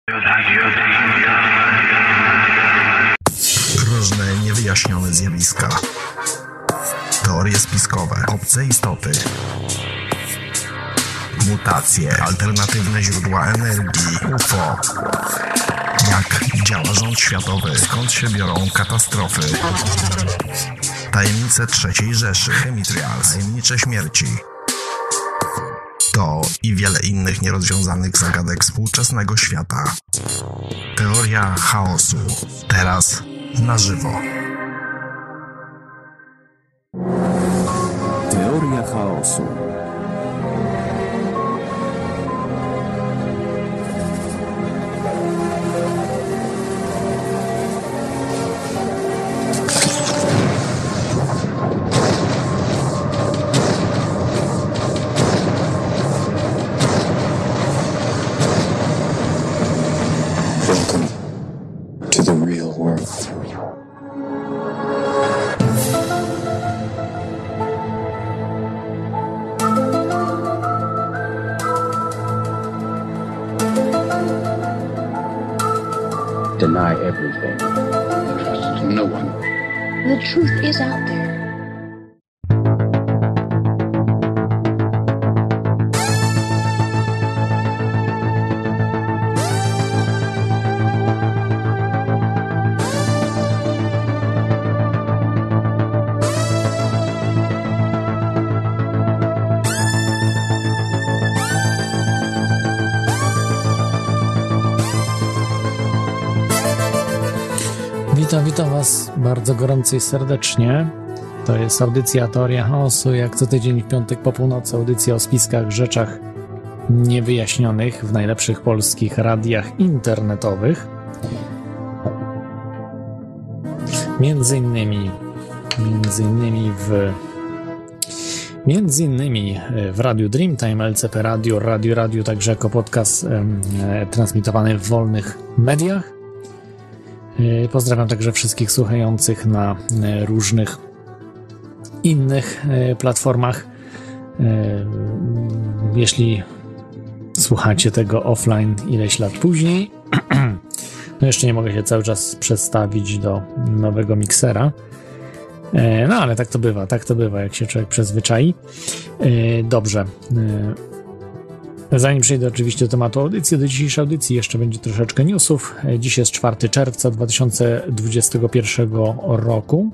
Różne niewyjaśnione zjawiska, teorie spiskowe, obce istoty, mutacje, alternatywne źródła energii, UFO, jak działa rząd światowy, skąd się biorą katastrofy, tajemnice III Rzeszy, chemitrials, tajemnicze śmierci. To i wiele innych nierozwiązanych zagadek współczesnego świata. Teoria chaosu. Teraz na żywo. Teoria chaosu. Welcome to the real world. Deny everything. Trust no one. The truth is out there. Witam Was bardzo gorąco i serdecznie. To jest audycja Teoria Chaosu, jak co tydzień w piątek po północy, audycja o spiskach, rzeczach niewyjaśnionych w najlepszych polskich radiach internetowych. Między innymi w Radiu Dreamtime, LCP Radio, także jako podcast transmitowany w wolnych mediach. Pozdrawiam także wszystkich słuchających na różnych innych platformach. Jeśli słuchacie tego offline ileś lat później, no jeszcze nie mogę się cały czas przestawić do nowego miksera. No ale tak to bywa, jak się człowiek przyzwyczai. Dobrze. Zanim przejdę oczywiście do tematu audycji, do dzisiejszej audycji jeszcze będzie troszeczkę newsów. Dziś jest 4 czerwca 2021 roku.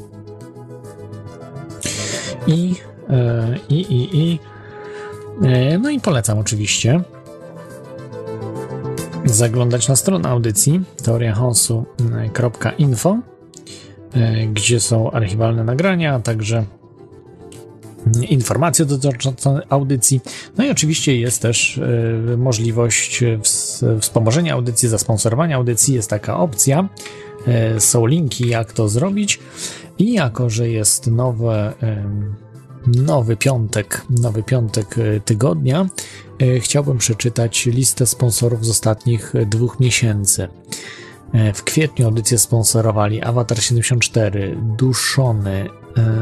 No i polecam oczywiście zaglądać na stronę audycji teoriachaosu.info, gdzie są archiwalne nagrania, a także informacje dotyczące audycji. No i oczywiście jest też możliwość wspomożenia audycji, zasponsorowania audycji. Jest taka opcja. Są linki, jak to zrobić. I jako, że jest nowy piątek tygodnia, chciałbym przeczytać listę sponsorów z ostatnich 2 miesięcy. W kwietniu audycję sponsorowali Avatar 74, Duszony,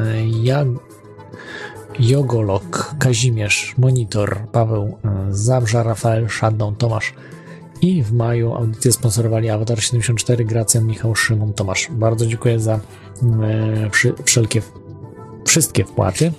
Jogolog, Kazimierz, Monitor, Paweł, Zabrza, Rafael, Shadow, Tomasz i w maju audycję sponsorowali Avatar 74, Gracjan, Michał, Szymon, Tomasz. Bardzo dziękuję za wszystkie wpłaty.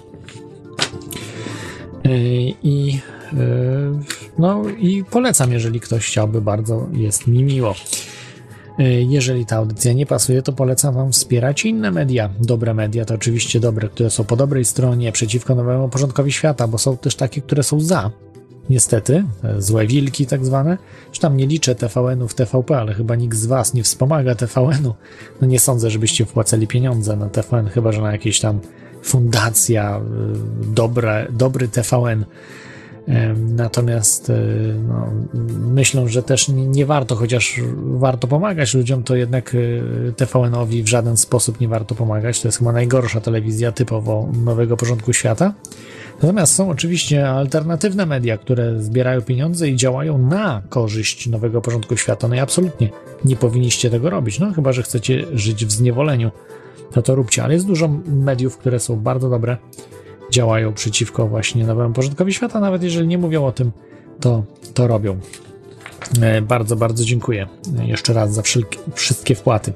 I polecam, jeżeli ktoś chciałby, bardzo jest mi miło. Jeżeli ta audycja nie pasuje, to polecam Wam wspierać inne media. Dobre media to oczywiście dobre, które są po dobrej stronie, przeciwko nowemu porządkowi świata, bo są też takie, które są za. Niestety, złe wilki tak zwane. Już tam nie liczę TVN-ów, TVP, ale chyba nikt z Was nie wspomaga TVN-u. No nie sądzę, żebyście wpłacali pieniądze na TVN, chyba że na jakieś tam fundacja, dobry TVN. Natomiast myślę, że też nie warto, chociaż warto pomagać ludziom, to jednak TVN-owi w żaden sposób nie warto pomagać. To jest chyba najgorsza telewizja typowo nowego porządku świata. Natomiast są oczywiście alternatywne media, które zbierają pieniądze i działają na korzyść nowego porządku świata. No i absolutnie nie powinniście tego robić. No chyba że chcecie żyć w zniewoleniu, to róbcie. Ale jest dużo mediów, które są bardzo dobre, działają przeciwko właśnie nowemu porządkowi świata, nawet jeżeli nie mówią o tym, to robią. Bardzo, bardzo dziękuję jeszcze raz za wszystkie wpłaty.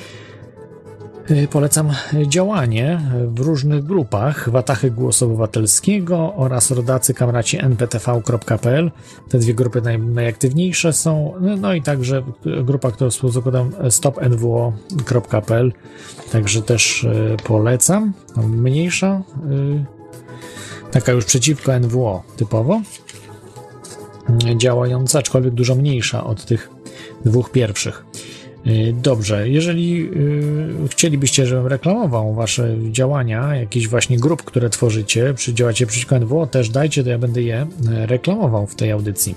Polecam działanie w różnych grupach Watachy Głosu Obywatelskiego oraz Rodacy Kamraci nptv.pl. Te dwie grupy najaktywniejsze są, no i także grupa, którą współzakładam, stopnwo.pl, także też polecam. Mniejsza, taka już przeciwko NWO typowo działająca, aczkolwiek dużo mniejsza od tych dwóch pierwszych. Dobrze, jeżeli chcielibyście, żebym reklamował wasze działania, jakichś właśnie grup, które tworzycie, działacie przeciwko NWO, też dajcie, to ja będę je reklamował w tej audycji.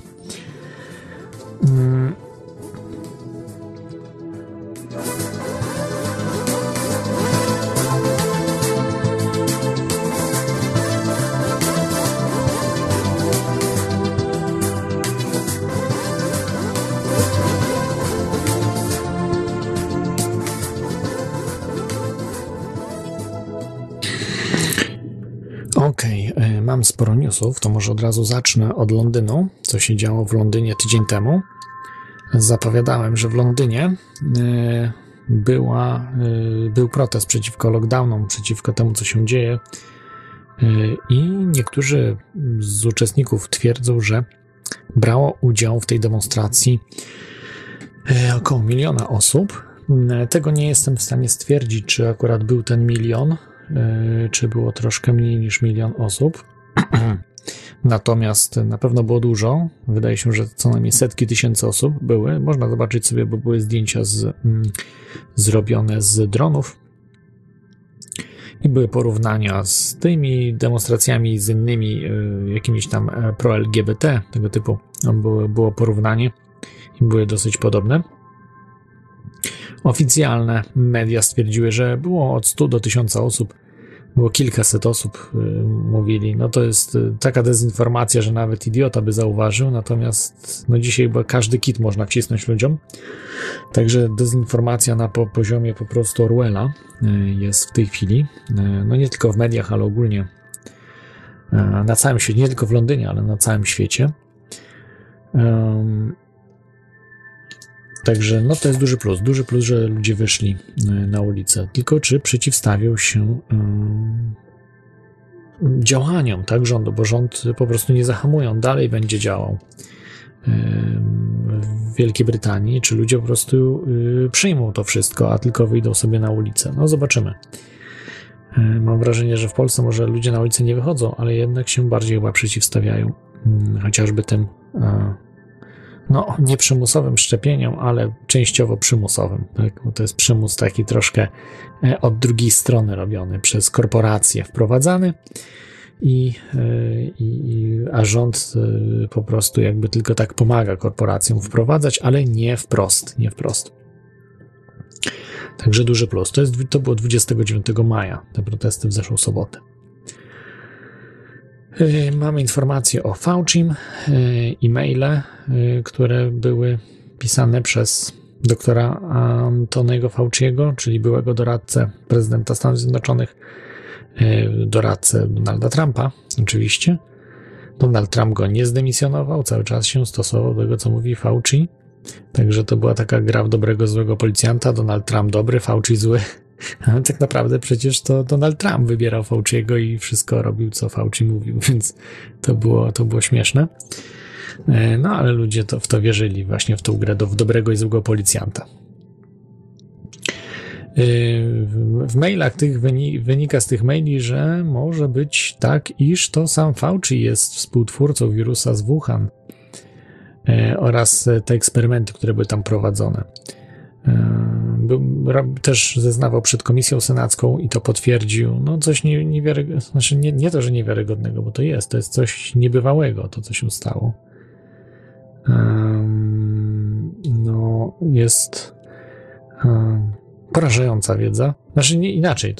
Mam sporo newsów, to może od razu zacznę od Londynu, co się działo w Londynie tydzień temu. Zapowiadałem, że w Londynie był protest przeciwko lockdownom, przeciwko temu, co się dzieje, i niektórzy z uczestników twierdzą, że brało udział w tej demonstracji około 1 000 000 osób. Tego nie jestem w stanie stwierdzić, czy akurat był ten 1 000 000, czy było troszkę mniej niż 1 000 000 osób. Natomiast na pewno było dużo. Wydaje się, że co najmniej setki tysięcy osób były. Można zobaczyć sobie, bo były zdjęcia zrobione z dronów i były porównania z tymi demonstracjami, z innymi jakimiś tam pro-LGBT, tego typu. Było porównanie i były dosyć podobne. Oficjalne media stwierdziły, że było od 100 do 1000 osób. Było kilkaset osób, mówili. No to jest taka dezinformacja, że nawet idiota by zauważył, natomiast no dzisiaj chyba każdy kit można wcisnąć ludziom. Także dezinformacja na poziomie po prostu Orwella jest w tej chwili. No nie tylko w mediach, ale ogólnie na całym świecie, nie tylko w Londynie, ale na całym świecie. Także no to jest duży plus, że ludzie wyszli na ulicę. Tylko czy przeciwstawią się działaniom, tak, rządu, bo rząd po prostu nie zahamują, dalej będzie działał w Wielkiej Brytanii, czy ludzie po prostu przyjmą to wszystko, a tylko wyjdą sobie na ulicę. No zobaczymy. Mam wrażenie, że w Polsce może ludzie na ulicę nie wychodzą, ale jednak się bardziej chyba przeciwstawiają, chociażby tym no, nie przymusowym szczepieniom, ale częściowo przymusowym, tak? Bo to jest przymus taki troszkę od drugiej strony robiony, przez korporacje wprowadzany, a rząd po prostu jakby tylko tak pomaga korporacjom wprowadzać, ale nie wprost. Także duży plus. To było 29 maja, te protesty w zeszłą sobotę. Mamy informacje o Faucim, e-maile, które były pisane przez doktora Antoniego Fauciego, czyli byłego doradcę prezydenta Stanów Zjednoczonych, doradcę Donalda Trumpa, oczywiście. Donald Trump go nie zdemisjonował, cały czas się stosował do tego, co mówi Fauci. Także to była taka gra w dobrego, złego policjanta. Donald Trump dobry, Fauci zły. Ale tak naprawdę przecież to Donald Trump wybierał Fauciego i wszystko robił, co Fauci mówił, więc to było śmieszne. No ale ludzie w to wierzyli, właśnie w tą grę w dobrego i złego policjanta. W mailach tych wynika z tych maili, że może być tak, iż to sam Fauci jest współtwórcą wirusa z Wuhan oraz te eksperymenty, które były tam prowadzone. Też zeznawał przed komisją senacką i to potwierdził. No coś niewiarygodnego, znaczy nie to, że niewiarygodnego, bo to jest coś niebywałego, to co się stało. No jest porażająca wiedza. Znaczy nie inaczej,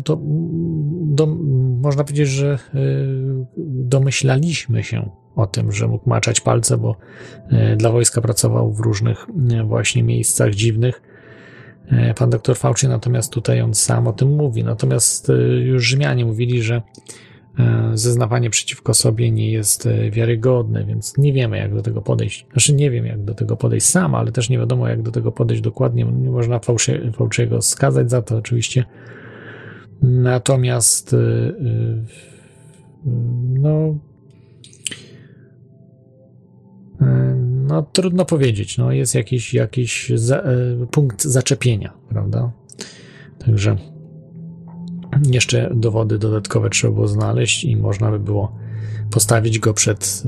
można powiedzieć, że domyślaliśmy się o tym, że mógł maczać palce, bo dla wojska pracował w różnych właśnie miejscach dziwnych. Pan doktor Fauci, natomiast tutaj on sam o tym mówi. Natomiast już Rzymianie mówili, że zeznawanie przeciwko sobie nie jest wiarygodne, więc nie wiemy, jak do tego podejść. Znaczy nie wiem, jak do tego podejść sam, ale też nie wiadomo, jak do tego podejść dokładnie. Nie można fałszywego skazać za to oczywiście. Natomiast no trudno powiedzieć. No, jest jakiś punkt zaczepienia, prawda? Także jeszcze dowody dodatkowe trzeba było znaleźć i można by było postawić go przed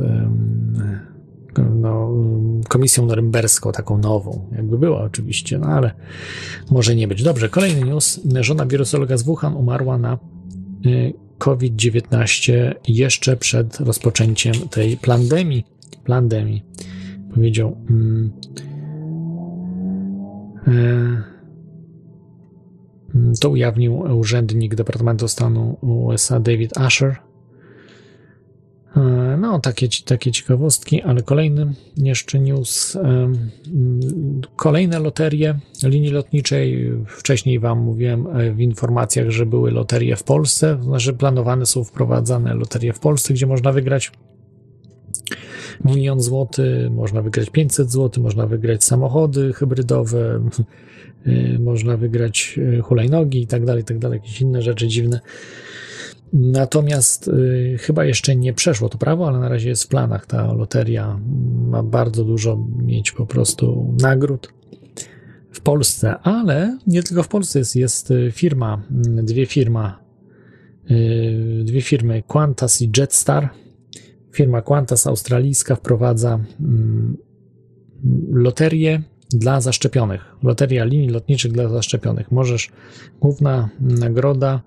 komisją norymberską, taką nową, jakby była oczywiście, no ale może nie być. Dobrze, kolejny news. Żona wirusologa z Wuhan umarła na COVID-19 jeszcze przed rozpoczęciem tej pandemii. Powiedział to ujawnił urzędnik Departamentu Stanu USA David Asher. No, takie ciekawostki, ale kolejny jeszcze news. Kolejne loterie linii lotniczej. Wcześniej wam mówiłem w informacjach, że były loterie w Polsce, znaczy planowane są wprowadzane loterie w Polsce, gdzie można wygrać 1 000 000 złotych, można wygrać 500 zł, można wygrać samochody hybrydowe, można wygrać hulajnogi i tak dalej, jakieś inne rzeczy dziwne. Natomiast chyba jeszcze nie przeszło to prawo, ale na razie jest w planach. Ta loteria ma bardzo dużo mieć po nagród w Polsce, ale nie tylko w Polsce jest firma, dwie firmy, Qantas i Jetstar. Firma Qantas australijska wprowadza loterię dla zaszczepionych. Loteria linii lotniczych dla zaszczepionych. Główna nagroda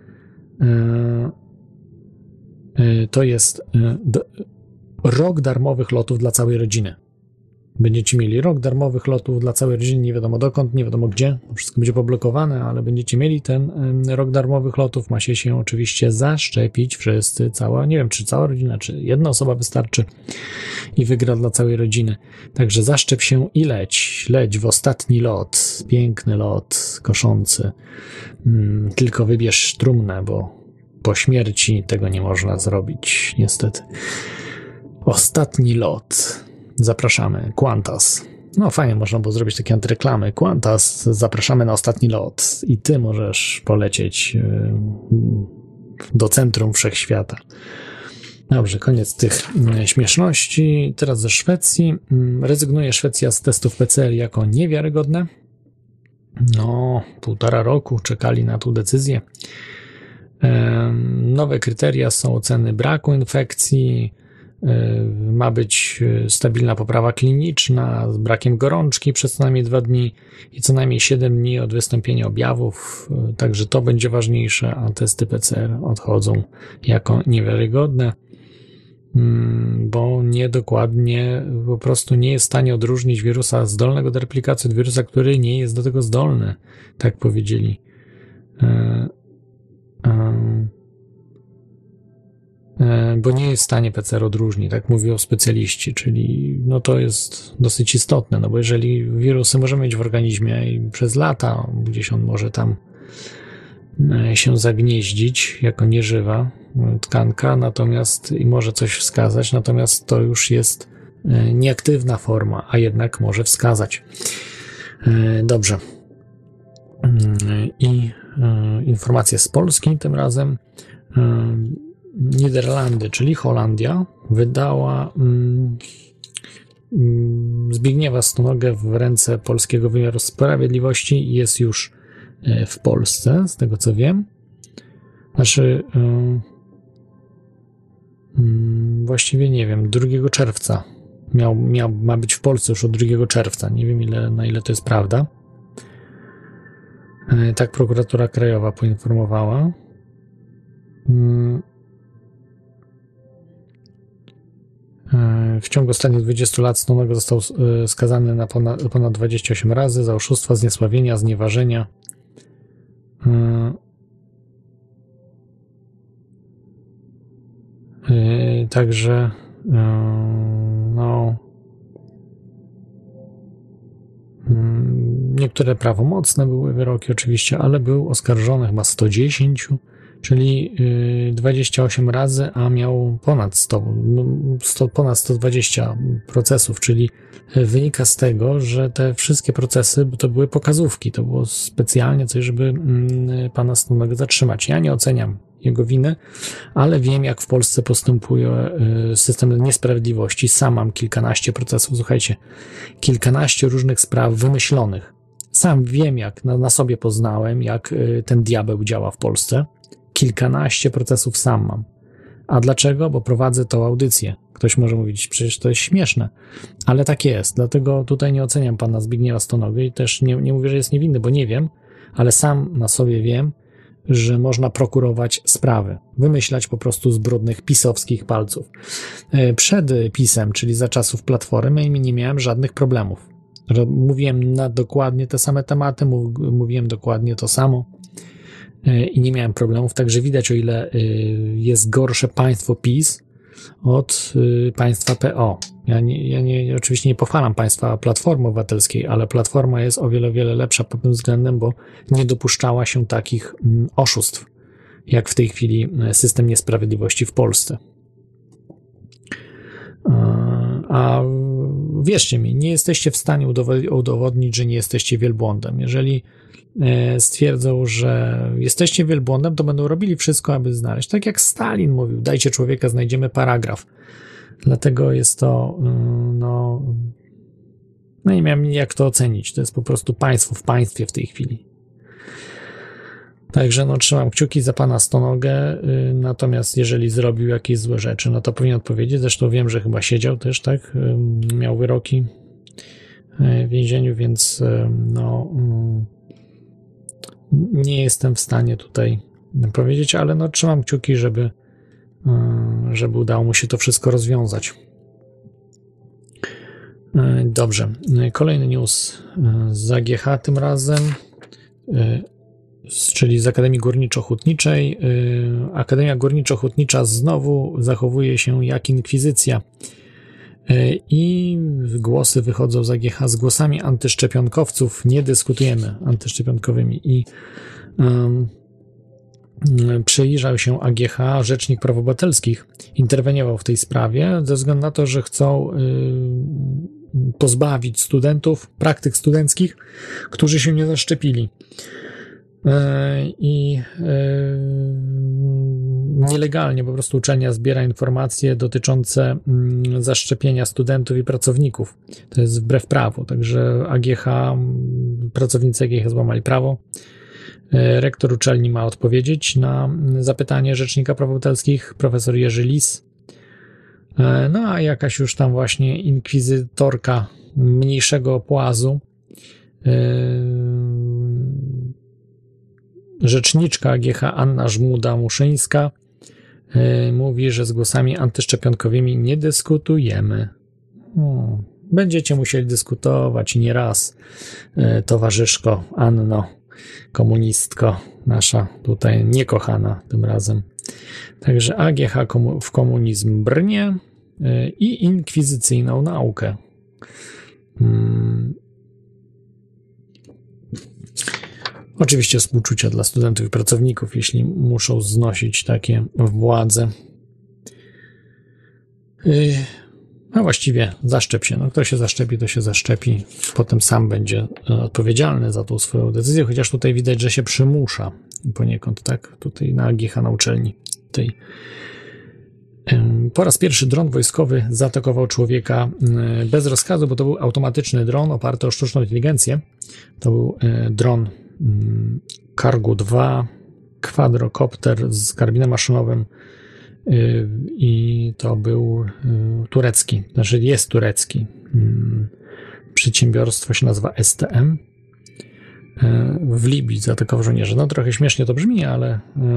to jest rok darmowych lotów dla całej rodziny. Będziecie mieli rok darmowych lotów dla całej rodziny, nie wiadomo dokąd, nie wiadomo gdzie, wszystko będzie poblokowane, ale będziecie mieli ten rok darmowych lotów, macie się oczywiście zaszczepić wszyscy, nie wiem, czy cała rodzina, czy jedna osoba wystarczy i wygra dla całej rodziny. Także zaszczep się i leć w ostatni lot, piękny lot, koszący, tylko wybierz trumnę, bo po śmierci tego nie można zrobić, niestety. Ostatni lot. Zapraszamy. Qantas. No fajnie, można było zrobić takie antyreklamy. Qantas, zapraszamy na ostatni lot i ty możesz polecieć do centrum wszechświata. Dobrze, koniec tych śmieszności. Teraz ze Szwecji. Rezygnuje Szwecja z testów PCR jako niewiarygodne. No, 1,5 roku czekali na tą decyzję. Nowe kryteria są oceny braku infekcji, ma być stabilna poprawa kliniczna z brakiem gorączki przez co najmniej 2 dni i co najmniej 7 dni od wystąpienia objawów, także to będzie ważniejsze, a testy PCR odchodzą jako niewiarygodne, bo niedokładnie po prostu nie jest w stanie odróżnić wirusa zdolnego do replikacji od wirusa, który nie jest do tego zdolny, tak powiedzieli. Bo nie jest w stanie PCR odróżnić, tak mówią specjaliści, czyli no to jest dosyć istotne, no bo jeżeli wirusy możemy mieć w organizmie i przez lata gdzieś on może tam się zagnieździć jako nieżywa tkanka, natomiast i może coś wskazać, natomiast to już jest nieaktywna forma, a jednak może wskazać. Dobrze. I informacje z Polski tym razem. Niderlandy, czyli Holandia, wydała Zbigniewa Stonogę w ręce polskiego wymiaru sprawiedliwości i jest już w Polsce, z tego co wiem. Znaczy, właściwie nie wiem, 2 czerwca ma być w Polsce już od 2 czerwca. Nie wiem na ile to jest prawda. Tak prokuratura krajowa poinformowała. W ciągu ostatnich 20 lat Stonego został skazany na ponad 28 razy za oszustwa, zniesławienia, znieważenia. Także no niektóre prawomocne były wyroki oczywiście, ale był oskarżony chyba 110 czyli 28 razy, a miał ponad 100, ponad 120 procesów, czyli wynika z tego, że te wszystkie procesy to były pokazówki, to było specjalnie coś, żeby pana Stonego zatrzymać. Ja nie oceniam jego winy, ale wiem, jak w Polsce postępuje system niesprawiedliwości. Sam mam kilkanaście procesów, słuchajcie, kilkanaście różnych spraw wymyślonych. Sam wiem, jak na sobie poznałem, jak ten diabeł działa w Polsce. Kilkanaście procesów sam mam. A dlaczego? Bo prowadzę tą audycję. Ktoś może mówić, przecież to jest śmieszne, ale tak jest. Dlatego tutaj nie oceniam pana Zbigniewa Stonogi i też nie mówię, że jest niewinny, bo nie wiem, ale sam na sobie wiem, że można prokurować sprawy, wymyślać po prostu z brudnych pisowskich palców. Przed PiS-em, czyli za czasów Platformy, nie miałem żadnych problemów. Mówiłem na dokładnie te same tematy, mówiłem dokładnie to samo i nie miałem problemów. Także widać, o ile jest gorsze państwo PiS od państwa PO. Ja oczywiście nie pochwalam państwa Platformy Obywatelskiej, ale Platforma jest o wiele lepsza pod tym względem, bo nie dopuszczała się takich oszustw, jak w tej chwili system niesprawiedliwości w Polsce. A wierzcie mi, nie jesteście w stanie udowodnić, że nie jesteście wielbłądem. Jeżeli stwierdzą, że jesteście wielbłądem, to będą robili wszystko, aby znaleźć. Tak jak Stalin mówił, dajcie człowieka, znajdziemy paragraf. Dlatego jest to, no nie miałem jak to ocenić. To jest po prostu państwo w państwie w tej chwili. Także trzymam kciuki za pana Stonogę, natomiast jeżeli zrobił jakieś złe rzeczy, no to powinien odpowiedzieć. Zresztą wiem, że chyba siedział też, tak? Miał wyroki w więzieniu, więc nie jestem w stanie tutaj powiedzieć, ale trzymam kciuki, żeby udało mu się to wszystko rozwiązać. Dobrze. Kolejny news z AGH tym razem, czyli z Akademii Górniczo-Hutniczej. Akademia Górniczo-Hutnicza znowu zachowuje się jak inkwizycja i głosy wychodzą z AGH z głosami antyszczepionkowców. Nie dyskutujemy antyszczepionkowymi i przyjrzał się AGH, Rzecznik Praw Obywatelskich interweniował w tej sprawie ze względu na to, że chcą pozbawić studentów praktyk studenckich, którzy się nie zaszczepili. I nielegalnie po prostu uczelnia zbiera informacje dotyczące zaszczepienia studentów i pracowników. To jest wbrew prawu, także AGH, pracownicy AGH złamali prawo. Rektor uczelni ma odpowiedzieć na zapytanie Rzecznika Praw Obywatelskich, profesor Jerzy Lis. No a jakaś już tam właśnie inkwizytorka mniejszego płazu, rzeczniczka AGH Anna Żmuda-Muszyńska mówi, że z głosami antyszczepionkowymi nie dyskutujemy. Będziecie musieli dyskutować i nie raz, towarzyszko Anno, komunistko nasza tutaj niekochana tym razem. Także AGH w komunizm brnie i inkwizycyjną naukę. Oczywiście współczucia dla studentów i pracowników, jeśli muszą znosić takie władze. A właściwie zaszczep się. Kto się zaszczepi, to się zaszczepi. Potem sam będzie odpowiedzialny za tą swoją decyzję, chociaż tutaj widać, że się przymusza poniekąd, tak? Tutaj na AGH, na uczelni tej. Po raz pierwszy dron wojskowy zaatakował człowieka bez rozkazu, bo to był automatyczny dron oparty o sztuczną inteligencję. To był dron Cargo-2, kwadrokopter z karabinem maszynowym i to był turecki, znaczy jest turecki. Przedsiębiorstwo się nazywa STM. W Libii zaatakował żołnierzy. Trochę śmiesznie to brzmi, ale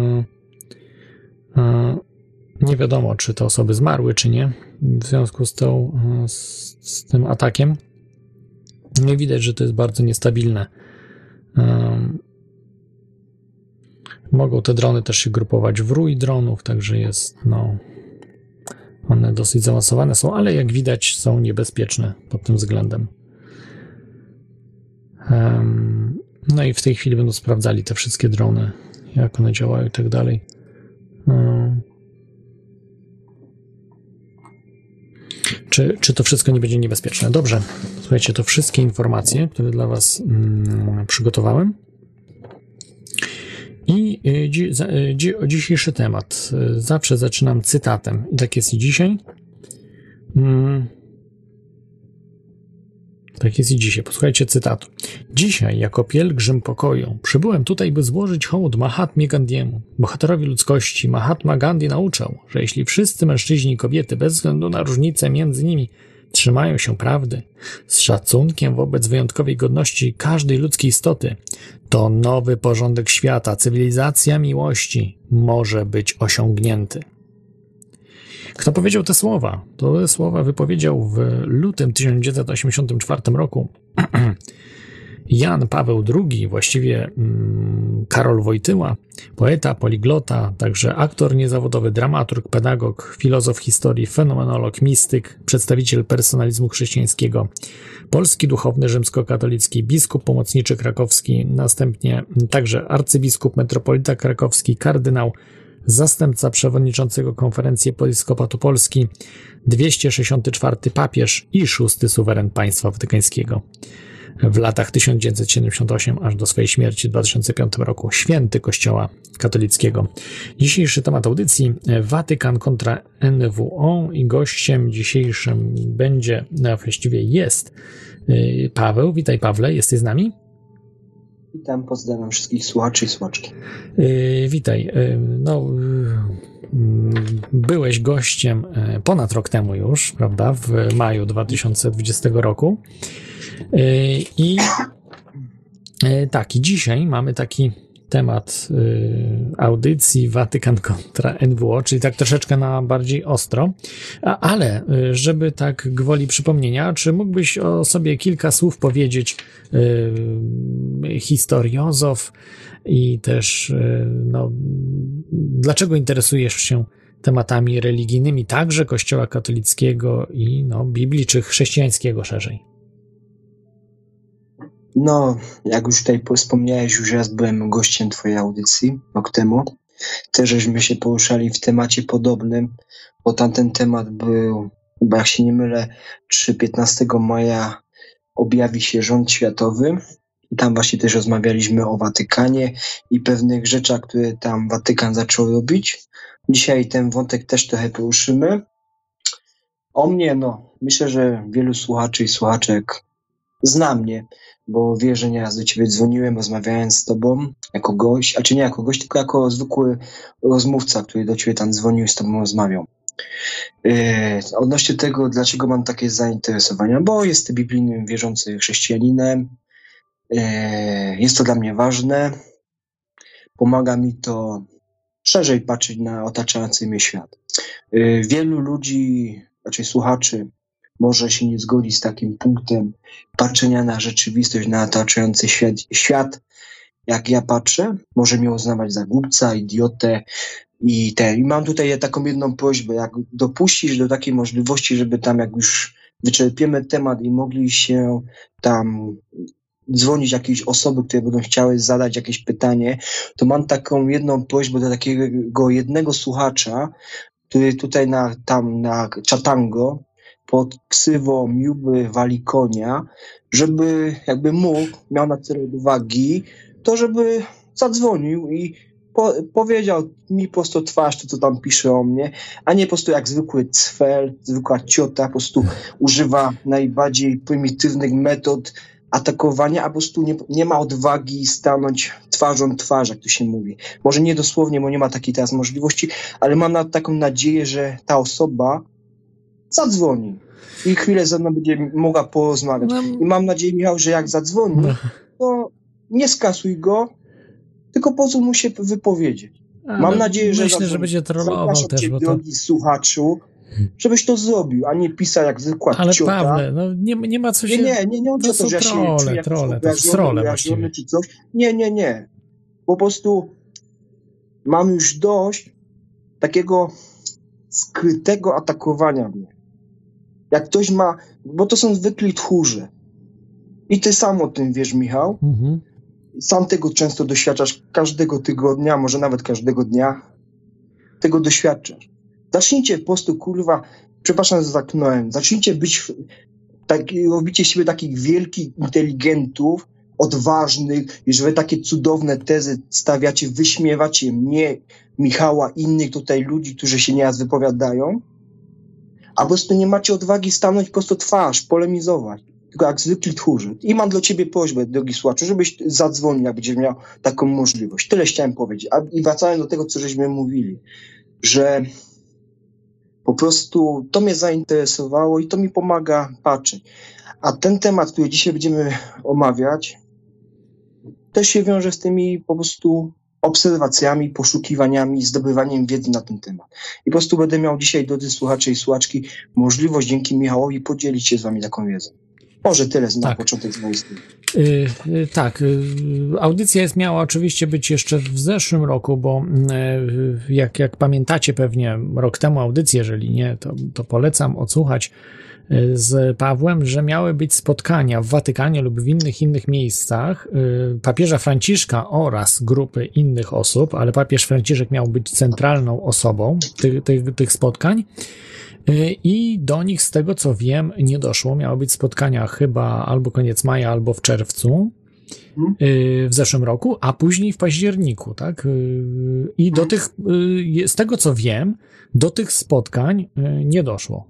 nie wiadomo, czy te osoby zmarły, czy nie. W związku z tym atakiem nie widać, że to jest bardzo niestabilne. Mogą te drony też się grupować w rój dronów, także jest, one dosyć zaawansowane są, ale jak widać są niebezpieczne pod tym względem. No i w tej chwili będą sprawdzali te wszystkie drony, jak one działają i tak dalej. Czy to wszystko nie będzie niebezpieczne? Dobrze. Słuchajcie, to wszystkie informacje, które dla was przygotowałem. I dzisiejszy temat. Zawsze zaczynam cytatem. I tak jest i dzisiaj. Tak jest i dzisiaj. Posłuchajcie cytatu. Dzisiaj, jako pielgrzym pokoju, przybyłem tutaj, by złożyć hołd Mahatmie Gandiemu, bohaterowi ludzkości. Mahatma Gandhi nauczał, że jeśli wszyscy mężczyźni i kobiety, bez względu na różnice między nimi, trzymają się prawdy, z szacunkiem wobec wyjątkowej godności każdej ludzkiej istoty, to nowy porządek świata, cywilizacja miłości może osiągnięty. Kto powiedział te słowa? To słowa wypowiedział w lutym 1984 roku Jan Paweł II, właściwie Karol Wojtyła, poeta, poliglota, także aktor niezawodowy, dramaturg, pedagog, filozof historii, fenomenolog, mistyk, przedstawiciel personalizmu chrześcijańskiego, polski duchowny rzymskokatolicki, biskup pomocniczy krakowski, następnie także arcybiskup, metropolita krakowski, kardynał, zastępca przewodniczącego Konferencji Episkopatu Polski, 264 papież i 6. suweren państwa watykańskiego. W latach 1978 aż do swojej śmierci w 2005 roku święty Kościoła katolickiego. Dzisiejszy temat audycji Watykan kontra NWO i gościem dzisiejszym będzie, właściwie jest Paweł. Witaj, Pawle, jesteś z nami? Witam, pozdrawiam wszystkich słuchaczy i słuchaczki. Witaj. Byłeś gościem ponad rok temu już, prawda? W maju 2020 roku. I dzisiaj mamy taki temat audycji Watykan kontra NWO, czyli tak troszeczkę na bardziej ostro, ale żeby tak gwoli przypomnienia, czy mógłbyś o sobie kilka słów powiedzieć, historiozof, i też dlaczego interesujesz się tematami religijnymi także Kościoła katolickiego i Biblii, czy chrześcijańskiego szerzej? Jak już tutaj wspomniałeś, już raz byłem gościem twojej audycji rok temu. Też żeśmy się poruszali w temacie podobnym, bo tamten temat był, chyba jak się nie mylę, 15 maja objawi się rząd światowy. I tam właśnie też rozmawialiśmy o Watykanie i pewnych rzeczach, które tam Watykan zaczął robić. Dzisiaj ten wątek też trochę poruszymy. O mnie, myślę, że wielu słuchaczy i słuchaczek zna mnie, bo wie, że nieraz do ciebie dzwoniłem, rozmawiając z tobą jako gość, a czy nie jako gość, tylko jako zwykły rozmówca, który do ciebie tam dzwonił i z tobą rozmawiał. Odnośnie tego, dlaczego mam takie zainteresowania, bo jestem biblijnym, wierzącym chrześcijaninem. Jest to dla mnie ważne. Pomaga mi to szerzej patrzeć na otaczający mnie świat. Wielu ludzi, raczej słuchaczy, może się nie zgodzić z takim punktem patrzenia na rzeczywistość, na otaczający świat, jak ja patrzę. Może mnie uznawać za głupca, idiotę i mam tutaj taką jedną prośbę, jak dopuścisz do takiej możliwości, żeby tam, jak już wyczerpiemy temat i mogli się tam dzwonić jakieś osoby, które będą chciały zadać jakieś pytanie, to mam taką jedną prośbę do takiego jednego słuchacza, który tutaj na Chatango pod ksywą Miuby Walikonia, żeby jakby miał na tyle odwagi, to żeby zadzwonił i powiedział mi prosto twarz to, co tam pisze o mnie, a nie po prostu jak zwykły cfel, zwykła ciota, po prostu używa najbardziej prymitywnych metod atakowania, a po prostu nie ma odwagi stanąć twarzą twarz, jak to się mówi. Może nie dosłownie, bo nie ma takiej teraz możliwości, ale mam taką nadzieję, że ta osoba zadzwoni i chwilę ze mną będzie mogła porozmawiać. I mam nadzieję, Michał, że jak zadzwoni, to nie skasuj go, tylko pozwól mu się wypowiedzieć. Mam nadzieję, że myślę, że będzie trollował też, cię, bo to... drogi słuchaczu, żebyś to zrobił, a nie pisał jak zwykła ale ciota. Pawle, nie ma co się... Nie chodzi o to, że ja się czuję trolle właściwie. Czy coś. Nie. Po prostu mam już dość takiego skrytego atakowania mnie. Jak ktoś ma... Bo to są zwykli tchórze. I ty sam o tym wiesz, Michał. Mhm. Sam tego często doświadczasz każdego tygodnia, może nawet każdego dnia. tego doświadczać. Zacznijcie po prostu, kurwa, przepraszam, że zaknąłem, zacznijcie być, robicie z siebie takich wielkich inteligentów, odważnych, i że wy takie cudowne tezy stawiacie, wyśmiewacie mnie, Michała, innych tutaj ludzi, którzy się nieraz wypowiadają, a po prostu nie macie odwagi stanąć po prostu twarz, polemizować, tylko jak zwykli tchórzy. I mam dla ciebie prośbę, drogi słuchaczu, żebyś zadzwonił, jak będziesz miał taką możliwość. Tyle chciałem powiedzieć. I wracając do tego, co żeśmy mówili, że po prostu to mnie zainteresowało i to mi pomaga patrzeć. A ten temat, który dzisiaj będziemy omawiać, też się wiąże z tymi po prostu obserwacjami, poszukiwaniami, zdobywaniem wiedzy na ten temat. I po prostu będę miał dzisiaj, drodzy słuchacze i słuchaczki, możliwość dzięki Michałowi podzielić się z wami taką wiedzą. Może tyle na początek z mojej strony. Tak, audycja miała oczywiście być jeszcze w zeszłym roku, bo jak pamiętacie pewnie rok temu audycję, jeżeli nie, to polecam odsłuchać z Pawłem, że miały być spotkania w Watykanie lub w innych miejscach papieża Franciszka oraz grupy innych osób, ale papież Franciszek miał być centralną osobą tych spotkań. I do nich, z tego co wiem, nie doszło. Miały być spotkania chyba albo koniec maja, albo w czerwcu w zeszłym roku, a później w październiku, tak? I do tych, z tego co wiem, do tych spotkań nie doszło.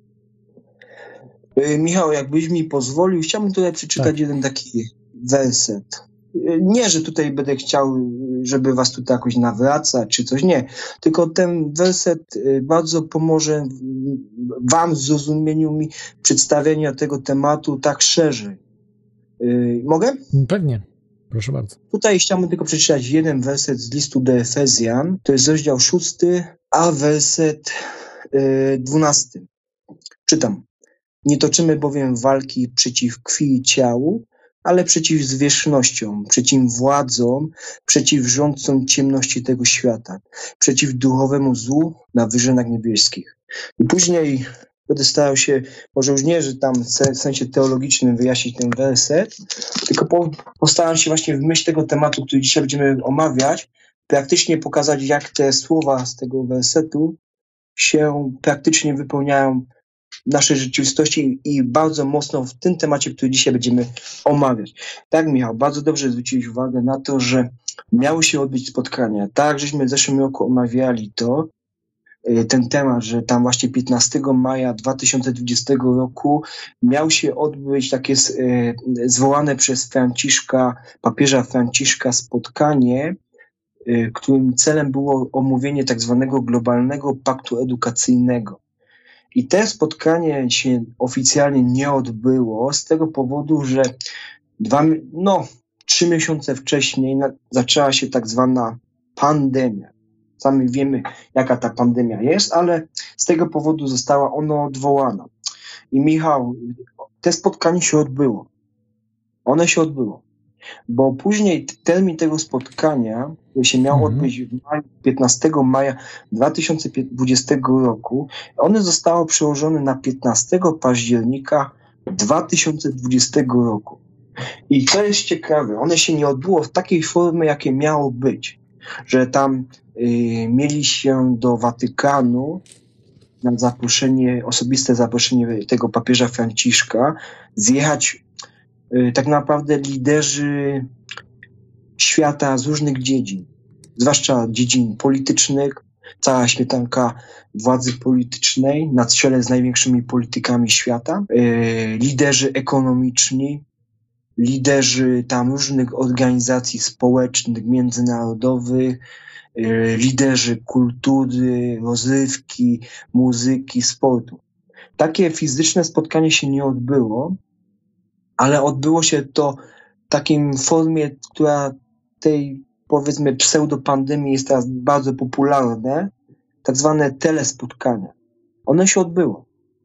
Michał, jakbyś mi pozwolił, chciałbym tutaj przeczytać jeden taki werset. Nie, że tutaj będę chciał, żeby was tutaj jakoś nawracać czy coś, nie. Tylko ten werset bardzo pomoże wam w zrozumieniu mi przedstawienia tego tematu tak szerzej. Mogę? Pewnie. Proszę bardzo. Tutaj chciałbym tylko przeczytać jeden werset z listu do Efezjan. To jest rozdział 6, a werset 12. Czytam. Nie toczymy bowiem walki przeciw krwi i ciału, ale przeciw zwierzchnościom, przeciw władzom, przeciw rządcom ciemności tego świata, przeciw duchowemu złu na wyżynach niebieskich. I później będę starał się, może już nie, że tam w sensie teologicznym wyjaśnić ten werset, tylko postaram się właśnie w myśl tego tematu, który dzisiaj będziemy omawiać, praktycznie pokazać, jak te słowa z tego wersetu się praktycznie wypełniają naszej rzeczywistości i bardzo mocno w tym temacie, który dzisiaj będziemy omawiać. Tak, Michał, bardzo dobrze zwróciłeś uwagę na to, że miały się odbyć spotkania. Tak, żeśmy w zeszłym roku omawiali ten temat, że tam właśnie 15 maja 2020 roku miał się odbyć takie zwołane przez papieża Franciszka spotkanie, którym celem było omówienie tak zwanego globalnego paktu edukacyjnego. I to spotkanie się oficjalnie nie odbyło z tego powodu, że 3 miesiące wcześniej zaczęła się tak zwana pandemia. Sami wiemy, jaka ta pandemia jest, ale z tego powodu została ona odwołana. I Michał, to spotkanie się odbyło. One się odbyło. Bo później termin tego spotkania, które się miało odbyć w 15 maja 2020 roku, one zostało przełożone na 15 października 2020 roku. I co jest ciekawe, one się nie odbyło w takiej formie, jakie miało być, że tam mieli się do Watykanu na osobiste zaproszenie tego papieża Franciszka zjechać tak naprawdę liderzy świata z różnych dziedzin, zwłaszcza dziedzin politycznych, cała śmietanka władzy politycznej na czele z największymi politykami świata, liderzy ekonomiczni, liderzy tam różnych organizacji społecznych, międzynarodowych, liderzy kultury, rozrywki, muzyki, sportu. Takie fizyczne spotkanie się nie odbyło, ale odbyło się to w takiej formie, która tej, powiedzmy, pseudopandemii jest teraz bardzo popularne, tak zwane telespotkania. One się odbyło.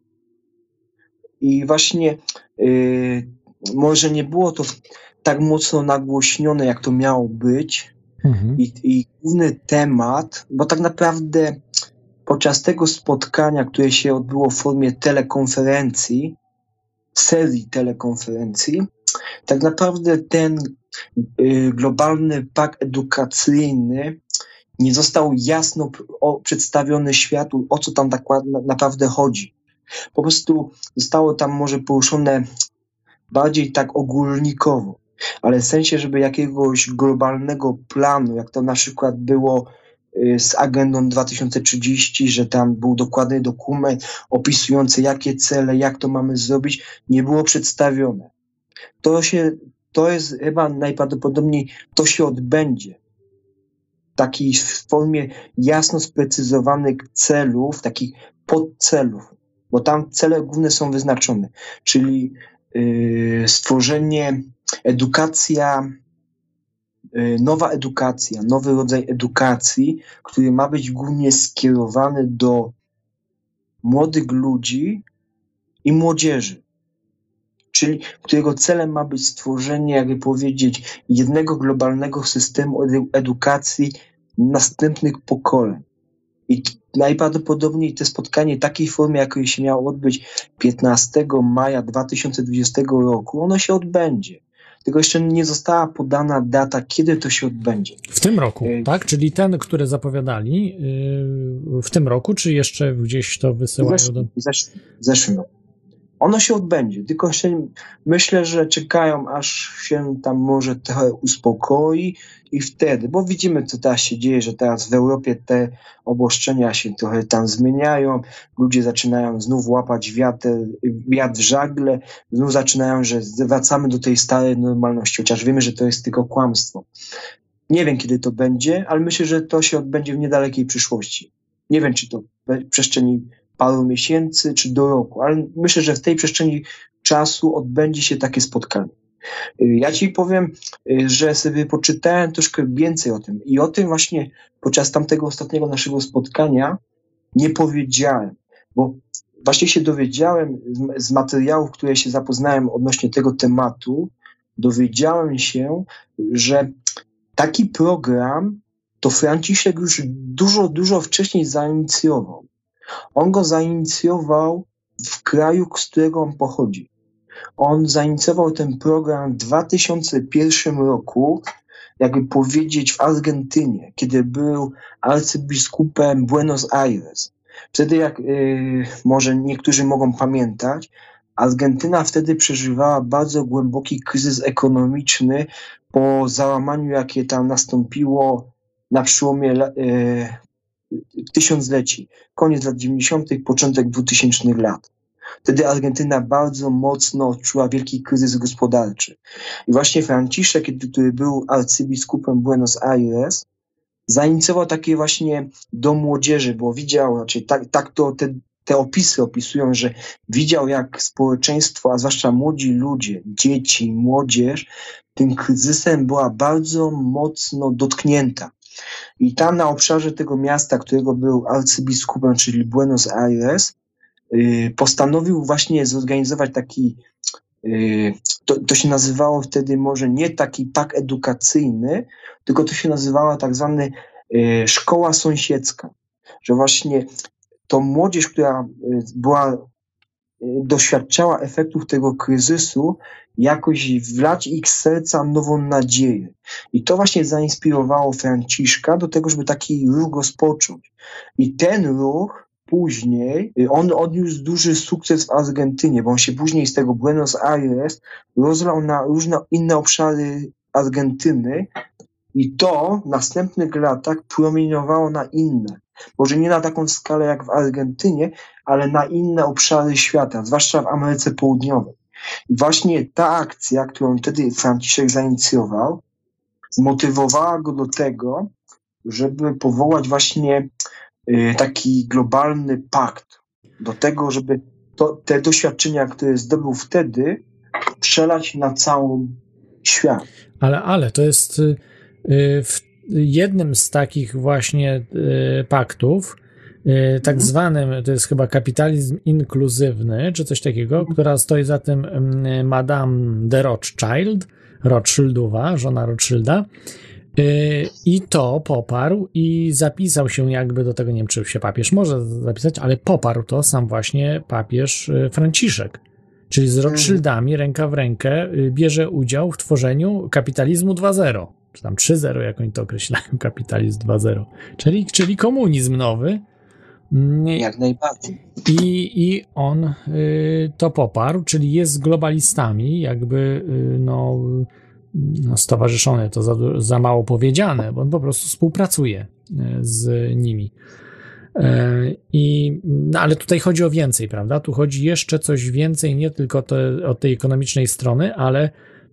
I właśnie może nie było to tak mocno nagłośnione, jak to miało być. I główny temat, bo tak naprawdę podczas tego spotkania, które się odbyło w formie telekonferencji, serii telekonferencji, tak naprawdę ten globalny pakt edukacyjny Nie został jasno przedstawiony światu, o co tam tak naprawdę chodzi. Po prostu zostało tam może poruszone bardziej tak ogólnikowo, ale w sensie, żeby jakiegoś globalnego planu, jak to na przykład było z Agendą 2030, że tam był dokładny dokument opisujący jakie cele, jak to mamy zrobić, nie było przedstawione. To jest chyba najprawdopodobniej, to się odbędzie. Takiej w formie jasno sprecyzowanych celów, takich podcelów, bo tam cele główne są wyznaczone, czyli stworzenie, nowy rodzaj edukacji, który ma być głównie skierowany do młodych ludzi i młodzieży. Czyli którego celem ma być stworzenie, jakby powiedzieć, jednego globalnego systemu edukacji następnych pokoleń. I najprawdopodobniej to spotkanie w takiej formie, jakiej się miało odbyć 15 maja 2020 roku, ono się odbędzie. Tylko jeszcze nie została podana data, kiedy to się odbędzie. W tym roku, tak? Czyli ten, który zapowiadali w tym roku, czy jeszcze gdzieś to wysyłają do... Zeszłym roku. Ono się odbędzie, tylko jeszcze myślę, że czekają, aż się tam może trochę uspokoi i wtedy, bo widzimy, co teraz się dzieje, że teraz w Europie te obostrzenia się trochę tam zmieniają, ludzie zaczynają znów łapać wiatr w żagle, znów zaczynają, że wracamy do tej starej normalności, chociaż wiemy, że to jest tylko kłamstwo. Nie wiem, kiedy to będzie, ale myślę, że to się odbędzie w niedalekiej przyszłości. Nie wiem, czy to w przestrzeni paru miesięcy, czy do roku, ale myślę, że w tej przestrzeni czasu odbędzie się takie spotkanie. Ja ci powiem, że sobie poczytałem troszkę więcej o tym i o tym właśnie podczas tamtego ostatniego naszego spotkania nie powiedziałem, bo właśnie się dowiedziałem z materiałów, które się zapoznałem odnośnie tego tematu, dowiedziałem się, że taki program to Franciszek już dużo wcześniej zainicjował. On go zainicjował w kraju, z którego on pochodzi. On zainicjował ten program w 2001 roku, jakby powiedzieć, w Argentynie, kiedy był arcybiskupem Buenos Aires. Wtedy, jak może niektórzy mogą pamiętać, Argentyna wtedy przeżywała bardzo głęboki kryzys ekonomiczny po załamaniu, jakie tam nastąpiło na przełomie tysiącleci, koniec lat 90., początek 2000 lat. Wtedy Argentyna bardzo mocno odczuła wielki kryzys gospodarczy. I właśnie Franciszek, który był arcybiskupem Buenos Aires, zainicjował takie właśnie do młodzieży, bo widział, znaczy tak to te opisy opisują, że widział, jak społeczeństwo, a zwłaszcza młodzi ludzie, dzieci, młodzież, tym kryzysem była bardzo mocno dotknięta. I tam na obszarze tego miasta, którego był arcybiskupem, czyli Buenos Aires, postanowił właśnie zorganizować taki, to się nazywało wtedy może nie taki tak edukacyjny, tylko to się nazywało tak zwany szkoła sąsiedzka. Że właśnie to młodzież, która doświadczała efektów tego kryzysu, jakoś wlać ich z serca nową nadzieję. I to właśnie zainspirowało Franciszka do tego, żeby taki ruch rozpocząć. I ten ruch później, on odniósł duży sukces w Argentynie, bo on się później z tego Buenos Aires rozlał na różne inne obszary Argentyny i to w następnych latach promieniowało na inne. Może nie na taką skalę jak w Argentynie, ale na inne obszary świata, zwłaszcza w Ameryce Południowej. I właśnie ta akcja, którą wtedy Franciszek zainicjował, zmotywowała go do tego, żeby powołać właśnie taki globalny pakt. Do tego, żeby te doświadczenia, które zdobył wtedy, przelać na cały świat. Ale to jest w jednym z takich właśnie paktów, tak zwanym, to jest chyba kapitalizm inkluzywny, czy coś takiego, która stoi za tym Madame de Rothschildowa, żona Rothschilda, i to poparł i zapisał się jakby do tego, nie wiem, czy się papież może zapisać, ale poparł to sam właśnie papież Franciszek. Czyli z Rothschildami ręka w rękę bierze udział w tworzeniu kapitalizmu 2.0. czy tam 3.0, jak oni to określają, kapitalizm 2.0, czyli komunizm nowy. Jak najbardziej. I on to poparł, czyli jest z globalistami, jakby stowarzyszone, to za mało powiedziane, bo on po prostu współpracuje z nimi. Ale tutaj chodzi o więcej, prawda? Tu chodzi jeszcze coś więcej, nie tylko od tej ekonomicznej strony, ale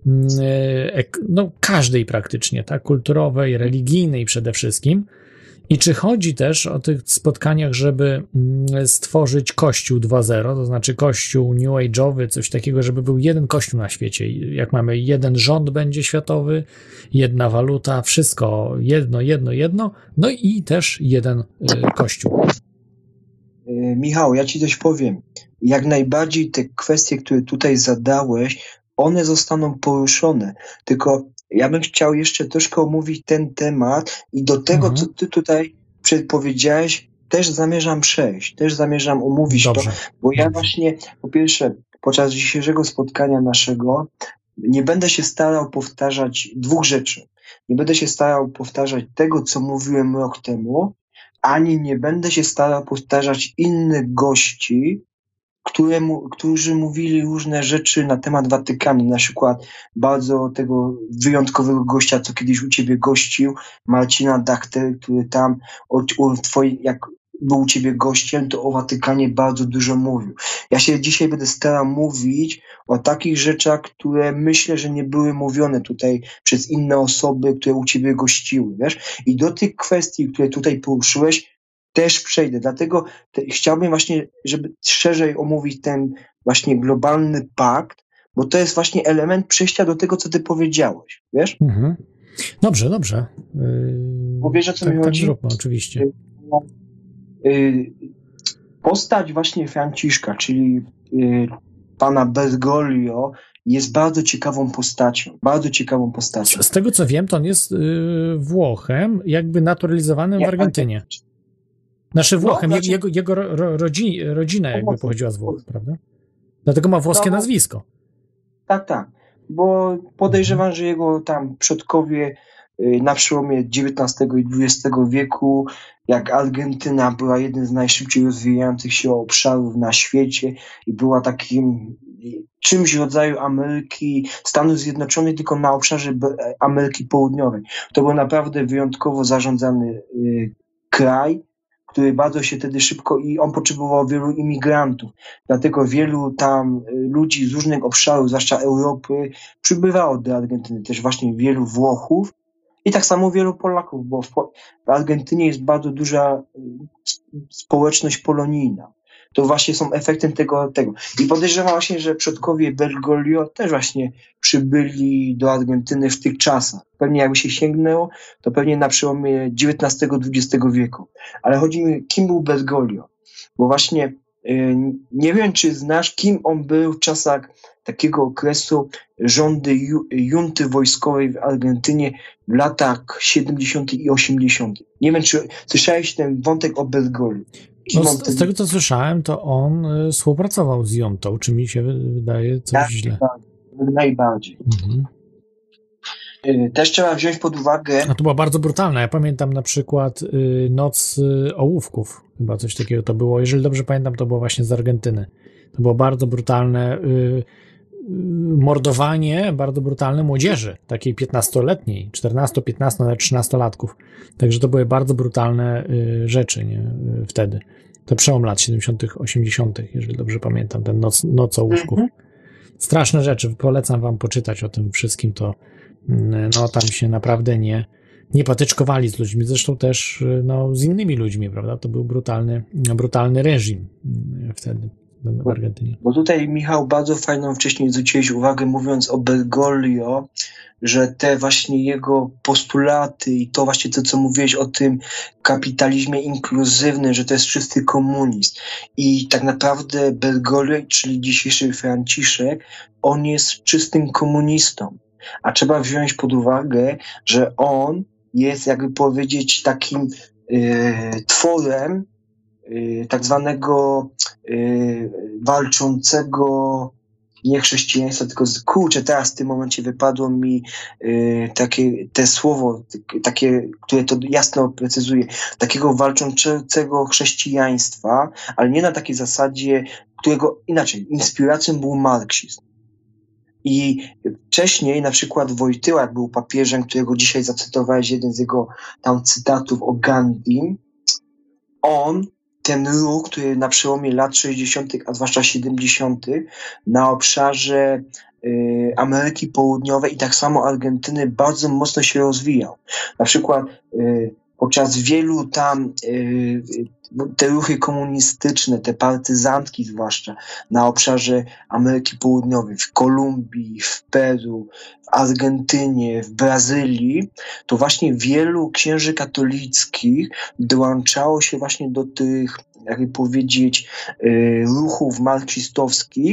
każdej praktycznie, tak? Kulturowej, religijnej przede wszystkim. I czy chodzi też o tych spotkaniach, żeby stworzyć Kościół 2.0, to znaczy Kościół New Age'owy, coś takiego, żeby był jeden Kościół na świecie. Jak mamy jeden rząd będzie światowy, jedna waluta, wszystko jedno, no i też jeden Kościół. Michał, ja ci coś powiem. Jak najbardziej te kwestie, które tutaj zadałeś, one zostaną poruszone. Tylko ja bym chciał jeszcze troszkę omówić ten temat i do tego, co ty tutaj przedpowiedziałeś, też zamierzam przejść, też zamierzam omówić to, bo ja właśnie, po pierwsze, podczas dzisiejszego spotkania naszego nie będę się starał powtarzać dwóch rzeczy. Nie będę się starał powtarzać tego, co mówiłem rok temu, ani nie będę się starał powtarzać innych gości, którzy mówili różne rzeczy na temat Watykanu. Na przykład bardzo tego wyjątkowego gościa, co kiedyś u ciebie gościł, Marcina Dachter, który tam jak był u ciebie gościem, to o Watykanie bardzo dużo mówił. Ja się dzisiaj będę starał mówić o takich rzeczach, które myślę, że nie były mówione tutaj przez inne osoby, które u ciebie gościły, wiesz? I do tych kwestii, które tutaj poruszyłeś, też przejdę. Dlatego chciałbym właśnie, żeby szerzej omówić ten właśnie globalny pakt, bo to jest właśnie element przejścia do tego, co ty powiedziałeś, wiesz? Mhm. Dobrze. Bo wiesz, o co mi chodzi? Tak zróbmy, oczywiście. Postać właśnie Franciszka, czyli pana Bergoglio, jest bardzo ciekawą postacią. Z tego, co wiem, to on jest Włochem, jakby naturalizowanym w Argentynie. Włochem, jego rodzina jakby pochodziła z Włoch, prawda? Dlatego ma włoskie nazwisko. Tak, bo podejrzewam, że jego tam przodkowie na przełomie XIX i XX wieku, jak Argentyna była jednym z najszybciej rozwijających się obszarów na świecie i była takim czymś w rodzaju Ameryki, Stanów Zjednoczonych, tylko na obszarze Ameryki Południowej. To był naprawdę wyjątkowo zarządzany kraj, który bardzo się wtedy szybko i on potrzebował wielu imigrantów. Dlatego wielu tam ludzi z różnych obszarów, zwłaszcza Europy, przybywało do Argentyny. Też właśnie wielu Włochów i tak samo wielu Polaków, bo w Argentynie jest bardzo duża społeczność polonijna. To właśnie są efektem tego. I podejrzewam właśnie, że przodkowie Bergoglio też właśnie przybyli do Argentyny w tych czasach. Pewnie jakby się sięgnęło, to pewnie na przełomie XIX-XX wieku. Ale chodzi mi, kim był Bergoglio? Bo właśnie nie wiem, czy znasz, kim on był w czasach takiego okresu rządy junty wojskowej w Argentynie w latach 70. i 80. Nie wiem, czy słyszałeś ten wątek o Bergoglio. Z tego, co słyszałem, to on współpracował z juntą, czy mi się wydaje coś źle. Najbardziej. Też trzeba wziąć pod uwagę... A to była bardzo brutalna. Ja pamiętam na przykład Noc Ołówków. Chyba coś takiego to było. Jeżeli dobrze pamiętam, to było właśnie z Argentyny. To było bardzo brutalne mordowanie, bardzo brutalne młodzieży, takiej 15-letniej, 14, 15, nawet 13-latków. Także to były bardzo brutalne rzeczy, nie? Wtedy. To przełom lat 70., 80., jeżeli dobrze pamiętam, ten Noc Ołówków. Straszne rzeczy. Polecam wam poczytać o tym wszystkim. To tam się naprawdę nie patyczkowali z ludźmi. Zresztą też z innymi ludźmi, prawda? To był brutalny reżim wtedy w Argentynie. Bo tutaj, Michał, bardzo fajną wcześniej zwróciłeś uwagę, mówiąc o Bergoglio, że te właśnie jego postulaty i to właśnie to, co mówiłeś o tym kapitalizmie inkluzywnym, że to jest czysty komunizm. I tak naprawdę Bergoglio, czyli dzisiejszy Franciszek, on jest czystym komunistą. A trzeba wziąć pod uwagę, że on jest, jakby powiedzieć, takim tworem tak zwanego walczącego nie chrześcijaństwa, tylko kurczę, teraz w tym momencie wypadło mi te słowo, takie, które to jasno precyzuje, takiego walczącego chrześcijaństwa, ale nie na takiej zasadzie, którego inaczej, inspiracją był marksizm. I wcześniej na przykład Wojtyła był papieżem, którego dzisiaj zacytowałeś, jeden z jego tam cytatów o Gandhi. On, ten ruch, który na przełomie lat 60., a zwłaszcza 70., na obszarze Ameryki Południowej i tak samo Argentyny bardzo mocno się rozwijał. Na przykład podczas wielu tam te ruchy komunistyczne, te partyzantki zwłaszcza na obszarze Ameryki Południowej, w Kolumbii, w Peru, w Argentynie, w Brazylii, to właśnie wielu księży katolickich dołączało się właśnie do tych, jakby powiedzieć, ruchów marksistowskich,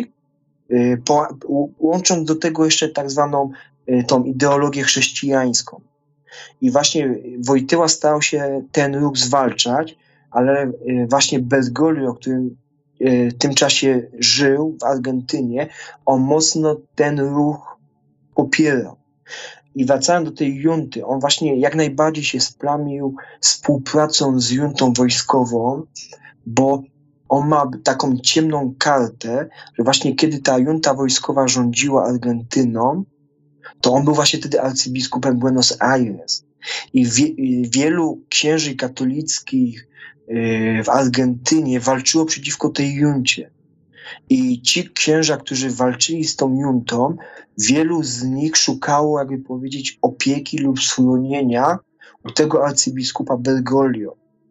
łącząc do tego jeszcze tak zwaną tą ideologię chrześcijańską. I właśnie Wojtyła starał się ten ruch zwalczać, ale właśnie Bergoglio, który w tym czasie żył w Argentynie, on mocno ten ruch popierał. I wracając do tej junty, on właśnie jak najbardziej się splamił współpracą z juntą wojskową, bo on ma taką ciemną kartę, że właśnie kiedy ta junta wojskowa rządziła Argentyną, to on był właśnie wtedy arcybiskupem Buenos Aires. I wielu księży katolickich w Argentynie walczyło przeciwko tej juncie. I ci księża, którzy walczyli z tą juntą, wielu z nich szukało, jakby powiedzieć, opieki lub schronienia u tego arcybiskupa Bergoglio.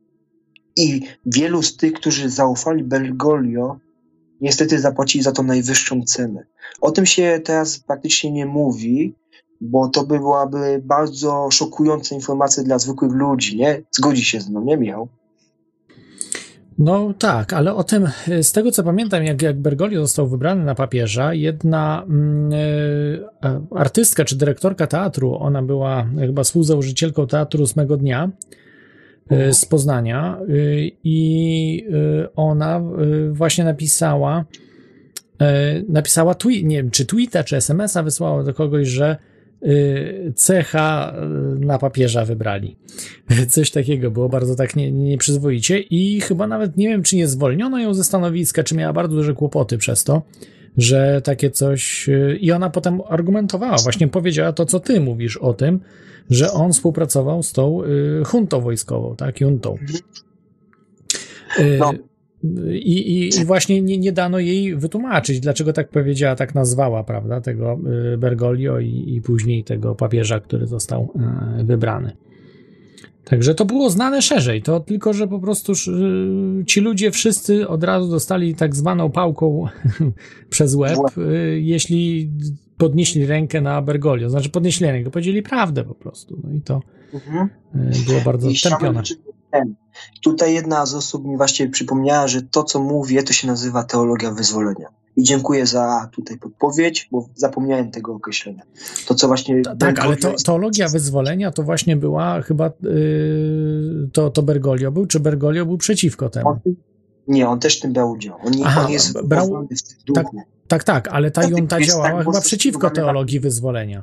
I wielu z tych, którzy zaufali Bergoglio, niestety zapłacili za to najwyższą cenę. O tym się teraz praktycznie nie mówi, bo to byłaby bardzo szokująca informacja dla zwykłych ludzi, nie? Zgodzi się z mną, nie Michał? No tak, ale o tym, z tego co pamiętam, jak Bergoglio został wybrany na papieża, jedna artystka czy dyrektorka teatru, ona była chyba współzałożycielką teatru Ósmego Dnia z Poznania i ona właśnie napisała nie wiem, czy tweeta, czy SMS-a wysłała do kogoś, że cecha na papieża wybrali. Coś takiego było bardzo tak nieprzyzwoicie i chyba nawet nie wiem, czy nie zwolniono ją ze stanowiska, czy miała bardzo duże kłopoty przez to, że takie coś... I ona potem argumentowała, właśnie powiedziała to, co ty mówisz o tym, że on współpracował z tą juntą wojskową, tak, juntą. No. I właśnie nie dano jej wytłumaczyć, dlaczego tak powiedziała, tak nazwała, prawda, tego Bergoglio i później tego papieża, który został wybrany. Także to było znane szerzej, to tylko, że po prostu ci ludzie wszyscy od razu dostali tak zwaną pałką przez łeb, jeśli podnieśli rękę na Bergoglio. Znaczy podnieśli rękę, powiedzieli prawdę po prostu. No i to było bardzo tępione. Tutaj jedna z osób mi właśnie przypomniała, że to, co mówię, to się nazywa teologia wyzwolenia. I dziękuję za tutaj podpowiedź, bo zapomniałem tego określenia. To, co właśnie... Tak, ale teologia wyzwolenia to właśnie była chyba to Bergoglio był, czy Bergoglio był przeciwko temu? On też w tym brał udział. On jest brał w duchu. Tak, ale ta junta działała chyba przeciwko teologii wyzwolenia.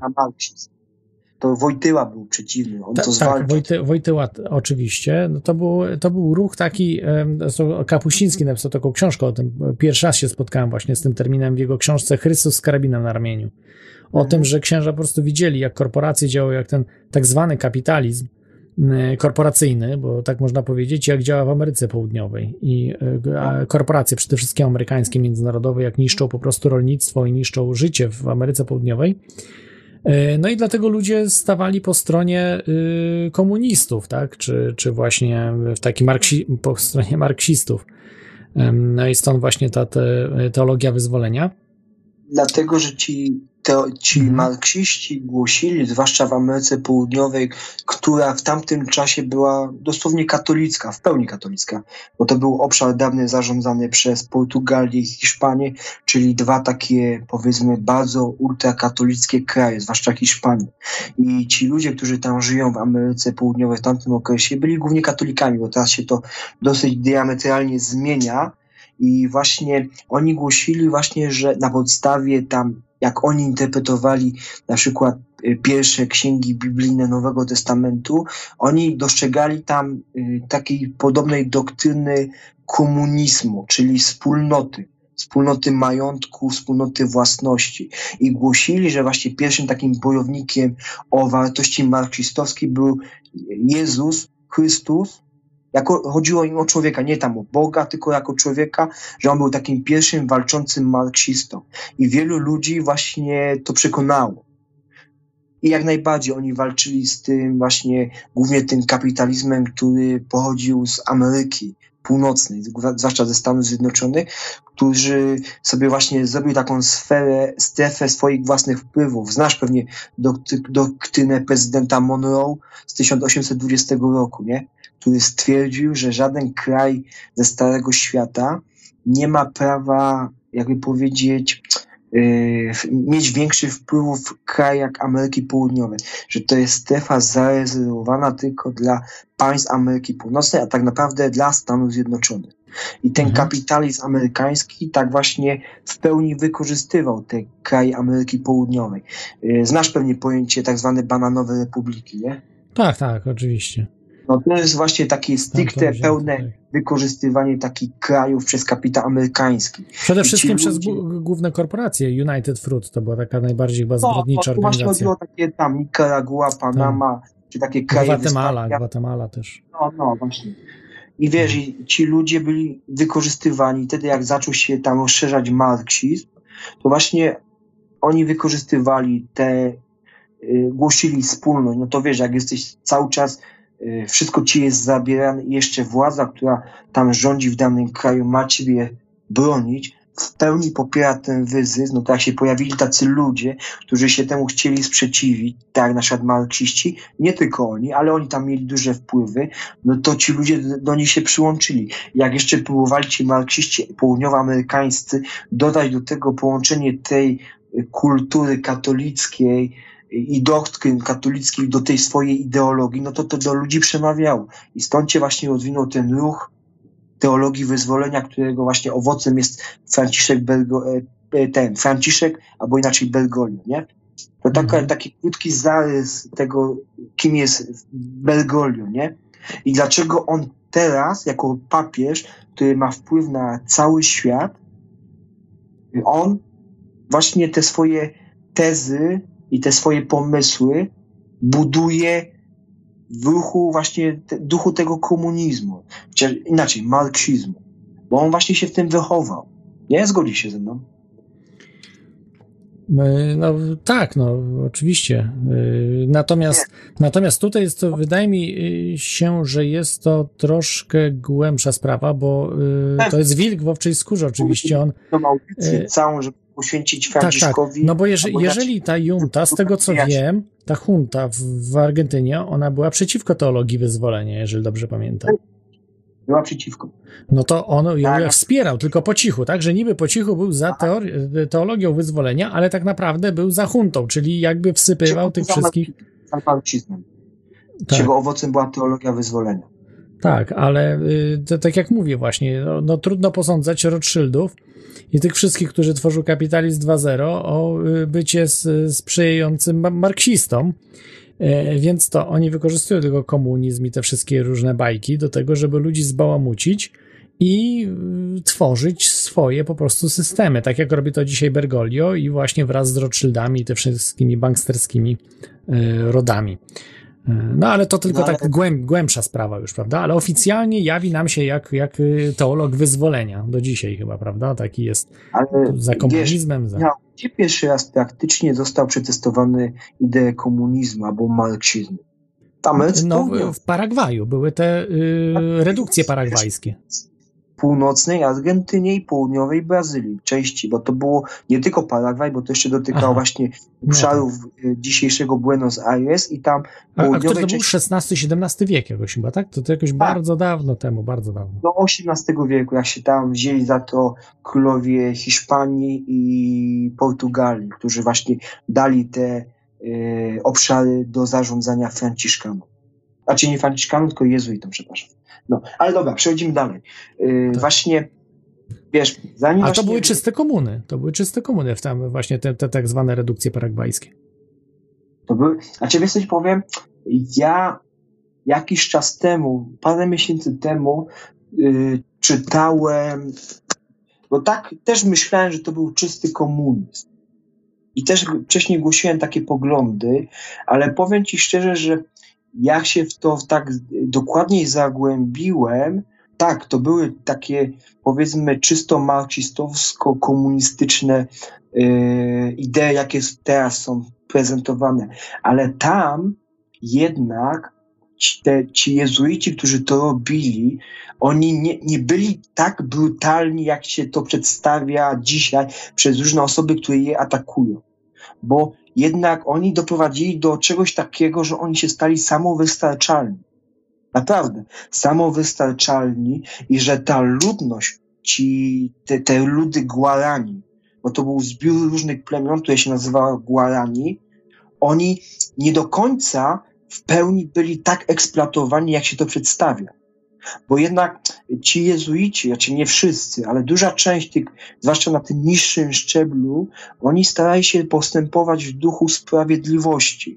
To Wojtyła był przeciwny, on to zwalczał. Tak, Wojtyła oczywiście. No to był ruch taki, Kapuściński napisał taką książkę o tym. Pierwszy raz się spotkałem właśnie z tym terminem w jego książce Chrystus z karabinem na ramieniu. O tym, że księża po prostu widzieli, jak korporacje działają, jak ten tak zwany kapitalizm korporacyjny, bo tak można powiedzieć, jak działa w Ameryce Południowej. I korporacje, przede wszystkim amerykańskie, międzynarodowe, jak niszczą po prostu rolnictwo i niszczą życie w Ameryce Południowej. No i dlatego ludzie stawali po stronie komunistów, tak? Czy właśnie w taki po stronie marksistów. No i stąd właśnie ta teologia wyzwolenia. Dlatego, że ci marksiści głosili, zwłaszcza w Ameryce Południowej, która w tamtym czasie była dosłownie katolicka, w pełni katolicka, bo to był obszar dawny zarządzany przez Portugalię i Hiszpanię, czyli dwa takie, powiedzmy, bardzo ultrakatolickie kraje, zwłaszcza Hiszpanii. I ci ludzie, którzy tam żyją w Ameryce Południowej w tamtym okresie, byli głównie katolikami, bo teraz się to dosyć diametralnie zmienia i właśnie oni głosili właśnie, że na podstawie tam, jak oni interpretowali na przykład pierwsze księgi biblijne Nowego Testamentu, oni dostrzegali tam takiej podobnej doktryny komunizmu, czyli wspólnoty majątku, wspólnoty własności. I głosili, że właśnie pierwszym takim bojownikiem o wartości marksistowskie był Jezus Chrystus. Chodziło im o człowieka, nie tam o Boga, tylko jako człowieka, że on był takim pierwszym walczącym marksistą. I wielu ludzi właśnie to przekonało. I jak najbardziej oni walczyli z tym właśnie, głównie tym kapitalizmem, który pochodził z Ameryki Północnej, zwłaszcza ze Stanów Zjednoczonych, którzy sobie właśnie zrobił taką strefę swoich własnych wpływów. Znasz pewnie doktrynę prezydenta Monroe z 1820 roku, nie? Który stwierdził, że żaden kraj ze Starego Świata nie ma prawa, jakby powiedzieć, mieć większych wpływów w krajach jak Ameryki Południowej, że to jest strefa zarezerwowana tylko dla państw Ameryki Północnej, a tak naprawdę dla Stanów Zjednoczonych. I ten kapitalizm amerykański tak właśnie w pełni wykorzystywał te kraje Ameryki Południowej. Znasz pewnie pojęcie tak zwane bananowe republiki, nie? Tak, oczywiście. No to jest właśnie takie stricte, pełne wykorzystywanie takich krajów przez kapitał amerykański. Przede wszystkim przez główne korporacje. United Fruit to była taka najbardziej chyba zbrodnicza organizacja. Właśnie chodziło takie tam Nicaragua, Panama, czy takie kraje Gwatemala też. No właśnie. I wiesz, ci ludzie byli wykorzystywani. Wtedy jak zaczął się tam rozszerzać marksizm, to właśnie oni wykorzystywali głosili wspólność. No to wiesz, jak jesteś cały czas, wszystko ci jest zabierane i jeszcze władza, która tam rządzi w danym kraju, ma ciebie bronić, w pełni popiera ten wyzysk, no to jak się pojawili tacy ludzie, którzy się temu chcieli sprzeciwić, tak jak na przykład marksiści, nie tylko oni, ale oni tam mieli duże wpływy, no to ci ludzie do nich się przyłączyli. Jak jeszcze próbowali ci marksiści południowoamerykańscy dodać do tego połączenie tej kultury katolickiej i doktryn katolickich do tej swojej ideologii, no to do ludzi przemawiało. I stąd się właśnie rozwinął ten ruch teologii wyzwolenia, którego właśnie owocem jest Franciszek, albo inaczej Bergoglio, nie? To taki krótki zarys tego, kim jest Bergoglio, nie? I dlaczego on teraz, jako papież, który ma wpływ na cały świat, on właśnie te swoje tezy i te swoje pomysły buduje w ruchu właśnie, duchu tego komunizmu, inaczej marksizmu, bo on właśnie się w tym wychował. Nie zgodzi się ze mną? No tak, no oczywiście. Natomiast tutaj jest to, wydaje mi się, że jest to troszkę głębsza sprawa, bo to jest wilk w owczej skórze oczywiście. On audycję całą, żeby poświęcić Franciszkowi. Tak. No bo jeżeli ta junta, z tego co wiem, ta junta w Argentynie, ona była przeciwko teologii wyzwolenia, jeżeli dobrze pamiętam. Była przeciwko. No to on ją wspierał, tylko po cichu, tak? Że niby po cichu był za teologią wyzwolenia, ale tak naprawdę był za juntą, czyli jakby wsypywał tych wszystkich... Za marksizmem. Czego owocem była teologia wyzwolenia. Tak, ale tak jak mówię właśnie, no trudno posądzać Rothschildów i tych wszystkich, którzy tworzył Kapitalizm 2.0 o bycie sprzyjającym marksistom, więc to oni wykorzystują tylko komunizm i te wszystkie różne bajki do tego, żeby ludzi zbałamucić i tworzyć swoje po prostu systemy, tak jak robi to dzisiaj Bergoglio i właśnie wraz z Rothschildami i te wszystkimi banksterskimi rodami. No ale to tylko tak głębsza sprawa już, prawda? Ale oficjalnie jawi nam się jak teolog wyzwolenia do dzisiaj chyba, prawda? Taki jest za komunizmem. Gdzie pierwszy raz praktycznie został przetestowany ideę komunizmu albo marksizmu? W Paragwaju były te redukcje paragwajskie. W północnej Argentynie i południowej Brazylii części, bo to było nie tylko Paragwaj, bo to jeszcze dotykało właśnie obszarów dzisiejszego Buenos Aires i tam południowej to był XVI-XVII wiek jakoś chyba, tak? To jakoś bardzo dawno temu, bardzo dawno. Do XVIII wieku, jak się tam wzięli za to królowie Hiszpanii i Portugalii, którzy właśnie dali te obszary do zarządzania Franciszkanów. Znaczy nie Franciszkanów, tylko jezuitom, przepraszam. No, ale dobra, przechodzimy dalej. Właśnie wiesz, zanim A to właśnie... były czyste komuny. To były czyste komuny, tam właśnie te tak zwane redukcje paragwajskie. Znaczy, wiesz, coś powiem, ja jakiś czas temu, parę miesięcy temu czytałem, bo tak też myślałem, że to był czysty komunizm. I też wcześniej głosiłem takie poglądy, ale powiem ci szczerze, że jak się w to tak dokładniej zagłębiłem, tak, to były takie, powiedzmy, czysto marksistowsko-komunistyczne idee, jakie teraz są prezentowane. Ale tam jednak ci jezuici, którzy to robili, oni nie byli tak brutalni, jak się to przedstawia dzisiaj przez różne osoby, które je atakują. Bo jednak oni doprowadzili do czegoś takiego, że oni się stali samowystarczalni. Naprawdę, samowystarczalni i że ta ludność, te ludy Guarani, bo to był zbiór różnych plemion, które się nazywały Guarani, oni nie do końca w pełni byli tak eksploatowani, jak się to przedstawia. Bo jednak ci jezuici, znaczy nie wszyscy, ale duża część tych, zwłaszcza na tym niższym szczeblu, oni starali się postępować w duchu sprawiedliwości.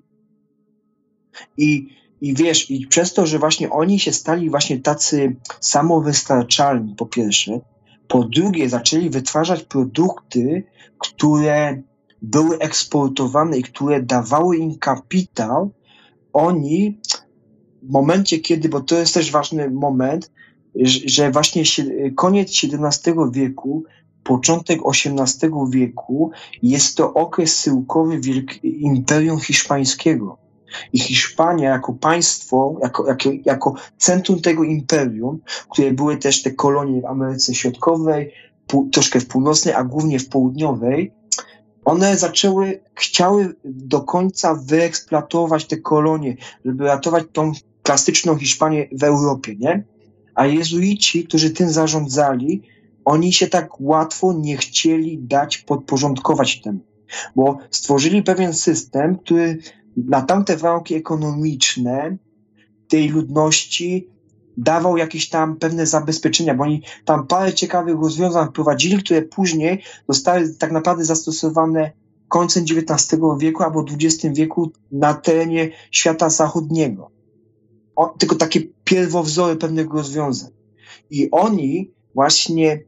I wiesz, i przez to, że właśnie oni się stali właśnie tacy samowystarczalni, po pierwsze, po drugie zaczęli wytwarzać produkty, które były eksportowane i które dawały im kapitał, oni w momencie, kiedy, bo to jest też ważny moment, że właśnie koniec XVII wieku, początek XVIII wieku jest to okres schyłkowy Imperium Hiszpańskiego. I Hiszpania jako państwo, jako centrum tego imperium, które były też te kolonie w Ameryce Środkowej, troszkę w północnej, a głównie w południowej, one chciały do końca wyeksploatować te kolonie, żeby ratować tą klasyczną Hiszpanię w Europie, nie? A jezuici, którzy tym zarządzali, oni się tak łatwo nie chcieli dać podporządkować temu, bo stworzyli pewien system, który na tamte warunki ekonomiczne tej ludności dawał jakieś tam pewne zabezpieczenia, bo oni tam parę ciekawych rozwiązań wprowadzili, które później zostały tak naprawdę zastosowane końcem XIX wieku albo XX wieku na terenie świata zachodniego. Tylko takie pierwowzory pewnych rozwiązań. I oni właśnie,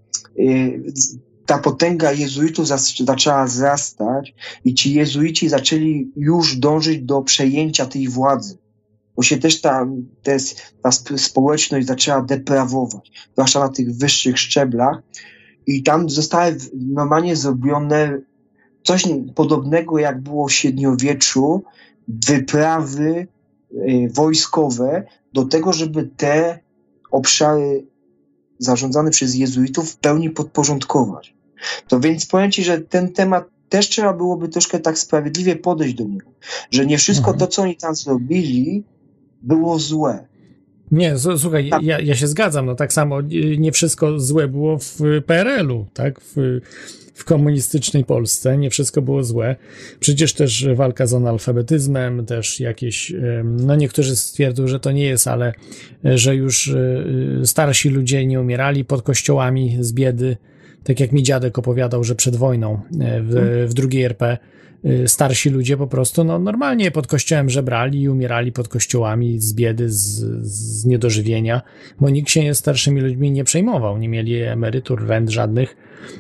ta potęga jezuitów zaczęła wzrastać i ci jezuici zaczęli już dążyć do przejęcia tej władzy. Bo się też ta społeczność zaczęła deprawować, zwłaszcza na tych wyższych szczeblach. I tam zostały normalnie zrobione coś podobnego, jak było w średniowieczu, wyprawy wojskowe do tego, żeby te obszary zarządzane przez jezuitów w pełni podporządkować. To więc powiem ci, że ten temat też trzeba byłoby troszkę tak sprawiedliwie podejść do niego. Że nie wszystko to, co oni tam zrobili, było złe. Nie, słuchaj, ja się zgadzam, no tak samo nie wszystko złe było w PRL-u, tak? W komunistycznej Polsce nie wszystko było złe. Przecież też walka z analfabetyzmem, też jakieś, no niektórzy stwierdzą, że to nie jest, ale że już starsi ludzie nie umierali pod kościołami z biedy, tak jak mi dziadek opowiadał, że przed wojną w drugiej RP starsi ludzie po prostu no, normalnie pod kościołem żebrali i umierali pod kościołami z biedy, z niedożywienia, bo nikt się starszymi ludźmi nie przejmował, nie mieli emerytur, rent żadnych.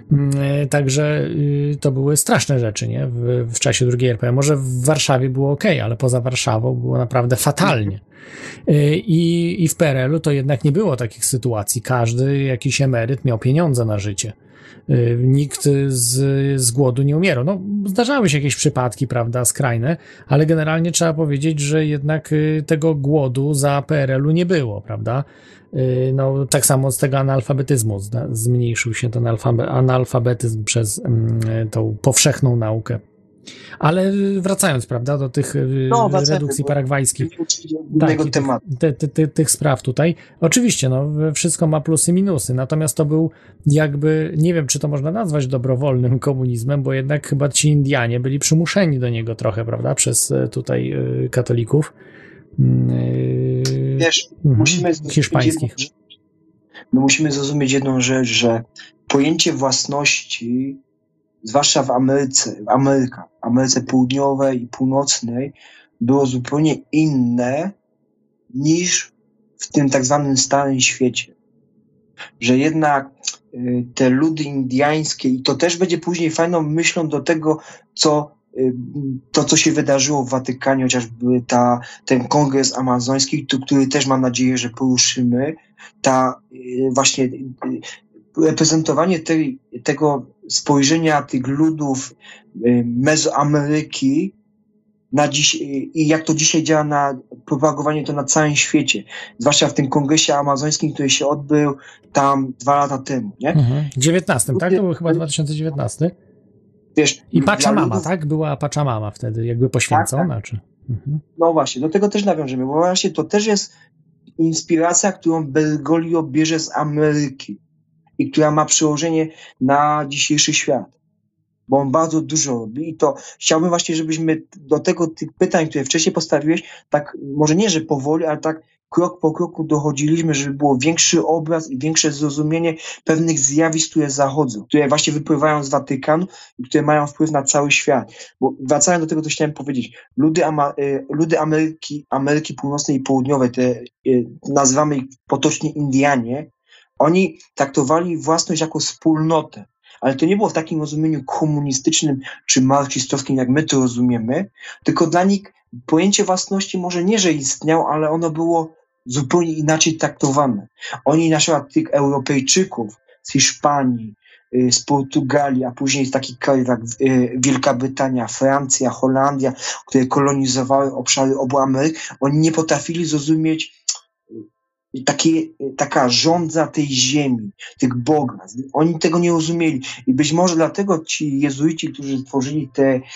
Także to były straszne rzeczy, nie? W czasie II RP. Może w Warszawie było okej, ale poza Warszawą było naprawdę fatalnie. I w PRL-u to jednak nie było takich sytuacji. Każdy jakiś emeryt miał pieniądze na życie. Nikt z głodu nie umierał. No, zdarzały się jakieś przypadki, prawda, skrajne, ale generalnie trzeba powiedzieć, że jednak tego głodu za PRL-u nie było, prawda? No, tak samo z tego analfabetyzmu zmniejszył się ten analfabetyzm przez tą powszechną naukę. Ale wracając, prawda, do tych redukcji paragwajskich, tych spraw tutaj, oczywiście, no, wszystko ma plusy i minusy, natomiast to był jakby, nie wiem, czy to można nazwać dobrowolnym komunizmem, bo jednak chyba ci Indianie byli przymuszeni do niego trochę, prawda, przez tutaj katolików wiesz, musimy hiszpańskich. My musimy zrozumieć jedną rzecz, że pojęcie własności, zwłaszcza w Ameryce Południowej i Północnej, było zupełnie inne niż w tym tak zwanym Starym Świecie. Że jednak te ludy indyjskie, i to też będzie później fajną myślą do tego, co się wydarzyło w Watykanie, chociażby ten kongres amazoński, który też mam nadzieję, że poruszymy, właśnie reprezentowanie tego spojrzenia tych ludów Mezoameryki na dziś, i jak to dzisiaj działa na propagowanie to na całym świecie, zwłaszcza w tym kongresie amazońskim, który się odbył tam 2 lata temu, nie? 19, tak? To był chyba 2019. Wiesz, i Pachamama, tak? Była Pachamama wtedy jakby poświęcona, tak. Czy? No właśnie, do tego też nawiążemy, bo właśnie to też jest inspiracja, którą Bergoglio bierze z Ameryki i która ma przełożenie na dzisiejszy świat. Bo on bardzo dużo robi i to chciałbym właśnie, żebyśmy do tych pytań, które wcześniej postawiłeś, tak może nie, że powoli, ale tak krok po kroku dochodziliśmy, żeby było większy obraz i większe zrozumienie pewnych zjawisk, które zachodzą, które właśnie wypływają z Watykanu i które mają wpływ na cały świat. Bo wracając do tego, co chciałem powiedzieć, ludy Ameryki Północnej i Południowej, nazywamy ich potocznie Indianie, oni traktowali własność jako wspólnotę. Ale to nie było w takim rozumieniu komunistycznym czy marksistowskim, jak my to rozumiemy, tylko dla nich pojęcie własności może nie, że istniało, ale ono było zupełnie inaczej traktowane. Oni, na przykład tych Europejczyków z Hiszpanii, z Portugalii, a później z takich krajów jak Wielka Brytania, Francja, Holandia, które kolonizowały obszary obu Ameryk, oni nie potrafili zrozumieć taka żądza tej ziemi, tych bogactw. Oni tego nie rozumieli. I być może dlatego ci jezuici, którzy tworzyli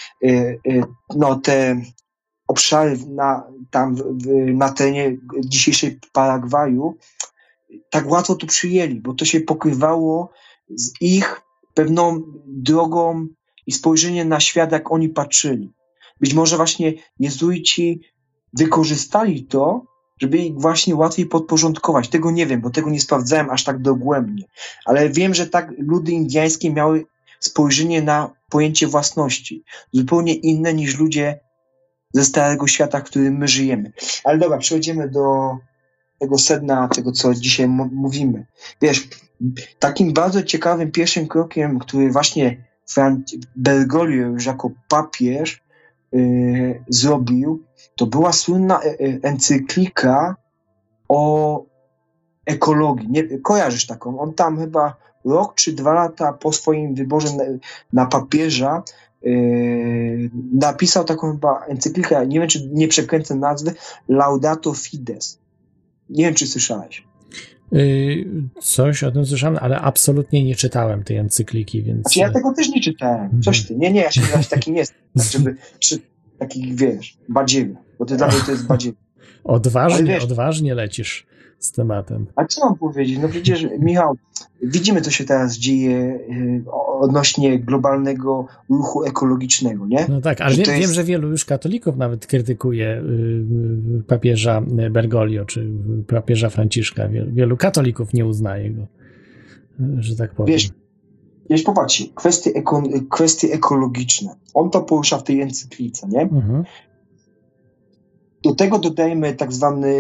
te obszary na terenie dzisiejszej Paragwaju, tak łatwo to przyjęli, bo to się pokrywało z ich pewną drogą i spojrzeniem na świat, jak oni patrzyli. Być może właśnie jezuici wykorzystali to, żeby ich właśnie łatwiej podporządkować. Tego nie wiem, bo tego nie sprawdzałem aż tak dogłębnie. Ale wiem, że tak ludy indyjskie miały spojrzenie na pojęcie własności. Zupełnie inne niż ludzie ze Starego Świata, w którym my żyjemy. Ale dobra, przechodzimy do tego sedna, tego, co dzisiaj mówimy. Wiesz, takim bardzo ciekawym pierwszym krokiem, który właśnie Bergoglio już jako papież zrobił, to była słynna encyklika o ekologii. Nie, kojarzysz taką? On tam chyba rok czy 2 lata po swoim wyborze na papieża napisał taką chyba encyklikę, nie wiem, czy nie przekręcę nazwy, Laudato Fides. Nie wiem, czy słyszałeś. Coś o tym słyszałem, ale absolutnie nie czytałem tej encykliki, więc... Znaczy, ja tego też nie czytałem. Coś ty. Nie, ja się takim jest. Żeby takich, wiesz, badziewie. Bo dla mnie to jest badziewie. Odważnie lecisz z tematem. A co mam powiedzieć? No przecież, Michał, widzimy, co się teraz dzieje odnośnie globalnego ruchu ekologicznego, nie? No tak, ale wiem, że wielu już katolików nawet krytykuje papieża Bergoglio, czy papieża Franciszka. Wielu katolików nie uznaje go, że tak powiem. Wiesz, popatrzcie, kwestie ekologiczne. On to porusza w tej encyklice, nie? Mhm. Do tego dodajemy tak zwany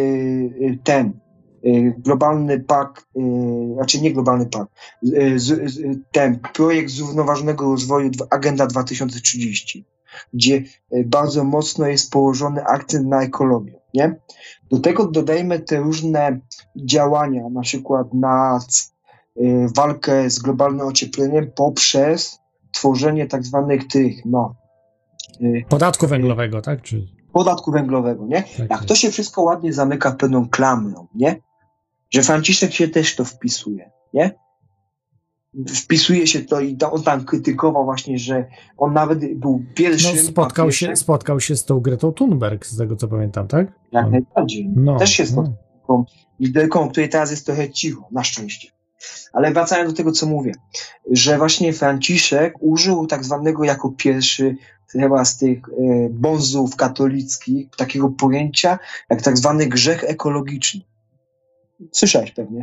globalny pakt, znaczy nie globalny pakt, ten projekt zrównoważonego rozwoju Agenda 2030, gdzie bardzo mocno jest położony akcent na ekologię, nie? Do tego dodajemy te różne działania, na przykład na walkę z globalnym ociepleniem poprzez tworzenie tak zwanych podatku węglowego, tak? Podatku węglowego, nie? Tak, jak to się wszystko ładnie zamyka pewną klamrą, nie? Że Franciszek się też to wpisuje, nie? Wpisuje się to i on tam krytykował właśnie, że on nawet był pierwszym... spotkał się z tą Gretą Thunberg, z tego co pamiętam, tak? Jak najbardziej. Też się spotkał z tą liderką, której teraz jest trochę cicho, na szczęście. Ale wracając do tego, co mówię, że właśnie Franciszek użył tak zwanego jako pierwszy chyba z tych bonzów katolickich takiego pojęcia jak tak zwany grzech ekologiczny. Słyszałeś pewnie.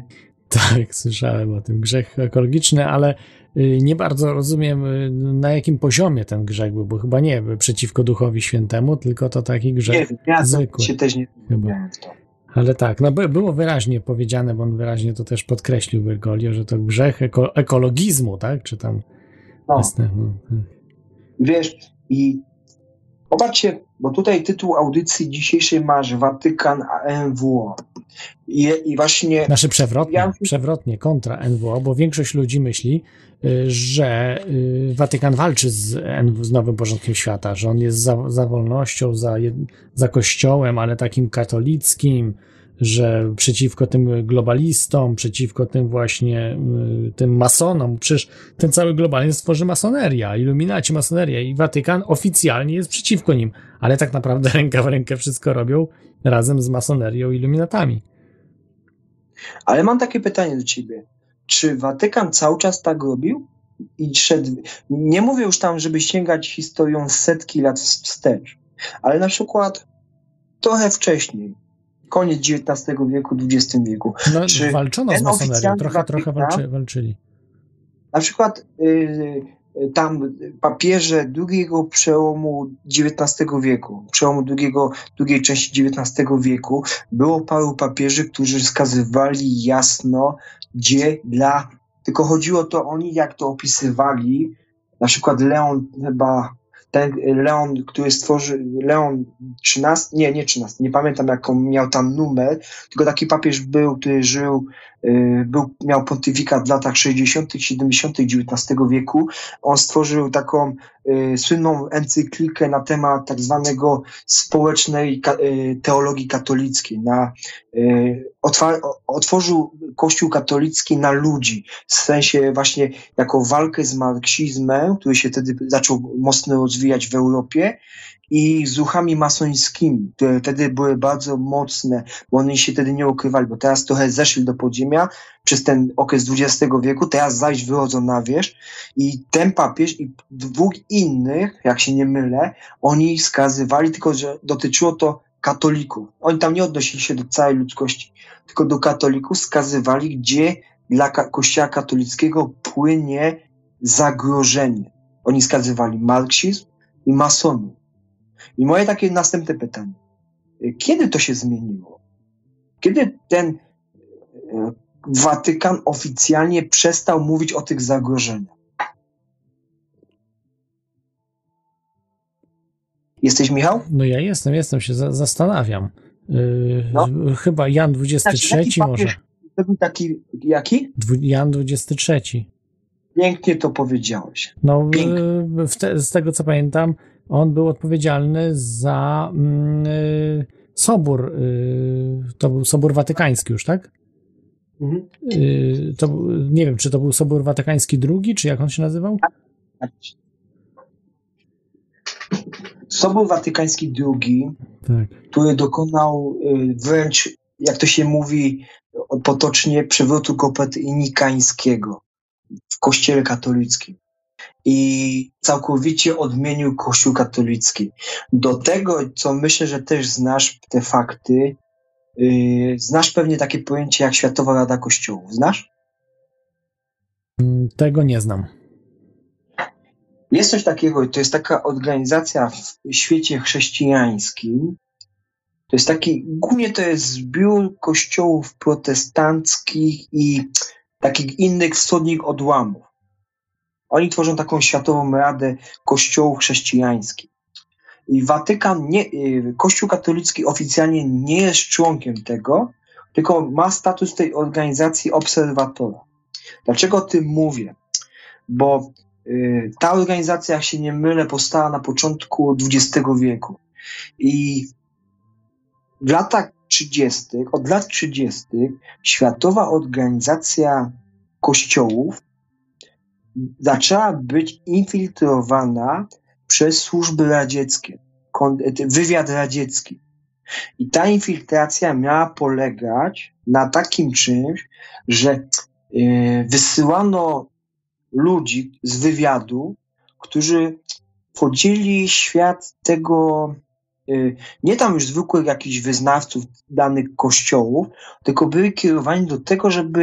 Tak, słyszałem o tym grzech ekologiczny, ale nie bardzo rozumiem, na jakim poziomie ten grzech był, bo chyba nie przeciwko Duchowi Świętemu, tylko to taki Nie grzech wiem, ja zwykły. się też nie Chyba. wiem w to. Ale tak, no było wyraźnie powiedziane, bo on wyraźnie to też podkreślił Bergoglio, że to grzech ekologizmu, tak? Czy tam... No. tak. Wiesz, i popatrzcie, bo tutaj tytuł audycji dzisiejszej masz Watykan a NWO. I właśnie... Znaczy Ja- przewrotnie, kontra NWO, bo większość ludzi myśli, że Watykan walczy z nowym porządkiem świata, że on jest za wolnością, za kościołem, ale takim katolickim, że przeciwko tym globalistom, przeciwko tym właśnie tym masonom, przecież ten cały globalizm tworzy masoneria, iluminaci masoneria i Watykan oficjalnie jest przeciwko nim, ale tak naprawdę ręka w rękę wszystko robią razem z masonerią i iluminatami. Ale mam takie pytanie do ciebie. Czy Watykan cały czas tak robił? I nie mówię już tam, żeby sięgać historią setki lat wstecz, ale na przykład trochę wcześniej, koniec XIX wieku, XX wieku. No, Czy walczono z ten masonerią, oficjalny trochę walczyli. Na przykład tam papieże drugiego przełomu XIX wieku, przełomu drugiej części XIX wieku, było paru papieży, którzy wskazywali jasno, gdzie tylko chodziło to oni, jak to opisywali, na przykład Leon chyba, ten Leon, który stworzył, Leon XIII, nie 13, nie pamiętam jaką miał tam numer, tylko taki papież był, który żył, miał pontyfikat w latach 60., 70. XIX wieku. On stworzył taką słynną encyklikę na temat tak zwanego społecznej teologii katolickiej. Otworzył Kościół katolicki na ludzi, w sensie właśnie jako walkę z marksizmem, który się wtedy zaczął mocno rozwijać w Europie, i z ruchami masońskimi, które wtedy były bardzo mocne, bo oni się wtedy nie ukrywali, bo teraz trochę zeszli do podziemia przez ten okres XX wieku, teraz zaś wychodzą na wierzch i ten papież i dwóch innych, jak się nie mylę, oni wskazywali, tylko że dotyczyło to katolików. Oni tam nie odnosili się do całej ludzkości, tylko do katolików wskazywali, gdzie dla Kościoła katolickiego płynie zagrożenie. Oni wskazywali marksizm i masonów. I moje takie następne pytanie. Kiedy to się zmieniło? Kiedy ten Watykan oficjalnie przestał mówić o tych zagrożeniach? Jesteś, Michał? No ja jestem, się zastanawiam. No. Chyba Jan XXIII może. To był taki, jaki? Jan XXIII. Pięknie to powiedziałeś. No, z tego co pamiętam, on był odpowiedzialny za Sobór. To był Sobór Watykański już, tak? Mhm. Nie wiem, czy to był Sobór Watykański II, czy jak on się nazywał? Sobór Watykański II, Tak. który dokonał wręcz, jak to się mówi potocznie, przewrotu kopernikańskiego w Kościele katolickim. I całkowicie odmienił Kościół katolicki. Do tego, co myślę, że też znasz te fakty, znasz pewnie takie pojęcie jak Światowa Rada Kościołów. Znasz? Tego nie znam. Jest coś takiego, to jest taka organizacja w świecie chrześcijańskim. To jest głównie to jest zbiór kościołów protestanckich i takich innych wschodnich odłamów. Oni tworzą taką Światową Radę Kościołów Chrześcijańskich. I Watykan, Kościół katolicki oficjalnie nie jest członkiem tego, tylko ma status tej organizacji obserwatora. Dlaczego o tym mówię? Bo ta organizacja, jak się nie mylę, powstała na początku XX wieku. I w latach 30., od lat 30. Światowa Organizacja Kościołów zaczęła być infiltrowana przez służby radzieckie, wywiad radziecki. I ta infiltracja miała polegać na takim czymś, że wysyłano ludzi z wywiadu, którzy wchodzili w świat tego, nie tam już zwykłych jakichś wyznawców danych kościołów, tylko byli kierowani do tego, żeby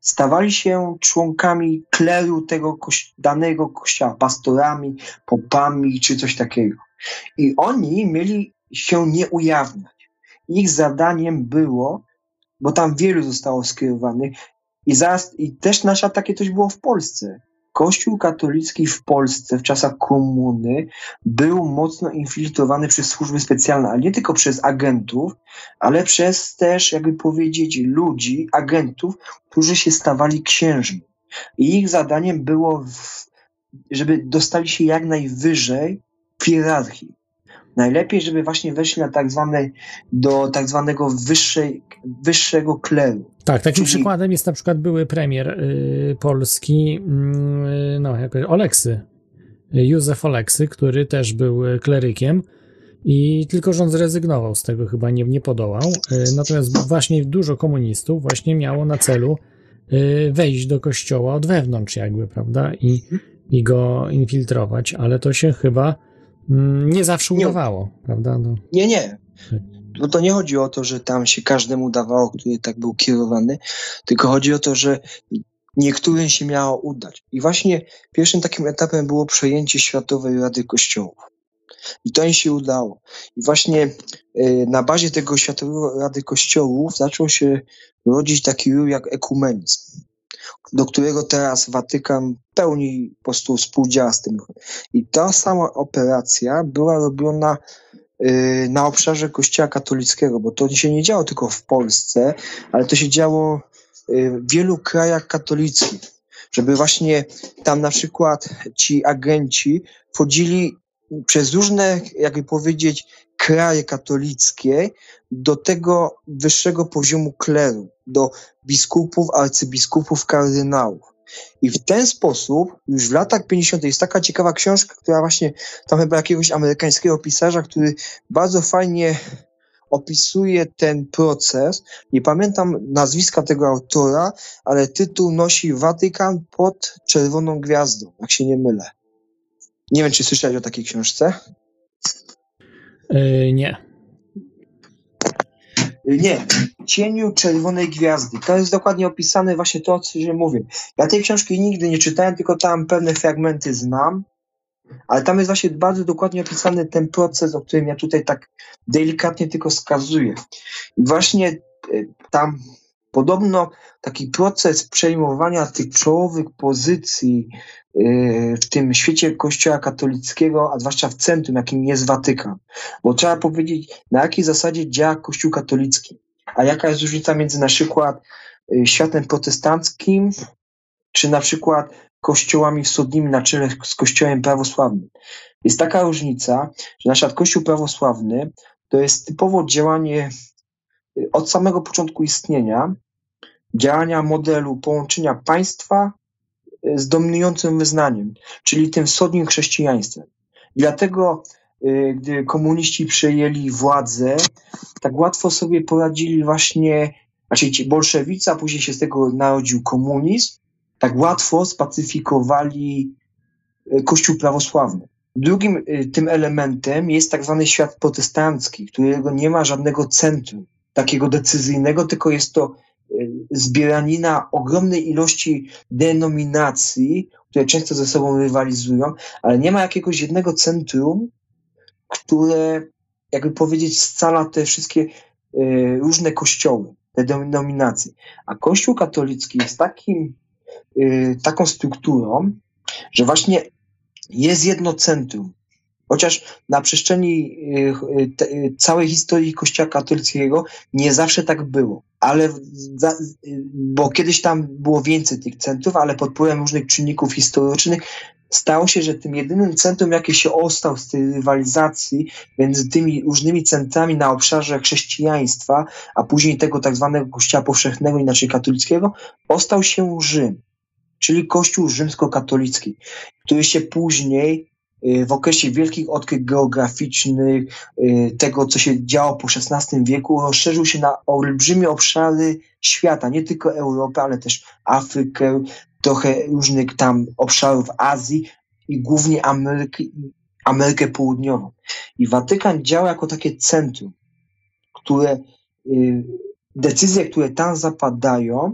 stawali się członkami kleru tego danego kościoła, pastorami, popami czy coś takiego. I oni mieli się nie ujawniać. Ich zadaniem było, bo tam wielu zostało skierowanych, i też nasza takie coś było w Polsce. Kościół katolicki w Polsce w czasach komuny był mocno infiltrowany przez służby specjalne, ale nie tylko przez agentów, ale przez też, jakby powiedzieć, ludzi, agentów, którzy się stawali księżmi. I ich zadaniem było, żeby dostali się jak najwyżej w hierarchii. Najlepiej, żeby właśnie weszli do tak zwanego wyższego kleru. Tak, takim przykładem jest na przykład były premier Polski, Oleksy, Józef Oleksy, który też był klerykiem i tylko że on zrezygnował z tego, chyba nie podołał. Natomiast właśnie dużo komunistów właśnie miało na celu wejść do kościoła od wewnątrz jakby, prawda, i go infiltrować, ale to się chyba nie zawsze udawało, prawda? No. Nie. Bo to nie chodzi o to, że tam się każdemu udawało, który tak był kierowany, tylko chodzi o to, że niektórym się miało udać. I właśnie pierwszym takim etapem było przejęcie Światowej Rady Kościołów. I to im się udało. I właśnie na bazie tego Światowej Rady Kościołów zaczął się rodzić taki ruch jak ekumenizm, do którego teraz Watykan pełni po prostu współdziała z tym. I ta sama operacja była robiona na obszarze Kościoła katolickiego, bo to się nie działo tylko w Polsce, ale to się działo w wielu krajach katolickich, żeby właśnie tam na przykład ci agenci wchodzili przez różne, jakby powiedzieć, kraje katolickie do tego wyższego poziomu kleru, do biskupów, arcybiskupów, kardynałów. I w ten sposób, już w latach 50. jest taka ciekawa książka, która właśnie, tam chyba jakiegoś amerykańskiego pisarza, który bardzo fajnie opisuje ten proces. Nie pamiętam nazwiska tego autora, ale tytuł nosi Watykan pod czerwoną gwiazdą, jak się nie mylę. Nie wiem, czy słyszałeś o takiej książce? Nie. Nie, Cieniu Czerwonej Gwiazdy. To jest dokładnie opisane właśnie to, o czym mówię. Ja tej książki nigdy nie czytałem, tylko tam pewne fragmenty znam, ale tam jest właśnie bardzo dokładnie opisany ten proces, o którym ja tutaj tak delikatnie tylko wskazuję. I właśnie tam podobno taki proces przejmowania tych czołowych pozycji w tym świecie Kościoła katolickiego, a zwłaszcza w centrum, jakim jest Watykan. Bo trzeba powiedzieć, na jakiej zasadzie działa Kościół katolicki, a jaka jest różnica między na przykład światem protestanckim, czy na przykład kościołami wschodnimi na czele z Kościołem prawosławnym. Jest taka różnica, że na przykład Kościół prawosławny to jest typowo działanie od samego początku istnienia, działania modelu połączenia państwa z dominującym wyznaniem, czyli tym wschodnim chrześcijaństwem. I dlatego, gdy komuniści przejęli władzę, tak łatwo sobie poradzili właśnie, znaczy ci bolszewicy, a później się z tego narodził komunizm, tak łatwo spacyfikowali Kościół prawosławny. Drugim tym elementem jest tak zwany świat protestancki, którego nie ma żadnego centrum takiego decyzyjnego, tylko jest to zbieranina ogromnej ilości denominacji, które często ze sobą rywalizują, ale nie ma jakiegoś jednego centrum, które, jakby powiedzieć, scala te wszystkie różne kościoły, te denominacje. A Kościół katolicki jest taką strukturą, że właśnie jest jedno centrum. Chociaż na przestrzeni całej historii Kościoła katolickiego nie zawsze tak było. Bo kiedyś tam było więcej tych centrów, ale pod wpływem różnych czynników historycznych stało się, że tym jedynym centrum, jakie się ostał z tej rywalizacji między tymi różnymi centrami na obszarze chrześcijaństwa, a później tego tak zwanego Kościoła powszechnego, inaczej katolickiego, ostał się Rzym, czyli Kościół rzymskokatolicki, który się później w okresie wielkich odkryć geograficznych, tego, co się działo po XVI wieku, rozszerzył się na olbrzymie obszary świata, nie tylko Europę, ale też Afrykę, trochę różnych tam obszarów Azji i głównie Amerykę Południową. I Watykan działa jako takie centrum, które decyzje, które tam zapadają,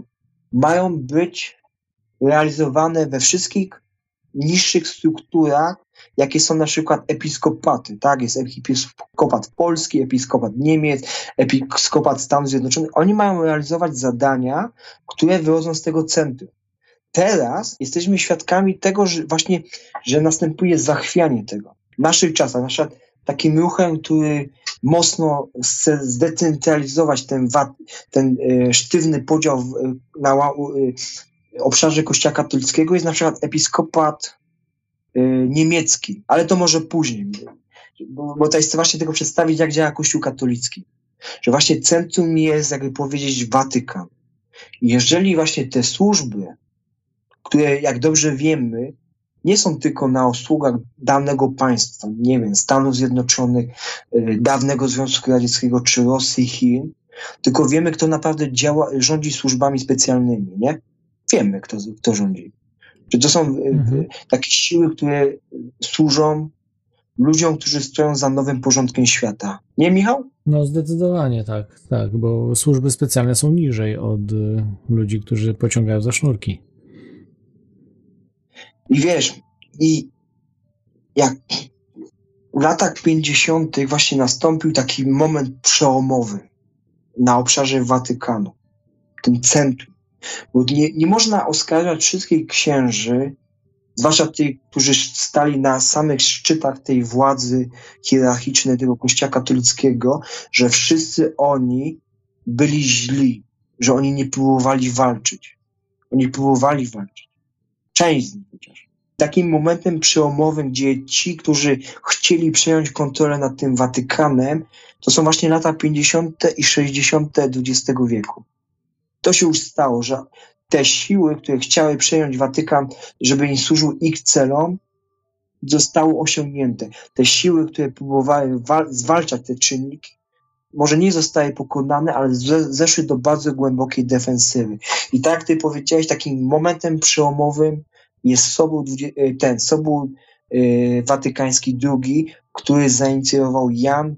mają być realizowane we wszystkich niższych strukturach, jakie są na przykład episkopaty, tak? Jest episkopat Polski, episkopat Niemiec, episkopat Stanów Zjednoczonych. Oni mają realizować zadania, które wychodzą z tego centrum. Teraz jesteśmy świadkami tego, że następuje zachwianie tego. W naszych czasach, na przykład takim ruchem, który mocno chce zdecentralizować ten sztywny podział na obszarze Kościoła katolickiego, jest na przykład episkopat niemiecki, ale to może później, bo to jest właśnie tego przedstawić, jak działa Kościół katolicki. Że właśnie centrum jest, jakby powiedzieć, Watykan. Jeżeli właśnie te służby, które, jak dobrze wiemy, nie są tylko na usługach dawnego państwa, nie wiem, Stanów Zjednoczonych, dawnego Związku Radzieckiego czy Rosji, Chin, tylko wiemy, kto naprawdę rządzi służbami specjalnymi, nie? Wiemy, kto rządzi. Że to są takie siły, które służą ludziom, którzy stoją za nowym porządkiem świata. Nie, Michał? No zdecydowanie tak, bo służby specjalne są niżej od ludzi, którzy pociągają za sznurki. I wiesz, jak w latach 50. właśnie nastąpił taki moment przełomowy na obszarze Watykanu, tym centrum. Bo nie można oskarżać wszystkich księży, zwłaszcza tych, którzy stali na samych szczytach tej władzy hierarchicznej tego Kościoła katolickiego, że wszyscy oni byli źli, że oni nie próbowali walczyć. Oni próbowali walczyć. Część z nich chociaż. Takim momentem przełomowym, gdzie ci, którzy chcieli przejąć kontrolę nad tym Watykanem, to są właśnie lata 50. i 60. XX wieku. To się już stało, że te siły, które chciały przejąć Watykan, żeby im służył ich celom, zostały osiągnięte. Te siły, które próbowały zwalczać te czynniki, może nie zostały pokonane, ale zeszły do bardzo głębokiej defensywy. I tak jak ty powiedziałeś, takim momentem przełomowym jest Sobór Watykański II, który zainicjował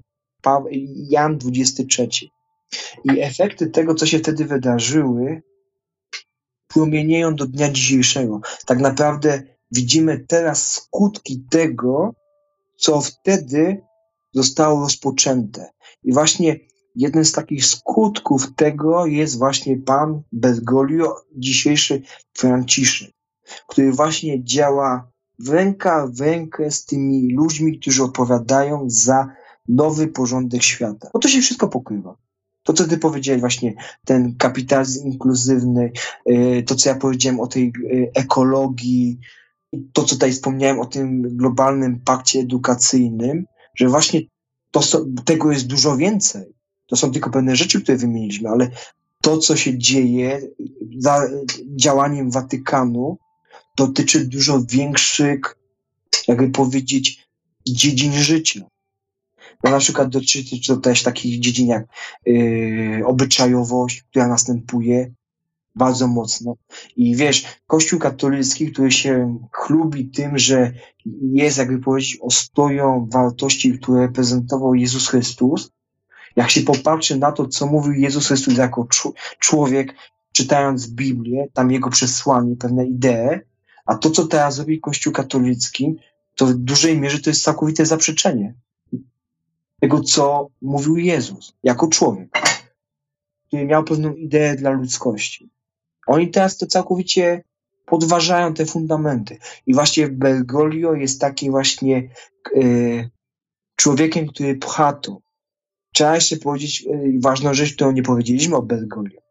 Jan XXIII. I efekty tego, co się wtedy wydarzyły, promienieją do dnia dzisiejszego. Tak naprawdę widzimy teraz skutki tego, co wtedy zostało rozpoczęte. I właśnie jeden z takich skutków tego jest właśnie pan Bergoglio, dzisiejszy Franciszek, który właśnie działa ręka w rękę z tymi ludźmi, którzy odpowiadają za nowy porządek świata. Bo to się wszystko pokrywa. To, co ty powiedziałeś właśnie, ten kapitalizm inkluzywny, to, co ja powiedziałem o tej ekologii, to, co tutaj wspomniałem o tym globalnym pakcie edukacyjnym, że właśnie tego jest dużo więcej. To są tylko pewne rzeczy, które wymieniliśmy, ale to, co się dzieje za działaniem Watykanu, dotyczy dużo większych, jakby powiedzieć, dziedzin życia. No na przykład dotyczy to też takich dziedzin jak obyczajowość, która następuje bardzo mocno. I wiesz, Kościół katolicki, który się chlubi tym, że jest, jakby powiedzieć, ostoją wartości, które reprezentował Jezus Chrystus, jak się popatrzy na to, co mówił Jezus Chrystus jako człowiek, czytając Biblię, tam jego przesłanie, pewne idee, a to, co teraz robi Kościół katolicki, to w dużej mierze to jest całkowite zaprzeczenie tego, co mówił Jezus jako człowiek, który miał pewną ideę dla ludzkości. Oni teraz to całkowicie podważają te fundamenty. I właśnie Bergoglio jest takim właśnie człowiekiem, który pcha to. Trzeba jeszcze powiedzieć ważną rzecz, którą nie powiedzieliśmy o Bergoglio.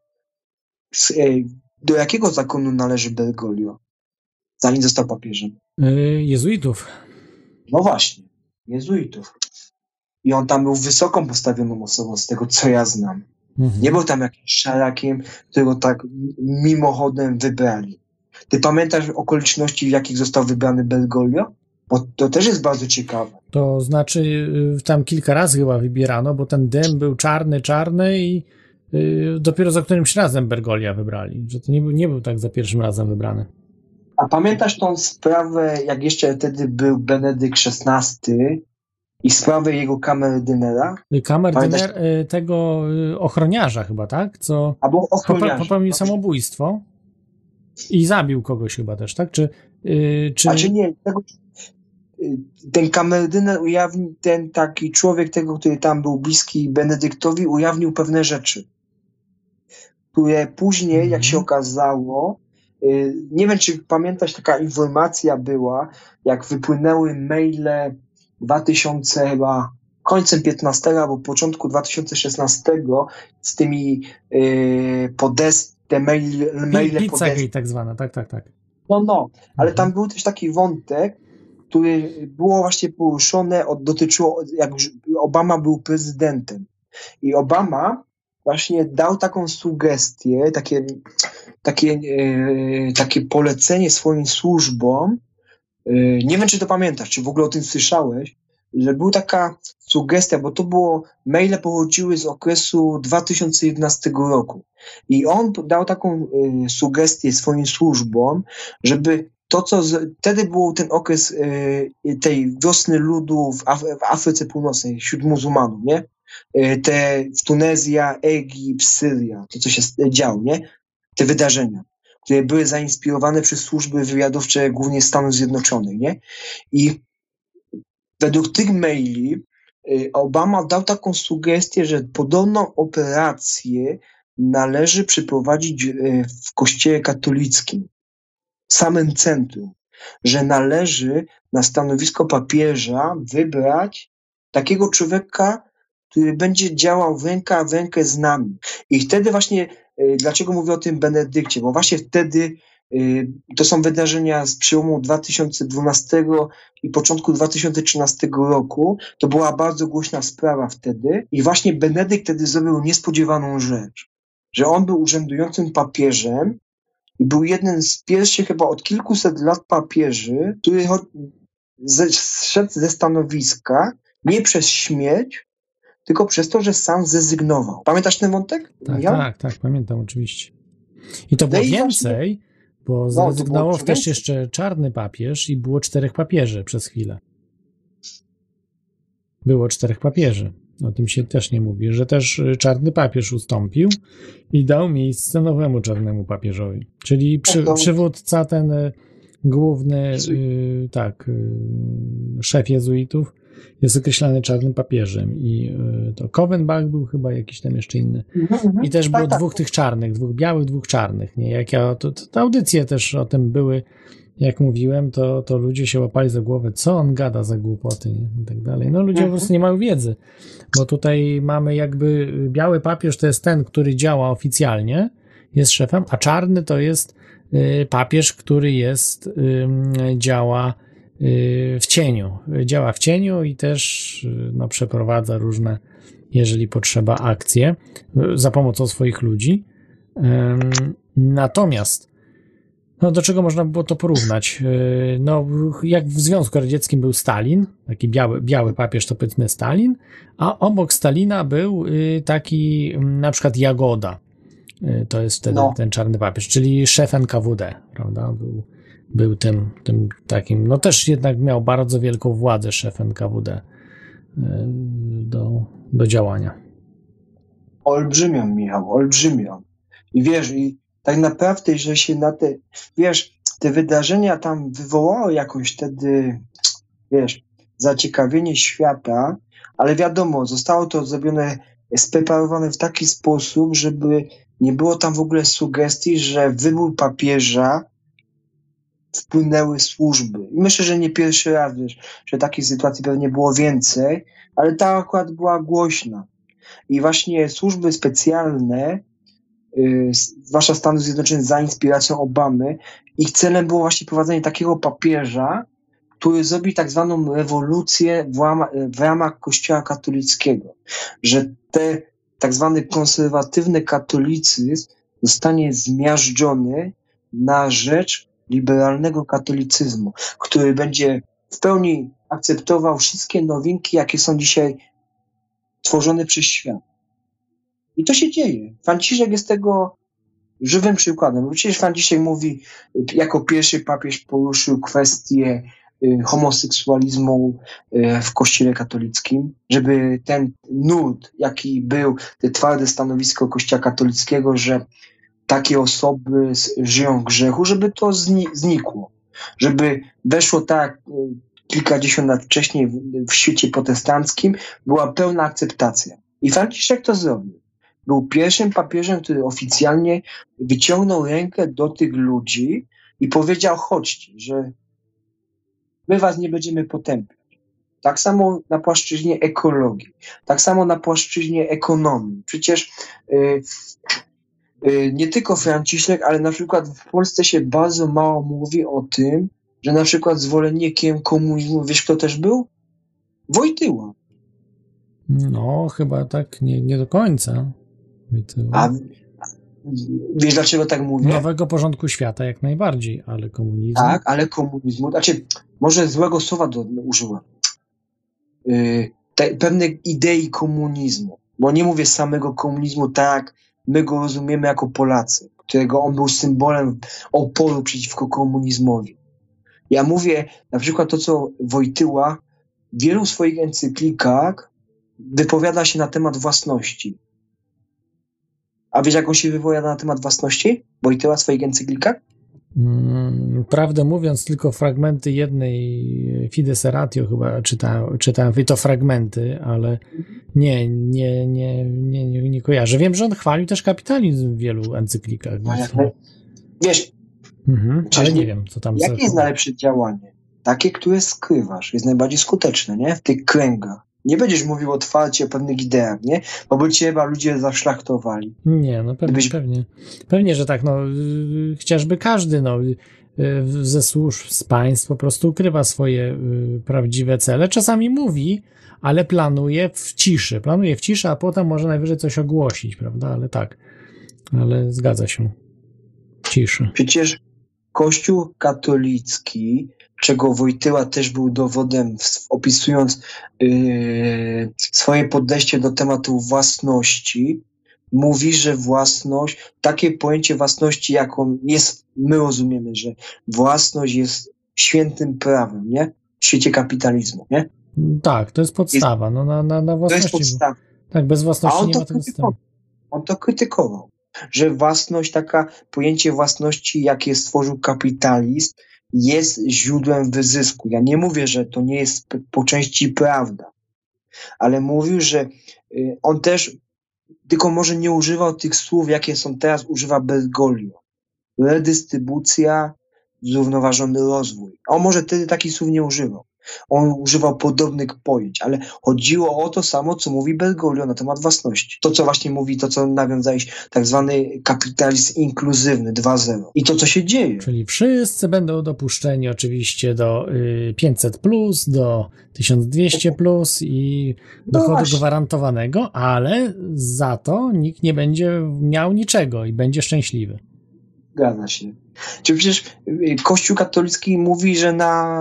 Do jakiego zakonu należy Bergoglio, zanim został papieżem? Jezuitów. No właśnie, jezuitów. I on tam był wysoką postawioną osobą, z tego co ja znam. Nie był tam jakimś szarakiem, którego tak mimochodem wybrali. Ty pamiętasz okoliczności, w jakich został wybrany Bergoglio? Bo to też jest bardzo ciekawe. To znaczy, tam kilka razy chyba wybierano, bo ten dym był czarny i dopiero za którymś razem Bergoglia wybrali. Że to nie był tak za pierwszym razem wybrany. A pamiętasz tą sprawę, jak jeszcze wtedy był Benedykt XVI i sprawę jego kamerdynera? Kamerdyner tego ochroniarza chyba, tak? Co albo ochroniarza. popełnił samobójstwo. I zabił kogoś chyba też, tak? Czy... Znaczy nie, ten kamerdyner ujawnił, ten taki człowiek tego, który tam był bliski Benedyktowi, ujawnił pewne rzeczy, które później, jak się okazało, nie wiem, czy pamiętasz, taka informacja była, jak wypłynęły maile 2000 chyba końcem 15 albo początku 2016 z tymi te maile Pizzagate tak zwana, tak. No, ale tam był też taki wątek, który było właśnie poruszone, dotyczyło, jak Obama był prezydentem. I Obama właśnie dał taką sugestię, takie polecenie swoim służbom. Nie wiem, czy to pamiętasz, czy w ogóle o tym słyszałeś, że była taka sugestia, bo to było, maile pochodziły z okresu 2011 roku. I on dał taką sugestię swoim służbom, żeby to, co wtedy był ten okres tej wiosny ludu w Afryce Północnej, wśród muzułmanów, nie? W Tunezja, Egipt, Syria, to co się działo, nie? Te wydarzenia, które były zainspirowane przez służby wywiadowcze głównie Stanów Zjednoczonych, nie? I według tych maili Obama dał taką sugestię, że podobną operację należy przeprowadzić w kościele katolickim, w samym centrum, że należy na stanowisko papieża wybrać takiego człowieka, który będzie działał ręka w rękę z nami. I wtedy właśnie, dlaczego mówię o tym Benedykcie? Bo właśnie wtedy to są wydarzenia z przełomu 2012 i początku 2013 roku. To była bardzo głośna sprawa wtedy. I właśnie Benedykt wtedy zrobił niespodziewaną rzecz, że on był urzędującym papieżem i był jeden z pierwszych chyba od kilkuset lat papieży, który zszedł ze stanowiska nie przez śmierć, tylko przez to, że sam zrezygnował. Pamiętasz ten wątek? Tak, pamiętam oczywiście. I to było więcej, bo zrezygnował też jeszcze czarny papież i było 4 papieży przez chwilę. Było 4 papieży. O tym się też nie mówi, że też czarny papież ustąpił i dał miejsce nowemu czarnemu papieżowi. Czyli przywódca ten główny, szef jezuitów jest określany czarnym papieżem i to Kowenbach był chyba jakiś tam jeszcze inny. I też było dwóch tych czarnych, 2 białych, 2 czarnych. Nie? Jak te audycje też o tym były, jak mówiłem, to ludzie się łapali za głowę, co on gada za głupoty, nie? I tak dalej. No ludzie po prostu nie mają wiedzy, bo tutaj mamy jakby biały papież to jest ten, który działa oficjalnie, jest szefem, a czarny to jest papież, który działa w cieniu. Działa w cieniu i też przeprowadza różne, jeżeli potrzeba, akcje za pomocą swoich ludzi. Natomiast do czego można było to porównać? Jak w Związku Radzieckim był Stalin, taki biały papież, to powiedzmy Stalin, a obok Stalina był taki na przykład Jagoda. To jest wtedy ten czarny papież, czyli szef NKWD, prawda? Był tym takim, też jednak miał bardzo wielką władzę szef NKWD do działania. Olbrzymią, Michał, olbrzymią. I wiesz, tak naprawdę, że się te wydarzenia tam wywołały jakoś wtedy, zaciekawienie świata, ale wiadomo, zostało to zrobione, spreparowane w taki sposób, żeby nie było tam w ogóle sugestii, że wybór papieża wpłynęły służby. I myślę, że nie pierwszy raz, że takiej sytuacji pewnie było więcej, ale ta akurat była głośna. I właśnie służby specjalne, zwłaszcza Stanów Zjednoczonych za inspiracją Obamy, ich celem było właśnie prowadzenie takiego papieża, który zrobi tak zwaną rewolucję w ramach Kościoła katolickiego. Że te tak zwany konserwatywny katolicyzm zostanie zmiażdżony na rzecz liberalnego katolicyzmu, który będzie w pełni akceptował wszystkie nowinki, jakie są dzisiaj tworzone przez świat. I to się dzieje. Franciszek jest tego żywym przykładem. Bo przecież Franciszek mówi, jako pierwszy papież poruszył kwestię homoseksualizmu w Kościele katolickim, żeby ten nurt, jaki był, te twarde stanowisko Kościoła katolickiego, że takie osoby żyją w grzechu, żeby to znikło. Żeby weszło tak kilkadziesiąt lat wcześniej w świecie protestanckim, była pełna akceptacja. I Franciszek to zrobił. Był pierwszym papieżem, który oficjalnie wyciągnął rękę do tych ludzi i powiedział: chodźcie, że my was nie będziemy potępiać. Tak samo na płaszczyźnie ekologii, tak samo na płaszczyźnie ekonomii. Przecież nie tylko Franciszek, ale na przykład w Polsce się bardzo mało mówi o tym, że na przykład zwolennikiem komunizmu, wiesz kto też był? Wojtyła. No, chyba tak nie do końca. Wojtyła. A wiesz dlaczego tak mówię? Nowego porządku świata jak najbardziej, ale komunizm... Tak, ale komunizmu, znaczy może złego słowa użyłem. Pewne idei komunizmu, bo nie mówię samego komunizmu tak, my go rozumiemy jako Polacy, którego on był symbolem oporu przeciwko komunizmowi. Ja mówię na przykład to, co Wojtyła w wielu swoich encyklikach wypowiada się na temat własności. A wiesz, jak on się wypowiada na temat własności? Wojtyła w swoich encyklikach? Prawdę mówiąc, tylko fragmenty jednej Fides Ratio chyba czytałem, i to fragmenty, ale nie kojarzę. Wiem, że on chwalił też kapitalizm w wielu encyklikach. No, wiesz, ale nie wiem, co tam... Jakie jest najlepsze działanie? Takie, które skrywasz. Jest najbardziej skuteczne, nie? W tych kręgach. Nie będziesz mówił otwarcie o pewnych ideach, nie? Bo by cię chyba ludzie zaszlachtowali. Nie, no pewnie, że tak, no chociażby każdy, no ze służb, z państw po prostu ukrywa swoje prawdziwe cele. Czasami mówi, ale planuje w ciszy, a potem może najwyżej coś ogłosić, prawda? Ale tak, ale zgadza się. W ciszy. Przecież Kościół katolicki, czego Wojtyła też był dowodem, opisując swoje podejście do tematu własności, mówi, że własność, takie pojęcie własności, jaką jest, my rozumiemy, że własność jest świętym prawem, nie? W świecie kapitalizmu, nie? Tak, to jest podstawa. No, na własności. To jest podstawa. Tak, bez własności nie ma tego systemu. On to krytykował, że własność, pojęcie własności, jakie stworzył kapitalizm, jest źródłem wyzysku. Ja nie mówię, że to nie jest po części prawda, ale mówił, że on też tylko może nie używał tych słów, jakie są teraz, używa Bergoglio. Redystrybucja, zrównoważony rozwój. A on może wtedy takich słów nie używał. On używał podobnych pojęć, ale chodziło o to samo, co mówi Bergoglio na temat własności. To, co właśnie mówi, to, co nawiązałeś, tak zwany kapitalizm inkluzywny 2.0. I to, co się dzieje. Czyli wszyscy będą dopuszczeni oczywiście do 500+, do 1200+ i dochodu gwarantowanego, ale za to nikt nie będzie miał niczego i będzie szczęśliwy. Zgadza się. Czyli przecież Kościół katolicki mówi, że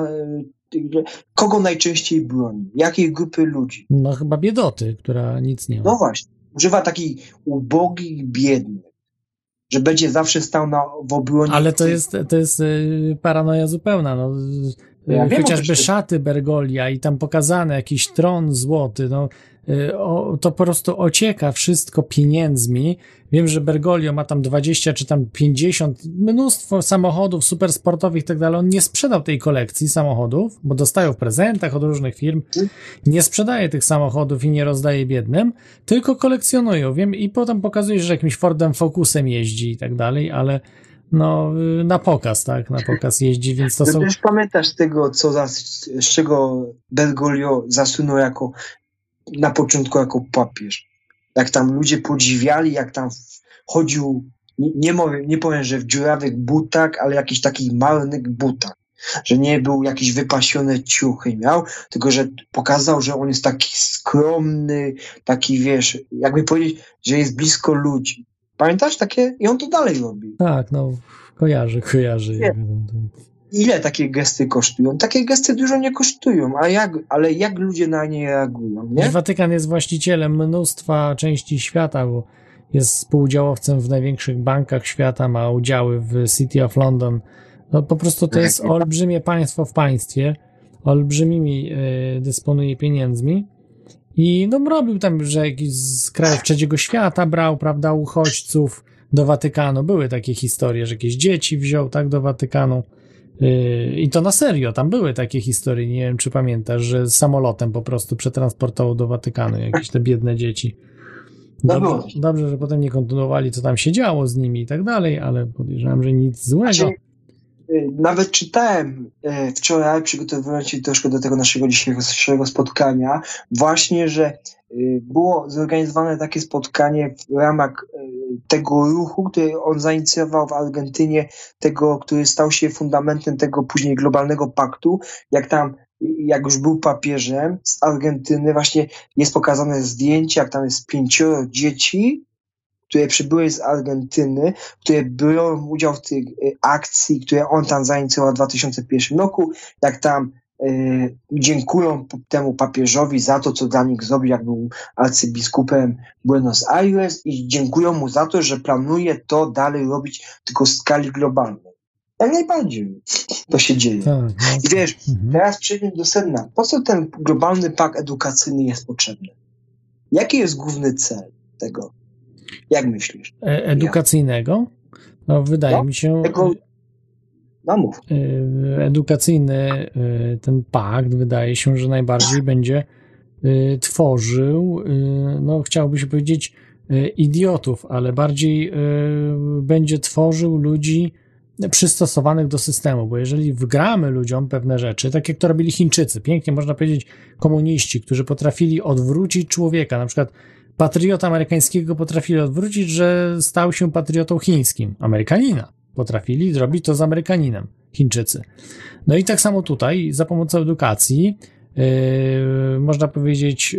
kogo najczęściej broni? Jakiej grupy ludzi? No chyba biedoty, która nic nie ma. No właśnie. Używa takich ubogich, biednych, że będzie zawsze stał w obronie. Ale to jest paranoja zupełna. No. Ja chociażby szaty Bergoglia i tam pokazane jakiś tron złoty, no to po prostu ocieka wszystko pieniędzmi. Wiem, że Bergoglio ma tam 20 czy tam 50, mnóstwo samochodów supersportowych i tak dalej. On nie sprzedał tej kolekcji samochodów, bo dostają w prezentach od różnych firm. Nie sprzedaje tych samochodów i nie rozdaje biednym, tylko kolekcjonują. Wiem, i potem pokazuje, że jakimś Fordem Focusem jeździ i tak dalej, ale no na pokaz, tak? Na pokaz jeździ, więc to są... Też pamiętasz tego, z czego Bergoglio zasunął na początku jako papież. Jak tam ludzie podziwiali, jak tam chodził, nie powiem, że w dziurawych butach, ale jakichś takich marnych butach. Że nie był jakiś wypasione ciuchy miał, tylko że pokazał, że on jest taki skromny, taki, wiesz, jakby powiedzieć, że jest blisko ludzi. Pamiętasz takie? I on to dalej robi. Tak, no, kojarzy. Ile takie gesty kosztują? Takie gesty dużo nie kosztują, ale jak ludzie na nie reagują, nie? Watykan jest właścicielem mnóstwa części świata, bo jest współudziałowcem w największych bankach świata, ma udziały w City of London. No po prostu to jest olbrzymie państwo w państwie, olbrzymimi dysponuje pieniędzmi i no robił tam, że jakiś z krajów trzeciego świata brał, prawda, uchodźców, do Watykanu. Były takie historie, że jakieś dzieci wziął tak do Watykanu. I to na serio, tam były takie historie, nie wiem czy pamiętasz, że samolotem po prostu przetransportował do Watykanu jakieś te biedne dzieci. Dobrze, że potem nie kontynuowali, co tam się działo z nimi i tak dalej, ale podejrzewam, że nic złego. Nawet czytałem wczoraj, przygotowując się troszkę do tego naszego dzisiejszego spotkania, właśnie, że było zorganizowane takie spotkanie w ramach tego ruchu, który on zainicjował w Argentynie, tego, który stał się fundamentem tego później globalnego paktu, jak już był papieżem z Argentyny, właśnie jest pokazane zdjęcie, jak tam jest 5 dzieci, które przybyły z Argentyny, które biorą udział w tej akcji, które on tam zainicjował w 2001 roku, jak tam dziękują temu papieżowi za to, co dla nich zrobił, jak był arcybiskupem Buenos Aires i dziękują mu za to, że planuje to dalej robić tylko w skali globalnej. Jak najbardziej to się dzieje. Tak, I wiesz, teraz przejdziemy do sedna. Po co ten globalny pakt edukacyjny jest potrzebny? Jaki jest główny cel tego? Jak myślisz? Edukacyjnego? No, wydaje mi się... Mów. Edukacyjny ten pakt wydaje się, że najbardziej będzie tworzył, no chciałoby się powiedzieć idiotów, ale bardziej będzie tworzył ludzi przystosowanych do systemu, bo jeżeli wgramy ludziom pewne rzeczy, tak jak to robili Chińczycy, pięknie można powiedzieć komuniści, którzy potrafili odwrócić człowieka, na przykład patriota amerykańskiego potrafili odwrócić, że stał się patriotą chińskim, Amerykanina. Potrafili zrobić to z Amerykaninem, Chińczycy. No i tak samo tutaj, za pomocą edukacji, można powiedzieć,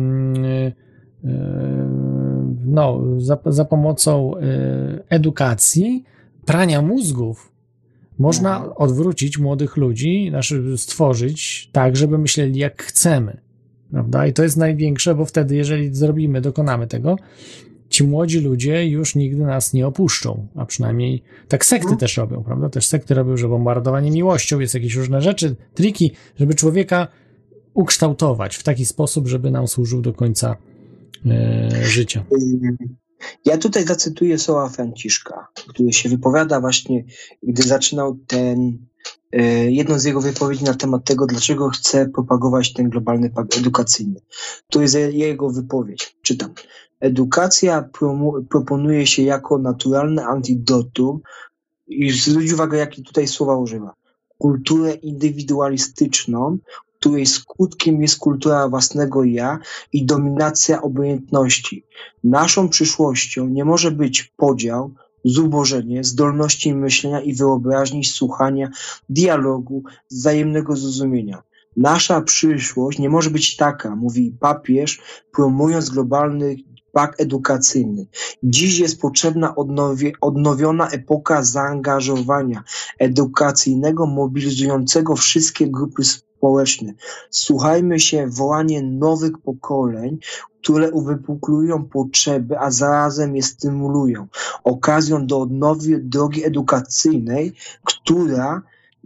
za pomocą edukacji, prania mózgów, można odwrócić młodych ludzi, stworzyć tak, żeby myśleli jak chcemy. Prawda? I to jest największe, bo wtedy, jeżeli dokonamy tego, ci młodzi ludzie już nigdy nas nie opuszczą, a przynajmniej tak sekty też robią, prawda? Też sekty robią, że bombardowanie miłością, jest jakieś różne rzeczy, triki, żeby człowieka ukształtować w taki sposób, żeby nam służył do końca życia. Ja tutaj zacytuję słowa Franciszka, który się wypowiada właśnie, gdy zaczynał jedną z jego wypowiedzi na temat tego, dlaczego chce propagować ten globalny pakt edukacyjny. To jest jego wypowiedź. Czytam. Edukacja proponuje się jako naturalne antidotum i zwróć uwagę, jakie tutaj słowa używa. Kulturę indywidualistyczną, której skutkiem jest kultura własnego ja i dominacja obojętności. Naszą przyszłością nie może być podział, zubożenie, zdolności myślenia i wyobraźni, słuchania, dialogu, wzajemnego zrozumienia. Nasza przyszłość nie może być taka, mówi papież, promując globalny pakt edukacyjny. Dziś jest potrzebna odnowiona epoka zaangażowania edukacyjnego, mobilizującego wszystkie grupy społeczne. Słuchajmy się wołanie nowych pokoleń, które uwypuklują potrzeby, a zarazem je stymulują. Okazją do odnowy drogi edukacyjnej, która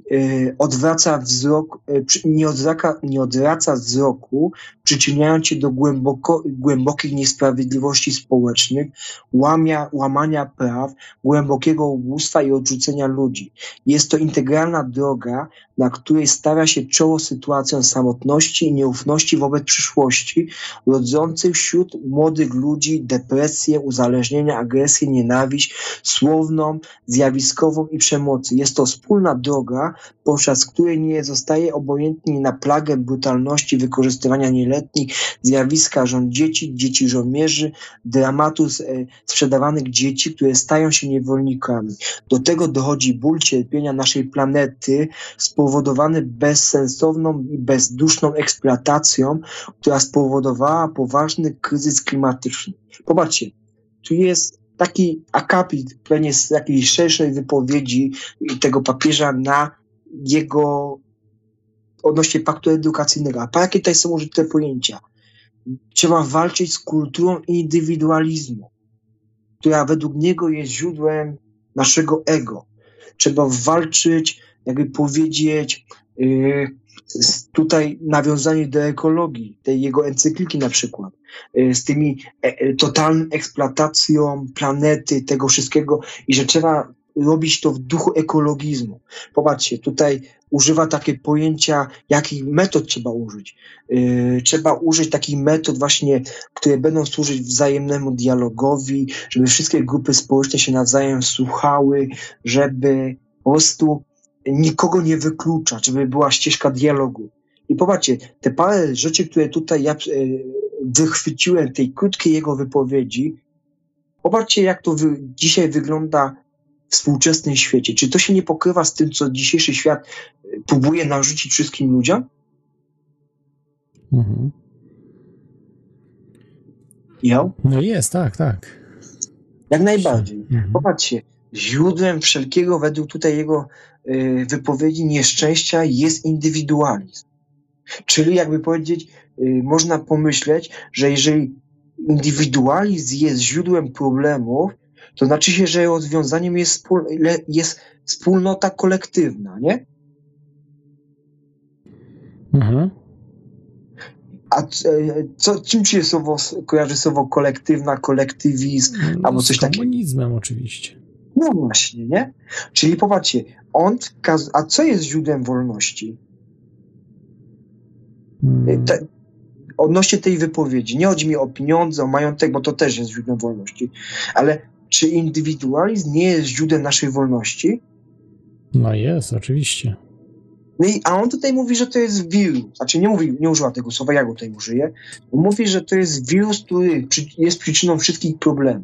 nie odwraca wzroku, przyczyniając się do głębokich niesprawiedliwości społecznych, łamania praw, głębokiego ubóstwa i odrzucenia ludzi. Jest to integralna droga, na której stawia się czoło sytuacją samotności i nieufności wobec przyszłości, rodzących wśród młodych ludzi depresję, uzależnienia, agresję, nienawiść, słowną, zjawiskową i przemocy. Jest to wspólna droga, podczas której nie zostaje obojętni na plagę brutalności, wykorzystywania nieletnich, zjawiska żon dzieci żołnierzy, dramatu sprzedawanych dzieci, które stają się niewolnikami. Do tego dochodzi ból cierpienia naszej planety spowodowany bezsensowną i bezduszną eksploatacją, która spowodowała poważny kryzys klimatyczny. Popatrzcie, tu jest taki akapit pewnie z jakiejś szerszej wypowiedzi tego papieża na jego odnośnie paktu edukacyjnego. A jakie tutaj są użyte pojęcia? Trzeba walczyć z kulturą indywidualizmu, która według niego jest źródłem naszego ego. Trzeba walczyć, jakby powiedzieć, tutaj nawiązanie do ekologii, tej jego encykliki na przykład, z tymi totalną eksploatacją planety, tego wszystkiego i że trzeba robić to w duchu ekologizmu. Popatrzcie, tutaj używa takie pojęcia, jakich metod trzeba użyć. Trzeba użyć takich metod właśnie, które będą służyć wzajemnemu dialogowi, żeby wszystkie grupy społeczne się nawzajem słuchały, żeby po prostu nikogo nie wykluczać, żeby była ścieżka dialogu. I popatrzcie, te parę rzeczy, które tutaj ja wychwyciłem w tej krótkiej jego wypowiedzi, popatrzcie, jak to dzisiaj wygląda w współczesnym świecie. Czy to się nie pokrywa z tym, co dzisiejszy świat próbuje narzucić wszystkim ludziom? Mhm. Jo? No jest, tak. Jak najbardziej. Mhm. Popatrzcie, źródłem wszelkiego, według tutaj jego wypowiedzi, nieszczęścia jest indywidualizm. Czyli jakby powiedzieć, można pomyśleć, że jeżeli indywidualizm jest źródłem problemów, to znaczy się, że rozwiązaniem jest wspólnota kolektywna, nie? Mhm. A czym się kojarzy słowo kolektywna, kolektywizm, albo coś takiego? Z komunizmem oczywiście. No właśnie, nie? Czyli popatrzcie, a co jest źródłem wolności? Odnośnie tej wypowiedzi, nie chodzi mi o pieniądze, o majątek, bo to też jest źródłem wolności, ale czy indywidualizm nie jest źródłem naszej wolności? No jest, oczywiście. No a on tutaj mówi, że to jest wirus. Znaczy nie używa tego słowa, ja go tutaj użyję. On mówi, że to jest wirus, który jest przyczyną wszystkich problemów.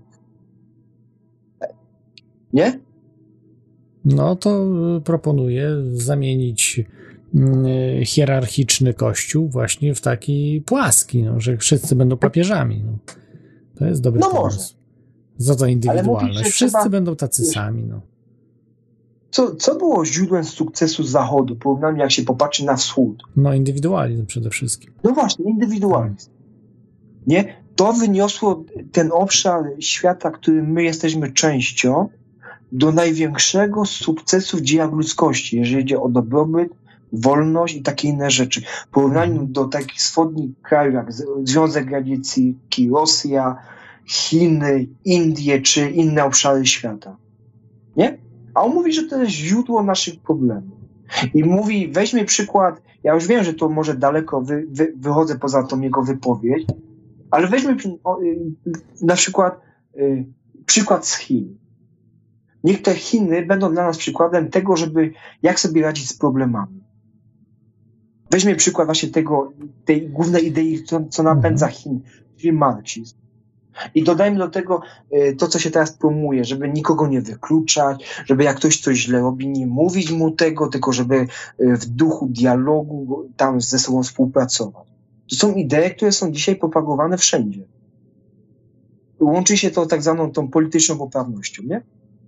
Nie? No to proponuję zamienić hierarchiczny kościół właśnie w taki płaski, no, że wszyscy będą papieżami. No. To jest dobry pomysł. Za to indywidualność. Mówi, wszyscy będą tacy sami. No. Co było źródłem sukcesu Zachodu, porównaniu jak się popatrzy na wschód? No indywidualizm przede wszystkim. No właśnie, indywidualizm. Nie? To wyniosło ten obszar świata, którym my jesteśmy częścią, do największego sukcesu w dziejach ludzkości, jeżeli idzie o dobrobyt, wolność i takie inne rzeczy. W porównaniu do takich wschodnich krajów jak Związek Radziecki, Rosja, Chiny, Indie czy inne obszary świata. Nie? A on mówi, że to jest źródło naszych problemów. I mówi, weźmy przykład, ja już wiem, że to może daleko wychodzę poza tą jego wypowiedź, ale weźmy na przykład przykład z Chin. Niech te Chiny będą dla nas przykładem tego, jak sobie radzić z problemami. Weźmy przykład właśnie tej głównej idei, co napędza Chin, czyli marksizm. I dodajmy do tego to, co się teraz promuje, żeby nikogo nie wykluczać, żeby jak ktoś coś źle robi, nie mówić mu tego, tylko żeby w duchu dialogu tam ze sobą współpracować. To są idee, które są dzisiaj propagowane wszędzie. Łączy się to tak zwaną tą polityczną poprawnością, nie?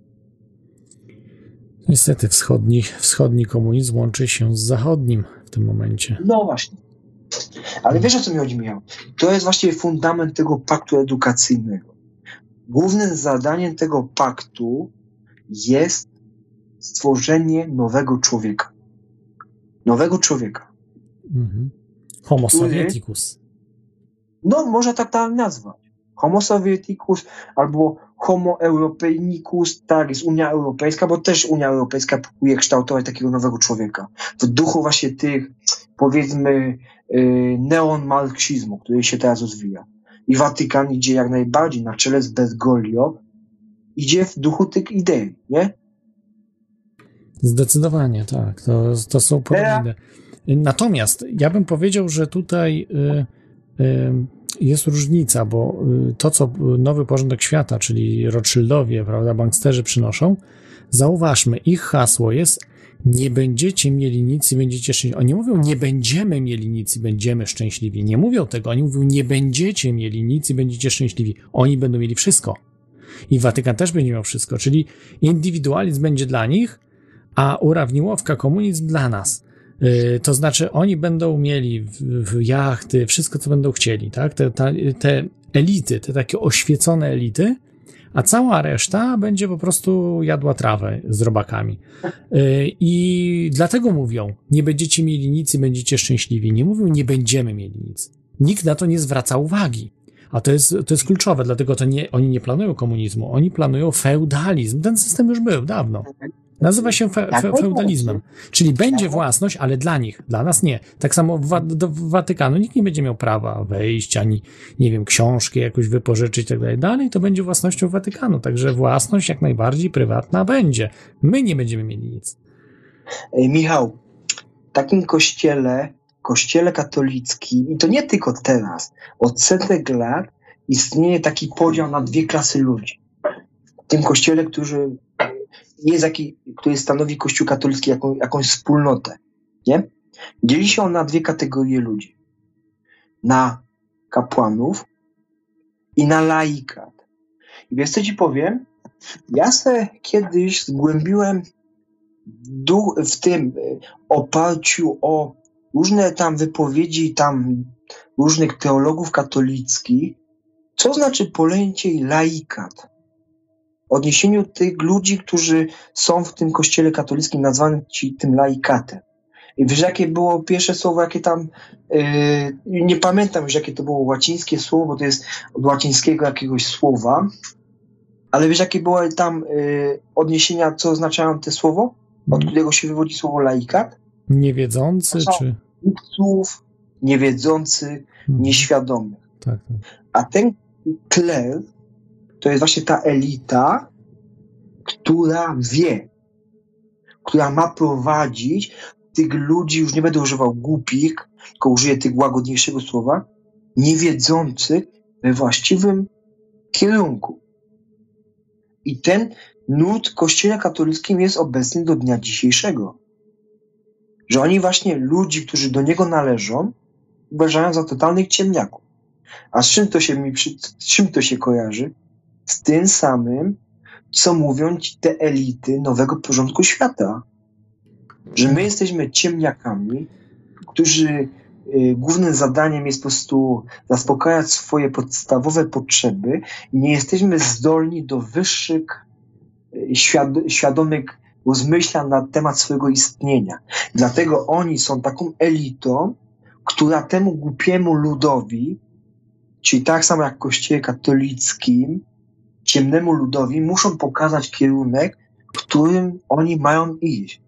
Niestety wschodni komunizm łączy się z zachodnim w tym momencie. No właśnie. Ale wiesz, o co mi chodzi, Michał? To jest właściwie fundament tego paktu edukacyjnego. Głównym zadaniem tego paktu jest stworzenie nowego człowieka. Nowego człowieka. Mhm. Homo sovieticus. No, można tak nazwać. Homo sovieticus albo Homo europeinicus, tak, jest Unia Europejska, bo też Unia Europejska próbuje kształtować takiego nowego człowieka. W duchu właśnie tych, powiedzmy, neomarksizmu, który się teraz rozwija. I Watykan idzie jak najbardziej na czele z Bergoglio, idzie w duchu tych idei, nie? Zdecydowanie, tak. To są podobne. Natomiast ja bym powiedział, że tutaj jest różnica, bo to, co nowy porządek świata, czyli Rothschildowie, prawda, banksterzy przynoszą, zauważmy, ich hasło jest: nie będziecie mieli nic i będziecie szczęśliwi. Oni mówią, nie będziemy mieli nic i będziemy szczęśliwi. Nie mówią tego, oni mówią, nie będziecie mieli nic i będziecie szczęśliwi. Oni będą mieli wszystko. I Watykan też będzie miał wszystko, czyli indywidualizm będzie dla nich, a urawniłowka, komunizm dla nas. To znaczy, oni będą mieli jachty, wszystko, co będą chcieli, tak? Te elity, te takie oświecone elity, a cała reszta będzie po prostu jadła trawę z robakami. I dlatego mówią, nie będziecie mieli nic i będziecie szczęśliwi. Nie mówią, nie będziemy mieli nic. Nikt na to nie zwraca uwagi. A to jest kluczowe, dlatego oni nie planują komunizmu, oni planują feudalizm. Ten system już był dawno. Nazywa się feudalizmem. Czyli będzie własność, ale dla nich, dla nas nie. Tak samo do Watykanu nikt nie będzie miał prawa wejść, ani, nie wiem, książki jakoś wypożyczyć i tak dalej. Dalej to będzie własnością Watykanu, także własność jak najbardziej prywatna będzie. My nie będziemy mieli nic. Michał, w takim kościele katolickim, i to nie tylko teraz, od setek lat istnieje taki podział na dwie klasy ludzi. W tym kościele, który stanowi Kościół katolicki jakąś wspólnotę, nie? Dzieli się on na dwie kategorie ludzi. Na kapłanów i na laikat. I wiesz, co ci powiem? Ja se kiedyś zgłębiłem w tym oparciu o różne tam wypowiedzi tam różnych teologów katolickich, co znaczy pojęcie laikat. W odniesieniu tych ludzi, którzy są w tym kościele katolickim nazwani tym laikatem. I wiesz, jakie było pierwsze słowo, jakie tam, nie pamiętam już, jakie to było łacińskie słowo, bo to jest od łacińskiego jakiegoś słowa, ale wiesz, jakie było tam odniesienia, co oznaczają te słowo? Od którego się wywodzi słowo laikat? Niewiedzący, czy? Głupców, niewiedzący, nieświadomych. Tak. A ten kler to jest właśnie ta elita, która wie, która ma prowadzić tych ludzi, już nie będę używał głupich, tylko użyję tych łagodniejszego słowa, niewiedzących we właściwym kierunku. I ten nurt w Kościele katolickim jest obecny do dnia dzisiejszego. Że oni właśnie ludzi, którzy do niego należą, uważają za totalnych ciemniaków. A z czym to się kojarzy? Z tym samym, co mówią ci te elity nowego porządku świata. Że my jesteśmy ciemniakami, którzy głównym zadaniem jest po prostu zaspokajać swoje podstawowe potrzeby i nie jesteśmy zdolni do wyższych, świadomych rozmyślań na temat swojego istnienia. Dlatego oni są taką elitą, która temu głupiemu ludowi, czyli tak samo jak w Kościele katolickim, ciemnemu ludowi muszą pokazać kierunek, w którym oni mają iść.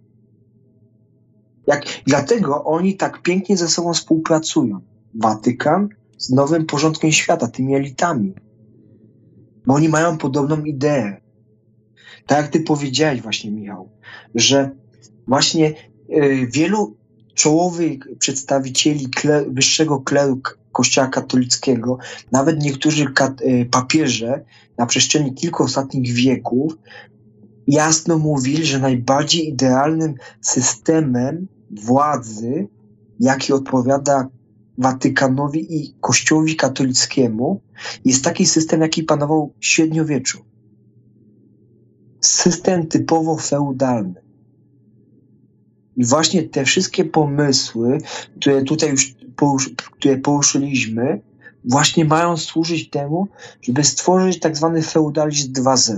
Dlatego oni tak pięknie ze sobą współpracują. Watykan z nowym porządkiem świata, tymi elitami. Bo oni mają podobną ideę. Tak jak ty powiedziałeś właśnie, Michał, że właśnie wielu czołowych przedstawicieli wyższego kleru Kościoła katolickiego, nawet niektórzy papieże na przestrzeni kilku ostatnich wieków jasno mówili, że najbardziej idealnym systemem władzy, jaki odpowiada Watykanowi i Kościołowi katolickiemu, jest taki system, jaki panował w średniowieczu. System typowo feudalny. I właśnie te wszystkie pomysły, które tutaj już poruszyliśmy, właśnie mają służyć temu, żeby stworzyć tak zwany feudalizm 2.0.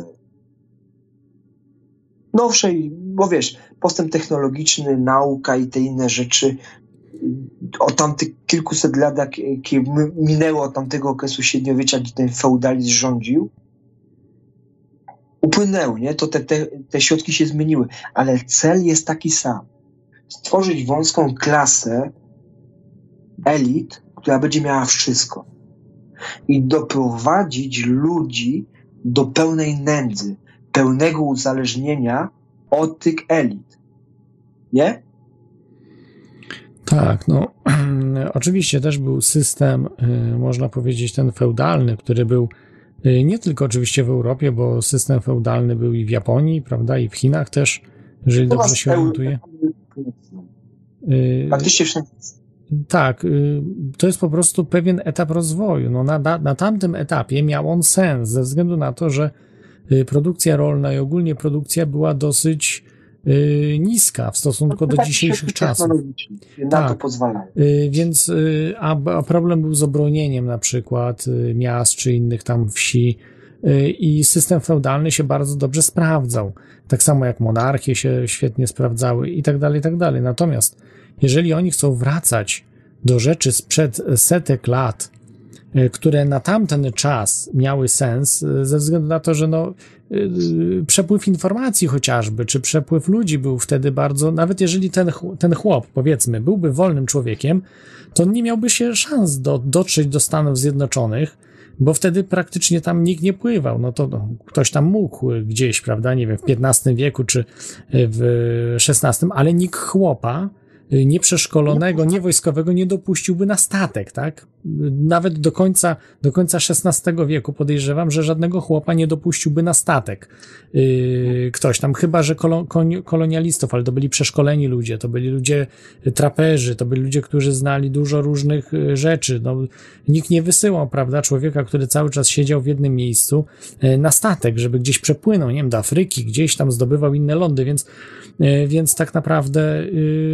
Nowszej, bo wiesz, postęp technologiczny, nauka i te inne rzeczy od tamtych kilkuset lat, jakie minęło od tamtego okresu średniowiecza, gdzie ten feudalizm rządził, upłynęły, nie? To te środki się zmieniły, ale cel jest taki sam. Stworzyć wąską klasę elit, która będzie miała wszystko. I doprowadzić ludzi do pełnej nędzy, pełnego uzależnienia od tych elit. Nie? Tak, no oczywiście też był system, można powiedzieć, ten feudalny, który był nie tylko oczywiście w Europie, bo system feudalny był i w Japonii, prawda, i w Chinach też, jeżeli dobrze się orientuję. Faktycznie wszędzie. Tak, to jest po prostu pewien etap rozwoju. No na tamtym etapie miał on sens, ze względu na to, że produkcja rolna i ogólnie produkcja była dosyć niska w stosunku do dzisiejszych czasów. Na to pozwalają. Więc, a problem był z obronieniem na przykład miast czy innych tam wsi. i system feudalny się bardzo dobrze sprawdzał. Tak samo jak monarchie się świetnie sprawdzały i tak dalej, i tak dalej. Natomiast jeżeli oni chcą wracać do rzeczy sprzed setek lat, które na tamten czas miały sens, ze względu na to, że przepływ informacji chociażby, czy przepływ ludzi był wtedy bardzo, nawet jeżeli ten chłop, powiedzmy, byłby wolnym człowiekiem, to on nie miałby się szans dotrzeć do Stanów Zjednoczonych, bo wtedy praktycznie tam nikt nie pływał. To ktoś tam mógł gdzieś, prawda, nie wiem, w XV wieku, czy w XVI, ale nikt chłopa nieprzeszkolonego, niewojskowego nie dopuściłby na statek, tak? Nawet do końca XVI wieku podejrzewam, że żadnego chłopa nie dopuściłby na statek. Ktoś tam, chyba że kolonialistów, ale to byli przeszkoleni ludzie, to byli ludzie traperzy, to byli ludzie, którzy znali dużo różnych rzeczy. Nikt nie wysyłał, prawda, człowieka, który cały czas siedział w jednym miejscu na statek, żeby gdzieś przepłynął, nie wiem, do Afryki, gdzieś tam zdobywał inne lądy, więc tak naprawdę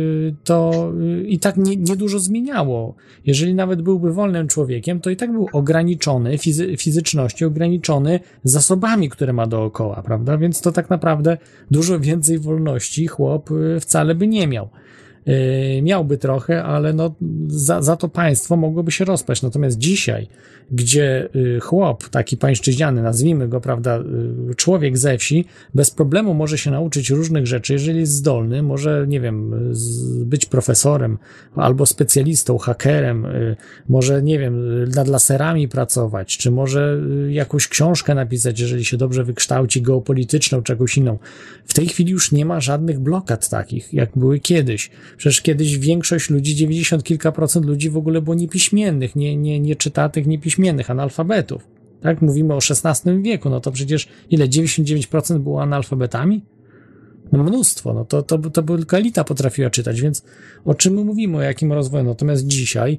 to i tak niedużo zmieniało. Jeżeli nawet byłby wolnym człowiekiem, to i tak był ograniczony fizycznością, ograniczony zasobami, które ma dookoła, prawda? Więc to tak naprawdę dużo więcej wolności chłop wcale by nie miał. Miałby trochę, ale za to państwo mogłoby się rozpaść. Natomiast dzisiaj, gdzie chłop, taki pańszczyźniany, nazwijmy go, prawda, człowiek ze wsi, bez problemu może się nauczyć różnych rzeczy, jeżeli jest zdolny, może, nie wiem, być profesorem albo specjalistą, hakerem, może, nie wiem, nad laserami pracować, czy może jakąś książkę napisać, jeżeli się dobrze wykształci, geopolityczną, czy jakąś inną. W tej chwili już nie ma żadnych blokad takich, jak były kiedyś. Przecież kiedyś większość ludzi, 90 kilka procent ludzi w ogóle było niepiśmiennych, nie czytatych, niepiśmiennych, analfabetów. Tak? Mówimy o XVI wieku, to przecież ile? 99% było analfabetami? Mnóstwo, to tylko elita potrafiła czytać, więc o czym my mówimy, o jakim rozwoju? Natomiast dzisiaj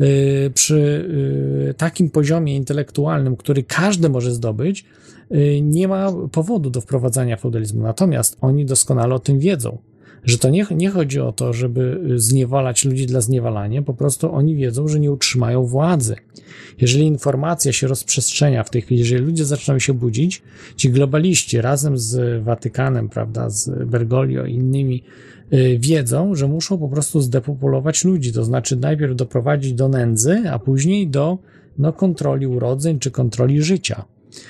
przy takim poziomie intelektualnym, który każdy może zdobyć, nie ma powodu do wprowadzania feudalizmu. Natomiast oni doskonale o tym wiedzą, że to nie chodzi o to, żeby zniewalać ludzi dla zniewalania, po prostu oni wiedzą, że nie utrzymają władzy. Jeżeli informacja się rozprzestrzenia w tej chwili, jeżeli ludzie zaczynają się budzić, ci globaliści razem z Watykanem, prawda, z Bergoglio i innymi wiedzą, że muszą po prostu zdepopulować ludzi, to znaczy najpierw doprowadzić do nędzy, a później do kontroli urodzeń czy kontroli życia.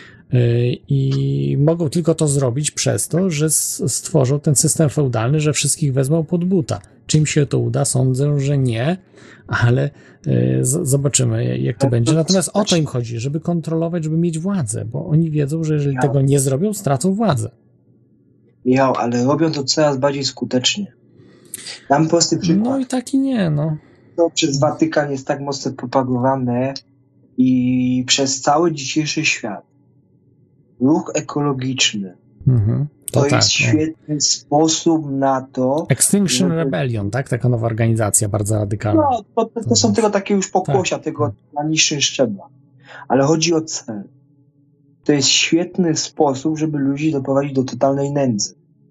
I mogą tylko to zrobić przez to, że stworzą ten system feudalny, że wszystkich wezmą pod buta. Czy im się to uda? Sądzę, że nie, ale zobaczymy, jak to będzie. Natomiast o to im chodzi, żeby kontrolować, żeby mieć władzę, bo oni wiedzą, że jeżeli tego nie zrobią, stracą władzę. Michał, ale robią to coraz bardziej skutecznie. Dam prosty przykład. I tak i nie, To przez Watykan jest tak mocno propagowane i przez cały dzisiejszy świat. Ruch ekologiczny. To jest świetny sposób na to. Extinction Rebellion, tak? Taka nowa organizacja bardzo radykalna. To są tylko takie już pokłosia tego na niższym szczebla. Ale chodzi o cel. To jest świetny sposób, żeby ludzi doprowadzić do totalnej nędzy.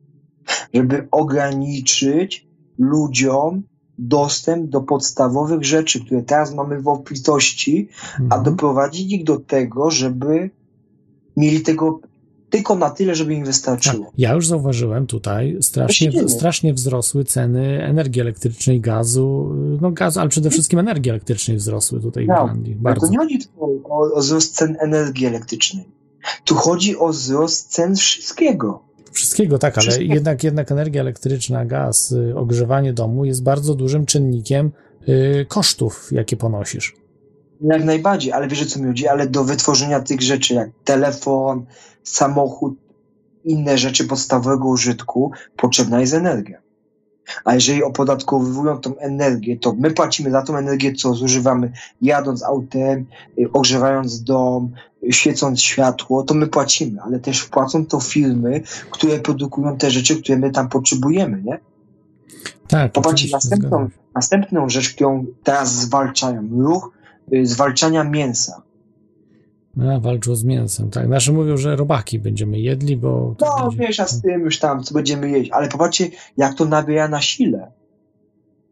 Żeby ograniczyć ludziom dostęp do podstawowych rzeczy, które teraz mamy w obfitości, a doprowadzić ich do tego, żeby mieli tego tylko na tyle, żeby im wystarczyło. Tak, ja już zauważyłem tutaj, strasznie wzrosły ceny energii elektrycznej, gazu, ale przede wszystkim energii elektrycznej wzrosły tutaj w Irlandii. Bardzo. To nie chodzi tylko o wzrost cen energii elektrycznej. Tu chodzi o wzrost cen wszystkiego. Wszystkiego, tak, ale jednak energia elektryczna, gaz, ogrzewanie domu jest bardzo dużym czynnikiem kosztów, jakie ponosisz. Jak najbardziej, ale wiesz, o co mi chodzi, ale do wytworzenia tych rzeczy jak telefon, samochód, inne rzeczy podstawowego użytku potrzebna jest energia. A jeżeli opodatkowują tą energię, to my płacimy za tą energię, co zużywamy jadąc autem, ogrzewając dom, świecąc światło, to my płacimy, ale też płacą to firmy, które produkują te rzeczy, które my tam potrzebujemy, nie? Tak. Popatrzcie, następną rzecz, którą teraz zwalczają, ruch zwalczania mięsa. Walczą z mięsem, tak. Znaczy mówią, że robaki będziemy jedli, bo... Mniejsza z tym już tam, co będziemy jeść. Ale popatrzcie, jak to nabiera na sile.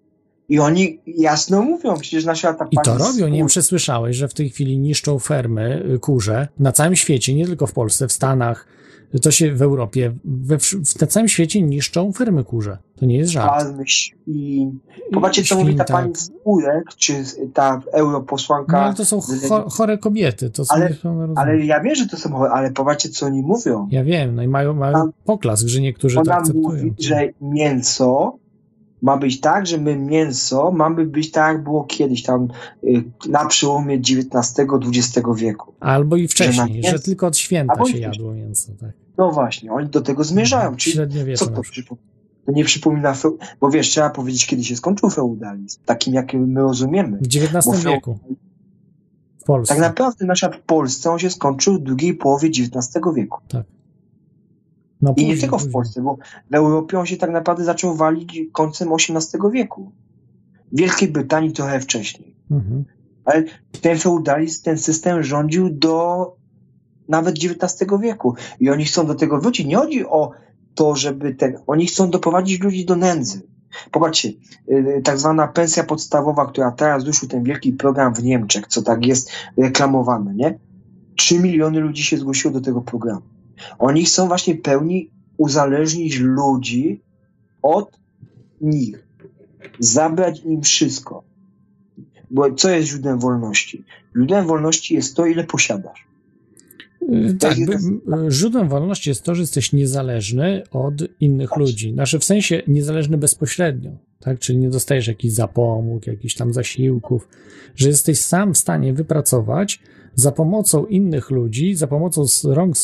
I oni jasno mówią, przecież nasza ta I to pani robią. Nie wiem, czy słyszałeś, że w tej chwili niszczą fermy kurze na całym świecie, nie tylko w Polsce, w Stanach, to się w Europie, na całym świecie niszczą fermy kurze. To nie jest żart. palmy i popatrzcie, co mówi ta Świn, pani tak. z Spurek, czy ta europosłanka. No ale to są chore kobiety. To są Ale ja wiem, że to są chore, ale popatrzcie, co oni mówią. Ja wiem, no i mają poklask, że niektórzy to Ona akceptują. mówi, że mięso ma być tak, że mięso mamy być tak, jak było kiedyś tam na przełomie XIX-XX wieku. Albo i wcześniej, że że tylko od święta Albo i się wcześniej. jadło mięso. Tak. No właśnie, oni do tego zmierzają. Czyli Średniowieczu co na to przykład. przypomina? To nie przypomina, bo wiesz, trzeba powiedzieć, kiedy się skończył feudalizm, takim jakim my rozumiemy. W XIX wieku. W Polsce. Tak naprawdę w Polsce on się skończył w drugiej połowie XIX wieku. Tak. No, I później, nie tylko w Polsce, bo w Europie on się tak naprawdę zaczął walić końcem XVIII wieku. W Wielkiej Brytanii trochę wcześniej. Mhm. Ale ten feudalizm, ten system rządził do nawet XIX wieku. I oni chcą do tego wrócić. Nie chodzi o to, żeby oni chcą doprowadzić ludzi do nędzy. Popatrzcie, tak zwana pensja podstawowa, która teraz ruszył ten wielki program w Niemczech, co tak jest reklamowane, nie? 3 miliony ludzi się zgłosiło do tego programu. Oni chcą właśnie pełni uzależnić ludzi od nich. Zabrać im wszystko. Bo co jest źródłem wolności? Źródłem wolności jest to, ile posiadasz. Tak, źródłem wolności jest to, że jesteś niezależny od innych ludzi. Znaczy w sensie niezależny bezpośrednio, tak? Czyli nie dostajesz jakichś zapomóg, jakichś tam zasiłków, że jesteś sam w stanie wypracować za pomocą innych ludzi, za pomocą rąk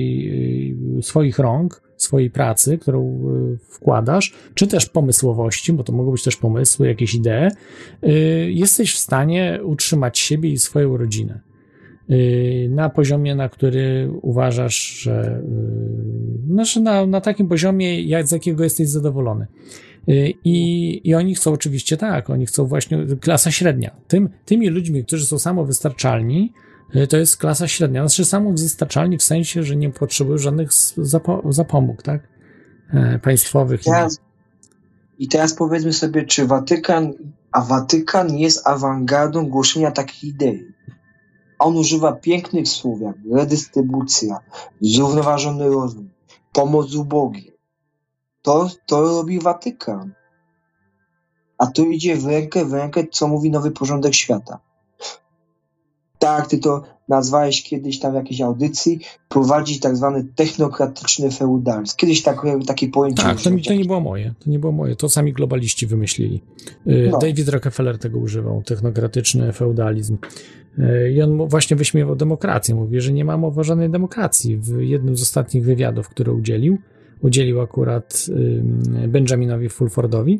swoich rąk, swojej pracy, którą wkładasz, czy też pomysłowości, bo to mogą być też pomysły, jakieś idee, jesteś w stanie utrzymać siebie i swoją rodzinę na poziomie, na który uważasz, że znaczy na takim poziomie, z jakiego jesteś zadowolony. I oni chcą oczywiście tak, oni chcą właśnie klasa średnia. Tymi ludźmi, którzy są samowystarczalni, to jest klasa średnia. Znaczy samowystarczalni w sensie, że nie potrzebują żadnych zapomóg, tak? Państwowych. I teraz powiedzmy sobie, czy Watykan jest awangardą głoszenia takich idei. On używa pięknych słów, jak redystrybucja, zrównoważony rozwój, pomoc ubogim. To robi Watykan. A to idzie w rękę, co mówi nowy porządek świata. Tak, ty to nazwałeś kiedyś tam w jakiejś audycji, prowadzić tak zwany technokratyczny feudalizm. Kiedyś takie pojęcie... Tak, to nie było moje. To nie było moje. To sami globaliści wymyślili. No. David Rockefeller tego używał. Technokratyczny feudalizm. I on właśnie wyśmiewał demokrację. Mówi, że nie ma mowy o żadnej demokracji. W jednym z ostatnich wywiadów, który udzielił akurat Benjaminowi Fulfordowi.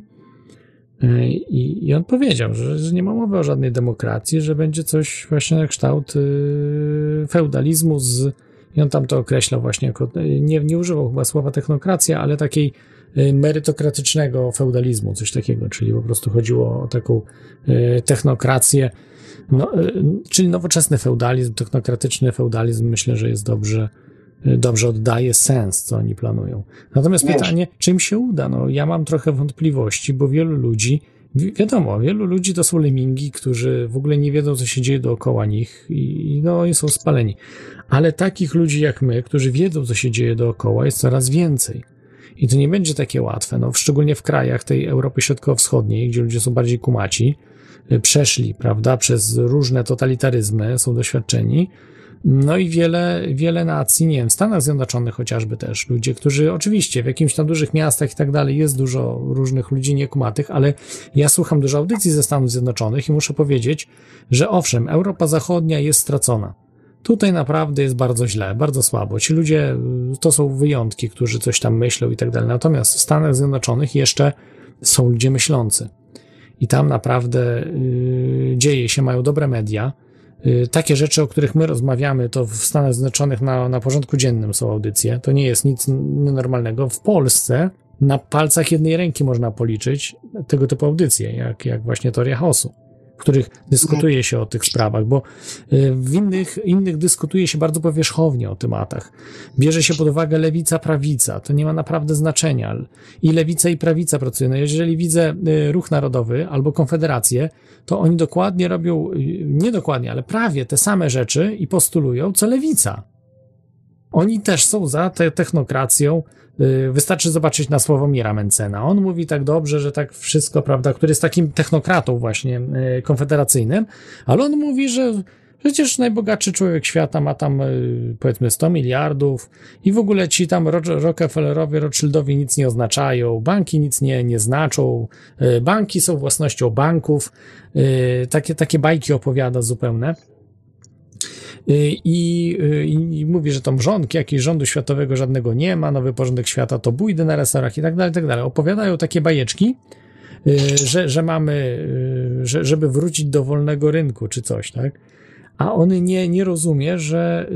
I on powiedział, że nie ma mowy o żadnej demokracji, że będzie coś właśnie na kształt feudalizmu i on tam to określał właśnie jako, nie używał chyba słowa technokracja, ale takiej merytokratycznego feudalizmu, coś takiego, czyli po prostu chodziło o taką technokrację, czyli nowoczesny feudalizm, technokratyczny feudalizm, myślę, że jest dobrze oddaje sens, co oni planują. Natomiast pytanie, czym się uda? Ja mam trochę wątpliwości, bo wielu ludzi to są lemingi, którzy w ogóle nie wiedzą, co się dzieje dookoła nich i oni są spaleni. Ale takich ludzi jak my, którzy wiedzą, co się dzieje dookoła, jest coraz więcej. I to nie będzie takie łatwe, szczególnie w krajach tej Europy Środkowo-Wschodniej, gdzie ludzie są bardziej kumaci, przeszli, prawda, przez różne totalitaryzmy, są doświadczeni. I wiele nacji, nie wiem, w Stanach Zjednoczonych chociażby też, ludzie, którzy oczywiście w jakimś tam dużych miastach i tak dalej jest dużo różnych ludzi niekumatych, ale ja słucham dużo audycji ze Stanów Zjednoczonych i muszę powiedzieć, że owszem, Europa Zachodnia jest stracona. Tutaj naprawdę jest bardzo źle, bardzo słabo. Ci ludzie to są wyjątki, którzy coś tam myślą i tak dalej. Natomiast w Stanach Zjednoczonych jeszcze są ludzie myślący. I tam naprawdę dzieje się, mają dobre media. Takie rzeczy, o których my rozmawiamy, to w Stanach Zjednoczonych na porządku dziennym są audycje. To nie jest nic nienormalnego. W Polsce na palcach jednej ręki można policzyć tego typu audycje, jak właśnie Teoria Chaosu. w których dyskutuje się o tych sprawach, bo w innych dyskutuje się bardzo powierzchownie o tematach. Bierze się pod uwagę lewica, prawica. To nie ma naprawdę znaczenia. I lewica, i prawica pracują. No jeżeli widzę Ruch Narodowy albo Konfederację, to oni dokładnie robią, nie dokładnie, ale prawie te same rzeczy i postulują, co lewica. Oni też są za technokracją. Wystarczy zobaczyć na Sławomira Mencena. On mówi tak dobrze, że tak wszystko, prawda, który jest takim technokratą właśnie konfederacyjnym, ale on mówi, że przecież najbogatszy człowiek świata ma tam powiedzmy 100 miliardów i w ogóle ci tam Rockefellerowie, Rothschildowi nic nie oznaczają, banki nic nie znaczą, banki są własnością banków, takie bajki opowiada zupełne. I mówi, że tam jakiegoś rządu światowego żadnego nie ma, nowy porządek świata to bójdy na resorach i tak dalej, tak dalej. Opowiadają takie bajeczki, że mamy, żeby wrócić do wolnego rynku czy coś, tak? A on nie rozumie, że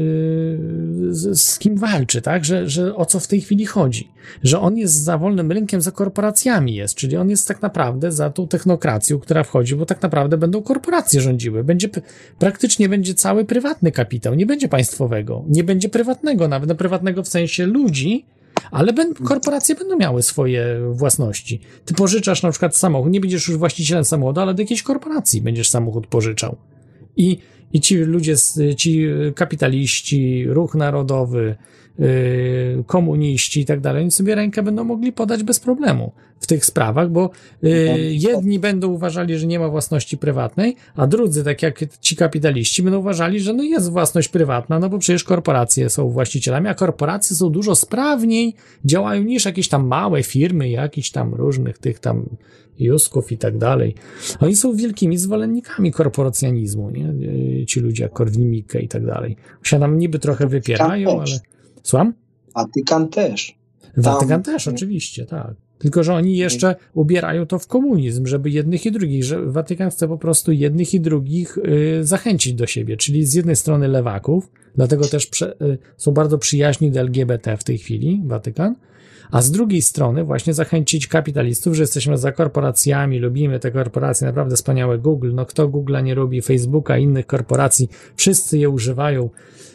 z kim walczy, tak? Że o co w tej chwili chodzi. Że on jest za wolnym rynkiem, za korporacjami jest, czyli on jest tak naprawdę za tą technokracją, która wchodzi, bo tak naprawdę będą korporacje rządziły. Praktycznie będzie cały prywatny kapitał, nie będzie państwowego, nie będzie prywatnego, nawet prywatnego w sensie ludzi, ale korporacje będą miały swoje własności. Ty pożyczasz na przykład samochód, nie będziesz już właścicielem samochodu, ale do jakiejś korporacji będziesz samochód pożyczał. I ci ludzie, ci kapitaliści, Ruch Narodowy, komuniści i tak dalej, oni sobie rękę będą mogli podać bez problemu w tych sprawach, bo jedni będą uważali, że nie ma własności prywatnej, a drudzy, tak jak ci kapitaliści, będą uważali, że no jest własność prywatna, no bo przecież korporacje są właścicielami, a korporacje są dużo sprawniej działają niż jakieś tam małe firmy, jakichś tam różnych tych tam Jusków i tak dalej. Oni są wielkimi zwolennikami korporacjanizmu, nie? Ci ludzie jak Korwin-Mikke i tak dalej. Się nam niby trochę wypierają, ale... Słucham? Watykan też. Watykan też, oczywiście, tak. Tylko że oni jeszcze ubierają to w komunizm, żeby jednych i drugich, że Watykan chce po prostu jednych i drugich zachęcić do siebie, czyli z jednej strony lewaków, dlatego też są bardzo przyjaźni do LGBT w tej chwili, Watykan, a z drugiej strony właśnie zachęcić kapitalistów, że jesteśmy za korporacjami, lubimy te korporacje, naprawdę wspaniałe Google, no kto Google'a nie lubi, Facebooka, innych korporacji, wszyscy je używają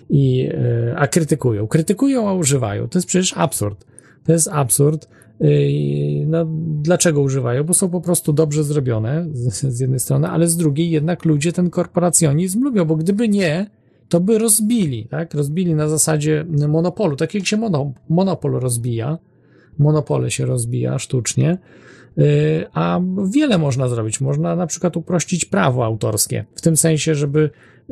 a krytykują, a używają. To jest przecież absurd. To jest absurd. No, dlaczego używają? Bo są po prostu dobrze zrobione z jednej strony, ale z drugiej jednak ludzie ten korporacjonizm lubią, bo gdyby nie, to by rozbili, tak? Rozbili na zasadzie monopolu, tak jak się monopol rozbija, monopole się rozbija sztucznie, a wiele można zrobić. Można na przykład uprościć prawo autorskie, w tym sensie, żeby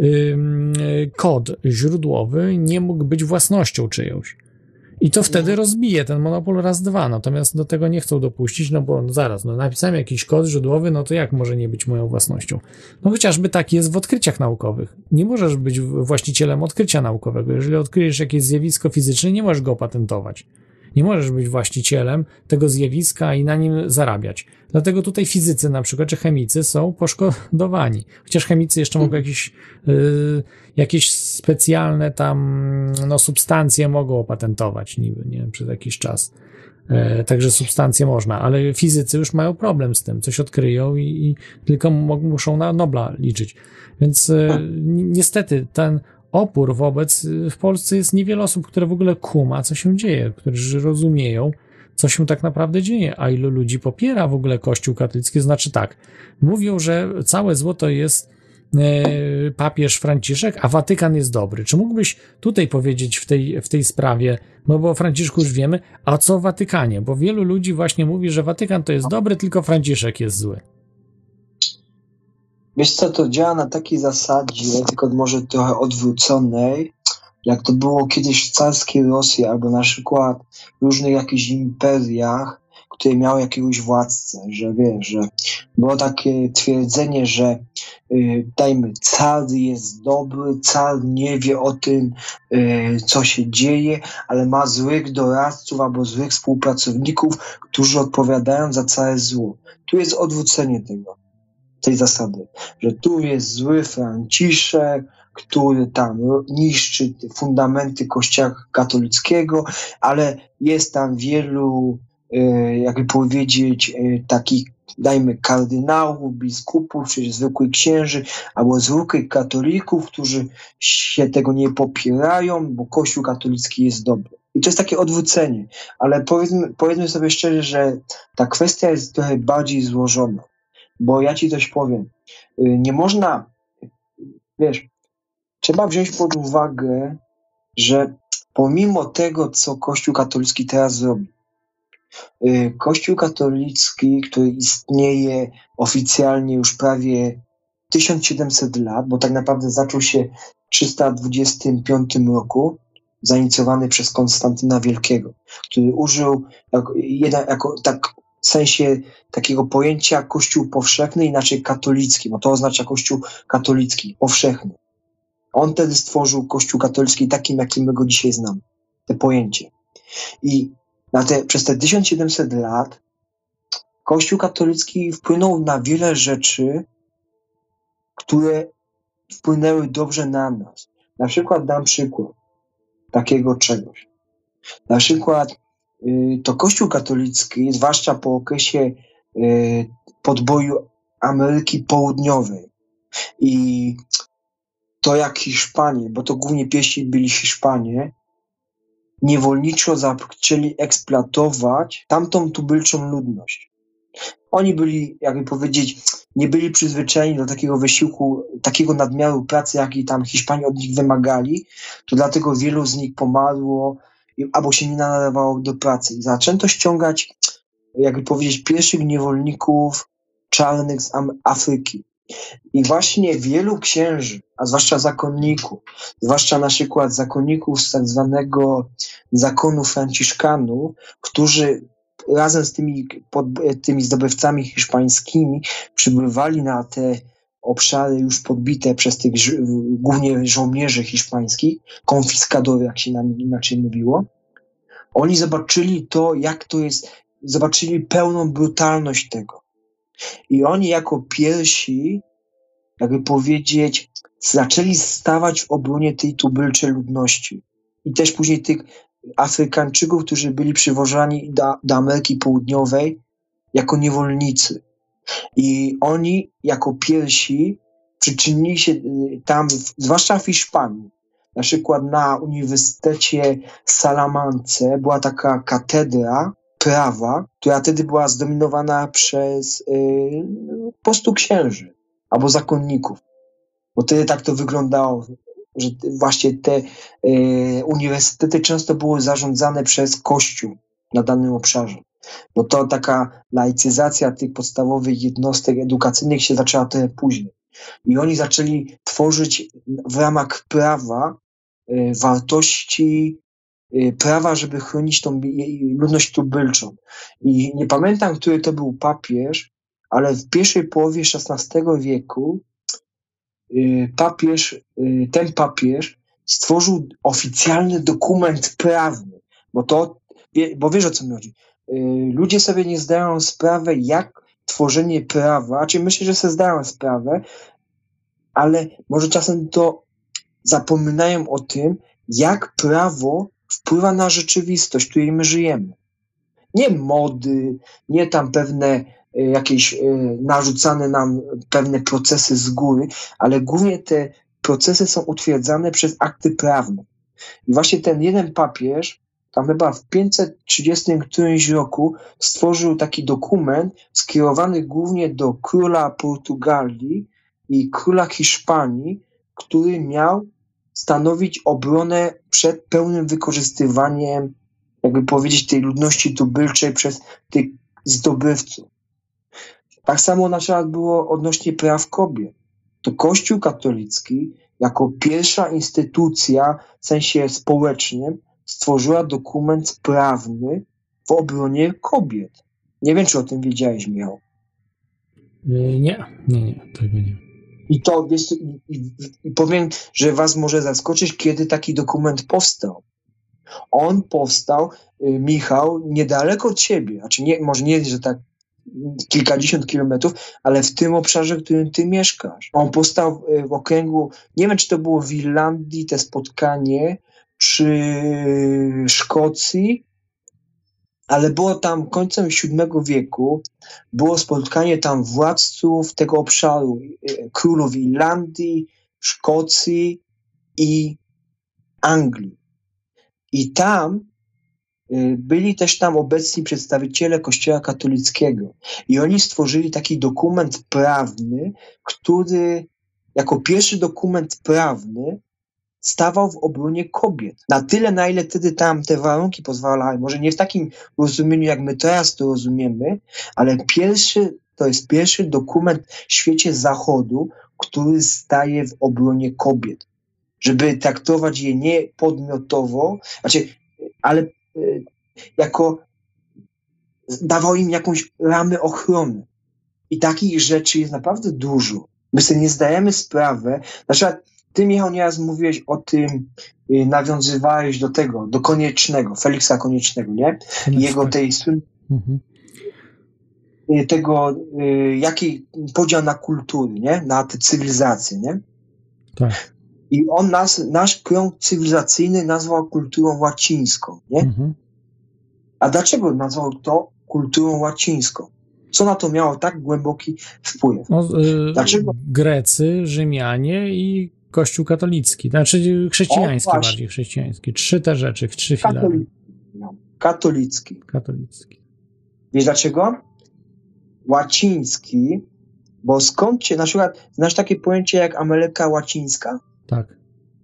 kod źródłowy nie mógł być własnością czyjąś. I to wtedy rozbije ten monopol raz, dwa. Natomiast do tego nie chcą dopuścić, no bo zaraz, napisałem jakiś kod źródłowy, no to jak może nie być moją własnością? No chociażby tak jest w odkryciach naukowych. Nie możesz być właścicielem odkrycia naukowego. Jeżeli odkryjesz jakieś zjawisko fizyczne, nie możesz go opatentować. Nie możesz być właścicielem tego zjawiska i na nim zarabiać. Dlatego tutaj fizycy na przykład, czy chemicy są poszkodowani. Chociaż chemicy jeszcze mogą jakieś specjalne tam substancje mogą opatentować niby, nie, przez jakiś czas. Także substancje można, ale fizycy już mają problem z tym. Coś odkryją i tylko muszą na Nobla liczyć. Więc niestety ten opór w Polsce jest niewiele osób, które w ogóle kuma, co się dzieje, którzy rozumieją, co się tak naprawdę dzieje, a ilu ludzi popiera w ogóle Kościół katolicki. Znaczy tak, mówią, że całe zło to jest papież Franciszek, a Watykan jest dobry. Czy mógłbyś tutaj powiedzieć w tej sprawie, no bo o Franciszku już wiemy, a co o Watykanie? Bo wielu ludzi właśnie mówi, że Watykan to jest dobry, tylko Franciszek jest zły. Wiesz co, to działa na takiej zasadzie, tylko może trochę odwróconej, jak to było kiedyś w carskiej Rosji, albo na przykład w różnych jakichś imperiach, które miały jakiegoś władcę, że wiesz, że było takie twierdzenie, że dajmy, car jest dobry, car nie wie o tym, co się dzieje, ale ma złych doradców albo złych współpracowników, którzy odpowiadają za całe zło. Tu jest odwrócenie tej zasady, że tu jest zły Franciszek, który tam niszczy fundamenty Kościoła katolickiego, ale jest tam wielu, jakby powiedzieć, takich dajmy kardynałów, biskupów, czy zwykłych księży, albo zwykłych katolików, którzy się tego nie popierają, bo Kościół katolicki jest dobry. I to jest takie odwrócenie. Ale powiedzmy sobie szczerze, że ta kwestia jest trochę bardziej złożona. Bo ja ci coś powiem. Nie można, trzeba wziąć pod uwagę, że pomimo tego, co Kościół katolicki teraz robi, Kościół katolicki, który istnieje oficjalnie już prawie 1700 lat, bo tak naprawdę zaczął się w 325 roku, zainicjowany przez Konstantyna Wielkiego, który użył w sensie takiego pojęcia Kościół powszechny, inaczej katolicki, bo to oznacza Kościół katolicki, powszechny. On wtedy stworzył Kościół katolicki takim, jakim my go dzisiaj znamy. Te pojęcie. I przez te 1700 lat Kościół katolicki wpłynął na wiele rzeczy, które wpłynęły dobrze na nas. Na przykład dam przykład takiego czegoś. Na przykład to Kościół katolicki, zwłaszcza po okresie podboju Ameryki Południowej i to jak Hiszpanie, bo to głównie pierwsi byli Hiszpanie, niewolniczo zaczęli eksploatować tamtą tubylczą ludność. Oni byli, jakby powiedzieć, nie byli przyzwyczajeni do takiego wysiłku, takiego nadmiaru pracy, jaki tam Hiszpanie od nich wymagali, to dlatego wielu z nich pomarło albo się nie nadawało do pracy. I zaczęto ściągać, jakby powiedzieć, pierwszych niewolników czarnych z Afryki. I właśnie wielu księży, a zwłaszcza zakonników, zwłaszcza na przykład zakonników z tak zwanego zakonu Franciszkanów, którzy razem z tymi zdobywcami hiszpańskimi przybywali na te obszary już podbite przez tych głównie żołnierzy hiszpańskich, konfiskadorów, jak się inaczej mówiło. Oni zobaczyli to, jak to jest, zobaczyli pełną brutalność tego. I oni jako pierwsi, jakby powiedzieć, zaczęli stawać w obronie tej tubylczej ludności. I też później tych Afrykańczyków, którzy byli przywożeni do Ameryki Południowej jako niewolnicy. I oni jako pierwsi przyczynili się tam, zwłaszcza w Hiszpanii. Na przykład na Uniwersytecie w Salamance była taka katedra prawa, która wtedy była zdominowana przez po prostu księży albo zakonników. Bo wtedy tak to wyglądało, że właśnie te uniwersytety często były zarządzane przez Kościół na danym obszarze. Bo to taka laicyzacja tych podstawowych jednostek edukacyjnych się zaczęła trochę później. I oni zaczęli tworzyć w ramach prawa wartości prawa, żeby chronić tą ludność tubylczą. I nie pamiętam, który to był papież, ale w pierwszej połowie XVI wieku ten papież stworzył oficjalny dokument prawny, bo wiesz, o co mi chodzi. Ludzie sobie nie zdają sprawy, jak tworzenie prawa, czyli myślę, że sobie zdają sprawę, ale może czasem to zapominają o tym, jak prawo wpływa na rzeczywistość, w której my żyjemy. Nie mody, nie tam pewne jakieś narzucane nam pewne procesy z góry, ale głównie te procesy są utwierdzane przez akty prawne. I właśnie ten jeden papież, tam chyba w 530 którymś roku stworzył taki dokument skierowany głównie do króla Portugalii i króla Hiszpanii, który miał stanowić obronę przed pełnym wykorzystywaniem, jakby powiedzieć, tej ludności tubylczej przez tych zdobywców. Tak samo na przykład było odnośnie praw kobiet. To Kościół katolicki jako pierwsza instytucja w sensie społecznym stworzyła dokument prawny w obronie kobiet. Nie wiem, czy o tym wiedziałeś, Michał. Nie, tego nie. I powiem, że was może zaskoczyć, kiedy taki dokument powstał. On powstał, Michał, niedaleko od siebie. Znaczy może nie, że tak kilkadziesiąt kilometrów, ale w tym obszarze, w którym ty mieszkasz. On powstał w okręgu, nie wiem, czy to było w Irlandii, te spotkanie, czy Szkocji, ale było tam końcem VII wieku, było spotkanie tam władców tego obszaru, królów Irlandii, Szkocji i Anglii. I tam byli też tam obecni przedstawiciele Kościoła katolickiego. I oni stworzyli taki dokument prawny, który jako pierwszy dokument prawny stawał w obronie kobiet. Na tyle, na ile wtedy tam te warunki pozwalały. Może nie w takim rozumieniu, jak my teraz to rozumiemy, ale to jest pierwszy dokument w świecie Zachodu, który staje w obronie kobiet. Żeby traktować je nie podmiotowo, ale jako dawał im jakąś ramę ochrony. I takich rzeczy jest naprawdę dużo. My sobie nie zdajemy sprawy. Na przykład ty, Michał, nieraz mówiłeś o tym, nawiązywałeś do Koniecznego, Feliksa Koniecznego, nie? Jego tej tego, jaki podział na kultury, nie? Na te cywilizacje, nie? Tak. I on nasz krąg cywilizacyjny nazwał kulturą łacińską, nie? A dlaczego nazwał to kulturą łacińską? Co na to miało tak głęboki wpływ? Dlaczego? Grecy, Rzymianie i Kościół katolicki. Znaczy chrześcijański, bardziej chrześcijański. Trzy te rzeczy, trzy filary. Katolicki. Wiesz dlaczego? Łaciński, bo skąd na przykład, znasz takie pojęcie jak Ameryka Łacińska? Tak.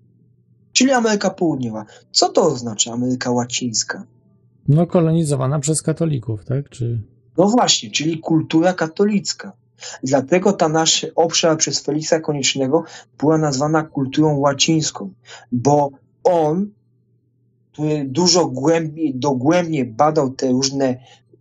Czyli Ameryka Południowa. Co to oznacza Ameryka Łacińska? No kolonizowana przez katolików, tak? No właśnie, czyli kultura katolicka. Dlatego ta nasz obszar przez Feliksa Koniecznego była nazwana kulturą łacińską, bo on, który dużo dogłębnie badał te różne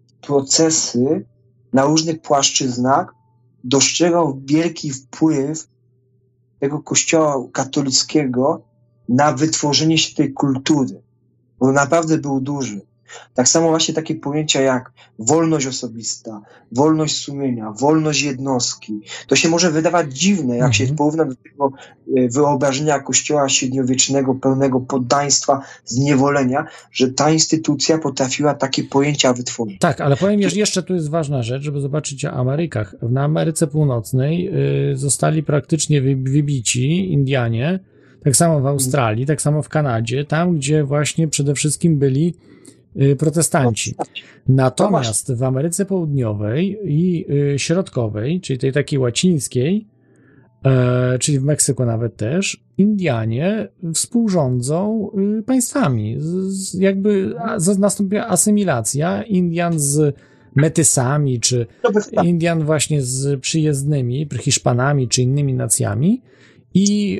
procesy na różnych płaszczyznach, dostrzegał wielki wpływ tego kościoła katolickiego na wytworzenie się tej kultury, bo naprawdę był duży. Tak samo właśnie takie pojęcia jak wolność osobista, wolność sumienia, wolność jednostki. To się może wydawać dziwne, jak się porówna do tego wyobrażenia kościoła średniowiecznego, pełnego poddaństwa, zniewolenia, że ta instytucja potrafiła takie pojęcia wytworzyć. Tak, ale powiem jeszcze, tu jest ważna rzecz, żeby zobaczyć o Amerykach. Na Ameryce Północnej zostali praktycznie wybici Indianie, tak samo w Australii, tak samo w Kanadzie, tam gdzie właśnie przede wszystkim byli protestanci. Natomiast w Ameryce Południowej i Środkowej, czyli tej takiej łacińskiej, czyli w Meksyku nawet też, Indianie współrządzą państwami. Jakby nastąpiła asymilacja Indian z Metysami, czy Indian właśnie z przyjezdnymi, Hiszpanami, czy innymi nacjami. I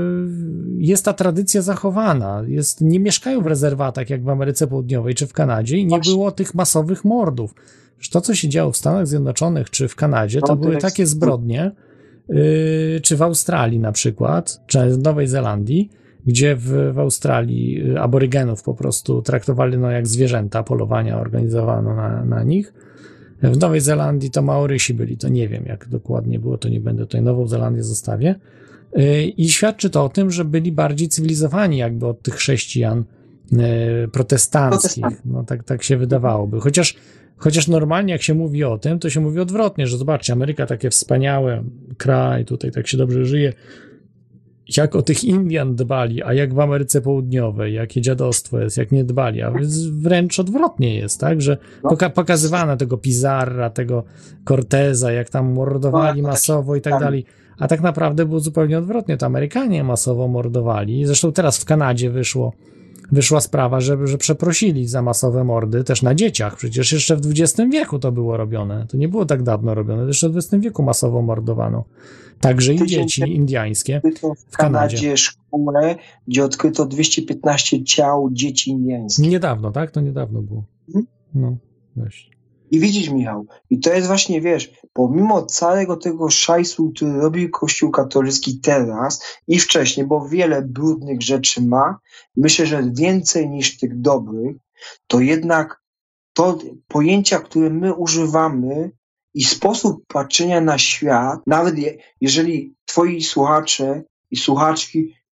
jest ta tradycja zachowana. Nie mieszkają w rezerwatach jak w Ameryce Południowej czy w Kanadzie i nie było tych masowych mordów. To, co się działo w Stanach Zjednoczonych czy w Kanadzie, to były takie zbrodnie, czy w Australii na przykład, czy w Nowej Zelandii, gdzie w Australii aborygenów po prostu traktowali jak zwierzęta, polowania organizowano na nich. W Nowej Zelandii to Maorysi byli, to nie wiem jak dokładnie było, to nie będę tutaj Nową Zelandię zostawię. I świadczy to o tym, że byli bardziej cywilizowani jakby od tych chrześcijan protestanckich. No tak się wydawałoby. Chociaż normalnie jak się mówi o tym, to się mówi odwrotnie, że zobaczcie, Ameryka takie wspaniały kraj, tutaj tak się dobrze żyje. Jak o tych Indian dbali, a jak w Ameryce Południowej, jakie dziadostwo jest, jak nie dbali, a wręcz odwrotnie jest, tak, że pokazywano tego Pizarra, tego Corteza, jak tam mordowali masowo i tak dalej, a tak naprawdę było zupełnie odwrotnie, to Amerykanie masowo mordowali, zresztą teraz w Kanadzie wyszła sprawa, że przeprosili za masowe mordy też na dzieciach, przecież jeszcze w XX wieku to było robione, to nie było tak dawno robione, jeszcze w XX wieku masowo mordowano. Także i dzieci indiańskie w Kanadzie. Szkołę, gdzie odkryto 215 ciał dzieci indiańskich. Niedawno, tak? To niedawno było. No, właśnie. I widzisz, Michał, i to jest właśnie, wiesz, pomimo całego tego szajsu, który robi Kościół katolicki teraz i wcześniej, bo wiele brudnych rzeczy ma, myślę, że więcej niż tych dobrych, to jednak to pojęcia, które my używamy i sposób patrzenia na świat, nawet jeżeli twoi słuchacze i słuchaczki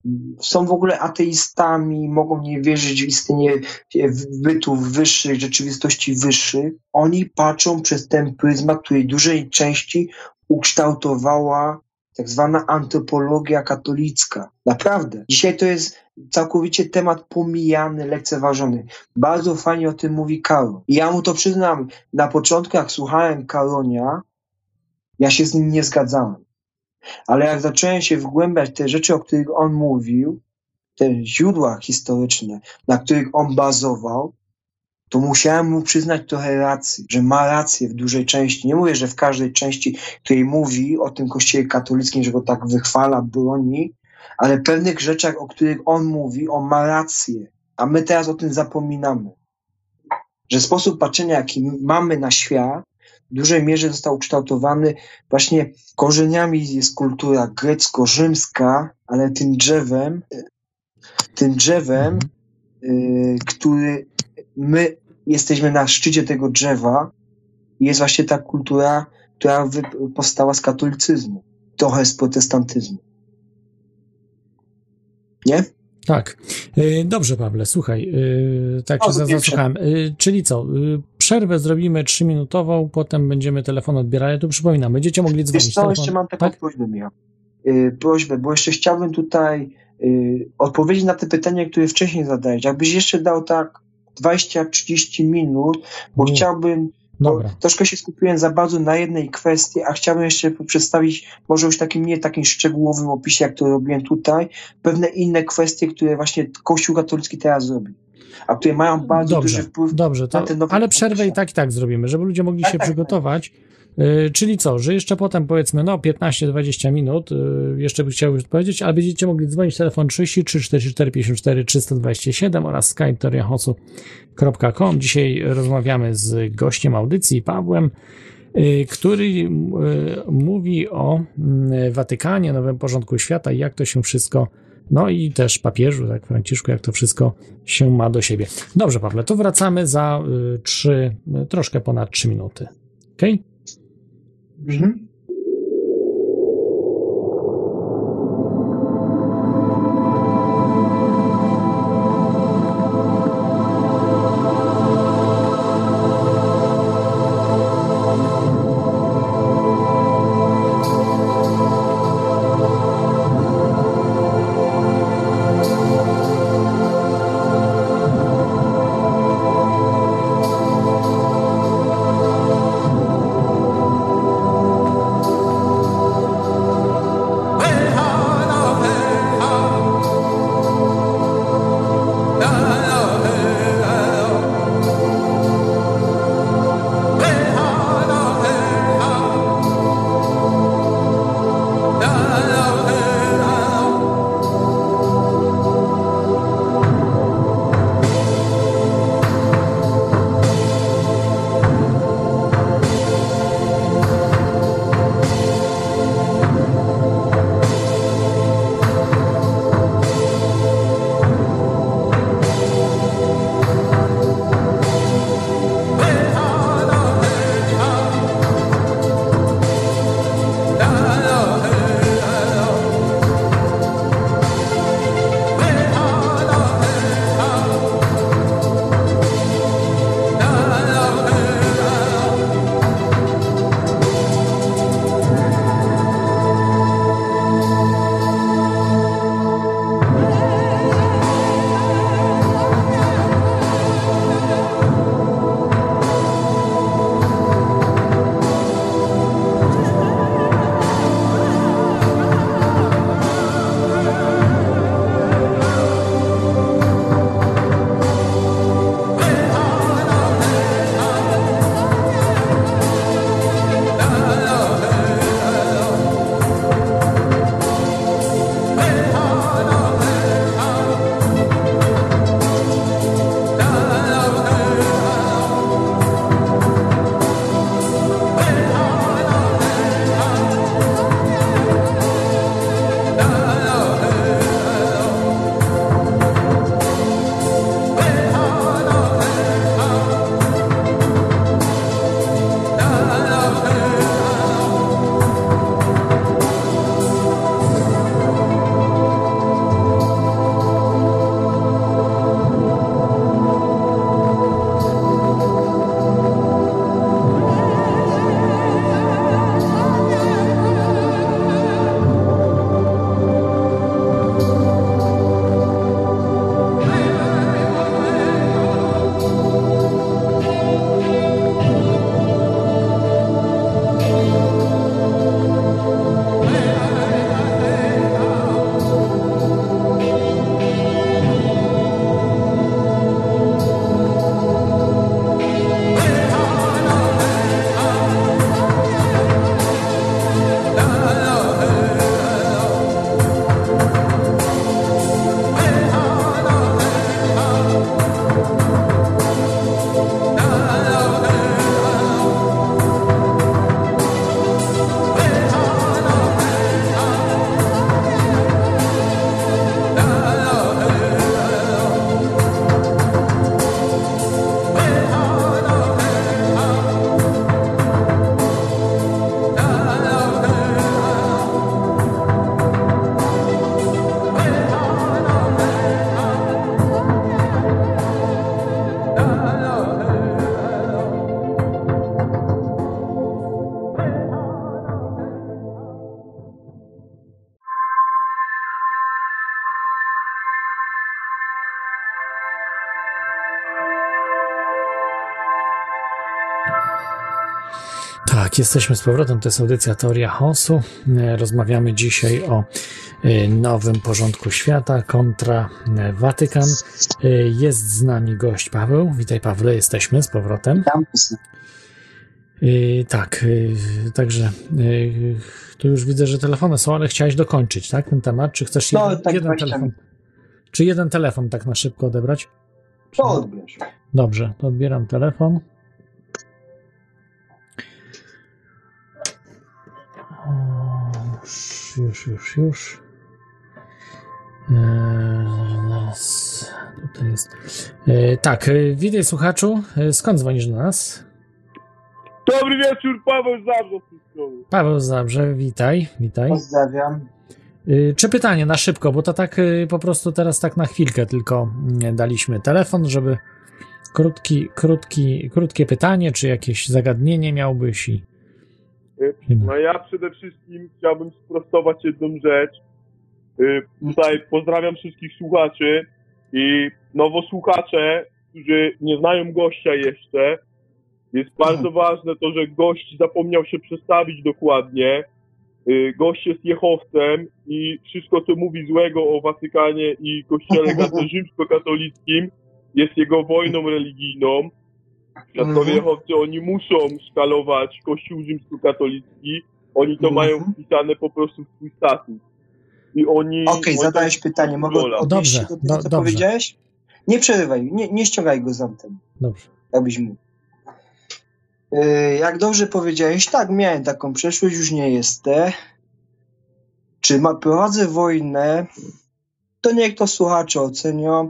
są w ogóle ateistami, mogą nie wierzyć w istnienie bytów wyższych, rzeczywistości wyższych. Oni patrzą przez ten pryzmat, której dużej części ukształtowała tak zwana antropologia katolicka. Naprawdę. Dzisiaj to jest całkowicie temat pomijany, lekceważony. Bardzo fajnie o tym mówi Karol. I ja mu to przyznam, na początku jak słuchałem Karonia, ja się z nim nie zgadzałem. Ale jak zacząłem się wgłębiać te rzeczy, o których on mówił, te źródła historyczne, na których on bazował, to musiałem mu przyznać trochę racji, że ma rację w dużej części. Nie mówię, że w każdej części, której mówi o tym kościele katolickim, że go tak wychwala, broni, ale pewnych rzeczach, o których on mówi, on ma rację. A my teraz o tym zapominamy. Że sposób patrzenia, jaki mamy na świat, w dużej mierze został ukształtowany właśnie korzeniami jest kultura grecko-rzymska, ale tym drzewem, który my jesteśmy na szczycie tego drzewa, jest właśnie ta kultura, która powstała z katolicyzmu, trochę z protestantyzmu. Nie? Tak. Dobrze, Pawle, słuchaj, tak się zasłuchałem. Czyli co? Przerwę zrobimy 3-minutową, potem będziemy telefon odbierali. Tu przypominam, będziecie mogli dzwonić. Wiesz co, jeszcze mam taką prośbę, Michał. Prośbę, bo jeszcze chciałbym tutaj odpowiedzieć na te pytania, które wcześniej zadałeś. Jakbyś jeszcze dał tak 20-30 minut, bo chciałbym, bo troszkę się skupiłem za bardzo na jednej kwestii, a chciałbym jeszcze przedstawić, może już nie takim szczegółowym opisie, jak to robiłem tutaj, pewne inne kwestie, które właśnie Kościół katolicki teraz robi, a które mają bardzo duży wpływ na ten nowy. Ale przerwę i tak zrobimy, żeby ludzie mogli się przygotować. Czyli co, że jeszcze potem powiedzmy 15-20 minut, jeszcze bym chciał powiedzieć, ale będziecie mogli dzwonić telefon 33 44 54 327 oraz skype.toriahosu.com. Dzisiaj rozmawiamy z gościem audycji, Pawłem, który mówi o Watykanie, nowym porządku świata i jak to się wszystko, no i też papieżu, tak Franciszku, jak to wszystko się ma do siebie. Dobrze, Pawle, to wracamy za troszkę ponad 3 minuty. Okej? Mhm. Tak, jesteśmy z powrotem, to jest audycja Teoria Chaosu. Rozmawiamy dzisiaj o nowym porządku świata kontra Watykan. Jest z nami gość Paweł. Witaj, Pawle, jesteśmy z powrotem. Tak, także tu już widzę, że telefony są, ale chciałeś dokończyć, tak, ten temat? Czy chcesz jeden telefon? Czy jeden telefon tak na szybko odebrać? To odbierz. Dobrze, to odbieram telefon. Już. Tutaj jest. Tak, witaj słuchaczu. Skąd dzwonisz do nas? Dobry wieczór, Paweł z Zabrze. Paweł z Zabrze, witaj. Pozdrawiam. Czy pytanie na szybko, bo to tak po prostu teraz tak na chwilkę tylko daliśmy telefon, żeby krótkie pytanie, czy jakieś zagadnienie miałbyś i... No ja przede wszystkim chciałbym sprostować jedną rzecz. Tutaj pozdrawiam wszystkich słuchaczy i nowosłuchacze, którzy nie znają gościa jeszcze. Jest bardzo ważne to, że gość zapomniał się przedstawić dokładnie. Gość jest jehowcem i wszystko, co mówi złego o Watykanie i Kościele rzymskokatolickim, jest jego wojną religijną. Świadkowie jehowcy, oni muszą szkalować Kościół rzymskokatolicki. Oni to mają wpisane po prostu w swój statut. I oni... Okej, zadałeś pytanie. Mogę odnieść się do tego, co powiedziałeś? Nie przerywaj, nie ściągaj go z anteny. Dobrze. Jakbyś mógł. Jak dobrze powiedziałeś, tak, miałem taką przeszłość, już nie jestem. Czy prowadzę wojnę? To niech to słuchacze ocenią.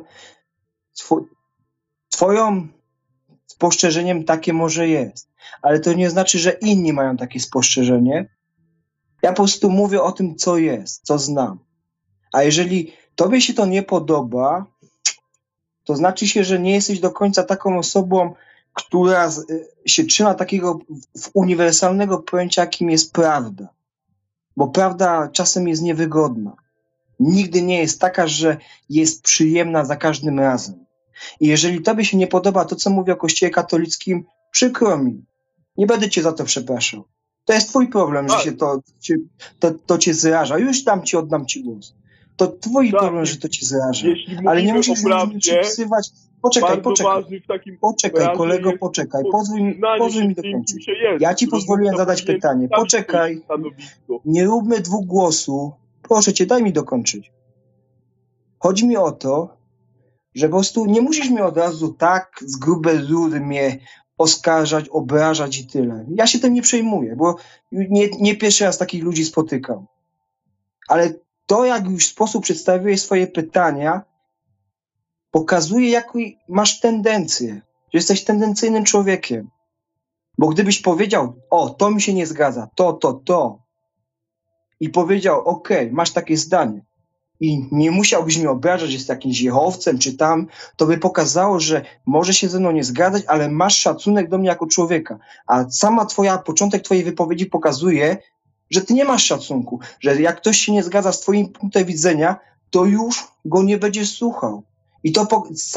Twoją spostrzeżeniem takie może jest, ale to nie znaczy, że inni mają takie spostrzeżenie. Ja po prostu mówię o tym, co jest, co znam. A jeżeli tobie się to nie podoba, to znaczy się, że nie jesteś do końca taką osobą, która się trzyma takiego uniwersalnego pojęcia, jakim jest prawda. Bo prawda czasem jest niewygodna. Nigdy nie jest taka, że jest przyjemna za każdym razem. I jeżeli tobie się nie podoba to, co mówię o Kościele katolickim, przykro mi. Nie będę cię za to przepraszał. To jest twój problem, że się to cię zraża. Już oddam ci głos. To twój problem, że to cię zraża. Ale nie musisz mi przypisywać... Poczekaj, kolego, poczekaj. Pozwól mi dokończyć. Ja ci pozwoliłem zadać pytanie. Poczekaj. Nie róbmy dwóch głosów. Proszę cię, daj mi dokończyć. Chodzi mi o to, że po prostu nie musisz mnie od razu tak z grubej rury mnie oskarżać, obrażać i tyle. Ja się tym nie przejmuję, bo nie pierwszy raz takich ludzi spotykam. Ale to, jak już w sposób przedstawiłeś swoje pytania, pokazuje, jaką masz tendencję, że jesteś tendencyjnym człowiekiem. Bo gdybyś powiedział, to mi się nie zgadza, to i powiedział, okej, masz takie zdanie i nie musiałbyś mnie obrażać, że jest jakimś jehowcem czy tam, to by pokazało, że może się ze mną nie zgadzać, ale masz szacunek do mnie jako człowieka. A początek twojej wypowiedzi pokazuje, że ty nie masz szacunku, że jak ktoś się nie zgadza z twoim punktem widzenia, to już go nie będziesz słuchał. I to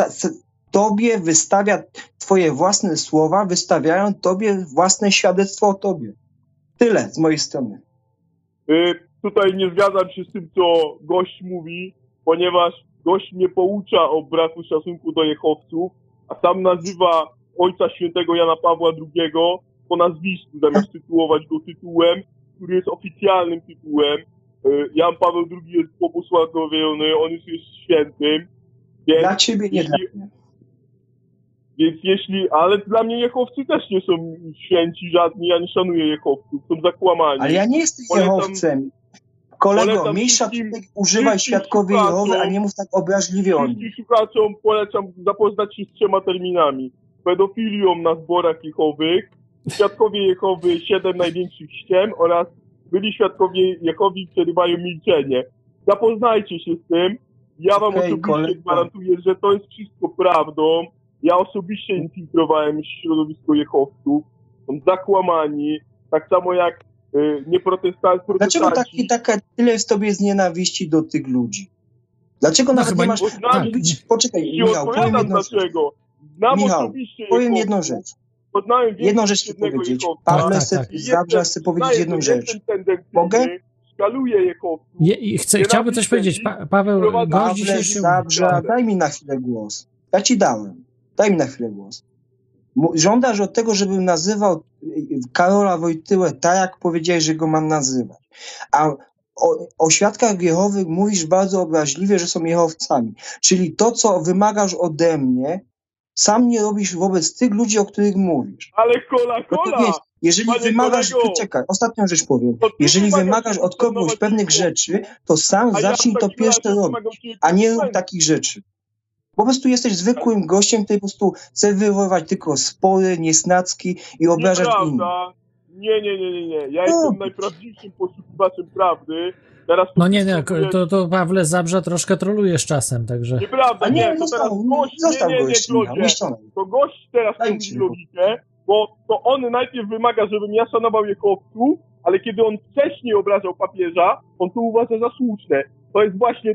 tobie wystawia, twoje własne słowa wystawiają tobie własne świadectwo o tobie. Tyle z mojej strony. Tutaj nie zgadzam się z tym, co gość mówi, ponieważ gość mnie poucza o braku szacunku do jehowców, a sam nazywa Ojca Świętego Jana Pawła II po nazwisku, zamiast tytułować go tytułem, który jest oficjalnym tytułem. Jan Paweł II jest pobłogosławiony, on już jest świętym. Więc dla ciebie nie dla mnie. Więc ale dla mnie jehowcy też nie są święci żadni, ja nie szanuję jehowców, są zakłamani. Ale ja nie jestem jehowcem. Kolego, miej szacunek, używaj świadkowie Jehowy, a nie mów tak obraźliwie o nich. Wszystkim słuchaczom polecam zapoznać się z 3 terminami. Pedofilią na zborach jehowych, świadkowie Jehowy 7 największych ściem oraz byli świadkowie Jehowy przerywają milczenie. Zapoznajcie się z tym. Ja wam osobiście gwarantuję, że to jest wszystko prawdą. Ja osobiście infiltrowałem środowisko jehowców. Są zakłamani. Tak samo jak nie protestanci. Dlaczego tyle w tobie jest nienawiści do tych ludzi? Dlaczego nawet nie masz... Poczekaj, Michał, powiem jedną rzecz. Michał, powiem jedną rzecz. poznałem jedną rzecz chcę jednego powiedzieć. Jehowca. Pawle, Tak. Zabrze, chcę powiedzieć jedną rzecz. Mogę? Szkaluję Jehowców. Chciałby coś powiedzieć. Paweł, gość Pawle, dzisiejszy... Zabrze, daj mi na chwilę głos. Ja ci dałem. Daj mi na chwilę głos. Żądasz od tego, żebym nazywał Karola Wojtyłę tak, jak powiedziałeś, że go mam nazywać. A o świadkach Jehowy mówisz bardzo obraźliwie, że są Jehowcami. Czyli to, co wymagasz ode mnie, sam nie robisz wobec tych ludzi, o których mówisz. Ale No to wiesz, jeżeli panie wymagasz, kolego, czekaj, ostatnią rzecz powiem. to ty Jeżeli wymagasz wymagasz od kogoś poszanować pewnych Jehowę. rzeczy, to sam A ja zacznij w to takim razie pierwsze wymagam robić, ciebie a nie rób konsekwencji. takich rzeczy. Po prostu jesteś zwykłym gościem, który po prostu chce wywoływać tylko spory, niesnacki i obrażać innych. Nieprawda. Nie. Ja jestem najprawdziwszym poszukiwaczem prawdy. Teraz No nie, to Pawle Zabrza troszkę trolujesz czasem, także... Nieprawda, A nie, nie, to teraz został gość, nie, gość, Klodzie. To gość teraz Daj mówi ci logikę, bo to on najpierw wymaga, żebym ja szanował Jehowców, ale kiedy on wcześniej obrażał papieża, on to uważa za słuszne. To jest właśnie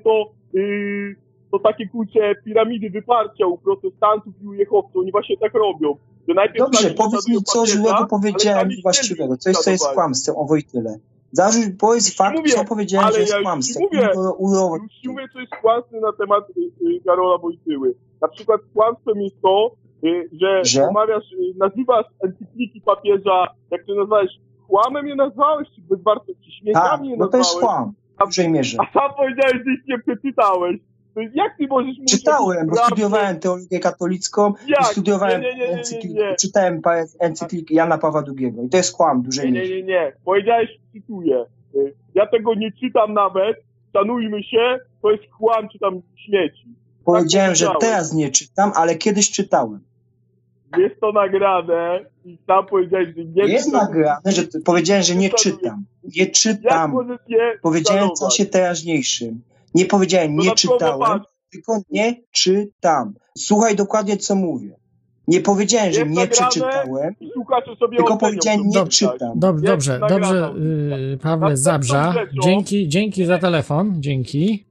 to takie kurcze piramidy wyparcia u protestantów i u Jehowców. Oni właśnie tak robią. Że najpierw Dobrze, sami powiedz mi, szanują co papieża, złego ale powiedziałem sami właściwego. siebie Coś, co jest szanowali. kłamstwem o Wojtyle. Powiedz fakt, mówię, co powiedziałem, ale że jest ja już kłamstwem. ci mówię, Już ci mówię, co jest kłamstwem na temat Karola Wojtyły. Na przykład kłamstwem jest to, że omawiasz, nazywasz encykliki papieża, jak to nazwałeś, kłamem je nazwałeś, czy bezwartość, czy śmieciami je no to nazwałeś. jest kłam, w dużej mierze. A sam powiedziałeś, że ich nie przeczytałeś. To jak ty możesz mówić... Czytałem, bo studiowałem teologię katolicką i studiowałem Nie. czytałem parę encyklik Jana Pawła II. I to jest kłam w dużej mierze. Nie. Powiedziałeś, cytuję. Ja tego nie czytam nawet, szanujmy się, to jest kłam, czy tam śmieci. Powiedziałem, że teraz nie czytam, ale kiedyś czytałem. Jest to nagrane i sam powiedziałeś, że nie Jest czytam. nagrane, że powiedziałem, że nie czytam. Nie Jak czytam. możesz je Powiedziałem w szanować? czasie teraźniejszym. Nie powiedziałem nie Dodatkowo czytałem, patrz. tylko nie czytam. Słuchaj dokładnie, co mówię. Nie powiedziałem, że Jest nie nagrane przeczytałem, i słuchacze sobie tylko ocenią, powiedziałem co nie czytałeś. czytam. Dobrze, Pawle Następną Zabrza, rzeczą- dzięki za telefon, dzięki.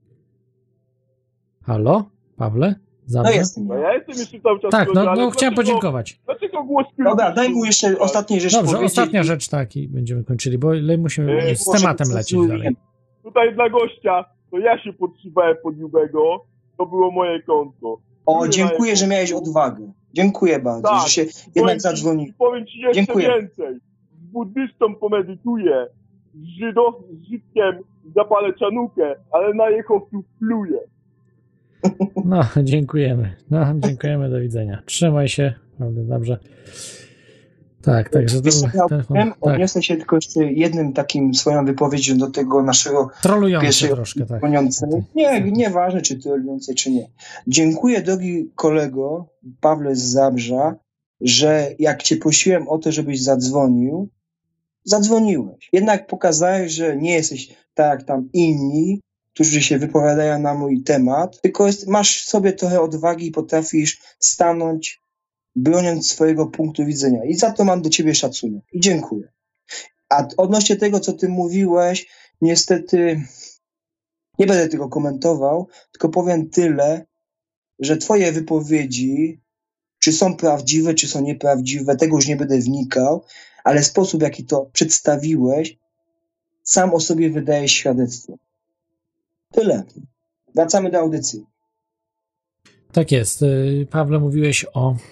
Halo, Pawle Zabrza? No jestem. No ja jestem jeszcze cały czas... Tak, ale chciałem dlaczego- podziękować. Dlaczego głos Dobra, daj mu jeszcze ostatniej rzeczy Dobrze, powiedzieć. ostatnia rzecz, tak, i będziemy kończyli, bo musimy z tematem lecieć dalej. Tutaj dla gościa, to ja się podszywałem pod Jubego, to było moje konto. O, dziękuję, że miałeś odwagę. Dziękuję bardzo, Tak. że się Powiem jednak ci- zadzwonił. Powiem ci jeszcze Dziękuję. więcej. Z buddystą pomedytuję, z Żydkiem zapalę czanukę, ale na Jehowców pluję. No, dziękujemy. Do widzenia. Trzymaj się, Pawle, dobrze. Tak, także to Wiesz, co był telefon. miałem? Tak. Odniosę się tylko jeszcze jednym takim swoją wypowiedzią do tego naszego Trolujący pierwszego troszkę, tak. dzwoniącego. Nieważne, czy trolujący, czy nie. Dziękuję, drogi kolego, Pawle z Zabrza, że jak cię prosiłem o to, żebyś zadzwonił, zadzwoniłeś. Jednak pokazałeś, że nie jesteś tak jak tam inni, którzy się wypowiadają na mój temat, tylko masz w sobie trochę odwagi i potrafisz stanąć, broniąc swojego punktu widzenia. I za to mam do ciebie szacunek. I dziękuję. A odnośnie tego, co ty mówiłeś, niestety nie będę tego komentował, tylko powiem tyle, że twoje wypowiedzi, czy są prawdziwe, czy są nieprawdziwe, tego już nie będę wnikał, ale sposób, w jaki to przedstawiłeś, sam o sobie wydaje świadectwo. Tyle. Wracamy do audycji. Tak jest. Pawle, mówiłeś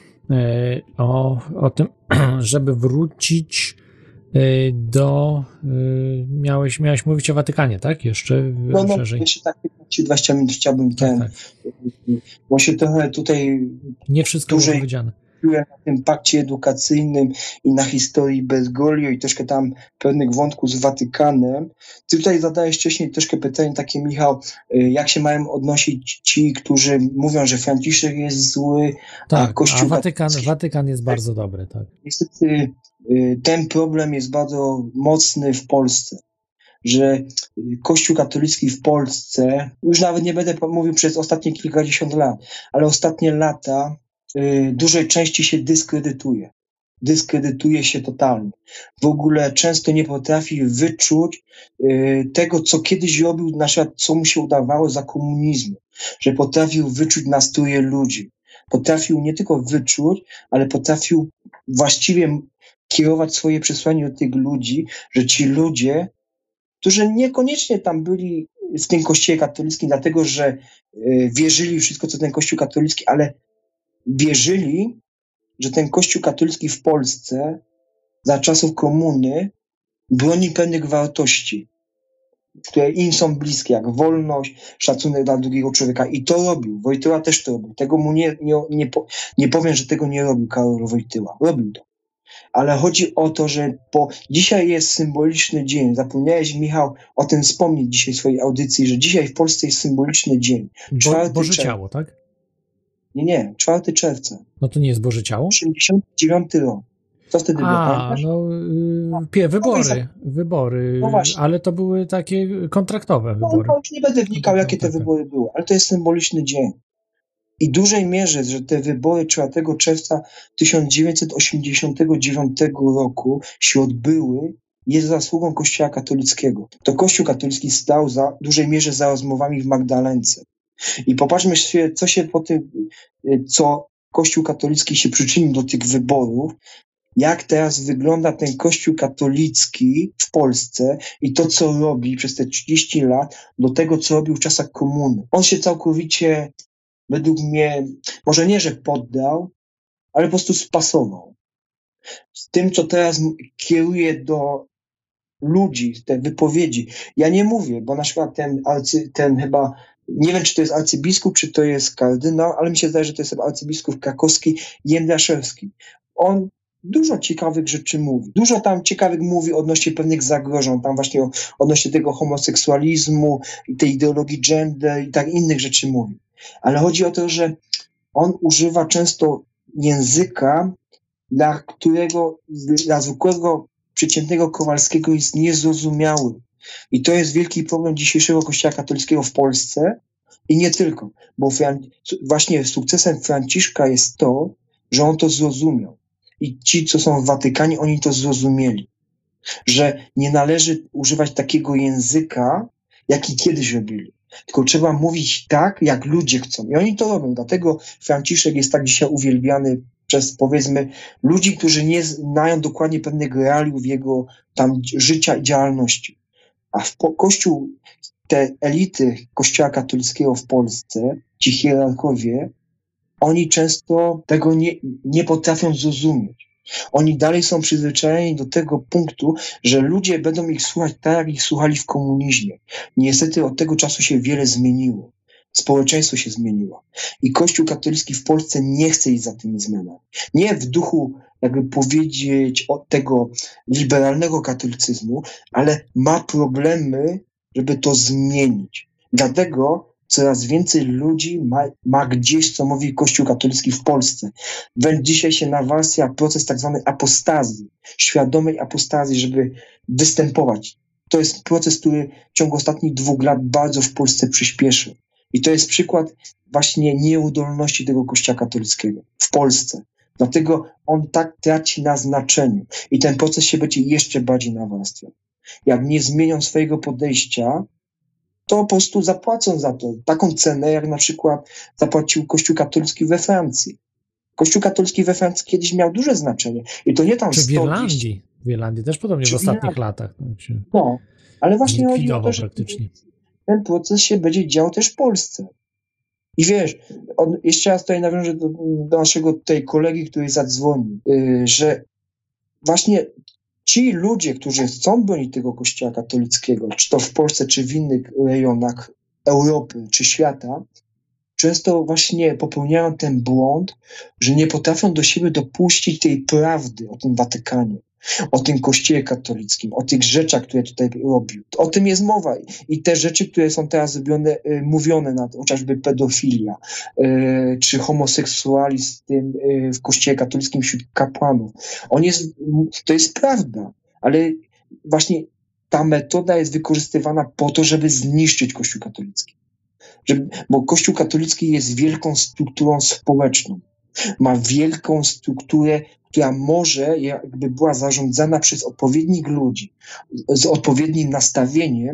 o tym, żeby wrócić do... Miałeś mówić o Watykanie, tak? Jeszcze szerzej. Jeszcze tak 15-20 minut chciałbym Tak. bo się trochę tutaj Nie wszystko było powiedziane. na tym pakcie edukacyjnym i na historii Bergoglio i troszkę tam pewnych wątków z Watykanem. Ty tutaj zadałeś wcześniej troszkę pytanie takie, Michał, jak się mają odnosić ci, którzy mówią, że Franciszek jest zły, Tak, a Kościół Watykan jest bardzo dobry, tak. Niestety ten problem jest bardzo mocny w Polsce, że Kościół katolicki w Polsce, już nawet nie będę mówił przez ostatnie kilkadziesiąt lat, ale ostatnie lata dużej części się dyskredytuje. Dyskredytuje się totalnie. W ogóle często nie potrafi wyczuć tego, co kiedyś robił, na przykład co mu się udawało za komunizmu, że potrafił wyczuć nastroje ludzi. Potrafił nie tylko wyczuć, ale potrafił właściwie kierować swoje przesłanie do tych ludzi, że ci ludzie, którzy niekoniecznie tam byli w tym kościele katolickim, dlatego że wierzyli w wszystko, co ten kościół katolicki, ale wierzyli, że ten kościół katolicki w Polsce za czasów komuny broni pewnych wartości, które im są bliskie, jak wolność, szacunek dla drugiego człowieka. I to robił. Wojtyła też to robił. Tego mu nie powiem, że tego nie robił Karol Wojtyła. Robił to. Ale chodzi o to, że dzisiaj jest symboliczny dzień. Zapomniałeś, Michał, o tym wspomnieć dzisiaj w swojej audycji, że dzisiaj w Polsce jest symboliczny dzień. Boże Ciało, tak? Nie, 4 czerwca. No to nie jest Boże Ciało? 89 rok. Co wtedy było, pamiętasz? Wybory, No właśnie. ale to były takie kontraktowe wybory. No, już nie będę wnikał, jakie te wybory były, ale to jest symboliczny dzień. I w dużej mierze, że te wybory 4 czerwca 1989 roku się odbyły, jest zasługą Kościoła katolickiego. To Kościół katolicki stał w dużej mierze za rozmowami w Magdalence. I popatrzmy się, co się po tym, co Kościół katolicki się przyczynił do tych wyborów, jak teraz wygląda ten Kościół katolicki w Polsce i to, co robi przez te 30 lat do tego, co robił w czasach komuny. On się całkowicie, według mnie, może nie, że poddał, ale po prostu spasował. Z tym, co teraz kieruje do ludzi, te wypowiedzi. Ja nie mówię, bo na przykład ten chyba, nie wiem, czy to jest arcybiskup, czy to jest kardynał, ale mi się zdaje, że to jest arcybiskup krakowski Jędraszewski. On dużo ciekawych rzeczy mówi. Dużo tam ciekawych mówi odnośnie pewnych zagrożeń, tam właśnie odnośnie tego homoseksualizmu, tej ideologii gender i tak innych rzeczy mówi. Ale chodzi o to, że on używa często języka, dla zwykłego, przeciętnego Kowalskiego jest niezrozumiały. I to jest wielki problem dzisiejszego Kościoła katolickiego w Polsce i nie tylko, bo właśnie sukcesem Franciszka jest to, że on to zrozumiał. I ci, co są w Watykanie, oni to zrozumieli. Że nie należy używać takiego języka, jaki kiedyś robili. Tylko trzeba mówić tak, jak ludzie chcą. I oni to robią. Dlatego Franciszek jest tak dzisiaj uwielbiany przez, powiedzmy, ludzi, którzy nie znają dokładnie pewnych realiów jego tam życia i działalności. A Kościół, te elity Kościoła katolickiego w Polsce, ci hierarchowie, oni często tego nie potrafią zrozumieć. Oni dalej są przyzwyczajeni do tego punktu, że ludzie będą ich słuchać tak, jak ich słuchali w komunizmie. Niestety od tego czasu się wiele zmieniło. Społeczeństwo się zmieniło. I Kościół katolicki w Polsce nie chce iść za tymi zmianami. Nie w duchu, jakby powiedzieć, od tego liberalnego katolicyzmu, ale ma problemy, żeby to zmienić. Dlatego coraz więcej ludzi ma gdzieś, co mówi Kościół katolicki w Polsce. Wręcz dzisiaj się nawarstwia proces tak zwanej apostazji, świadomej apostazji, żeby występować. To jest proces, który w ciągu ostatnich 2 lat bardzo w Polsce przyspieszył. I to jest przykład właśnie nieudolności tego Kościoła katolickiego w Polsce. Dlatego on tak traci na znaczeniu. I ten proces się będzie jeszcze bardziej nawarstwiał. Jak nie zmienią swojego podejścia, to po prostu zapłacą za to taką cenę, jak na przykład zapłacił Kościół katolicki we Francji. Kościół katolicki we Francji kiedyś miał duże znaczenie. I to nie tam czy w Irlandii. W Irlandii też podobnie w ostatnich latach. No, ale właśnie chodzi o to, że praktycznie. Ten proces się będzie działo też w Polsce. I wiesz, jeszcze raz tutaj nawiążę do naszego tej kolegi, który zadzwonił, że właśnie ci ludzie, którzy chcą bronić tego Kościoła katolickiego, czy to w Polsce, czy w innych rejonach Europy, czy świata, często właśnie popełniają ten błąd, że nie potrafią do siebie dopuścić tej prawdy o tym Watykanie, o tym Kościele katolickim, o tych rzeczach, które tutaj robił. O tym jest mowa. I te rzeczy, które są teraz mówione, chociażby pedofilia, czy homoseksualizm w Kościele katolickim wśród kapłanów. To jest prawda, ale właśnie ta metoda jest wykorzystywana po to, żeby zniszczyć Kościół katolicki. Bo Kościół katolicki jest wielką strukturą społeczną. Ma wielką strukturę, która może jakby była zarządzana przez odpowiednich ludzi, z odpowiednim nastawieniem,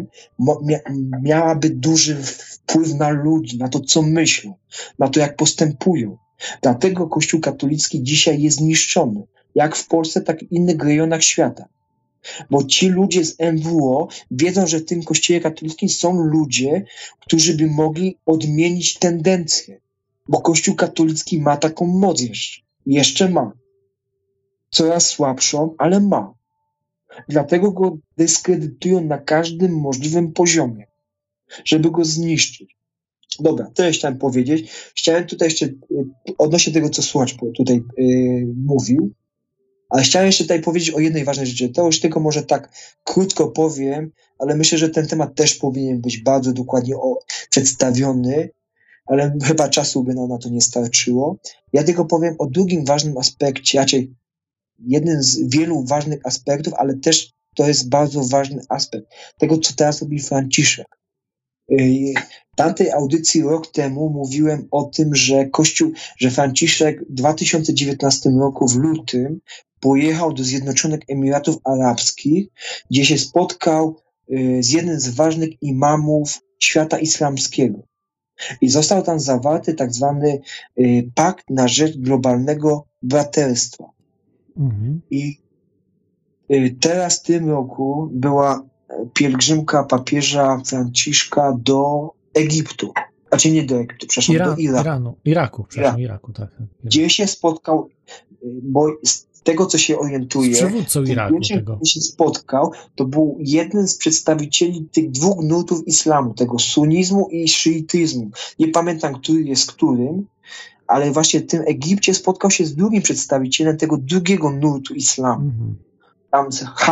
miałaby duży wpływ na ludzi, na to, co myślą, na to, jak postępują. Dlatego Kościół katolicki dzisiaj jest zniszczony. jak w Polsce, tak i w innych rejonach świata. Bo ci ludzie z MWO wiedzą, że w tym kościele katolickim są ludzie, którzy by mogli odmienić tendencję. Bo kościół katolicki ma taką moc jeszcze. Jeszcze ma. Coraz słabszą, ale ma. Dlatego go dyskredytują na każdym możliwym poziomie, żeby go zniszczyć. Dobra, tyle chciałem powiedzieć. Chciałem tutaj jeszcze, odnośnie tego, co słuchacz tutaj mówił, ale chciałem jeszcze tutaj powiedzieć o jednej ważnej rzeczy. To już tylko może tak krótko powiem, ale myślę, że ten temat też powinien być bardzo dokładnie przedstawiony, ale chyba czasu by na to nie starczyło. Ja tylko powiem o drugim ważnym aspekcie, raczej jednym z wielu ważnych aspektów, ale też to jest bardzo ważny aspekt tego, co teraz robi Franciszek. W tamtej audycji rok temu mówiłem o tym, że Franciszek w 2019 roku w lutym pojechał do Zjednoczonych Emiratów Arabskich, gdzie się spotkał z jednym z ważnych imamów świata islamskiego. I został tam zawarty tak zwany pakt na rzecz globalnego braterstwa. Mhm. I teraz w tym roku była pielgrzymka papieża Franciszka do Egiptu. Znaczy nie do Egiptu, przepraszam, do Iraku. Iraku, tak. Gdzie się spotkał, bo z tego, co się orientuje, przywódcą Iraku tego. Się spotkał, to był jeden z przedstawicieli tych dwóch nurtów islamu, tego sunnizmu i szyityzmu. Nie pamiętam, który jest którym, ale właśnie w tym Egipcie spotkał się z drugim przedstawicielem tego drugiego nurtu islamu. Mhm. Tam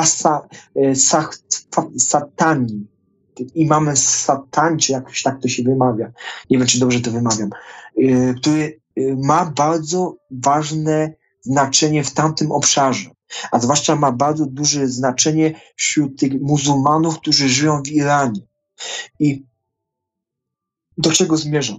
Satani, imam Satani, czy jakoś tak to się wymawia. Nie wiem, czy dobrze to wymawiam. Który ma bardzo ważne znaczenie w tamtym obszarze. A zwłaszcza ma bardzo duże znaczenie wśród tych muzułmanów, którzy żyją w Iranie. I do czego zmierzam?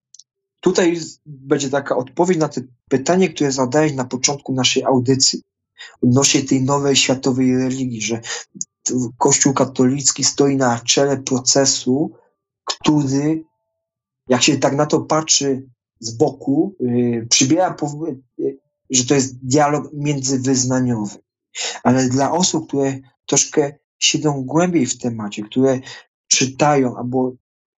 Tutaj będzie taka odpowiedź na to pytanie, które zadałeś na początku naszej audycji odnośnie tej nowej światowej religii, że Kościół katolicki stoi na czele procesu, który, jak się tak na to patrzy z boku, przybiera, że to jest dialog międzywyznaniowy. Ale dla osób, które troszkę siedzą głębiej w temacie, które czytają albo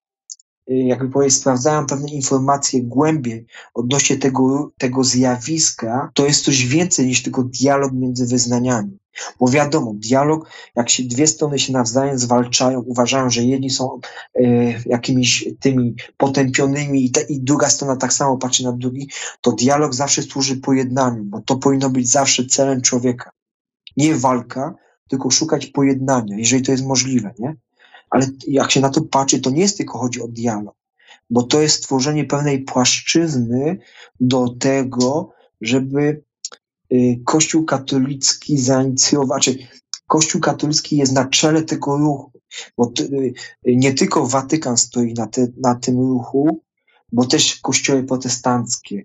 jakby powiedzieć, sprawdzają pewne informacje głębiej odnośnie tego zjawiska, to jest coś więcej niż tylko dialog między wyznaniami. Bo wiadomo, dialog, jak się dwie strony się nawzajem zwalczają, uważają, że jedni są jakimiś tymi potępionymi i druga strona tak samo patrzy na drugi, to dialog zawsze służy pojednaniu, bo to powinno być zawsze celem człowieka. Nie walka, tylko szukać pojednania, jeżeli to jest możliwe, nie? Ale jak się na to patrzy, to nie jest tylko chodzi o dialog, bo to jest stworzenie pewnej płaszczyzny do tego, żeby Kościół katolicki zainicjował, czy Kościół katolicki jest na czele tego ruchu, bo nie tylko Watykan stoi na tym ruchu, bo też kościoły protestanckie,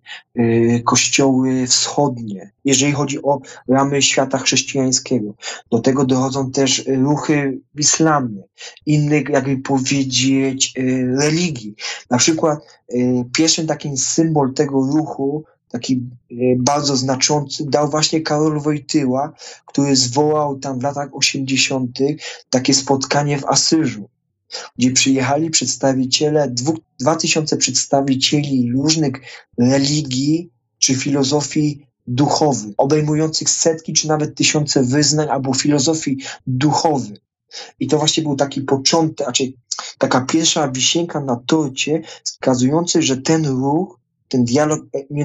kościoły wschodnie, jeżeli chodzi o ramy świata chrześcijańskiego. Do tego dochodzą też ruchy w islamie, innych, jakby powiedzieć, religii. Na przykład pierwszym takim symbol tego ruchu, taki bardzo znaczący, dał właśnie Karol Wojtyła, który zwołał tam w latach 80. takie spotkanie w Asyżu, gdzie przyjechali przedstawiciele, 2000 przedstawicieli różnych religii czy filozofii duchowych, obejmujących setki czy nawet tysiące wyznań albo filozofii duchowych. I to właśnie był taki początek, taka pierwsza wisienka na torcie, wskazujący, że ten ruch, ten dialog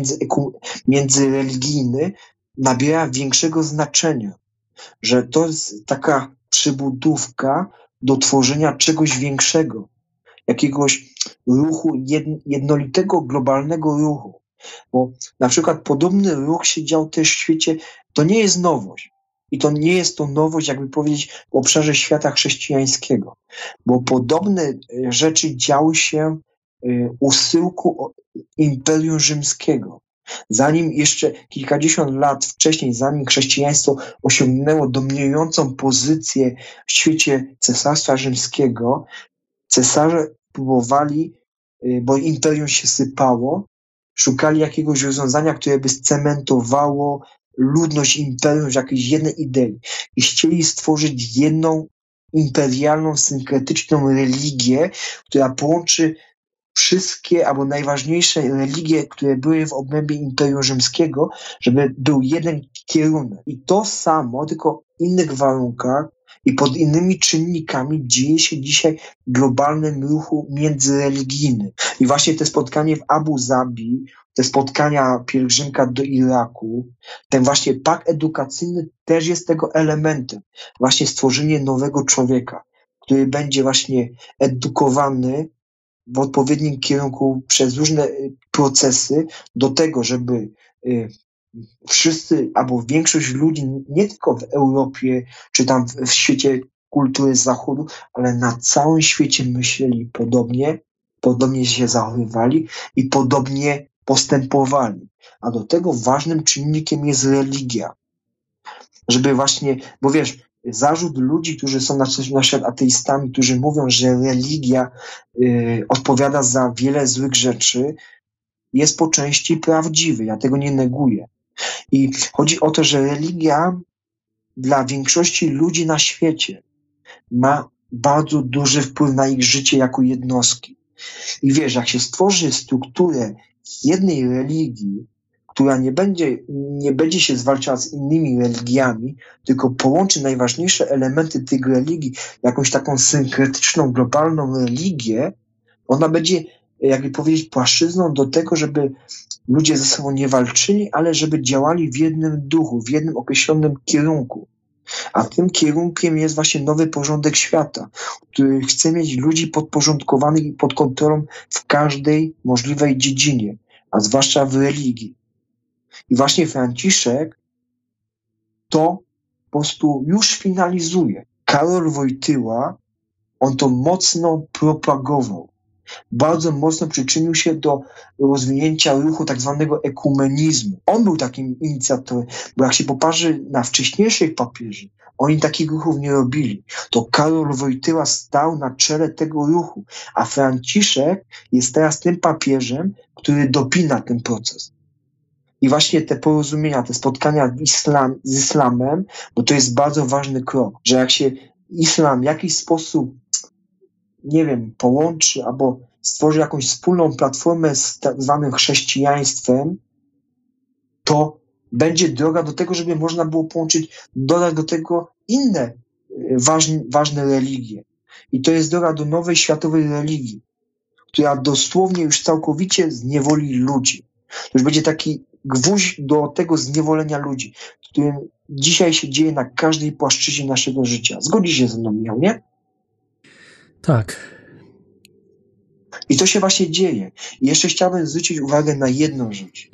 międzyreligijny nabiera większego znaczenia, że to jest taka przybudówka do tworzenia czegoś większego, jakiegoś ruchu, jednolitego, globalnego ruchu. Bo na przykład podobny ruch się dział też w świecie, to nie jest nowość. I to nie jest to nowość, jakby powiedzieć, w obszarze świata chrześcijańskiego. Bo podobne rzeczy działy się u schyłku Imperium Rzymskiego. Zanim jeszcze kilkadziesiąt lat wcześniej, zanim chrześcijaństwo osiągnęło dominującą pozycję w świecie Cesarstwa Rzymskiego, cesarze próbowali, bo imperium się sypało, szukali jakiegoś rozwiązania, które by scementowało ludność imperium z jakiejś jednej idei i chcieli stworzyć jedną imperialną, synkretyczną religię, która połączy wszystkie albo najważniejsze religie, które były w obrębie Imperium Rzymskiego, żeby był jeden kierunek. I to samo, tylko w innych warunkach i pod innymi czynnikami dzieje się dzisiaj w globalnym ruchu międzyreligijnym. I właśnie te spotkanie w Abu Zabi, te spotkania pielgrzymka do Iraku, ten właśnie pakt edukacyjny też jest tego elementem. Właśnie stworzenie nowego człowieka, który będzie właśnie edukowany w odpowiednim kierunku przez różne procesy do tego, żeby wszyscy albo większość ludzi, nie tylko w Europie czy tam w świecie kultury Zachodu, ale na całym świecie myśleli podobnie się zachowywali i podobnie postępowali. A do tego ważnym czynnikiem jest religia. Żeby właśnie, bo wiesz, zarzut ludzi, którzy są na przykład ateistami, którzy mówią, że religia odpowiada za wiele złych rzeczy, jest po części prawdziwy. Ja tego nie neguję. I chodzi o to, że religia dla większości ludzi na świecie ma bardzo duży wpływ na ich życie jako jednostki. I wiesz, jak się stworzy strukturę jednej religii, która nie będzie się zwalczała z innymi religiami, tylko połączy najważniejsze elementy tych religii, jakąś taką synkretyczną, globalną religię, ona będzie, jakby powiedzieć, płaszczyzną do tego, żeby ludzie ze sobą nie walczyli, ale żeby działali w jednym duchu, w jednym określonym kierunku. A tym kierunkiem jest właśnie nowy porządek świata, który chce mieć ludzi podporządkowanych i pod kontrolą w każdej możliwej dziedzinie, a zwłaszcza w religii. I właśnie Franciszek to po prostu już finalizuje. Karol Wojtyła, on to mocno propagował. Bardzo mocno przyczynił się do rozwinięcia ruchu tak zwanego ekumenizmu. On był takim inicjatorem, bo jak się popatrzy na wcześniejszych papieży, oni takich ruchów nie robili. To Karol Wojtyła stał na czele tego ruchu, a Franciszek jest teraz tym papieżem, który dopina ten proces. I właśnie te porozumienia, te spotkania z islamem, bo to jest bardzo ważny krok, że jak się islam w jakiś sposób, nie wiem, połączy albo stworzy jakąś wspólną platformę z tak zwanym chrześcijaństwem, to będzie droga do tego, żeby można było dodać do tego inne ważne religie. I to jest droga do nowej światowej religii, która dosłownie już całkowicie zniewoli ludzi. To już będzie taki gwóźdź do tego zniewolenia ludzi, którym dzisiaj się dzieje na każdej płaszczyźnie naszego życia. Zgodzi się ze mną, Michał, nie? Tak. I to się właśnie dzieje. I jeszcze chciałbym zwrócić uwagę na jedną rzecz.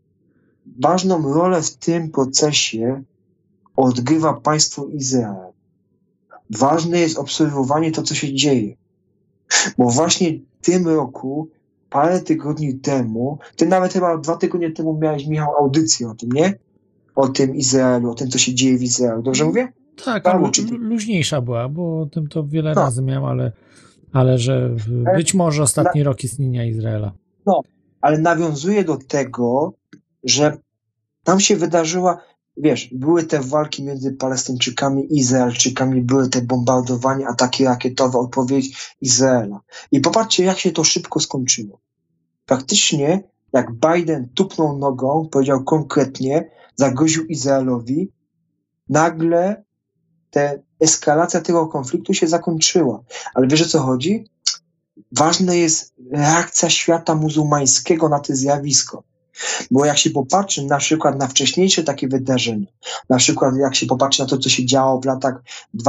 Ważną rolę w tym procesie odgrywa państwo Izrael. Ważne jest obserwowanie to, co się dzieje. Bo właśnie w tym roku, parę tygodni temu, ty nawet chyba 2 tygodnie temu miałeś, Michał, audycję o tym, nie? O tym Izraelu, o tym, co się dzieje w Izraelu. Dobrze mówię? Tak, ale luźniejsza była, bo o tym to wiele razy miałem, ale że być może ostatni rok istnienia Izraela. No, ale nawiązuje do tego, że tam się wydarzyła, wiesz, były te walki między Palestyńczykami i Izraelczykami, były te bombardowania, ataki rakietowe, odpowiedź Izraela. I popatrzcie, jak się to szybko skończyło. Praktycznie, jak Biden tupnął nogą, powiedział konkretnie, zagroził Izraelowi, nagle eskalacja tego konfliktu się zakończyła. Ale wiesz, o co chodzi? Ważna jest reakcja świata muzułmańskiego na to zjawisko. Bo jak się popatrzy na przykład na wcześniejsze takie wydarzenia, na przykład jak się popatrzy na to, co się działo w latach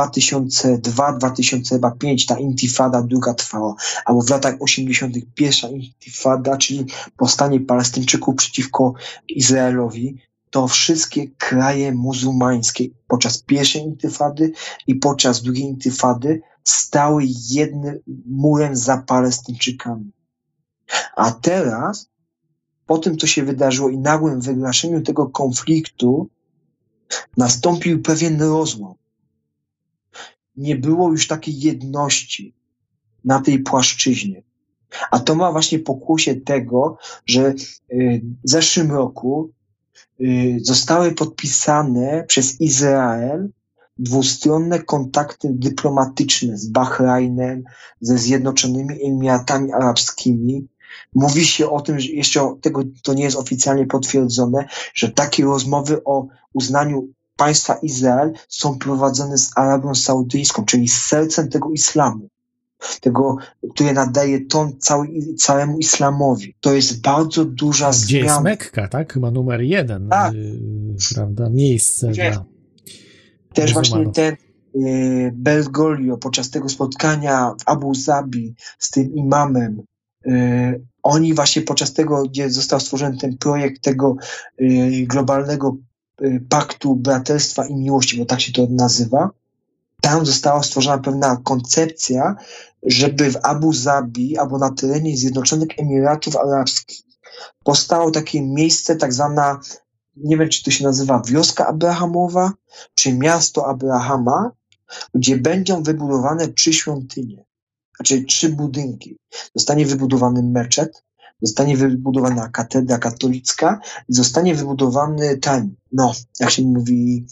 2002-2005, ta intifada druga trwała, albo w latach 80. pierwsza intifada, czyli powstanie Palestyńczyków przeciwko Izraelowi, to wszystkie kraje muzułmańskie podczas pierwszej intifady i podczas drugiej intifady stały jednym murem za Palestyńczykami. A teraz, po tym, co się wydarzyło i nagłym wygaszeniu tego konfliktu, nastąpił pewien rozłam. Nie było już takiej jedności na tej płaszczyźnie. A to ma właśnie pokłosie tego, że w zeszłym roku zostały podpisane przez Izrael dwustronne kontakty dyplomatyczne z Bahrajnem, ze Zjednoczonymi Emiratami Arabskimi. Mówi się o tym, że jeszcze tego to nie jest oficjalnie potwierdzone, że takie rozmowy o uznaniu państwa Izrael są prowadzone z Arabią Saudyjską, czyli z sercem tego islamu, tego, które nadaje ton całemu islamowi. To jest bardzo duża Gdzie zmiana. jest Mekka, tak? Chyba numer 1, Tak. prawda? Miejsce dla Też właśnie muzułmanów. ten Bergoglio podczas tego spotkania w Abu Zabi z tym imamem, oni właśnie podczas tego, gdzie został stworzony ten projekt tego globalnego paktu braterstwa i miłości, bo tak się to nazywa, tam została stworzona pewna koncepcja, żeby w Abu Zabi albo na terenie Zjednoczonych Emiratów Arabskich powstało takie miejsce, tak zwana, nie wiem czy to się nazywa wioska Abrahamowa, czy miasto Abrahama, gdzie będą wybudowane 3 świątynie, znaczy 3 budynki. Zostanie wybudowany meczet, zostanie wybudowana katedra katolicka i zostanie wybudowany ten, jak się mówi,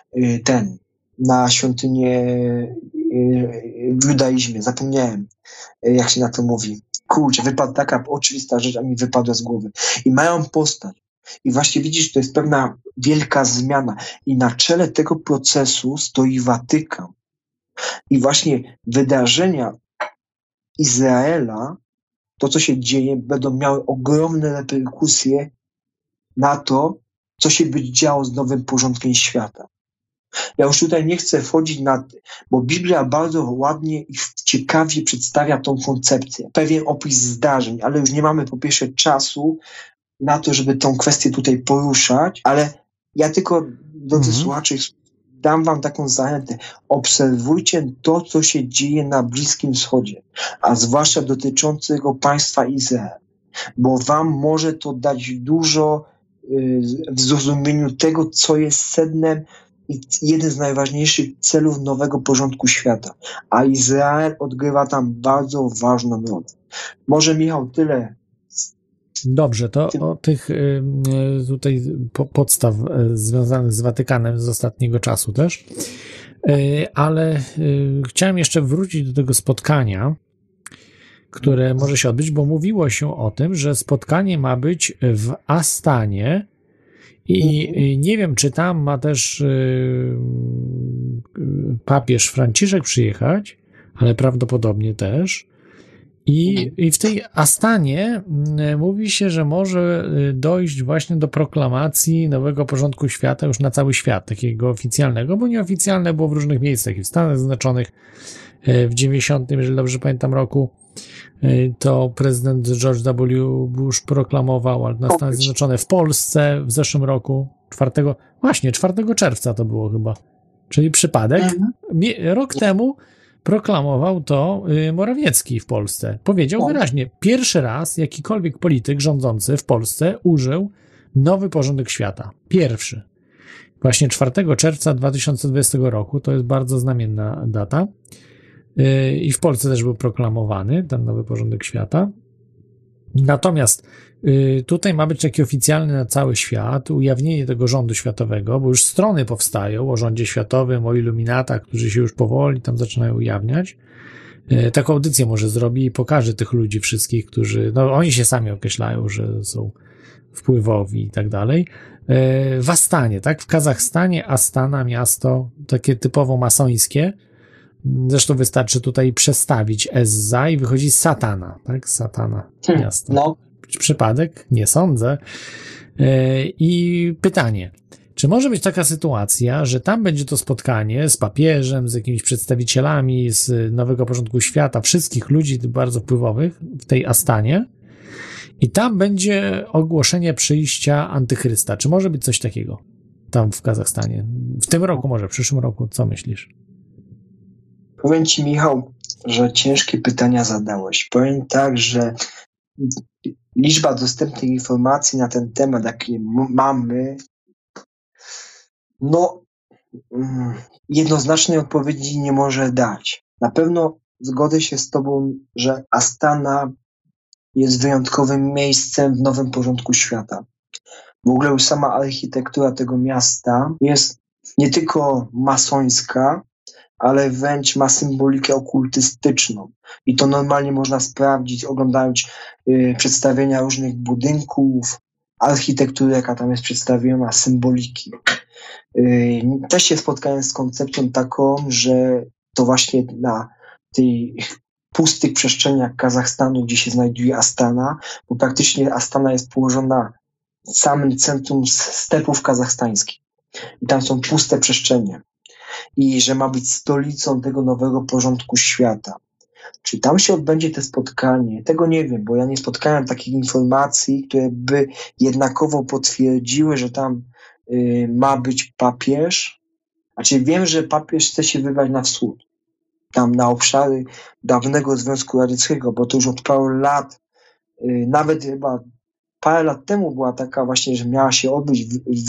na świątynię w judaizmie, zapomniałem, jak się na to mówi. Kurczę, wypadła taka oczywista rzecz, a mi wypadła z głowy. I mają postać. I właśnie widzisz, to jest pewna wielka zmiana. I na czele tego procesu stoi Watykan. I właśnie wydarzenia Izraela, to co się dzieje, będą miały ogromne reperkusje na to, co się będzie działo z nowym porządkiem świata. Ja już tutaj nie chcę wchodzić bo Biblia bardzo ładnie i ciekawie przedstawia tą koncepcję. Pewien opis zdarzeń, ale już nie mamy po pierwsze czasu na to, żeby tą kwestię tutaj poruszać, ale ja tylko, drodzy słuchacze, dam wam taką zachętę. Obserwujcie to, co się dzieje na Bliskim Wschodzie, a zwłaszcza dotyczącego państwa Izrael, bo wam może to dać dużo w zrozumieniu tego, co jest sednem i jeden z najważniejszych celów nowego porządku świata. A Izrael odgrywa tam bardzo ważną rolę. Może, Michał, tyle. Dobrze, to o tych tutaj podstaw związanych z Watykanem z ostatniego czasu też, ale chciałem jeszcze wrócić do tego spotkania, które może się odbyć, bo mówiło się o tym, że spotkanie ma być w Astanie i nie wiem, czy tam ma też papież Franciszek przyjechać, ale prawdopodobnie też. I w tej Astanie mówi się, że może dojść właśnie do proklamacji nowego porządku świata już na cały świat, takiego oficjalnego, bo nieoficjalne było w różnych miejscach. W Stanach Zjednoczonych w 90, jeżeli dobrze pamiętam, roku to prezydent George W. Bush proklamował, ale na Stany Zjednoczone w Polsce w zeszłym roku, 4 czerwca to było chyba, czyli przypadek. Rok temu proklamował to Morawiecki w Polsce. Powiedział wyraźnie, pierwszy raz jakikolwiek polityk rządzący w Polsce użył nowy porządek świata. Pierwszy. Właśnie 4 czerwca 2020 roku, to jest bardzo znamienna data. I w Polsce też był proklamowany ten nowy porządek świata. Natomiast tutaj ma być taki oficjalny na cały świat, ujawnienie tego rządu światowego, bo już strony powstają o rządzie światowym, o iluminatach, którzy się już powoli tam zaczynają ujawniać. Taką audycję może zrobi i pokaże tych ludzi wszystkich, którzy, oni się sami określają, że są wpływowi i tak dalej. W Astanie, tak? W Kazachstanie Astana, miasto takie typowo masońskie. Zresztą wystarczy tutaj przestawić Ezza i wychodzi Satana, tak? Satana, miasto. Przypadek? Nie sądzę. I pytanie, czy może być taka sytuacja, że tam będzie to spotkanie z papieżem, z jakimiś przedstawicielami z nowego porządku świata, wszystkich ludzi bardzo wpływowych w tej Astanie i tam będzie ogłoszenie przyjścia Antychrysta. Czy może być coś takiego tam w Kazachstanie? W tym roku, może w przyszłym roku? Co myślisz? Powiem ci, Michał, że ciężkie pytania zadałeś. Powiem tak, że liczba dostępnych informacji na ten temat, jakie mamy, jednoznacznej odpowiedzi nie może dać. Na pewno zgodzę się z tobą, że Astana jest wyjątkowym miejscem w nowym porządku świata. W ogóle już sama architektura tego miasta jest nie tylko masońska, ale wręcz ma symbolikę okultystyczną. I to normalnie można sprawdzić, oglądając przedstawienia różnych budynków, architektury, jaka tam jest przedstawiona, symboliki. Też się spotkałem z koncepcją taką, że to właśnie na tej pustych przestrzeniach Kazachstanu, gdzie się znajduje Astana, bo praktycznie Astana jest położona w samym centrum stepów kazachstańskich. I tam są puste przestrzenie. I że ma być stolicą tego nowego porządku świata. Czy tam się odbędzie to spotkanie? Tego nie wiem, bo ja nie spotkałem takich informacji, które by jednakowo potwierdziły, że tam ma być papież. Znaczy wiem, że papież chce się wybrać na wschód. Tam na obszary dawnego Związku Radzieckiego, bo to już od paru lat, nawet chyba parę lat temu była taka właśnie, że miała się odbyć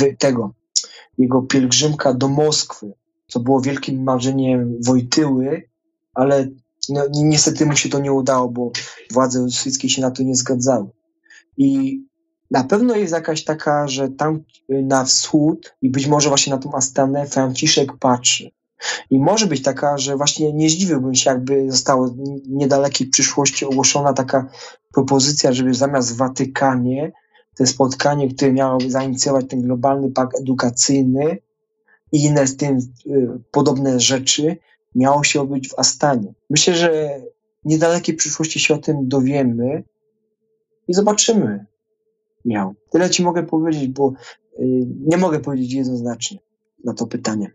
jego pielgrzymka do Moskwy, co było wielkim marzeniem Wojtyły, ale no, niestety mu się to nie udało, bo władze rosyjskie się na to nie zgadzały. I na pewno jest jakaś taka, że tam na wschód i być może właśnie na tą Astanę Franciszek patrzy. I może być taka, że właśnie nie zdziwiłbym się, jakby została w niedalekiej przyszłości ogłoszona taka propozycja, żeby zamiast w Watykanie to spotkanie, które miało zainicjować ten globalny pakt edukacyjny i inne z tym podobne rzeczy, miało się odbyć w Astanie. Myślę, że w niedalekiej przyszłości się o tym dowiemy i zobaczymy. Tyle ci mogę powiedzieć, bo nie mogę powiedzieć jednoznacznie na to pytanie.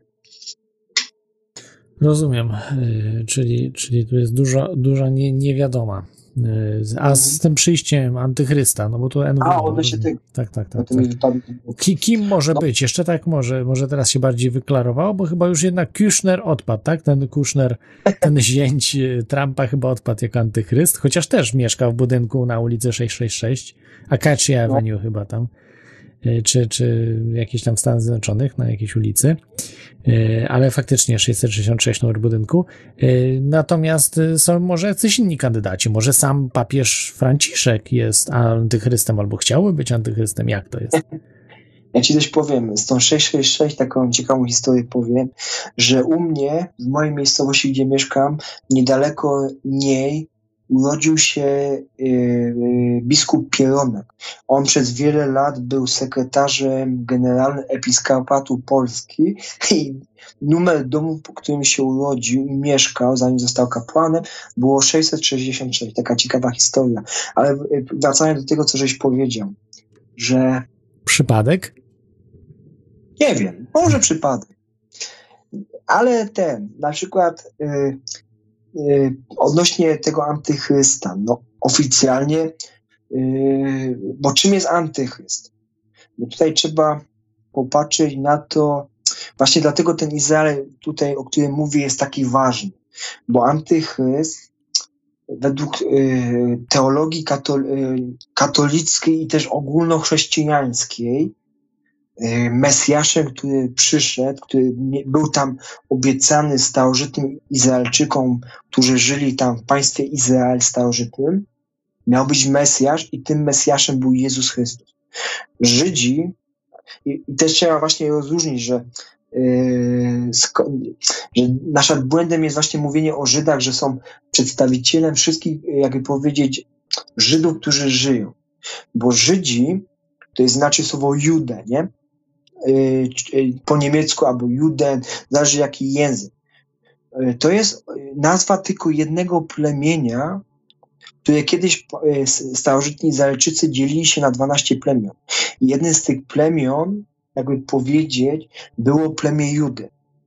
Rozumiem, czyli tu jest duża niewiadoma. A z tym przyjściem antychrysta, no bo tu NW... Tak. Kim może być? Jeszcze tak może teraz się bardziej wyklarowało, bo chyba już jednak Kushner odpadł, tak? Ten Kushner, ten zięć Trumpa chyba odpadł jako antychryst, chociaż też mieszka w budynku na ulicy 666, Acacia Avenue chyba tam, czy jakieś tam w Stanach Zjednoczonych, na jakiejś ulicy, ale faktycznie 666 numer budynku. Natomiast są może jacyś inni kandydaci, może sam papież Franciszek jest antychrystem albo chciałby być antychrystem, jak to jest? Ja ci coś powiem, z tą 666 taką ciekawą historię powiem, że u mnie, w mojej miejscowości, gdzie mieszkam, niedaleko niej urodził się biskup Pieronek. On przez wiele lat był sekretarzem generalnym Episkopatu Polski i numer domu, w którym się urodził i mieszkał, zanim został kapłanem, było 666. Taka ciekawa historia. Ale wracając do tego, co żeś powiedział, że... Przypadek? Nie wiem, może przypadek. Ale na przykład... odnośnie tego antychrysta, no oficjalnie, bo czym jest antychryst? No tutaj trzeba popatrzeć na to, właśnie dlatego ten Izrael tutaj, o którym mówię, jest taki ważny, bo antychryst według teologii katolickiej i też ogólnochrześcijańskiej Mesjaszem, który przyszedł, który był tam obiecany starożytnym Izraelczykom, którzy żyli tam w państwie Izrael starożytnym, miał być Mesjasz i tym Mesjaszem był Jezus Chrystus. Żydzi, i też trzeba właśnie rozróżnić, że naszym błędem jest właśnie mówienie o Żydach, że są przedstawicielem wszystkich, jakby powiedzieć, Żydów, którzy żyją. Bo Żydzi to jest znaczy słowo Jude, nie? Po niemiecku albo Juden, zależy jaki język. To jest nazwa tylko jednego plemienia, które kiedyś starożytni Izraelczycy dzielili się na 12 plemion. I jednym z tych plemion, jakby powiedzieć, było plemię Judy.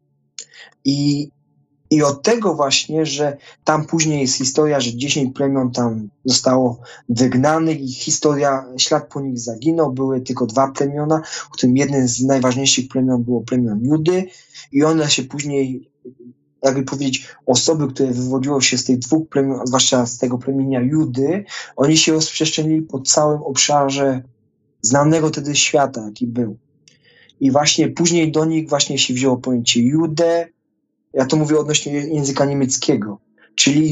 I od tego właśnie, że tam później jest historia, że 10 plemion tam zostało wygnanych i ślad po nich zaginął. Były tylko 2 plemiona, w którym jednym z najważniejszych plemion było plemion Judy i one się później, jakby powiedzieć, osoby, które wywodziło się z tych 2 plemion, zwłaszcza z tego plemienia Judy, oni się rozprzestrzeniali po całym obszarze znanego wtedy świata, jaki był. I właśnie później do nich właśnie się wzięło pojęcie Jude. Ja to mówię odnośnie języka niemieckiego, czyli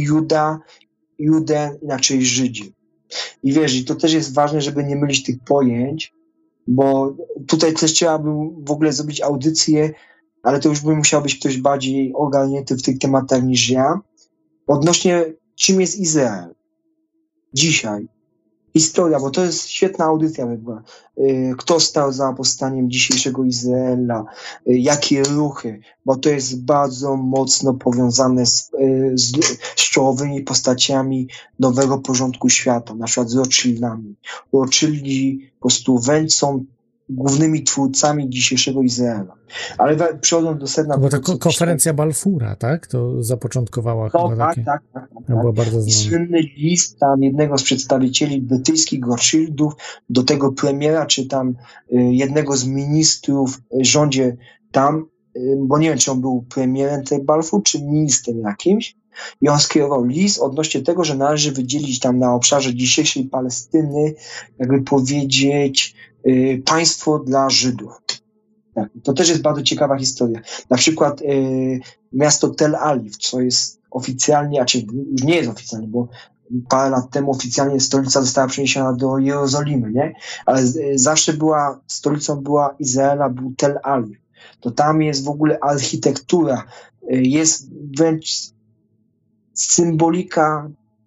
Juden, inaczej Żydzi. I wiesz, i to też jest ważne, żeby nie mylić tych pojęć, bo tutaj też chciałabym w ogóle zrobić audycję, ale to już by musiał być ktoś bardziej ogarnięty w tych tematach niż ja, odnośnie czym jest Izrael dzisiaj. Historia, bo to jest świetna audycja by była. Kto stał za powstaniem dzisiejszego Izraela, jakie ruchy, bo to jest bardzo mocno powiązane z czołowymi postaciami nowego porządku świata, na przykład z Rothschildami. Rothschildi po prostu są głównymi twórcami dzisiejszego Izraela. Ale przechodząc do sedna... Bo to konferencja Balfura, tak? To zapoczątkowała chyba takie... Tak. To była bardzo znana. Słynny list tam jednego z przedstawicieli brytyjskich Rothschildów do tego premiera, czy tam jednego z ministrów w rządzie tam, bo nie wiem, czy on był premierem tej Balfour, czy ministrem jakimś, i on skierował list odnośnie tego, że należy wydzielić tam na obszarze dzisiejszej Palestyny, jakby powiedzieć, państwo dla Żydów. Tak, to też jest bardzo ciekawa historia. Na przykład miasto Tel Awiw, co jest oficjalnie, a czy już nie jest oficjalnie, bo parę lat temu oficjalnie stolica została przeniesiona do Jerozolimy, nie? Ale zawsze stolicą była Izraela, był Tel Awiw. To tam jest w ogóle architektura, jest wręcz symbolika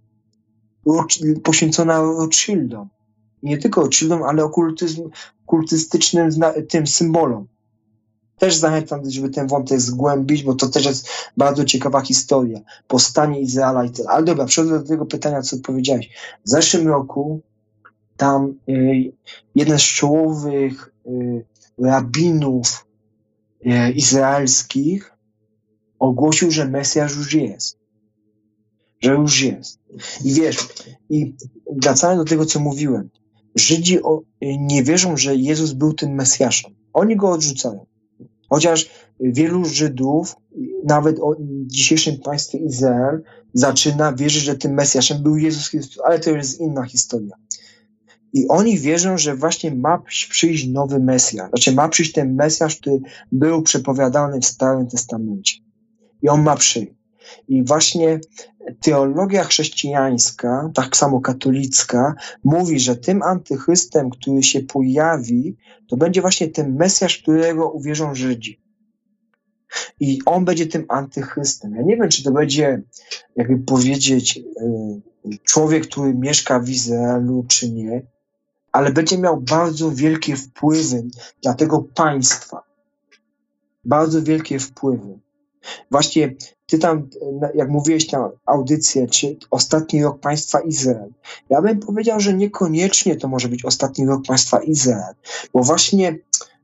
poświęcona Rothschildom. Nie tylko Rothschildom, ale kultystycznym tym symbolom. Też zachęcam, żeby ten wątek zgłębić, bo to też jest bardzo ciekawa historia. Powstanie Izraela i tyle. Ale dobra, przechodzę do tego pytania, co powiedziałeś. W zeszłym roku tam jeden z czołowych rabinów izraelskich ogłosił, że Mesjasz już jest. Że już jest. I wiesz, i wracając do tego, co mówiłem, Żydzi nie wierzą, że Jezus był tym Mesjaszem. Oni go odrzucają. Chociaż wielu Żydów, nawet o dzisiejszym państwie Izrael, zaczyna wierzyć, że tym Mesjaszem był Jezus Chrystus, ale to jest inna historia. I oni wierzą, że właśnie ma przyjść nowy Mesjasz. Znaczy ma przyjść ten Mesjasz, który był przepowiadany w Starym Testamencie. I on ma przyjść. I właśnie teologia chrześcijańska, tak samo katolicka, mówi, że tym antychrystem, który się pojawi, to będzie właśnie ten Mesjasz, którego uwierzą Żydzi. I on będzie tym antychrystem. Ja nie wiem, czy to będzie, jakby powiedzieć, człowiek, który mieszka w Izraelu, czy nie, ale będzie miał bardzo wielkie wpływy dla tego państwa. Bardzo wielkie wpływy. Właśnie ty tam, jak mówiłeś na audycję, czy ostatni rok państwa Izrael, ja bym powiedział, że niekoniecznie to może być ostatni rok państwa Izrael, bo właśnie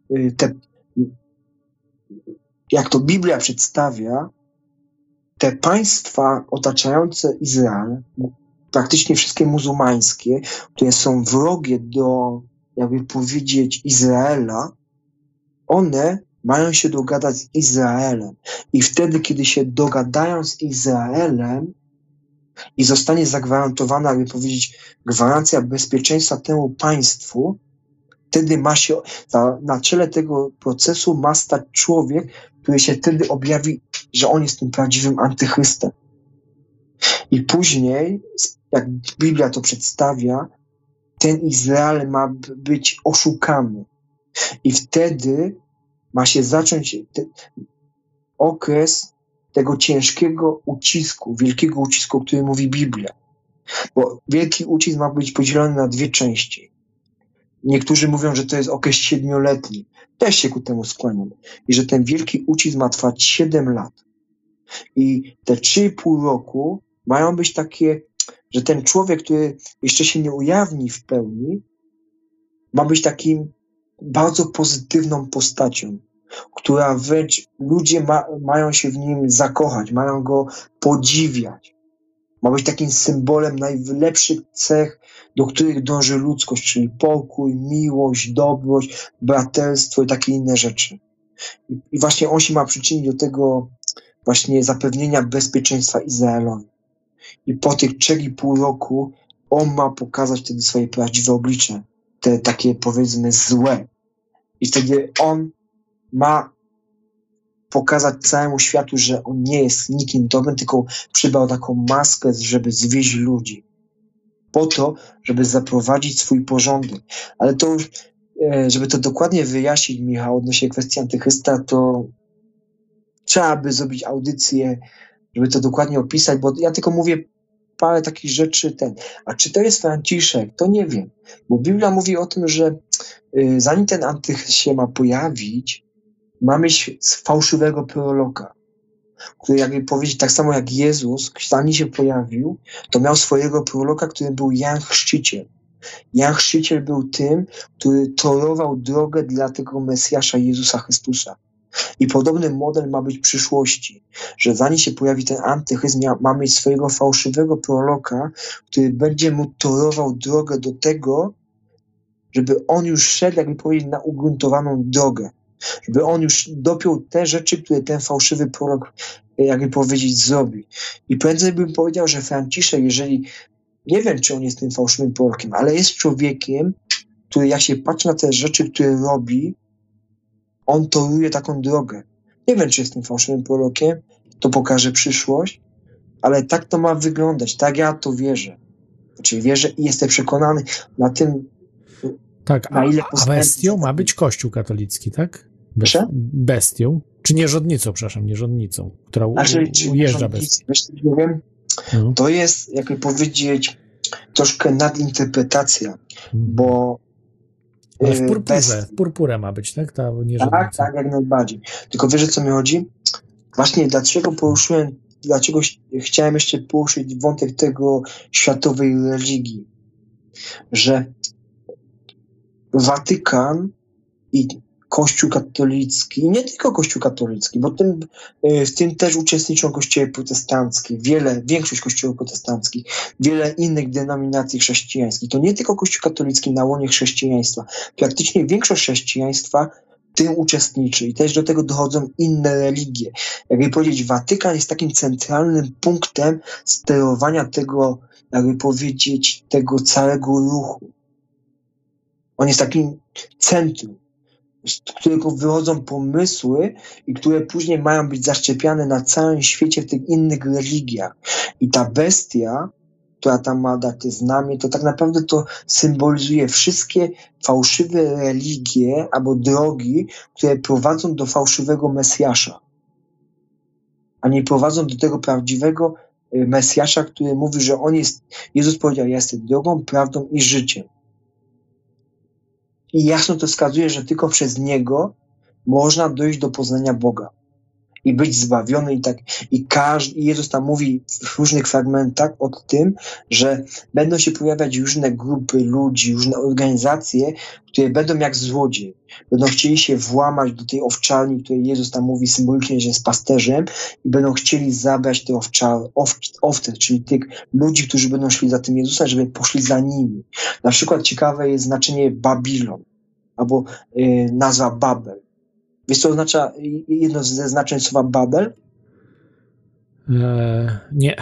jak to Biblia przedstawia, te państwa otaczające Izrael, praktycznie wszystkie muzułmańskie, które są wrogie do, jakby powiedzieć, Izraela, one mają się dogadać z Izraelem. I wtedy, kiedy się dogadają z Izraelem i zostanie zagwarantowana, jakby powiedzieć, gwarancja bezpieczeństwa temu państwu, wtedy ma się, na czele tego procesu ma stać człowiek, który się wtedy objawi, że on jest tym prawdziwym antychrystem. I później, jak Biblia to przedstawia, ten Izrael ma być oszukany. I wtedy ma się zacząć okres tego ciężkiego ucisku, wielkiego ucisku, o którym mówi Biblia. Bo wielki ucisk ma być podzielony na dwie części. Niektórzy mówią, że to jest okres 7-letni. Też się ku temu skłaniam. I że ten wielki ucisk ma trwać 7 lat. I te 3,5 roku mają być takie, że ten człowiek, który jeszcze się nie ujawni w pełni, ma być takim bardzo pozytywną postacią, która wręcz ludzie mają się w nim zakochać, mają go podziwiać. Ma być takim symbolem najlepszych cech, do których dąży ludzkość, czyli pokój, miłość, dobroć, braterstwo i takie inne rzeczy. I właśnie on się ma przyczynić do tego właśnie zapewnienia bezpieczeństwa Izraelowi. I po tych 3,5 roku on ma pokazać wtedy swoje prawdziwe oblicze, te takie powiedzmy złe. I wtedy on ma pokazać całemu światu, że on nie jest nikim dobrym, tylko przybrał taką maskę, żeby zwieść ludzi. Po to, żeby zaprowadzić swój porządek. Ale to już żeby to dokładnie wyjaśnić, Michał, odnośnie kwestii antychrysta, to trzeba by zrobić audycję, żeby to dokładnie opisać, bo ja tylko mówię parę takich rzeczy. A czy to jest Franciszek? To nie wiem, bo Biblia mówi o tym, że zanim ten antychryst się ma pojawić, ma mieć fałszywego proroka, który, jakby powiedzieć, tak samo jak Jezus, zanim się pojawił, to miał swojego proroka, którym był Jan Chrzciciel. Jan Chrzciciel był tym, który torował drogę dla tego Mesjasza Jezusa Chrystusa. I podobny model ma być w przyszłości, że zanim się pojawi ten antychryst, ma mieć swojego fałszywego proroka, który będzie mu torował drogę do tego, żeby on już szedł, jakby powiedzieć, na ugruntowaną drogę. Żeby on już dopiął te rzeczy, które ten fałszywy prorok, jakby powiedzieć, zrobi. I prędzej bym powiedział, że Franciszek, jeżeli, nie wiem, czy on jest tym fałszywym prorokiem, ale jest człowiekiem, który, jak się patrzy na te rzeczy, które robi, on toruje taką drogę. Nie wiem, czy jest tym fałszywym prorokiem, to pokaże przyszłość, ale tak to ma wyglądać, tak ja to wierzę. Znaczy wierzę i jestem przekonany na tym, tak, na ile a bestią ma być Kościół katolicki, tak? Bestią, czy nierządnicą, przepraszam, nierządnicą, która ujeżdża bestię. No. To jest, jakby powiedzieć, troszkę nadinterpretacja, bo ale w purpurę ma być, tak? Ta nierządnica. Tak, jak najbardziej. Tylko wiesz, o co mi chodzi? Właśnie dlaczego chciałem jeszcze poruszyć wątek tego światowej religii, że Watykan i Kościół katolicki, nie tylko Kościół katolicki, bo w tym też uczestniczą kościoły protestanckie, większość kościołów protestanckich, wiele innych denominacji chrześcijańskich. To nie tylko Kościół katolicki na łonie chrześcijaństwa. Praktycznie większość chrześcijaństwa w tym uczestniczy i też do tego dochodzą inne religie. Jakby powiedzieć, Watykan jest takim centralnym punktem sterowania tego, jakby powiedzieć, tego całego ruchu. On jest takim centrum, z którego wychodzą pomysły i które później mają być zaszczepiane na całym świecie w tych innych religiach. I ta bestia, która tam ma dać te znamie, to tak naprawdę to symbolizuje wszystkie fałszywe religie albo drogi, które prowadzą do fałszywego Mesjasza, a nie prowadzą do tego prawdziwego Mesjasza, który mówi, że on jest, Jezus powiedział, ja jestem drogą, prawdą i życiem. I jasno to wskazuje, że tylko przez Niego można dojść do poznania Boga i być zbawiony. I Jezus tam mówi w różnych fragmentach o tym, że będą się pojawiać różne grupy ludzi, różne organizacje, które będą jak złodziej. Będą chcieli się włamać do tej owczarni, której Jezus tam mówi symbolicznie, że jest pasterzem, i będą chcieli zabrać te owce, czyli tych ludzi, którzy będą szli za tym Jezusem, żeby poszli za nimi. Na przykład ciekawe jest znaczenie Babilon, albo nazwa Babel. Wiesz, co oznacza jedno ze znaczeń słowa Babel? Nie.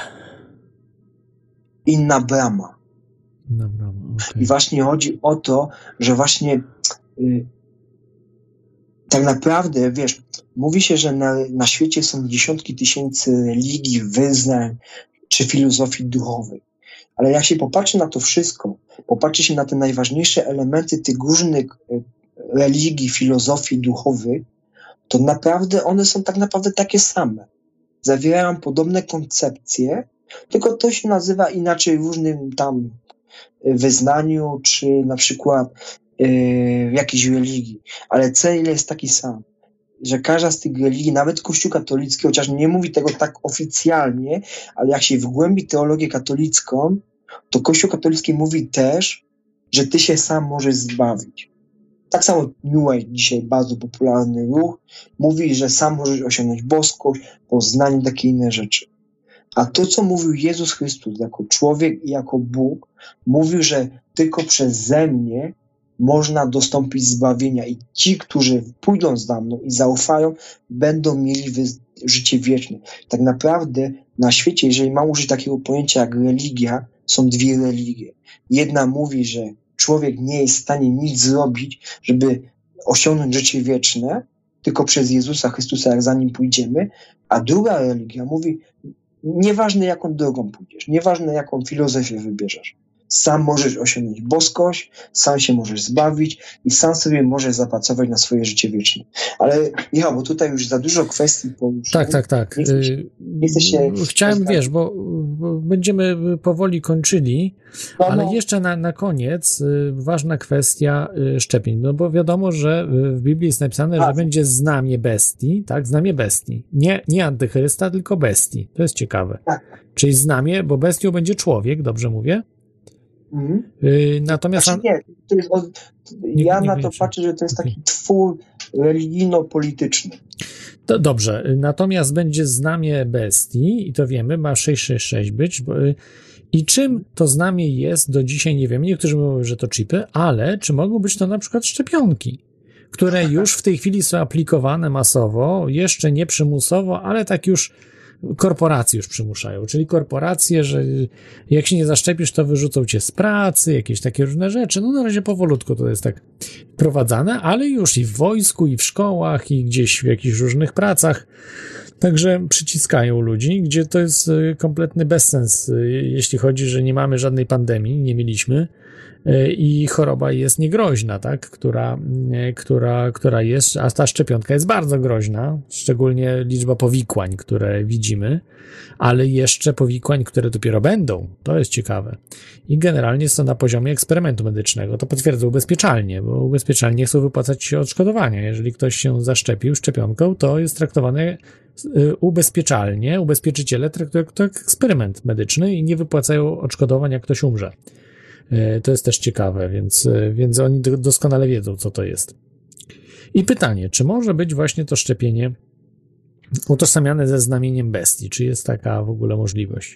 Inna brama. Okay. I właśnie chodzi o to, że właśnie tak naprawdę, wiesz, mówi się, że na świecie są dziesiątki tysięcy religii, wyznań czy filozofii duchowej. Ale jak się popatrzy na to wszystko, popatrzy się na te najważniejsze elementy tych różnych religii, filozofii duchowych, to naprawdę one są tak naprawdę takie same. Zawierają podobne koncepcje, tylko to się nazywa inaczej w różnym tam wyznaniu, czy na przykład w jakiejś religii. Ale cel jest taki sam, że każda z tych religii, nawet Kościół katolicki, chociaż nie mówi tego tak oficjalnie, ale jak się wgłębi teologię katolicką, to Kościół katolicki mówi też, że ty się sam możesz zbawić. Tak samo New Age, dzisiaj bardzo popularny ruch, mówi, że sam możesz osiągnąć boskość, poznanie, takie inne rzeczy. A to, co mówił Jezus Chrystus jako człowiek i jako Bóg, mówił, że tylko przeze mnie można dostąpić zbawienia i ci, którzy pójdą za mną i zaufają, będą mieli życie wieczne. Tak naprawdę na świecie, jeżeli mam użyć takiego pojęcia jak religia, są dwie religie. Jedna mówi, że człowiek nie jest w stanie nic zrobić, żeby osiągnąć życie wieczne, tylko przez Jezusa Chrystusa, jak za Nim pójdziemy, a druga religia mówi, nieważne jaką drogą pójdziesz, nieważne jaką filozofię wybierzesz, Sam możesz osiągnąć boskość, sam się możesz zbawić i sam sobie możesz zapracować na swoje życie wieczne. Ale Michał, bo tutaj już za dużo kwestii poruszyłem. Tak. Nie chcę się... Chciałem, wiesz, bo będziemy powoli kończyli, ale jeszcze na koniec ważna kwestia szczepień. No bo wiadomo, że w Biblii jest napisane, że będzie znamie bestii, tak? Znamie bestii. Nie antychrysta, tylko bestii. To jest ciekawe. Tak. Czyli znamie, bo bestią będzie człowiek, dobrze mówię? Natomiast... Znaczy nie, to jest ja na to patrzę, że to jest taki twór religijno-polityczny. To dobrze, natomiast będzie znamie bestii i to wiemy, ma 666 być. I czym to znamie jest, do dzisiaj nie wiemy. Niektórzy mówią, że to chipy, ale czy mogą być to na przykład szczepionki, które już w tej chwili są aplikowane masowo, jeszcze nie przymusowo, ale tak już korporacje już przymuszają, czyli korporacje, że jak się nie zaszczepisz, to wyrzucą cię z pracy, jakieś takie różne rzeczy. No na razie powolutku to jest tak wprowadzane, ale już i w wojsku, i w szkołach, i gdzieś w jakichś różnych pracach. Także przyciskają ludzi, gdzie to jest kompletny bezsens, jeśli chodzi, że nie mamy żadnej pandemii, nie mieliśmy i choroba jest niegroźna, tak, która jest, a ta szczepionka jest bardzo groźna, szczególnie liczba powikłań, które widzimy, ale jeszcze powikłań, które dopiero będą, to jest ciekawe. I generalnie jest to na poziomie eksperymentu medycznego, to potwierdza ubezpieczalnie, bo ubezpieczalnie chcą wypłacać się odszkodowania. Jeżeli ktoś się zaszczepił szczepionką, to jest traktowany ubezpieczalnie, ubezpieczyciele traktują to jak eksperyment medyczny i nie wypłacają odszkodowań, jak ktoś umrze. To jest też ciekawe, więc oni doskonale wiedzą, co to jest. I pytanie, czy może być właśnie to szczepienie utożsamiane ze znamieniem bestii? Czy jest taka w ogóle możliwość?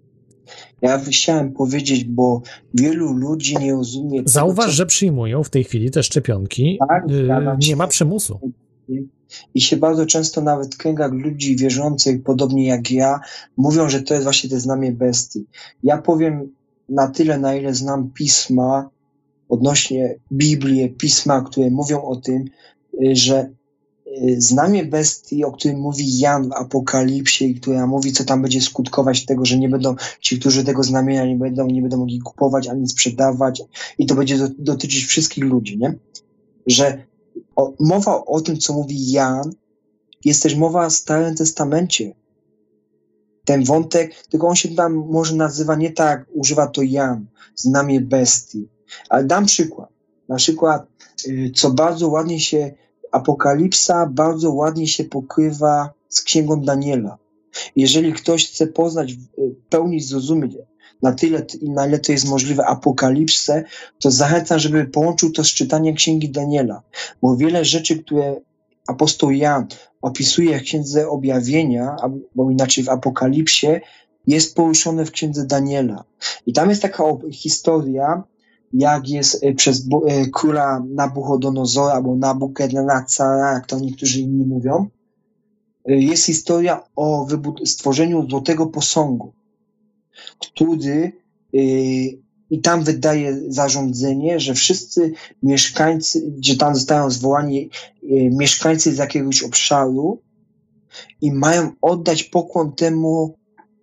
Ja chciałem powiedzieć, bo wielu ludzi nie rozumie... Zauważ, że przyjmują w tej chwili te szczepionki. Tak, nie ma przymusu. I się bardzo często nawet w kręgach ludzi wierzących, podobnie jak ja, mówią, że to jest właśnie te znamie bestii. Ja powiem na tyle, na ile znam pisma, odnośnie Biblię, pisma, które mówią o tym, że znamie bestii, o którym mówi Jan w Apokalipsie i która mówi, co tam będzie skutkować tego, że nie będą ci, którzy tego znamienia nie będą mogli kupować ani sprzedawać i to będzie dotyczyć wszystkich ludzi, nie? Że mowa o tym, co mówi Jan, jest też mowa w Starym Testamencie. Ten wątek, tylko on się tam może nazywa nie tak, używa to Jan, znamie bestii. Ale dam przykład. Na przykład, co bardzo ładnie się, Apokalipsa bardzo ładnie się pokrywa z Księgą Daniela. Jeżeli ktoś chce poznać, pełni zrozumieć na ile to jest możliwe Apokalipsę, to zachęcam, żeby połączył to z czytaniem Księgi Daniela. Bo wiele rzeczy, które apostoł Jan opisuje w Księdze Objawienia, albo inaczej w Apokalipsie, jest poruszone w Księdze Daniela. I tam jest taka historia, jak jest przez króla Nabuchodonozora, albo Nabukadnezara, jak to niektórzy inni mówią. Jest historia o stworzeniu złotego posągu, który i tam wydaje zarządzenie, że wszyscy mieszkańcy, gdzie tam zostają zwołani mieszkańcy z jakiegoś obszaru i mają oddać pokłon temu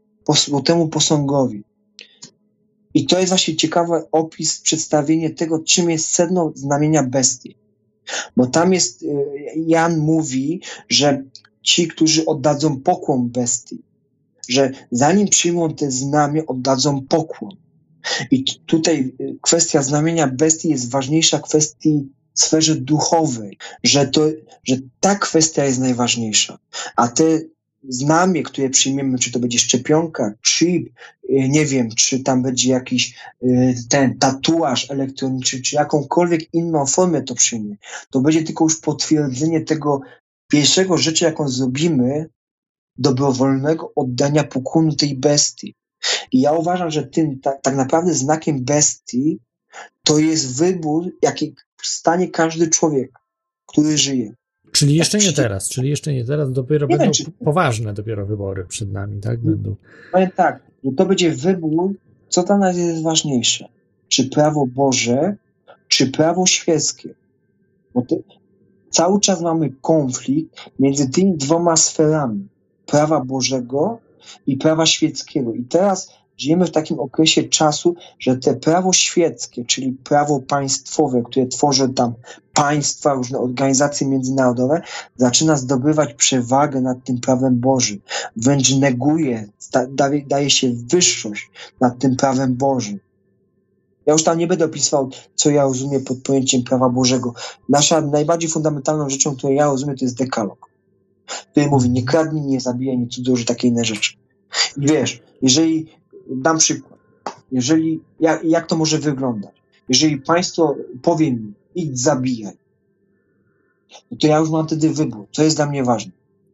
posągowi. I to jest właśnie ciekawy opis, przedstawienie tego, czym jest sedno znamienia bestii. Bo tam jest, Jan mówi, że ci, którzy oddadzą pokłon bestii, że zanim przyjmą te znamie, oddadzą pokłon. I tutaj kwestia znamienia bestii jest ważniejsza kwestii w sferze duchowej, że ta kwestia jest najważniejsza. A te znamie, które przyjmiemy, czy to będzie szczepionka, chip, nie wiem, czy tam będzie jakiś ten tatuaż elektroniczny, czy jakąkolwiek inną formę to przyjmie, to będzie tylko już potwierdzenie tego pierwszego rzeczy, jaką zrobimy, dobrowolnego oddania pokłonu tej bestii. I ja uważam, że tym tak naprawdę znakiem bestii to jest wybór, jaki stanie każdy człowiek, który żyje. Czyli jeszcze nie teraz, dopiero będą poważne dopiero wybory przed nami, tak? Będą. Powiem tak, że to będzie wybór, co dla nas jest ważniejsze. Czy prawo Boże, czy prawo świeckie. Bo cały czas mamy konflikt między tymi dwoma sferami. Prawa Bożego i prawa świeckiego. I teraz żyjemy w takim okresie czasu, że te prawo świeckie, czyli prawo państwowe, które tworzy tam państwa, różne organizacje międzynarodowe, zaczyna zdobywać przewagę nad tym prawem Bożym. Wręcz neguje, daje się wyższość nad tym prawem Bożym. Ja już tam nie będę opisywał, co ja rozumiem pod pojęciem prawa Bożego. Nasza najbardziej fundamentalną rzeczą, którą ja rozumiem, to jest dekalog, który mówi: nie kradnij, nie zabijaj, nie cudzołóż, takie inne rzeczy. I wiesz, jeżeli, dam przykład, jak to może wyglądać? Jeżeli państwo powie mi: idź zabijaj, to ja już mam wtedy wybór. Co jest dla mnie ważne?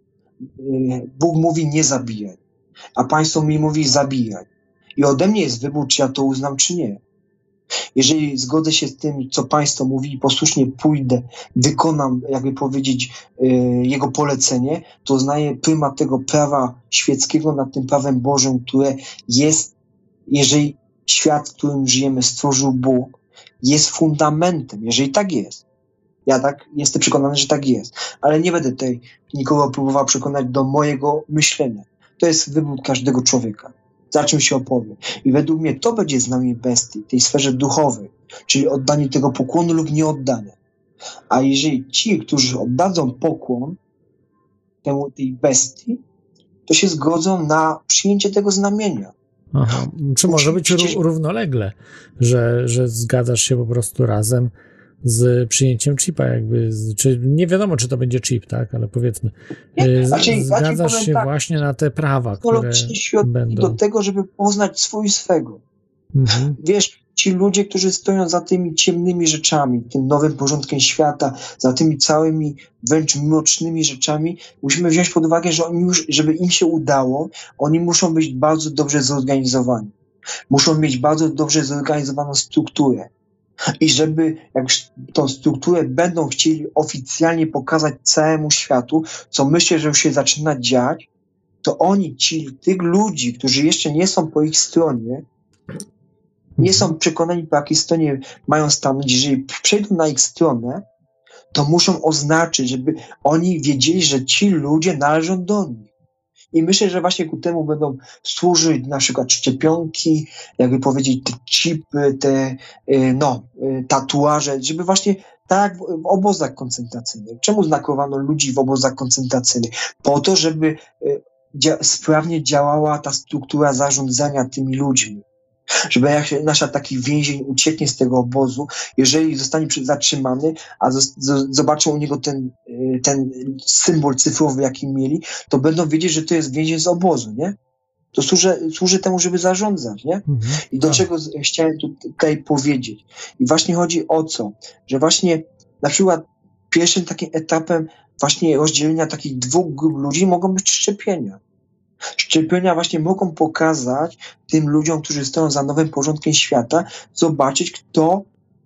Bóg mówi: nie zabijaj, a państwo mi mówi: zabijaj. I ode mnie jest wybór, czy ja to uznam, czy nie. Jeżeli zgodzę się z tym, co państwo mówi, i posłusznie pójdę, wykonam, jakby powiedzieć, jego polecenie, to uznaję prymat tego prawa świeckiego nad tym prawem Bożym, które jest, jeżeli świat, w którym żyjemy, stworzył Bóg, jest fundamentem, jeżeli tak jest. Ja tak jestem przekonany, że tak jest. Ale nie będę tutaj nikogo próbował przekonać do mojego myślenia. To jest wybór każdego człowieka. Za czym się opowie. I według mnie to będzie znamię bestii, tej sferze duchowej, czyli oddanie tego pokłonu lub nieoddanie. A jeżeli ci, którzy oddadzą pokłon tej bestii, to się zgodzą na przyjęcie tego znamienia. Aha. Czy może być równolegle, że zgadzasz się po prostu razem z przyjęciem chipa, jakby, czy nie wiadomo, czy to będzie chip, tak, ale powiedzmy, zgadzasz się tak, właśnie na te prawa, które będą do tego, żeby poznać swego. Mhm. Wiesz, ci ludzie, którzy stoją za tymi ciemnymi rzeczami, tym nowym porządkiem świata, za tymi całymi wręcz mrocznymi rzeczami, musimy wziąć pod uwagę, że oni już, żeby im się udało, oni muszą być bardzo dobrze zorganizowani. Muszą mieć bardzo dobrze zorganizowaną strukturę. I żeby jak tą strukturę będą chcieli oficjalnie pokazać całemu światu, co myślę, że już się zaczyna dziać, to oni, tych ludzi, którzy jeszcze nie są po ich stronie, nie są przekonani, po jakiej stronie mają stanąć, jeżeli przejdą na ich stronę, to muszą oznaczyć, żeby oni wiedzieli, że ci ludzie należą do nich. I myślę, że właśnie ku temu będą służyć na przykład szczepionki, jakby powiedzieć, te chipy, te tatuaże, żeby właśnie tak jak w obozach koncentracyjnych. Czemu znakowano ludzi w obozach koncentracyjnych? Po to, żeby sprawnie działała ta struktura zarządzania tymi ludźmi. Żeby jak się nasza taki więzień ucieknie z tego obozu, jeżeli zostanie zatrzymany, a zobaczą u niego ten symbol cyfrowy, jaki mieli, to będą wiedzieć, że to jest więzień z obozu, nie? To służy temu, żeby zarządzać, nie? I do czego chciałem tutaj powiedzieć? I właśnie chodzi o co? Że właśnie na przykład pierwszym takim etapem właśnie rozdzielenia takich dwóch grup ludzi mogą być szczepienia. Szczepienia właśnie mogą pokazać tym ludziom, którzy stoją za nowym porządkiem świata, zobaczyć, kto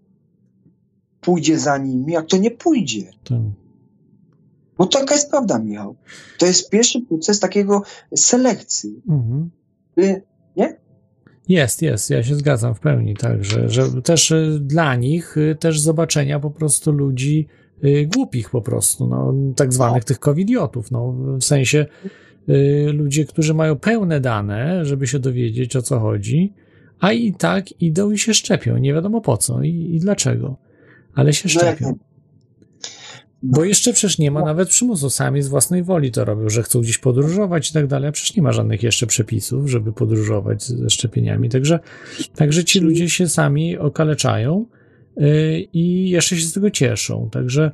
pójdzie za nimi, a kto nie pójdzie. Bo taka jest prawda, Michał. To jest pierwszy proces takiego selekcji. Nie? Jest. Ja się zgadzam w pełni, tak, że też dla nich też zobaczenia po prostu ludzi głupich po prostu, tak zwanych tych covidiotów, w sensie ludzie, którzy mają pełne dane, żeby się dowiedzieć, o co chodzi, a i tak idą i się szczepią. Nie wiadomo po co i dlaczego, ale się szczepią. Bo jeszcze przecież nie ma nawet przymusu. Sami z własnej woli to robią, że chcą gdzieś podróżować i tak dalej, a przecież nie ma żadnych jeszcze przepisów, żeby podróżować ze szczepieniami. Także ci ludzie się sami okaleczają i jeszcze się z tego cieszą. Także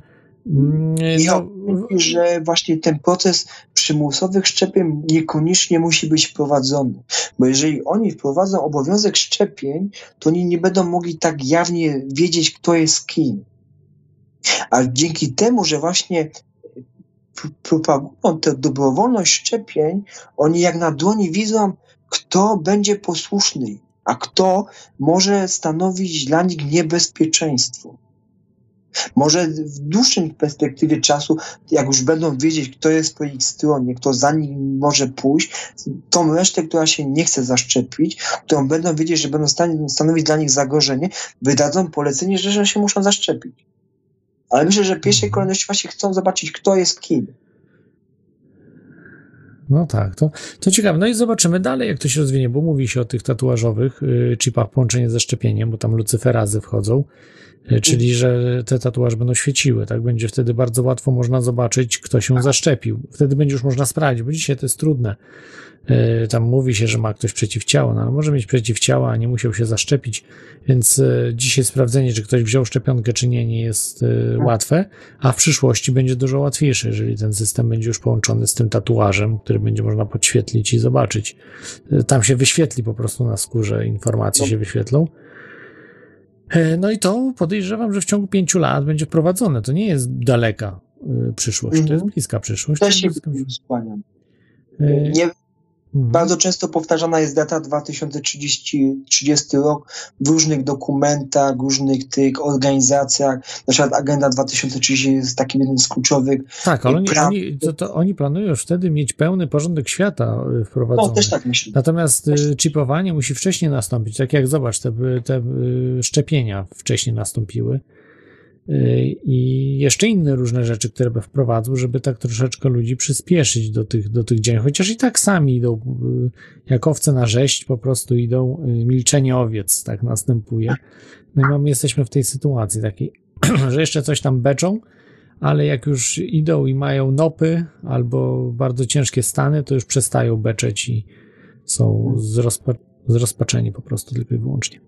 że właśnie ten proces przymusowych szczepień niekoniecznie musi być wprowadzony, bo jeżeli oni wprowadzą obowiązek szczepień, to oni nie będą mogli tak jawnie wiedzieć, kto jest kim. A dzięki temu, że właśnie propagują tę dobrowolność szczepień, oni jak na dłoni widzą, kto będzie posłuszny, a kto może stanowić dla nich niebezpieczeństwo. Może w dłuższej perspektywie czasu, jak już będą wiedzieć, kto jest po ich stronie, kto za nim może pójść, tą resztę, która się nie chce zaszczepić, którą będą wiedzieć, że będą stanowić dla nich zagrożenie, wydadzą polecenie, że się muszą zaszczepić. Ale myślę, że w pierwszej kolejności właśnie chcą zobaczyć, kto jest kim. No tak, to ciekawe. No i zobaczymy dalej, jak to się rozwinie, bo mówi się o tych tatuażowych chipach połączenie ze szczepieniem, bo tam lucyferazy wchodzą, czyli że te tatuaże będą świeciły, tak? Będzie wtedy bardzo łatwo można zobaczyć, kto się zaszczepił. Wtedy będzie już można sprawdzić, bo dzisiaj to jest trudne. Tam mówi się, że ma ktoś przeciwciała, no ale może mieć przeciwciała, a nie musiał się zaszczepić, więc dzisiaj sprawdzenie, czy ktoś wziął szczepionkę, czy nie jest łatwe, a w przyszłości będzie dużo łatwiejsze, jeżeli ten system będzie już połączony z tym tatuażem, który będzie można podświetlić i zobaczyć. Tam się wyświetli po prostu na skórze, informacje się wyświetlą. No i to podejrzewam, że w ciągu 5 lat będzie wprowadzone. To nie jest daleka przyszłość, to jest bliska przyszłość. Też się skłaniam. Bardzo często powtarzana jest data 2030 rok w różnych dokumentach, różnych tych organizacjach. Na przykład Agenda 2030 jest takim jednym z kluczowych. Tak, ale oni planują już wtedy mieć pełny porządek świata wprowadzony. No, też tak myślę. Natomiast chipowanie musi wcześniej nastąpić. Tak jak zobacz, te szczepienia wcześniej nastąpiły. I jeszcze inne różne rzeczy, które by wprowadzą, żeby tak troszeczkę ludzi przyspieszyć do tych działań. Chociaż i tak sami idą, jak owce na rzeź, po prostu idą, milczenie owiec tak następuje. No i jesteśmy w tej sytuacji takiej, że jeszcze coś tam beczą, ale jak już idą i mają nopy albo bardzo ciężkie stany, to już przestają beczeć i są zrozpaczeni po prostu tylko i wyłącznie.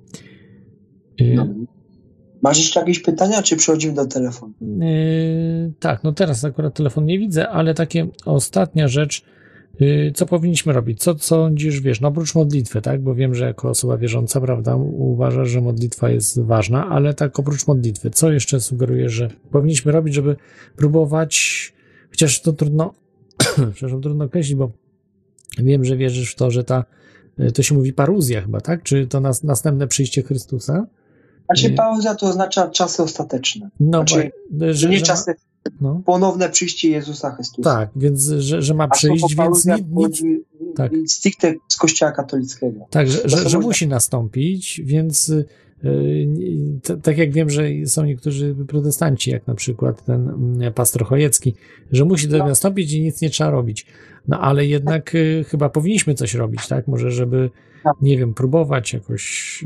Masz jeszcze jakieś pytania, czy przechodzimy do telefonu? Tak, no teraz akurat telefon nie widzę, ale takie ostatnia rzecz, co powinniśmy robić? Co sądzisz, wiesz, no oprócz modlitwy, tak? Bo wiem, że jako osoba wierząca, prawda, uważasz, że modlitwa jest ważna, ale tak oprócz modlitwy, co jeszcze sugerujesz, że powinniśmy robić, żeby próbować, chociaż to trudno, trudno określić, bo wiem, że wierzysz w to, że to się mówi paruzja chyba, tak? Czy to następne przyjście Chrystusa? Znaczy pauzja to oznacza czasy ostateczne. No, znaczy, że nie czasy, ponowne przyjście Jezusa Chrystusa. Tak, więc że ma przyjść, więc nic tak. Stricte z Kościoła katolickiego. Tak, że musi nastąpić, więc tak jak wiem, że są niektórzy protestanci, jak na przykład ten pastor Chojecki, że musi to nastąpić i nic nie trzeba robić. No ale jednak chyba powinniśmy coś robić, tak? Może żeby, nie wiem, próbować jakoś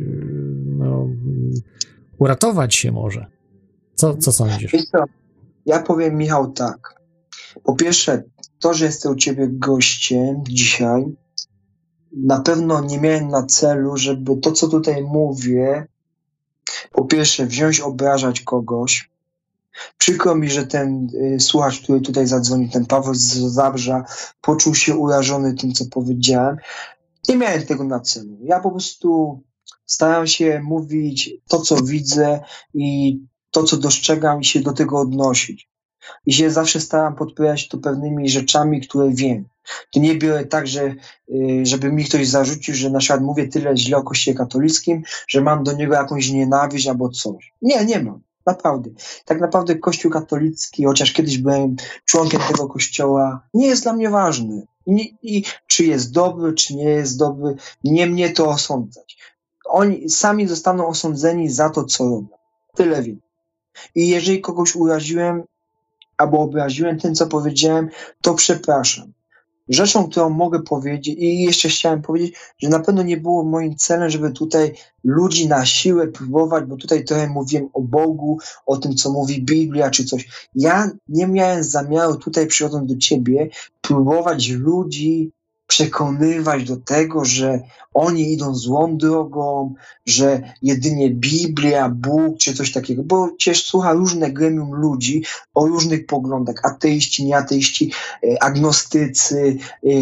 uratować się może. Co sądzisz? Ja powiem, Michał, tak. Po pierwsze, to, że jestem u ciebie gościem dzisiaj, na pewno nie miałem na celu, żeby to, co tutaj mówię, po pierwsze wziąć, obrażać kogoś. Przykro mi, że ten słuchacz, który tutaj zadzwonił, ten Paweł z Zabrza, poczuł się urażony tym, co powiedziałem. Nie miałem tego na celu. Ja po prostu staram się mówić to, co widzę i to, co dostrzegam i się do tego odnosić. I się zawsze staram podpierać to pewnymi rzeczami, które wiem. To nie biorę tak, żeby mi ktoś zarzucił, że na przykład mówię tyle źle o Kościele katolickim, że mam do niego jakąś nienawiść albo coś. Nie mam. Naprawdę. Tak naprawdę Kościół katolicki, chociaż kiedyś byłem członkiem tego kościoła, nie jest dla mnie ważny. I czy jest dobry, czy nie jest dobry, nie mnie to osądzać. Oni sami zostaną osądzeni za to, co robią. Tyle wiem. I jeżeli kogoś uraziłem albo obraziłem tym, co powiedziałem, to przepraszam. Rzeczą, którą mogę powiedzieć i jeszcze chciałem powiedzieć, że na pewno nie było moim celem, żeby tutaj ludzi na siłę próbować, bo tutaj trochę mówiłem o Bogu, o tym, co mówi Biblia, czy coś. Ja nie miałem zamiaru tutaj przychodząc do ciebie próbować ludzi przekonywać do tego, że oni idą złą drogą, że jedynie Biblia, Bóg, czy coś takiego, bo cię słucha różne gremium ludzi o różnych poglądach, ateiści, nieateiści, agnostycy,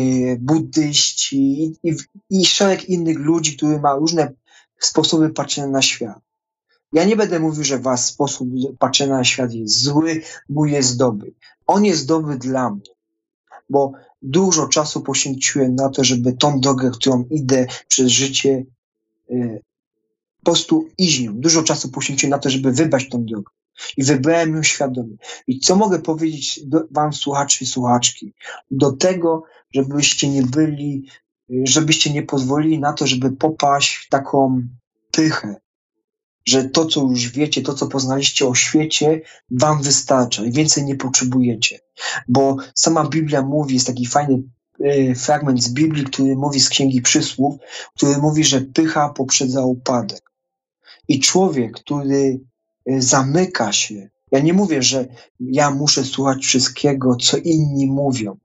buddyści i szereg innych ludzi, którzy mają różne sposoby patrzenia na świat. Ja nie będę mówił, że wasz sposób patrzenia na świat jest zły, mój jest dobry. On jest dobry dla mnie, bo dużo czasu poświęciłem na to, żeby tą drogę, którą idę przez życie, po prostu iść nią. Dużo czasu poświęciłem na to, żeby wybrać tą drogę. I wybrałem ją świadomie. I co mogę powiedzieć wam, słuchacze i słuchaczki? Do tego, żebyście nie pozwolili na to, żeby popaść w taką pychę, że to, co już wiecie, to, co poznaliście o świecie, wam wystarcza i więcej nie potrzebujecie. Bo sama Biblia mówi, jest taki fajny fragment z Biblii, który mówi z Księgi Przysłów, który mówi, że pycha poprzedza upadek. I człowiek, który zamyka się, ja nie mówię, że ja muszę słuchać wszystkiego, co inni mówią,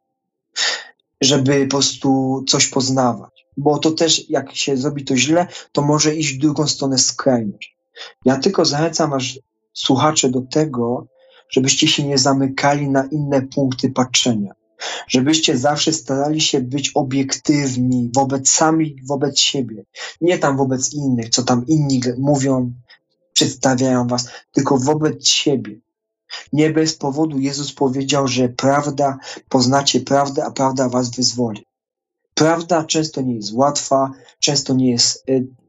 żeby po prostu coś poznawać. Bo to też, jak się zrobi to źle, to może iść w drugą stronę skrajność. Ja tylko zachęcam słuchacze do tego, żebyście się nie zamykali na inne punkty patrzenia. Żebyście zawsze starali się być obiektywni wobec siebie. Nie tam wobec innych, co tam inni mówią, przedstawiają was, tylko wobec siebie. Nie bez powodu Jezus powiedział, że poznacie prawdę, a prawda was wyzwoli. Prawda często nie jest łatwa, często nie jest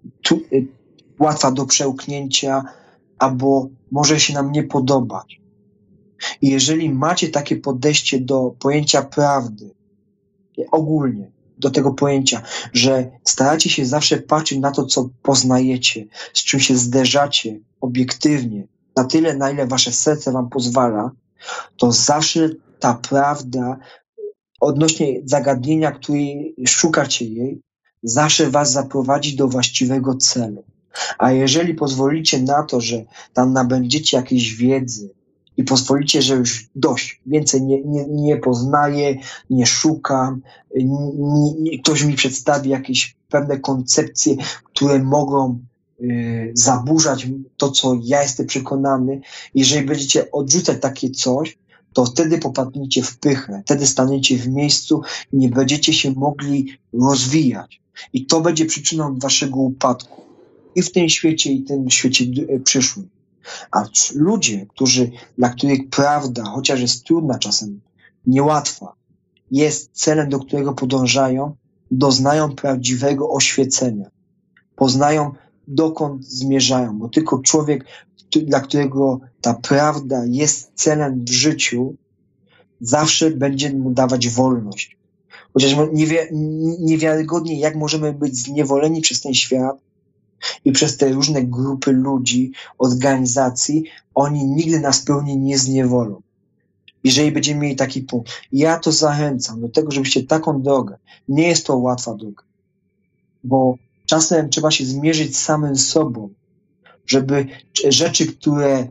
łatwa do przełknięcia, albo może się nam nie podobać. I jeżeli macie takie podejście do pojęcia prawdy, ogólnie do tego pojęcia, że staracie się zawsze patrzeć na to, co poznajecie, z czym się zderzacie obiektywnie, na tyle, na ile wasze serce wam pozwala, to zawsze ta prawda odnośnie zagadnienia, której szukacie jej, zawsze was zaprowadzi do właściwego celu. A jeżeli pozwolicie na to, że tam nabędziecie jakiejś wiedzy i pozwolicie, że już dość, więcej nie poznaję, nie szukam, ktoś mi przedstawi jakieś pewne koncepcje, które mogą zaburzać to, co ja jestem przekonany. Jeżeli będziecie odrzucać takie coś, to wtedy popadniecie w pychę, wtedy staniecie w miejscu i nie będziecie się mogli rozwijać. I to będzie przyczyną waszego upadku. I w tym świecie, i w tym świecie przyszłym. A ludzie, dla których prawda, chociaż jest trudna czasem, niełatwa, jest celem, do którego podążają, doznają prawdziwego oświecenia. Poznają, dokąd zmierzają, bo tylko człowiek, dla którego ta prawda jest celem w życiu, zawsze będzie mu dawać wolność. Chociaż niewiarygodnie, jak możemy być zniewoleni przez ten świat i przez te różne grupy ludzi, organizacji, oni nigdy nas pełni nie zniewolą. Jeżeli będziemy mieli taki punkt. Ja to zachęcam do tego, żebyście taką drogę, nie jest to łatwa droga, bo czasem trzeba się zmierzyć z samym sobą, żeby rzeczy, które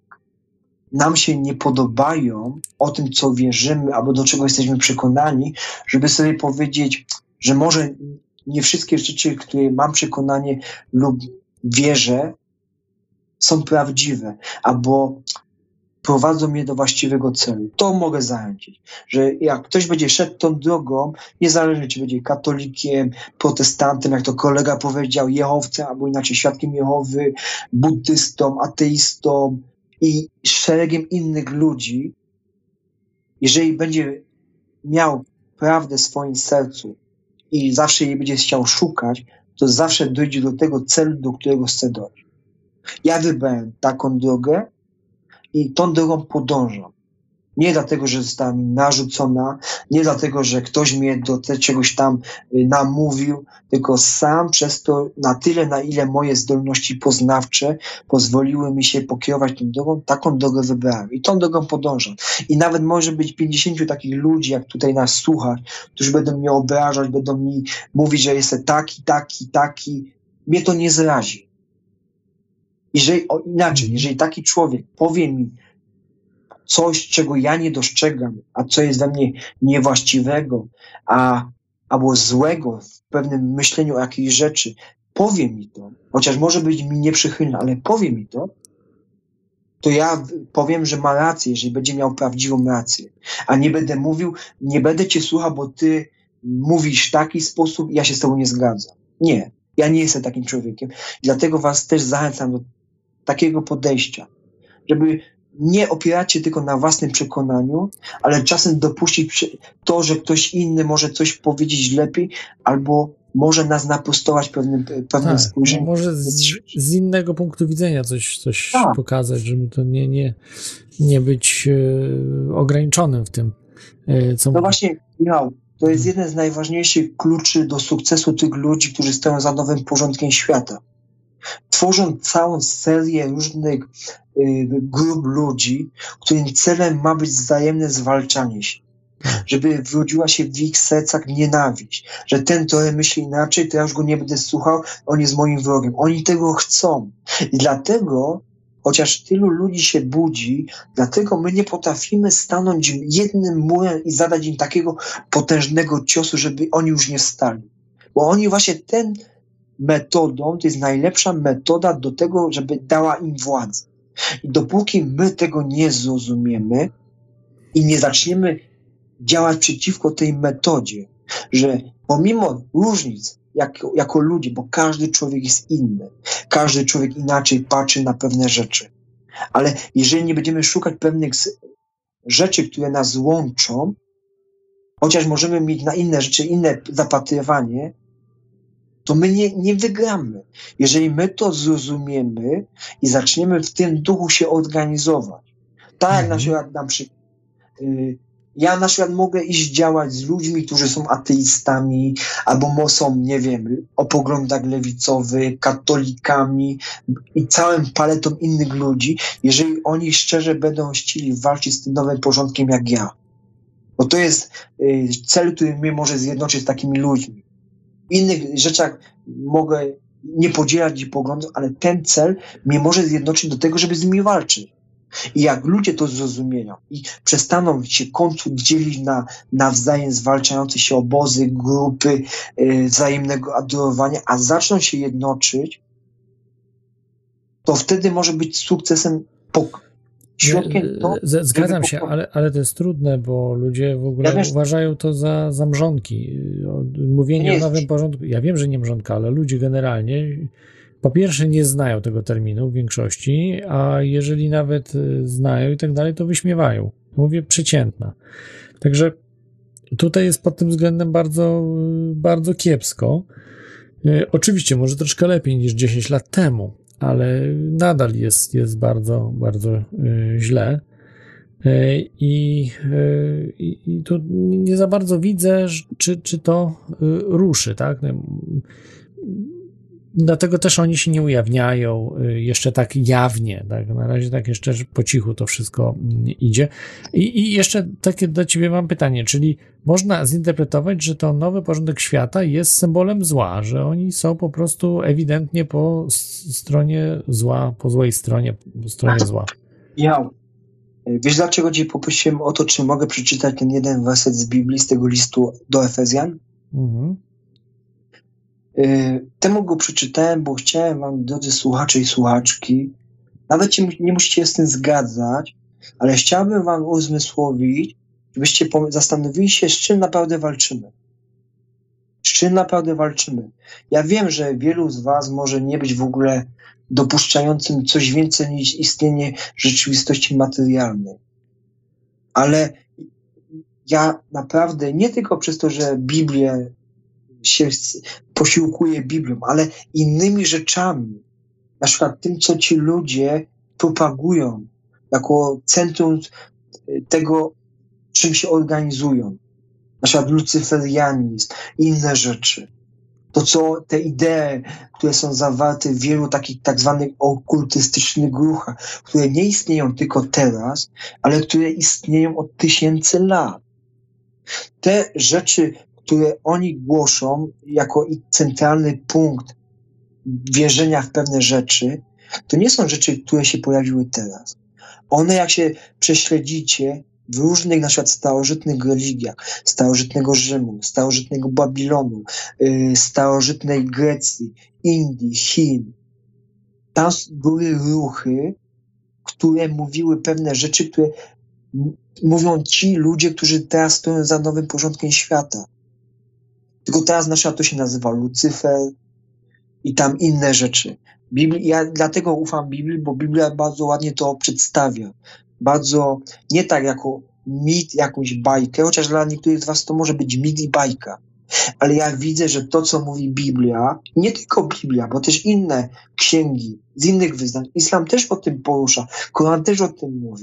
nam się nie podobają, o tym, co wierzymy, albo do czego jesteśmy przekonani, żeby sobie powiedzieć, że może nie wszystkie rzeczy, które mam przekonanie lub wierzę, są prawdziwe, albo prowadzą mnie do właściwego celu. To mogę zachęcić, że jak ktoś będzie szedł tą drogą, niezależnie czy będzie katolikiem, protestantem, jak to kolega powiedział, jehowcem, albo inaczej świadkiem Jehowy, buddystą, ateistą i szeregiem innych ludzi, jeżeli będzie miał prawdę w swoim sercu i zawsze jej będzie chciał szukać, to zawsze dojdzie do tego celu, do którego chce dojść. Ja wybrałem taką drogę i tą drogą podążam. Nie dlatego, że została mi narzucona, nie dlatego, że ktoś mnie do czegoś tam namówił, tylko sam przez to, na tyle, na ile moje zdolności poznawcze pozwoliły mi się pokierować tą drogą, taką drogę wybrałem i tą drogą podążam. I nawet może być 50 takich ludzi, jak tutaj nas słuchać, którzy będą mnie obrażać, będą mi mówić, że jestem taki. Mnie to nie zrazi. Jeżeli taki człowiek powie mi coś, czego ja nie dostrzegam, a co jest we mnie niewłaściwego, albo złego w pewnym myśleniu o jakiejś rzeczy, powie mi to, chociaż może być mi nieprzychylny, ale powie mi to ja powiem, że ma rację, jeżeli będzie miał prawdziwą rację. A nie będę mówił, nie będę cię słuchał, bo ty mówisz w taki sposób i ja się z tobą nie zgadzam. Nie, ja nie jestem takim człowiekiem. I dlatego was też zachęcam do takiego podejścia, żeby nie opierać się tylko na własnym przekonaniu, ale czasem dopuścić to, że ktoś inny może coś powiedzieć lepiej, albo może nas naprostować pewnym spojrzeniem. Może z innego punktu widzenia coś pokazać, żeby to nie być ograniczonym w tym, co No właśnie, Michał, to jest jeden z najważniejszych kluczy do sukcesu tych ludzi, którzy stoją za nowym porządkiem świata. Tworzą całą serię różnych grup ludzi, którym celem ma być wzajemne zwalczanie się. żeby wrodziła się w ich sercach nienawiść, że ten, kto myśli inaczej, to ja już go nie będę słuchał, on jest moim wrogiem. Oni tego chcą. I dlatego, chociaż tylu ludzi się budzi, dlatego my nie potrafimy stanąć jednym murem i zadać im takiego potężnego ciosu, żeby oni już nie wstali. Bo oni właśnie ten metodą, to jest najlepsza metoda do tego, żeby dała im władzę. I dopóki my tego nie zrozumiemy i nie zaczniemy działać przeciwko tej metodzie, że pomimo różnic jako ludzie, bo każdy człowiek jest inny, każdy człowiek inaczej patrzy na pewne rzeczy, ale jeżeli nie będziemy szukać pewnych rzeczy, które nas łączą, chociaż możemy mieć na inne rzeczy inne zapatrywanie, to my nie wygramy. Jeżeli my to zrozumiemy i zaczniemy w tym duchu się organizować. Tak jak na przykład ja na przykład mogę iść działać z ludźmi, którzy są ateistami, albo są, nie wiem, o poglądach lewicowych, katolikami i całym paletą innych ludzi, jeżeli oni szczerze będą chcieli walczyć z tym nowym porządkiem jak ja. Bo to jest cel, który mnie może zjednoczyć z takimi ludźmi. W innych rzeczach mogę nie podzielać ich poglądów, ale ten cel mnie może zjednoczyć do tego, żeby z nimi walczyć. I jak ludzie to zrozumieją i przestaną się w końcu dzielić na nawzajem zwalczające się obozy, grupy wzajemnego adorowania, a zaczną się jednoczyć, to wtedy może być sukcesem środkiem. Zgadzam się, ale to jest trudne, bo ludzie w ogóle uważają to za mrzonki. Mówienie o nowym porządku. Ja wiem, że nie mrzonka, ale ludzie generalnie po pierwsze nie znają tego terminu w większości, a jeżeli nawet znają i tak dalej, to wyśmiewają. Mówię przeciętna. Także tutaj jest pod tym względem bardzo, bardzo kiepsko. Oczywiście może troszkę lepiej niż 10 lat temu, ale nadal jest bardzo, bardzo źle. I tu nie za bardzo widzę, czy to ruszy, tak? Dlatego też oni się nie ujawniają jeszcze tak jawnie, tak? Na razie tak jeszcze po cichu to wszystko idzie. I jeszcze takie do ciebie mam pytanie, czyli można zinterpretować, że to nowy porządek świata jest symbolem zła, że oni są po prostu ewidentnie po stronie zła, po złej stronie, po stronie zła. Ja. Wiesz, dlaczego cię poprosiłem o to, czy mogę przeczytać ten jeden werset z Biblii, z tego listu do Efezjan? Temu go przeczytałem, bo chciałem wam, drodzy słuchacze i słuchaczki, nawet nie musicie się z tym zgadzać, ale chciałbym wam uzmysłowić, żebyście zastanowili się, z czym naprawdę walczymy. Z czym naprawdę walczymy. Ja wiem, że wielu z was może nie być w ogóle dopuszczającym coś więcej niż istnienie rzeczywistości materialnej. Ale ja naprawdę, nie tylko przez to, że Biblię się posiłkuje Biblią, ale innymi rzeczami. Na przykład tym, co ci ludzie propagują jako centrum tego, czym się organizują. Na przykład lucyferianizm, inne rzeczy. To, co te idee, które są zawarte w wielu takich tak zwanych okultystycznych ruchach, które nie istnieją tylko teraz, ale które istnieją od tysięcy lat. Te rzeczy, które oni głoszą jako ich centralny punkt wierzenia w pewne rzeczy, to nie są rzeczy, które się pojawiły teraz. One, jak się prześledzicie w różnych na przykład starożytnych religiach, starożytnego Rzymu, starożytnego Babilonu, starożytnej Grecji, Indii, Chin, tam były ruchy, które mówiły pewne rzeczy, które mówią ci ludzie, którzy teraz stoją za nowym porządkiem świata. Tylko teraz na przykład to się nazywa Lucyfer i tam inne rzeczy. Ja dlatego ufam Biblii, bo Biblia bardzo ładnie to przedstawia. Bardzo, nie tak jako mit, jakąś bajkę, chociaż dla niektórych z was to może być mit i bajka. Ale ja widzę, że to, co mówi Biblia, nie tylko Biblia, bo też inne księgi z innych wyznań, Islam też o tym porusza, Koran też o tym mówi.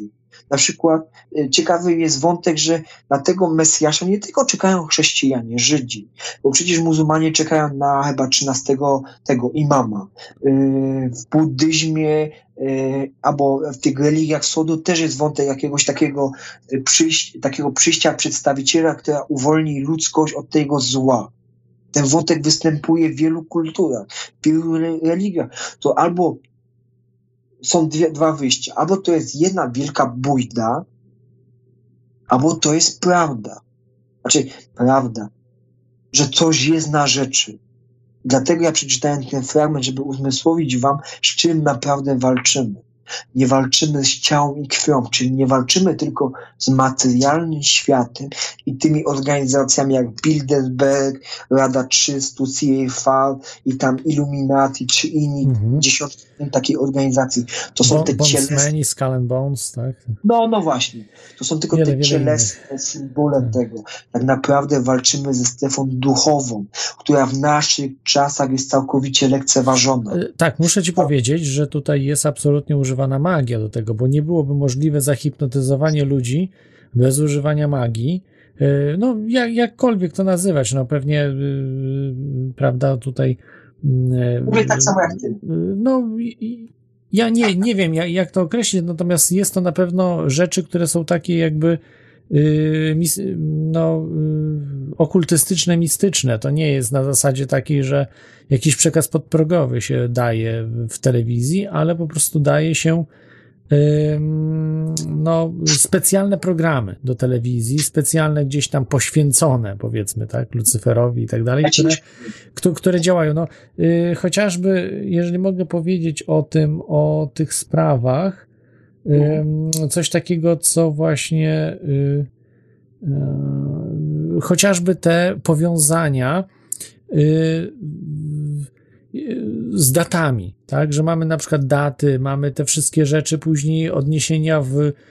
na przykład ciekawy jest wątek, że na tego Mesjasza nie tylko czekają chrześcijanie, Żydzi, bo przecież muzułmanie czekają na chyba 13 tego imama. W buddyzmie albo w tych religiach wschodu też jest wątek jakiegoś takiego przyjścia przedstawiciela, która uwolni ludzkość od tego zła. Ten wątek występuje w wielu kulturach, w wielu religiach. To albo są dwa wyjścia. Albo to jest jedna wielka bójda, albo to jest prawda. Znaczy, prawda, że coś jest na rzeczy. Dlatego ja przeczytałem ten fragment, żeby uzmysłowić wam, z czym naprawdę walczymy. Nie walczymy z ciałem i krwią, czyli nie walczymy tylko z materialnym światem i tymi organizacjami jak Bilderberg, Rada 300, CFR i tam Illuminati czy inni dziesiątki takiej organizacji. To są te cielesne... Skull and Bones, tak? No właśnie. To są tylko te cielesne symbole tego. Tak naprawdę walczymy ze strefą duchową, która w naszych czasach jest całkowicie lekceważona. Tak, muszę ci powiedzieć, że tutaj jest absolutnie używana magia do tego, bo nie byłoby możliwe zahipnotyzowanie ludzi bez używania magii. No, jakkolwiek to nazywać, no pewnie, prawda, tutaj... Mówię tak samo jak ty. No, ja nie wiem, jak to określić, natomiast jest to na pewno rzeczy, które są takie jakby okultystyczne, mistyczne. To nie jest na zasadzie takiej, że jakiś przekaz podprogowy się daje w telewizji, ale po prostu daje się specjalne programy do telewizji, specjalne gdzieś tam poświęcone, powiedzmy, tak, Lucyferowi i tak dalej, które działają. No, chociażby, jeżeli mogę powiedzieć o tych sprawach, coś takiego, co właśnie chociażby te powiązania z datami, tak, że mamy na przykład daty, mamy te wszystkie rzeczy, później odniesienia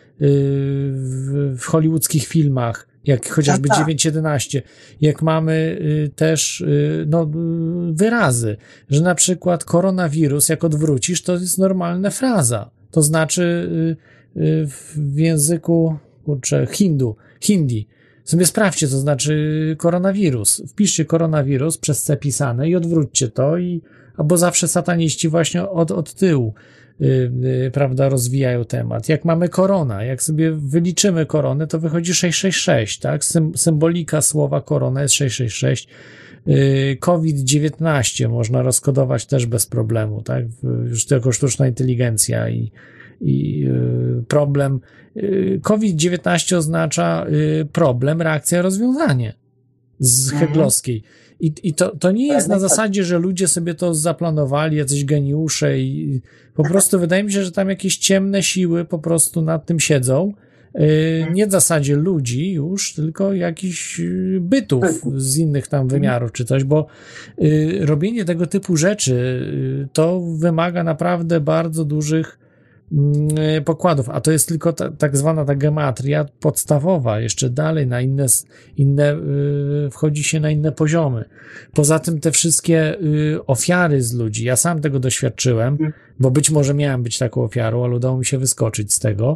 w hollywoodzkich filmach, jak chociażby 9.11, jak mamy też wyrazy, że na przykład koronawirus, jak odwrócisz, to jest normalna fraza. To znaczy w języku hindi. Sobie sprawdźcie, co znaczy koronawirus. Wpiszcie koronawirus przez C pisane i odwróćcie to, albo zawsze sataniści właśnie od tyłu, prawda, rozwijają temat. Jak mamy korona, jak sobie wyliczymy koronę, to wychodzi 666, tak? Symbolika słowa korona jest 666. COVID-19 można rozkodować też bez problemu, tak? Już tylko sztuczna inteligencja i problem. COVID-19 oznacza problem, reakcja, rozwiązanie z heglowskiej. I to nie jest na zasadzie, że ludzie sobie to zaplanowali, jacyś geniusze i po prostu wydaje mi się, że tam jakieś ciemne siły po prostu nad tym siedzą. Nie w zasadzie ludzi już, tylko jakichś bytów z innych tam wymiarów czy coś, bo robienie tego typu rzeczy to wymaga naprawdę bardzo dużych pokładów, a to jest tylko tak zwana ta gematria podstawowa, jeszcze dalej na inne wchodzi się na inne poziomy. Poza tym te wszystkie ofiary z ludzi, ja sam tego doświadczyłem, bo być może miałem być taką ofiarą, ale udało mi się wyskoczyć z tego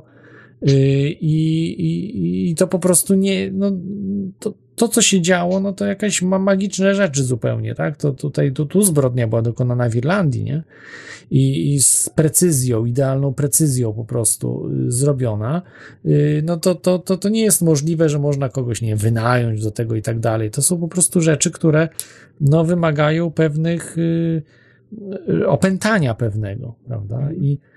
i to po prostu nie, to co się działo, no to jakaś magiczne rzeczy zupełnie, tak? Tu zbrodnia była dokonana w Irlandii, nie? I z precyzją, idealną precyzją po prostu zrobiona, no to nie jest możliwe, że można kogoś, nie wynająć do tego i tak dalej. To są po prostu rzeczy, które wymagają pewnych opętania pewnego, prawda?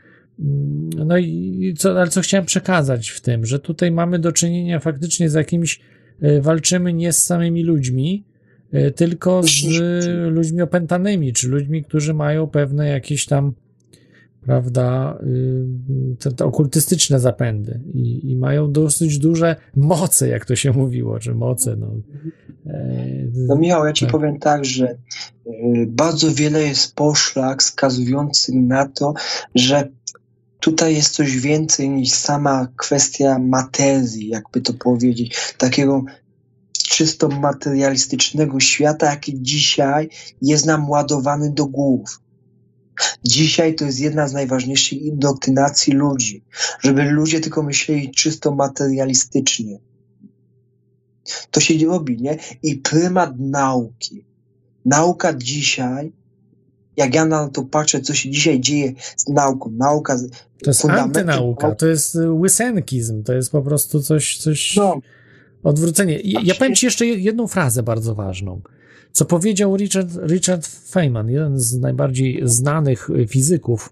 Ale co chciałem przekazać w tym, że tutaj mamy do czynienia faktycznie z jakimś, walczymy nie z samymi ludźmi, tylko z ludźmi opętanymi, czy ludźmi, którzy mają pewne jakieś tam, prawda, te okultystyczne zapędy i mają dosyć duże moce, jak to się mówiło, czy moce, Michał, ja ci powiem tak, że bardzo wiele jest poszlak wskazujących na to, że tutaj jest coś więcej niż sama kwestia materii, jakby to powiedzieć, takiego czysto materialistycznego świata, jaki dzisiaj jest nam ładowany do głów. Dzisiaj to jest jedna z najważniejszych indoktrynacji ludzi, żeby ludzie tylko myśleli czysto materialistycznie. To się robi, nie? I prymat nauki. Nauka dzisiaj, jak ja na to patrzę, co się dzisiaj dzieje z nauką. Nauka to jest antynauka, to jest łysenkizm, to jest po prostu coś odwrócenie. Ja powiem ci jeszcze jedną frazę bardzo ważną. Co powiedział Richard Feynman, jeden z najbardziej znanych fizyków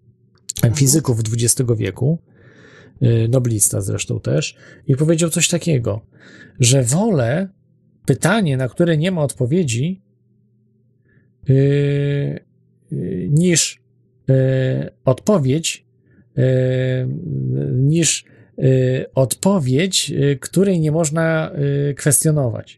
XX wieku, noblista zresztą też, i powiedział coś takiego, że wolę pytanie, na które nie ma odpowiedzi, niż odpowiedź, której nie można kwestionować.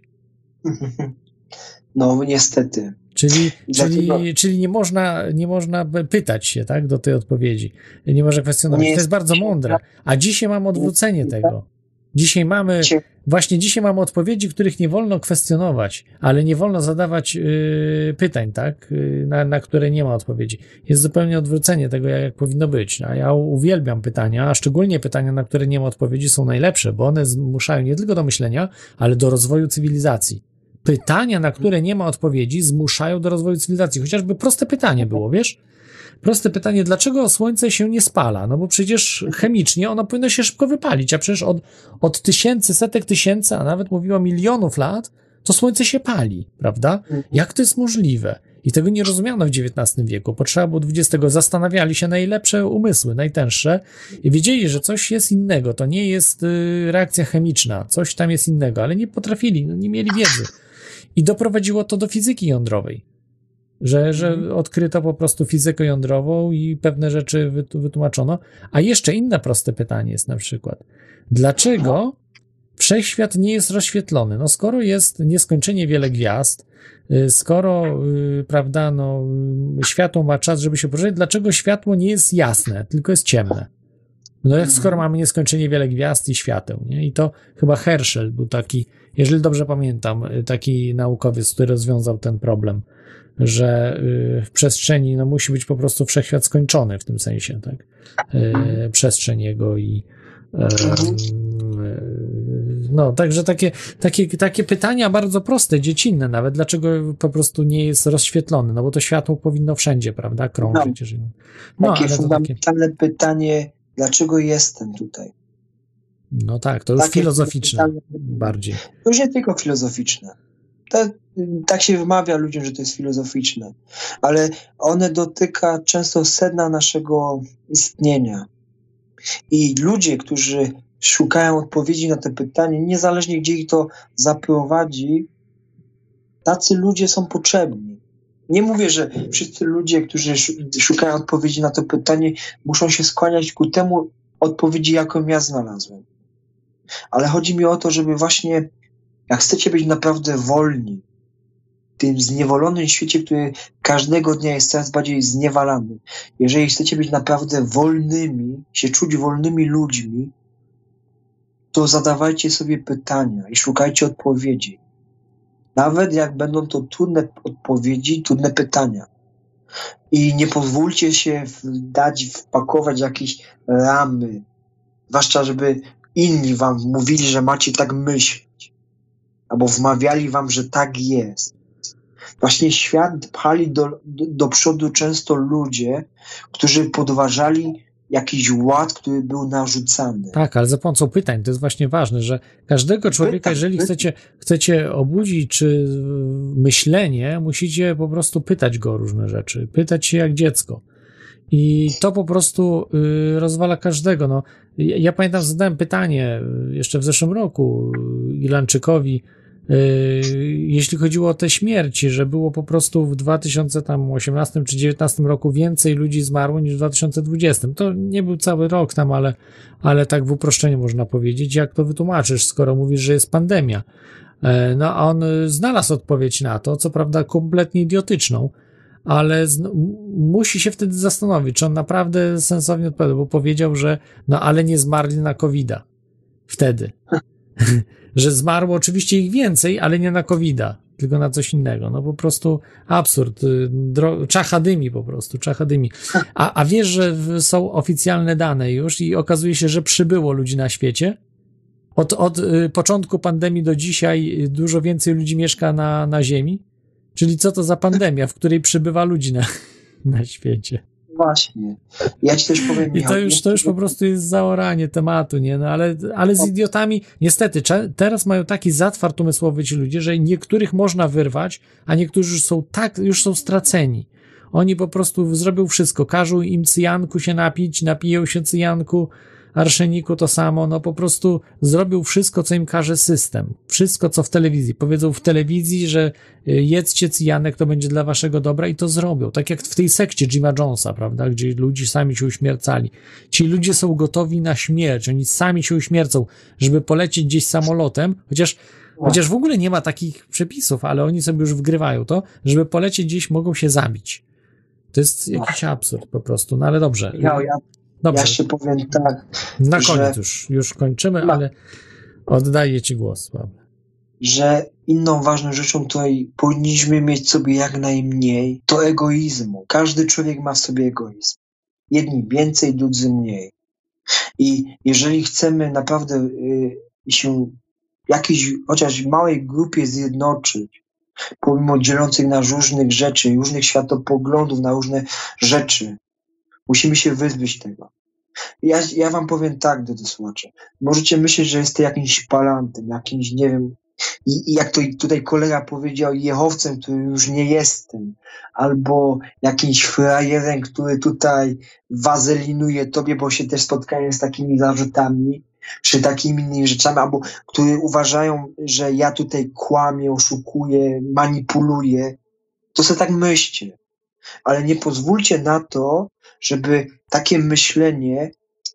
No, niestety. Czyli nie można pytać się, tak, do tej odpowiedzi. Nie można kwestionować. To jest bardzo mądre. A dzisiaj mamy odwrócenie tego. Dzisiaj mamy odpowiedzi, których nie wolno kwestionować, ale nie wolno zadawać pytań, tak, na które nie ma odpowiedzi. Jest zupełnie odwrócenie tego, jak powinno być. A ja uwielbiam pytania, a szczególnie pytania, na które nie ma odpowiedzi, są najlepsze, bo one zmuszają nie tylko do myślenia, ale do rozwoju cywilizacji. Pytania, na które nie ma odpowiedzi, zmuszają do rozwoju cywilizacji. Chociażby proste pytanie było, wiesz? Proste pytanie, dlaczego Słońce się nie spala? No bo przecież chemicznie ono powinno się szybko wypalić, a przecież od tysięcy, setek tysięcy, a nawet mówiło milionów lat, to Słońce się pali, prawda? Jak to jest możliwe? I tego nie rozumiano w XIX wieku. Potrzeba było XX. Zastanawiali się najlepsze umysły, najtęższe i wiedzieli, że coś jest innego. To nie jest reakcja chemiczna. Coś tam jest innego, ale nie potrafili, nie mieli wiedzy. I doprowadziło to do fizyki jądrowej. Że odkryto po prostu fizykę jądrową i pewne rzeczy wytłumaczono. A jeszcze inne proste pytanie jest na przykład. Dlaczego wszechświat nie jest rozświetlony? No skoro jest nieskończenie wiele gwiazd, skoro, prawda, no, światło ma czas, żeby się poruszać, dlaczego światło nie jest jasne, tylko jest ciemne? No jak skoro mamy nieskończenie wiele gwiazd i świateł, nie? I to chyba Herschel był taki, jeżeli dobrze pamiętam, taki naukowiec, który rozwiązał ten problem, że w przestrzeni no, musi być po prostu wszechświat skończony w tym sensie, tak? Przestrzeń jego i no, także takie pytania bardzo proste, dziecinne nawet, dlaczego po prostu nie jest rozświetlony, no bo to światło powinno wszędzie, prawda, krążyć. Takie fundamentalne pytanie, dlaczego jestem tutaj? No tak, to już filozoficzne bardziej. To już nie tylko filozoficzne. Tak się wymawia ludziom, że to jest filozoficzne, ale one dotyka często sedna naszego istnienia. I ludzie, którzy szukają odpowiedzi na te pytanie, niezależnie gdzie ich to zaprowadzi, tacy ludzie są potrzebni. Nie mówię, że wszyscy ludzie, którzy szukają odpowiedzi na to pytanie, muszą się skłaniać ku temu odpowiedzi, jaką ja znalazłem. Ale chodzi mi o to, żeby właśnie, jak chcecie być naprawdę wolni w tym zniewolonym świecie, który każdego dnia jest coraz bardziej zniewalany, jeżeli chcecie być naprawdę wolnymi, się czuć wolnymi ludźmi, to zadawajcie sobie pytania i szukajcie odpowiedzi. Nawet jak będą to trudne odpowiedzi, trudne pytania. I nie pozwólcie się wpakować jakieś ramy, zwłaszcza żeby inni wam mówili, że macie tak myśleć, albo wmawiali wam, że tak jest. Właśnie świat pchali do przodu często ludzie, którzy podważali jakiś ład, który był narzucany. Tak, ale za pomocą pytań, to jest właśnie ważne, że każdego człowieka, jeżeli chcecie obudzić czy myślenie, musicie po prostu pytać go o różne rzeczy, pytać się jak dziecko. I to po prostu rozwala każdego. No, ja pamiętam, zadałem pytanie jeszcze w zeszłym roku Irlandczykowi, jeśli chodziło o te śmierci, że było po prostu w 2018 czy 2019 roku więcej ludzi zmarło niż w 2020. To nie był cały rok tam, ale tak w uproszczeniu można powiedzieć. Jak to wytłumaczysz, skoro mówisz, że jest pandemia? No a on znalazł odpowiedź na to, co prawda kompletnie idiotyczną, ale musi się wtedy zastanowić, czy on naprawdę sensownie odpowiada, bo powiedział, że no ale nie zmarli na COVID-a. Wtedy. Że zmarło oczywiście ich więcej, ale nie na COVID-a. tylko na coś innego. No po prostu absurd. Czacha dymi po prostu, czacha dymi. A wiesz, że są oficjalne dane już i okazuje się, że przybyło ludzi na świecie? Od początku pandemii do dzisiaj dużo więcej ludzi mieszka na Ziemi? Czyli co to za pandemia, w której przybywa ludzi na świecie? Właśnie. Ja ci też powiem, I to już po prostu jest zaoranie tematu, nie? No ale z idiotami, niestety, teraz mają taki zatwar umysłowy ci ludzie, że niektórych można wyrwać, a niektórzy już są straceni. Oni po prostu zrobią wszystko, każą im cyjanku się napić, napiją się cyjanku, arszeniku to samo, no po prostu zrobił wszystko, co im każe system. Wszystko, co w telewizji. Powiedzą w telewizji, że jedzcie cyjanek, to będzie dla waszego dobra i to zrobią. Tak jak w tej sekcie Jima Jonesa, prawda, gdzie ludzie sami się uśmiercali. Ci ludzie są gotowi na śmierć, oni sami się uśmiercą, żeby polecieć gdzieś samolotem, chociaż w ogóle nie ma takich przepisów, ale oni sobie już wgrywają to, żeby polecieć gdzieś, mogą się zabić. To jest jakiś absurd po prostu, no ale dobrze. Dobrze. Ja jeszcze powiem tak. Na koniec już kończymy, ale oddaję ci głos, Paweł. Że inną ważną rzeczą, której powinniśmy mieć sobie jak najmniej, to egoizmu. Każdy człowiek ma w sobie egoizm. Jedni więcej, drudzy mniej. I jeżeli chcemy naprawdę się jakiejś chociaż małej grupie zjednoczyć, pomimo dzielących nas różnych rzeczy, różnych światopoglądów na różne rzeczy, musimy się wyzbyć tego. Ja wam powiem tak, drodzy słuchacze. Możecie myśleć, że jesteś jakimś palantem, jakimś, nie wiem, i jak to tutaj kolega powiedział, jehowcem, który już nie jestem, albo jakimś frajerem, który tutaj wazelinuje tobie, bo się też spotkałem z takimi zarzutami, czy takimi innymi rzeczami, albo którzy uważają, że ja tutaj kłamię, oszukuję, manipuluję. To sobie tak myślcie. Ale nie pozwólcie na to, żeby takie myślenie,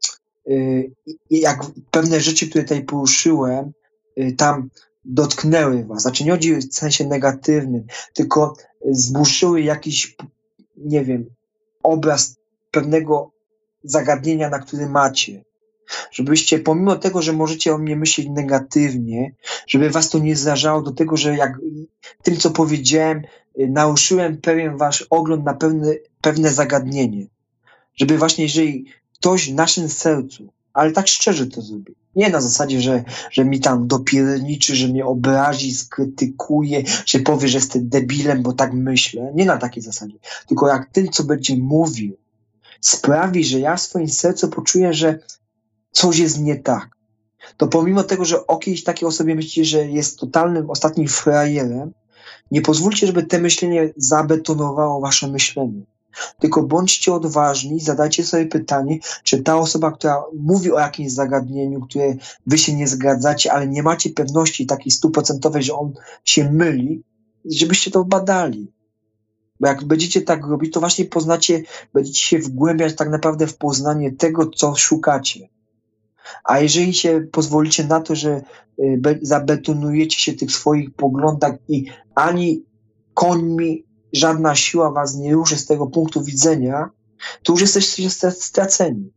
jak pewne rzeczy, które tutaj poruszyłem, tam dotknęły was. Znaczy nie chodzi w sensie negatywnym, tylko zburzyły jakiś, nie wiem, obraz pewnego zagadnienia, na który macie. Żebyście, pomimo tego, że możecie o mnie myśleć negatywnie, żeby was to nie zdarzało do tego, że jak tym, co powiedziałem, naruszyłem pewien wasz ogląd na pewne zagadnienie. Żeby właśnie, jeżeli ktoś w naszym sercu, ale tak szczerze to zrobi, nie na zasadzie, że mi tam dopierniczy, że mnie obrazi, skrytykuje, że powie, że jestem debilem, bo tak myślę. Nie na takiej zasadzie. Tylko jak tym, co będzie mówił, sprawi, że ja w swoim sercu poczuję, że coś jest nie tak. To pomimo tego, że o jakiejś takiej osobie myślicie, że jest totalnym ostatnim frajerem, nie pozwólcie, żeby te myślenie zabetonowało wasze myślenie. Tylko bądźcie odważni, zadajcie sobie pytanie, czy ta osoba, która mówi o jakimś zagadnieniu, które wy się nie zgadzacie, ale nie macie pewności takiej 100%, że on się myli, żebyście to badali. Bo jak będziecie tak robić, to właśnie będziecie się wgłębiać tak naprawdę w poznanie tego, co szukacie. A jeżeli się pozwolicie na to, że zabetonujecie się w tych swoich poglądach i ani końmi żadna siła was nie ruszy z tego punktu widzenia, to już jesteście straceni.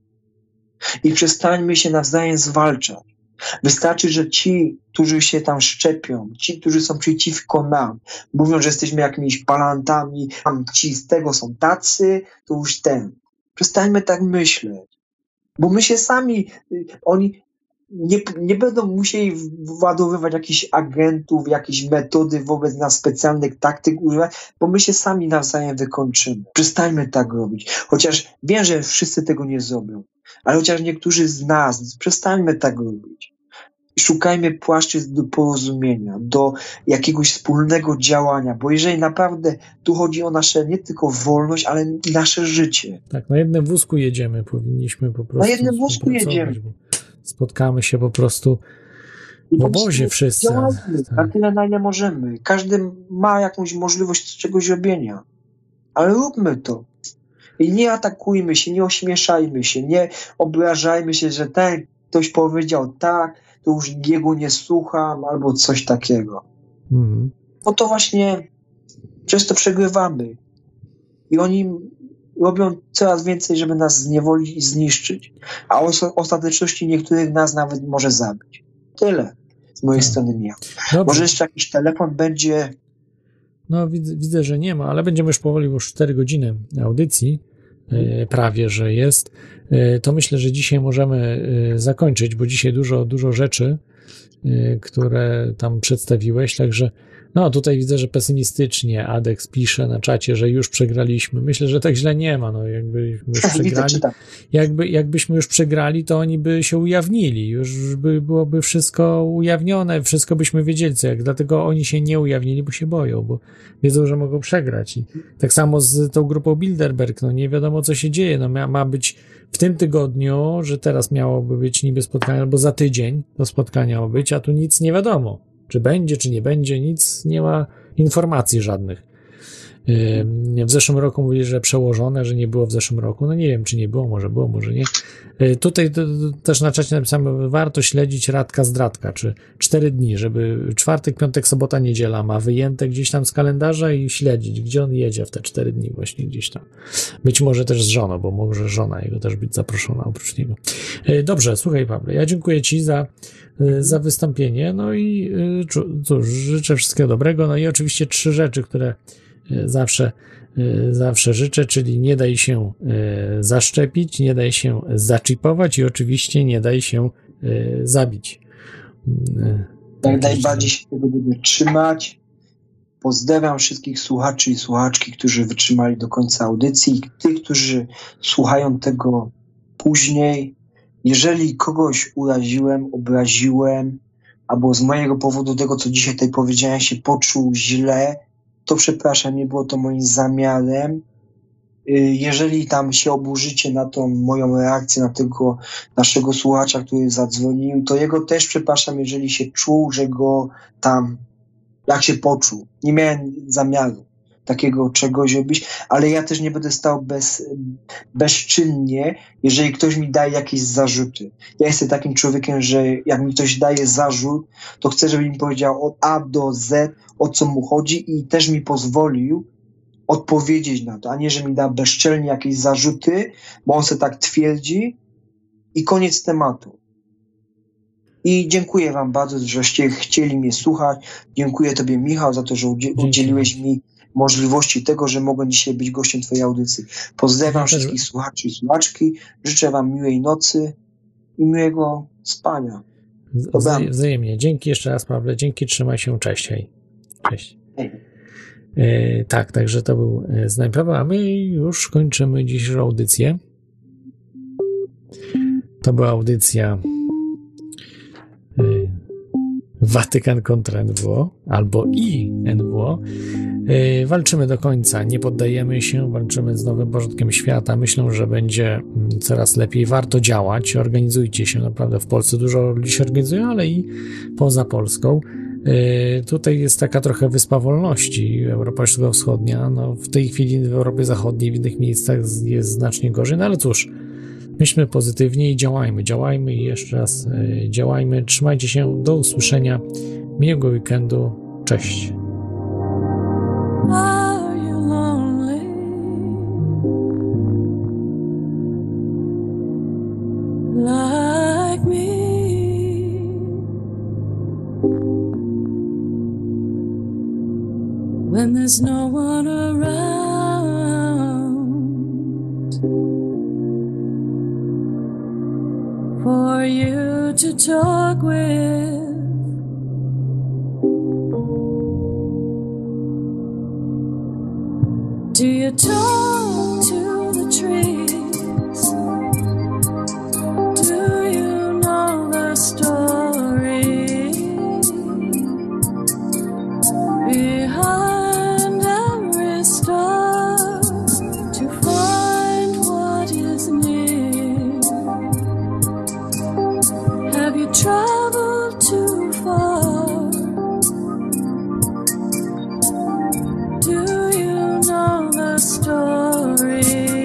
I przestańmy się nawzajem zwalczać. Wystarczy, że ci, którzy się tam szczepią, ci, którzy są przeciwko nam, mówią, że jesteśmy jakimiś palantami, ci z tego są tacy, to już ten. Przestańmy tak myśleć. Bo my się sami, oni nie będą musieli władowywać jakichś agentów, jakieś metody wobec nas, specjalnych taktyk używać, bo my się sami nawzajem wykończymy. Przestańmy tak robić. Chociaż wiem, że wszyscy tego nie zrobią, ale chociaż niektórzy z nas, przestańmy tak robić. Szukajmy płaszczyzn do porozumienia, do jakiegoś wspólnego działania, bo jeżeli naprawdę tu chodzi o nasze nie tylko wolność, ale i nasze życie. Tak, na jednym wózku jedziemy, powinniśmy po prostu. Na jednym wózku jedziemy. Spotkamy się po prostu w obozie wszyscy. Na tyle, na ile możemy. Każdy ma jakąś możliwość czegoś robienia. Ale róbmy to. I nie atakujmy się, nie ośmieszajmy się, nie obrażajmy się, że ten ktoś powiedział tak, to już jego nie słucham, albo coś takiego. No to właśnie przez to przegrywamy. I oni robią coraz więcej, żeby nas zniewolić i zniszczyć. A ostateczności niektórych nas nawet może zabić. Tyle z mojej strony miał. Może jeszcze jakiś telefon będzie. No widzę, że nie ma, ale będziemy już powoli, już 4 godziny audycji, prawie, że jest. To myślę, że dzisiaj możemy zakończyć, bo dzisiaj dużo rzeczy, które tam przedstawiłeś, także no tutaj widzę, że pesymistycznie Adex pisze na czacie, że już przegraliśmy. Myślę, że tak źle nie ma, no jakbyśmy już przegrali, to oni by się ujawnili, już byłoby wszystko ujawnione, wszystko byśmy wiedzieli co jak, dlatego oni się nie ujawnili, bo się boją, bo wiedzą, że mogą przegrać. I tak samo z tą grupą Bilderberg, no nie wiadomo co się dzieje, no ma być w tym tygodniu, że teraz miałoby być niby spotkanie, albo za tydzień to spotkanie miało być, a tu nic nie wiadomo. Czy będzie, czy nie będzie, nic, nie ma informacji żadnych. W zeszłym roku mówili, że przełożone, że nie było w zeszłym roku. No nie wiem, czy nie było, może nie. Tutaj też na czacie napisałem, warto śledzić Radka Zdradka, czy 4 dni, żeby czwartek, piątek, sobota, niedziela ma wyjęte gdzieś tam z kalendarza i śledzić, gdzie on jedzie w te 4 dni właśnie gdzieś tam. Być może też z żoną, bo może żona jego też być zaproszona oprócz niego. Dobrze, słuchaj Pawle, ja dziękuję Ci za wystąpienie, no i cóż, życzę wszystkiego dobrego, no i oczywiście 3 rzeczy, które zawsze życzę, czyli nie daj się zaszczepić, nie daj się zaczipować i oczywiście nie daj się zabić. Jak najbardziej się tego będę trzymać. Pozdrawiam wszystkich słuchaczy i słuchaczki, którzy wytrzymali do końca audycji i tych, którzy słuchają tego później. Jeżeli kogoś uraziłem, obraziłem, albo z mojego powodu tego, co dzisiaj tutaj powiedziałem, się poczuł źle, to przepraszam, nie było to moim zamiarem. Jeżeli tam się oburzycie na tą moją reakcję, na tego naszego słuchacza, który zadzwonił, to jego też przepraszam, jeżeli się czuł, że go tam, jak się poczuł. Nie miałem zamiaru takiego czegoś robić, ale ja też nie będę stał bezczynnie, jeżeli ktoś mi daje jakieś zarzuty. Ja jestem takim człowiekiem, że jak mi ktoś daje zarzut, to chcę, żeby mi powiedział od A do Z, o co mu chodzi i też mi pozwolił odpowiedzieć na to, a nie, że mi da bezczelnie jakieś zarzuty, bo on se tak twierdzi i koniec tematu. I dziękuję wam bardzo, żeście chcieli mnie słuchać. Dziękuję tobie, Michał, za to, że udzieliłeś mi możliwości tego, że mogłem dzisiaj być gościem twojej audycji. Pozdrawiam wszystkich słuchaczy i słuchaczki. Życzę wam miłej nocy i miłego spania. Wzajemnie. Dzięki jeszcze raz, Pawle. Dzięki, trzymaj się. Cześć. Hej. Cześć. Hej. Tak, także to był Znań Prawa, a my już kończymy dzisiejszą audycję. To była audycja Watykan kontra NWO albo i NWO. Walczymy do końca, nie poddajemy się, walczymy z nowym porządkiem świata. Myślę, że będzie coraz lepiej. Warto działać, organizujcie się, naprawdę w Polsce dużo ludzi się organizuje, ale i poza Polską. Tutaj jest taka trochę wyspa wolności, Europa Środkowo-Wschodnia. No, w tej chwili w Europie Zachodniej, w innych miejscach jest znacznie gorzej, no ale cóż, myślmy pozytywnie i działajmy i jeszcze raz działajmy. Trzymajcie się, do usłyszenia, miłego weekendu, cześć. Are you lonely? Like me? When there's no one around for you to talk with. Do you talk to the trees? Do you know the story behind every star to find what is near? Have you traveled too far? Do you know the story?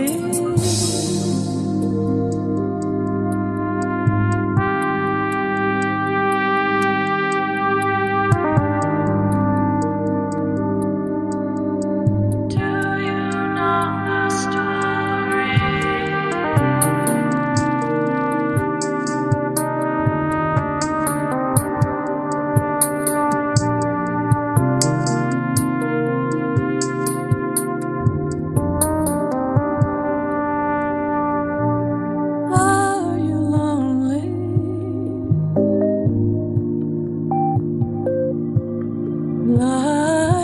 Do you know the story?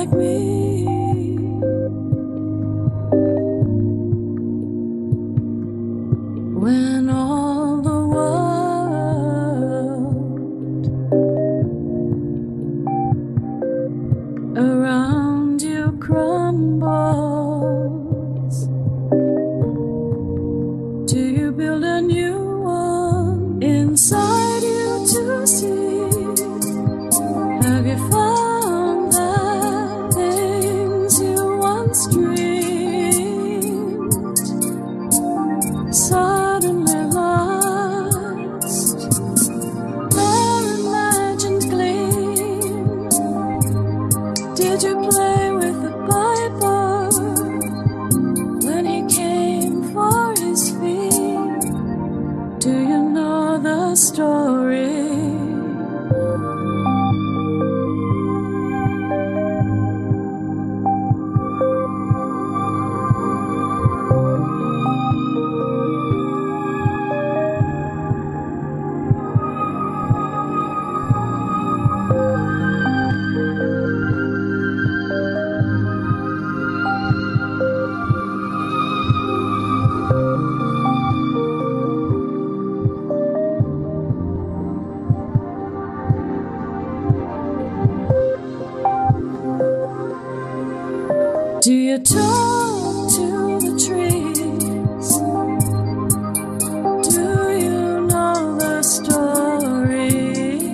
like me. When all the world around you crumbles, do you build a new one inside you to see? Have you found that things you once dreamed suddenly lost their imagined gleam? Did you play with the piper when he came for his fee? Do you know the story? Do you talk to the trees? Do you know the story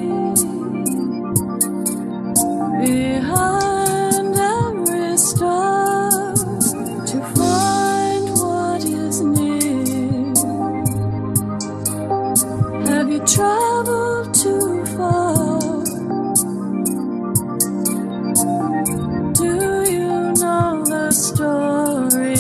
behind every star to find what is near? Have you traveled too far? Do you know the story?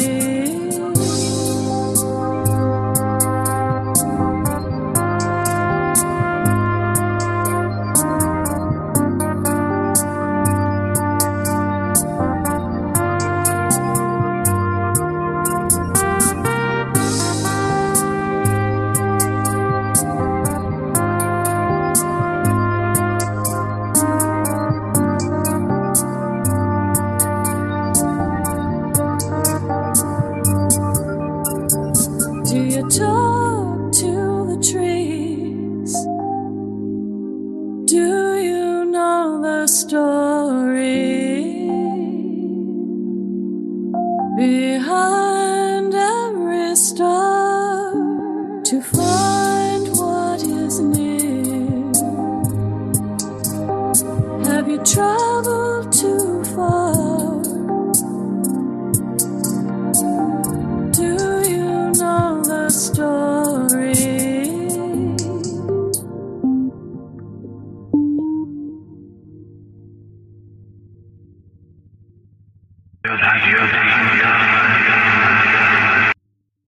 Do you talk to the trees? Do you know the story behind every star to find what is near? Have you traveled too far? Do you know the story? Yoda, Yoda, Yoda.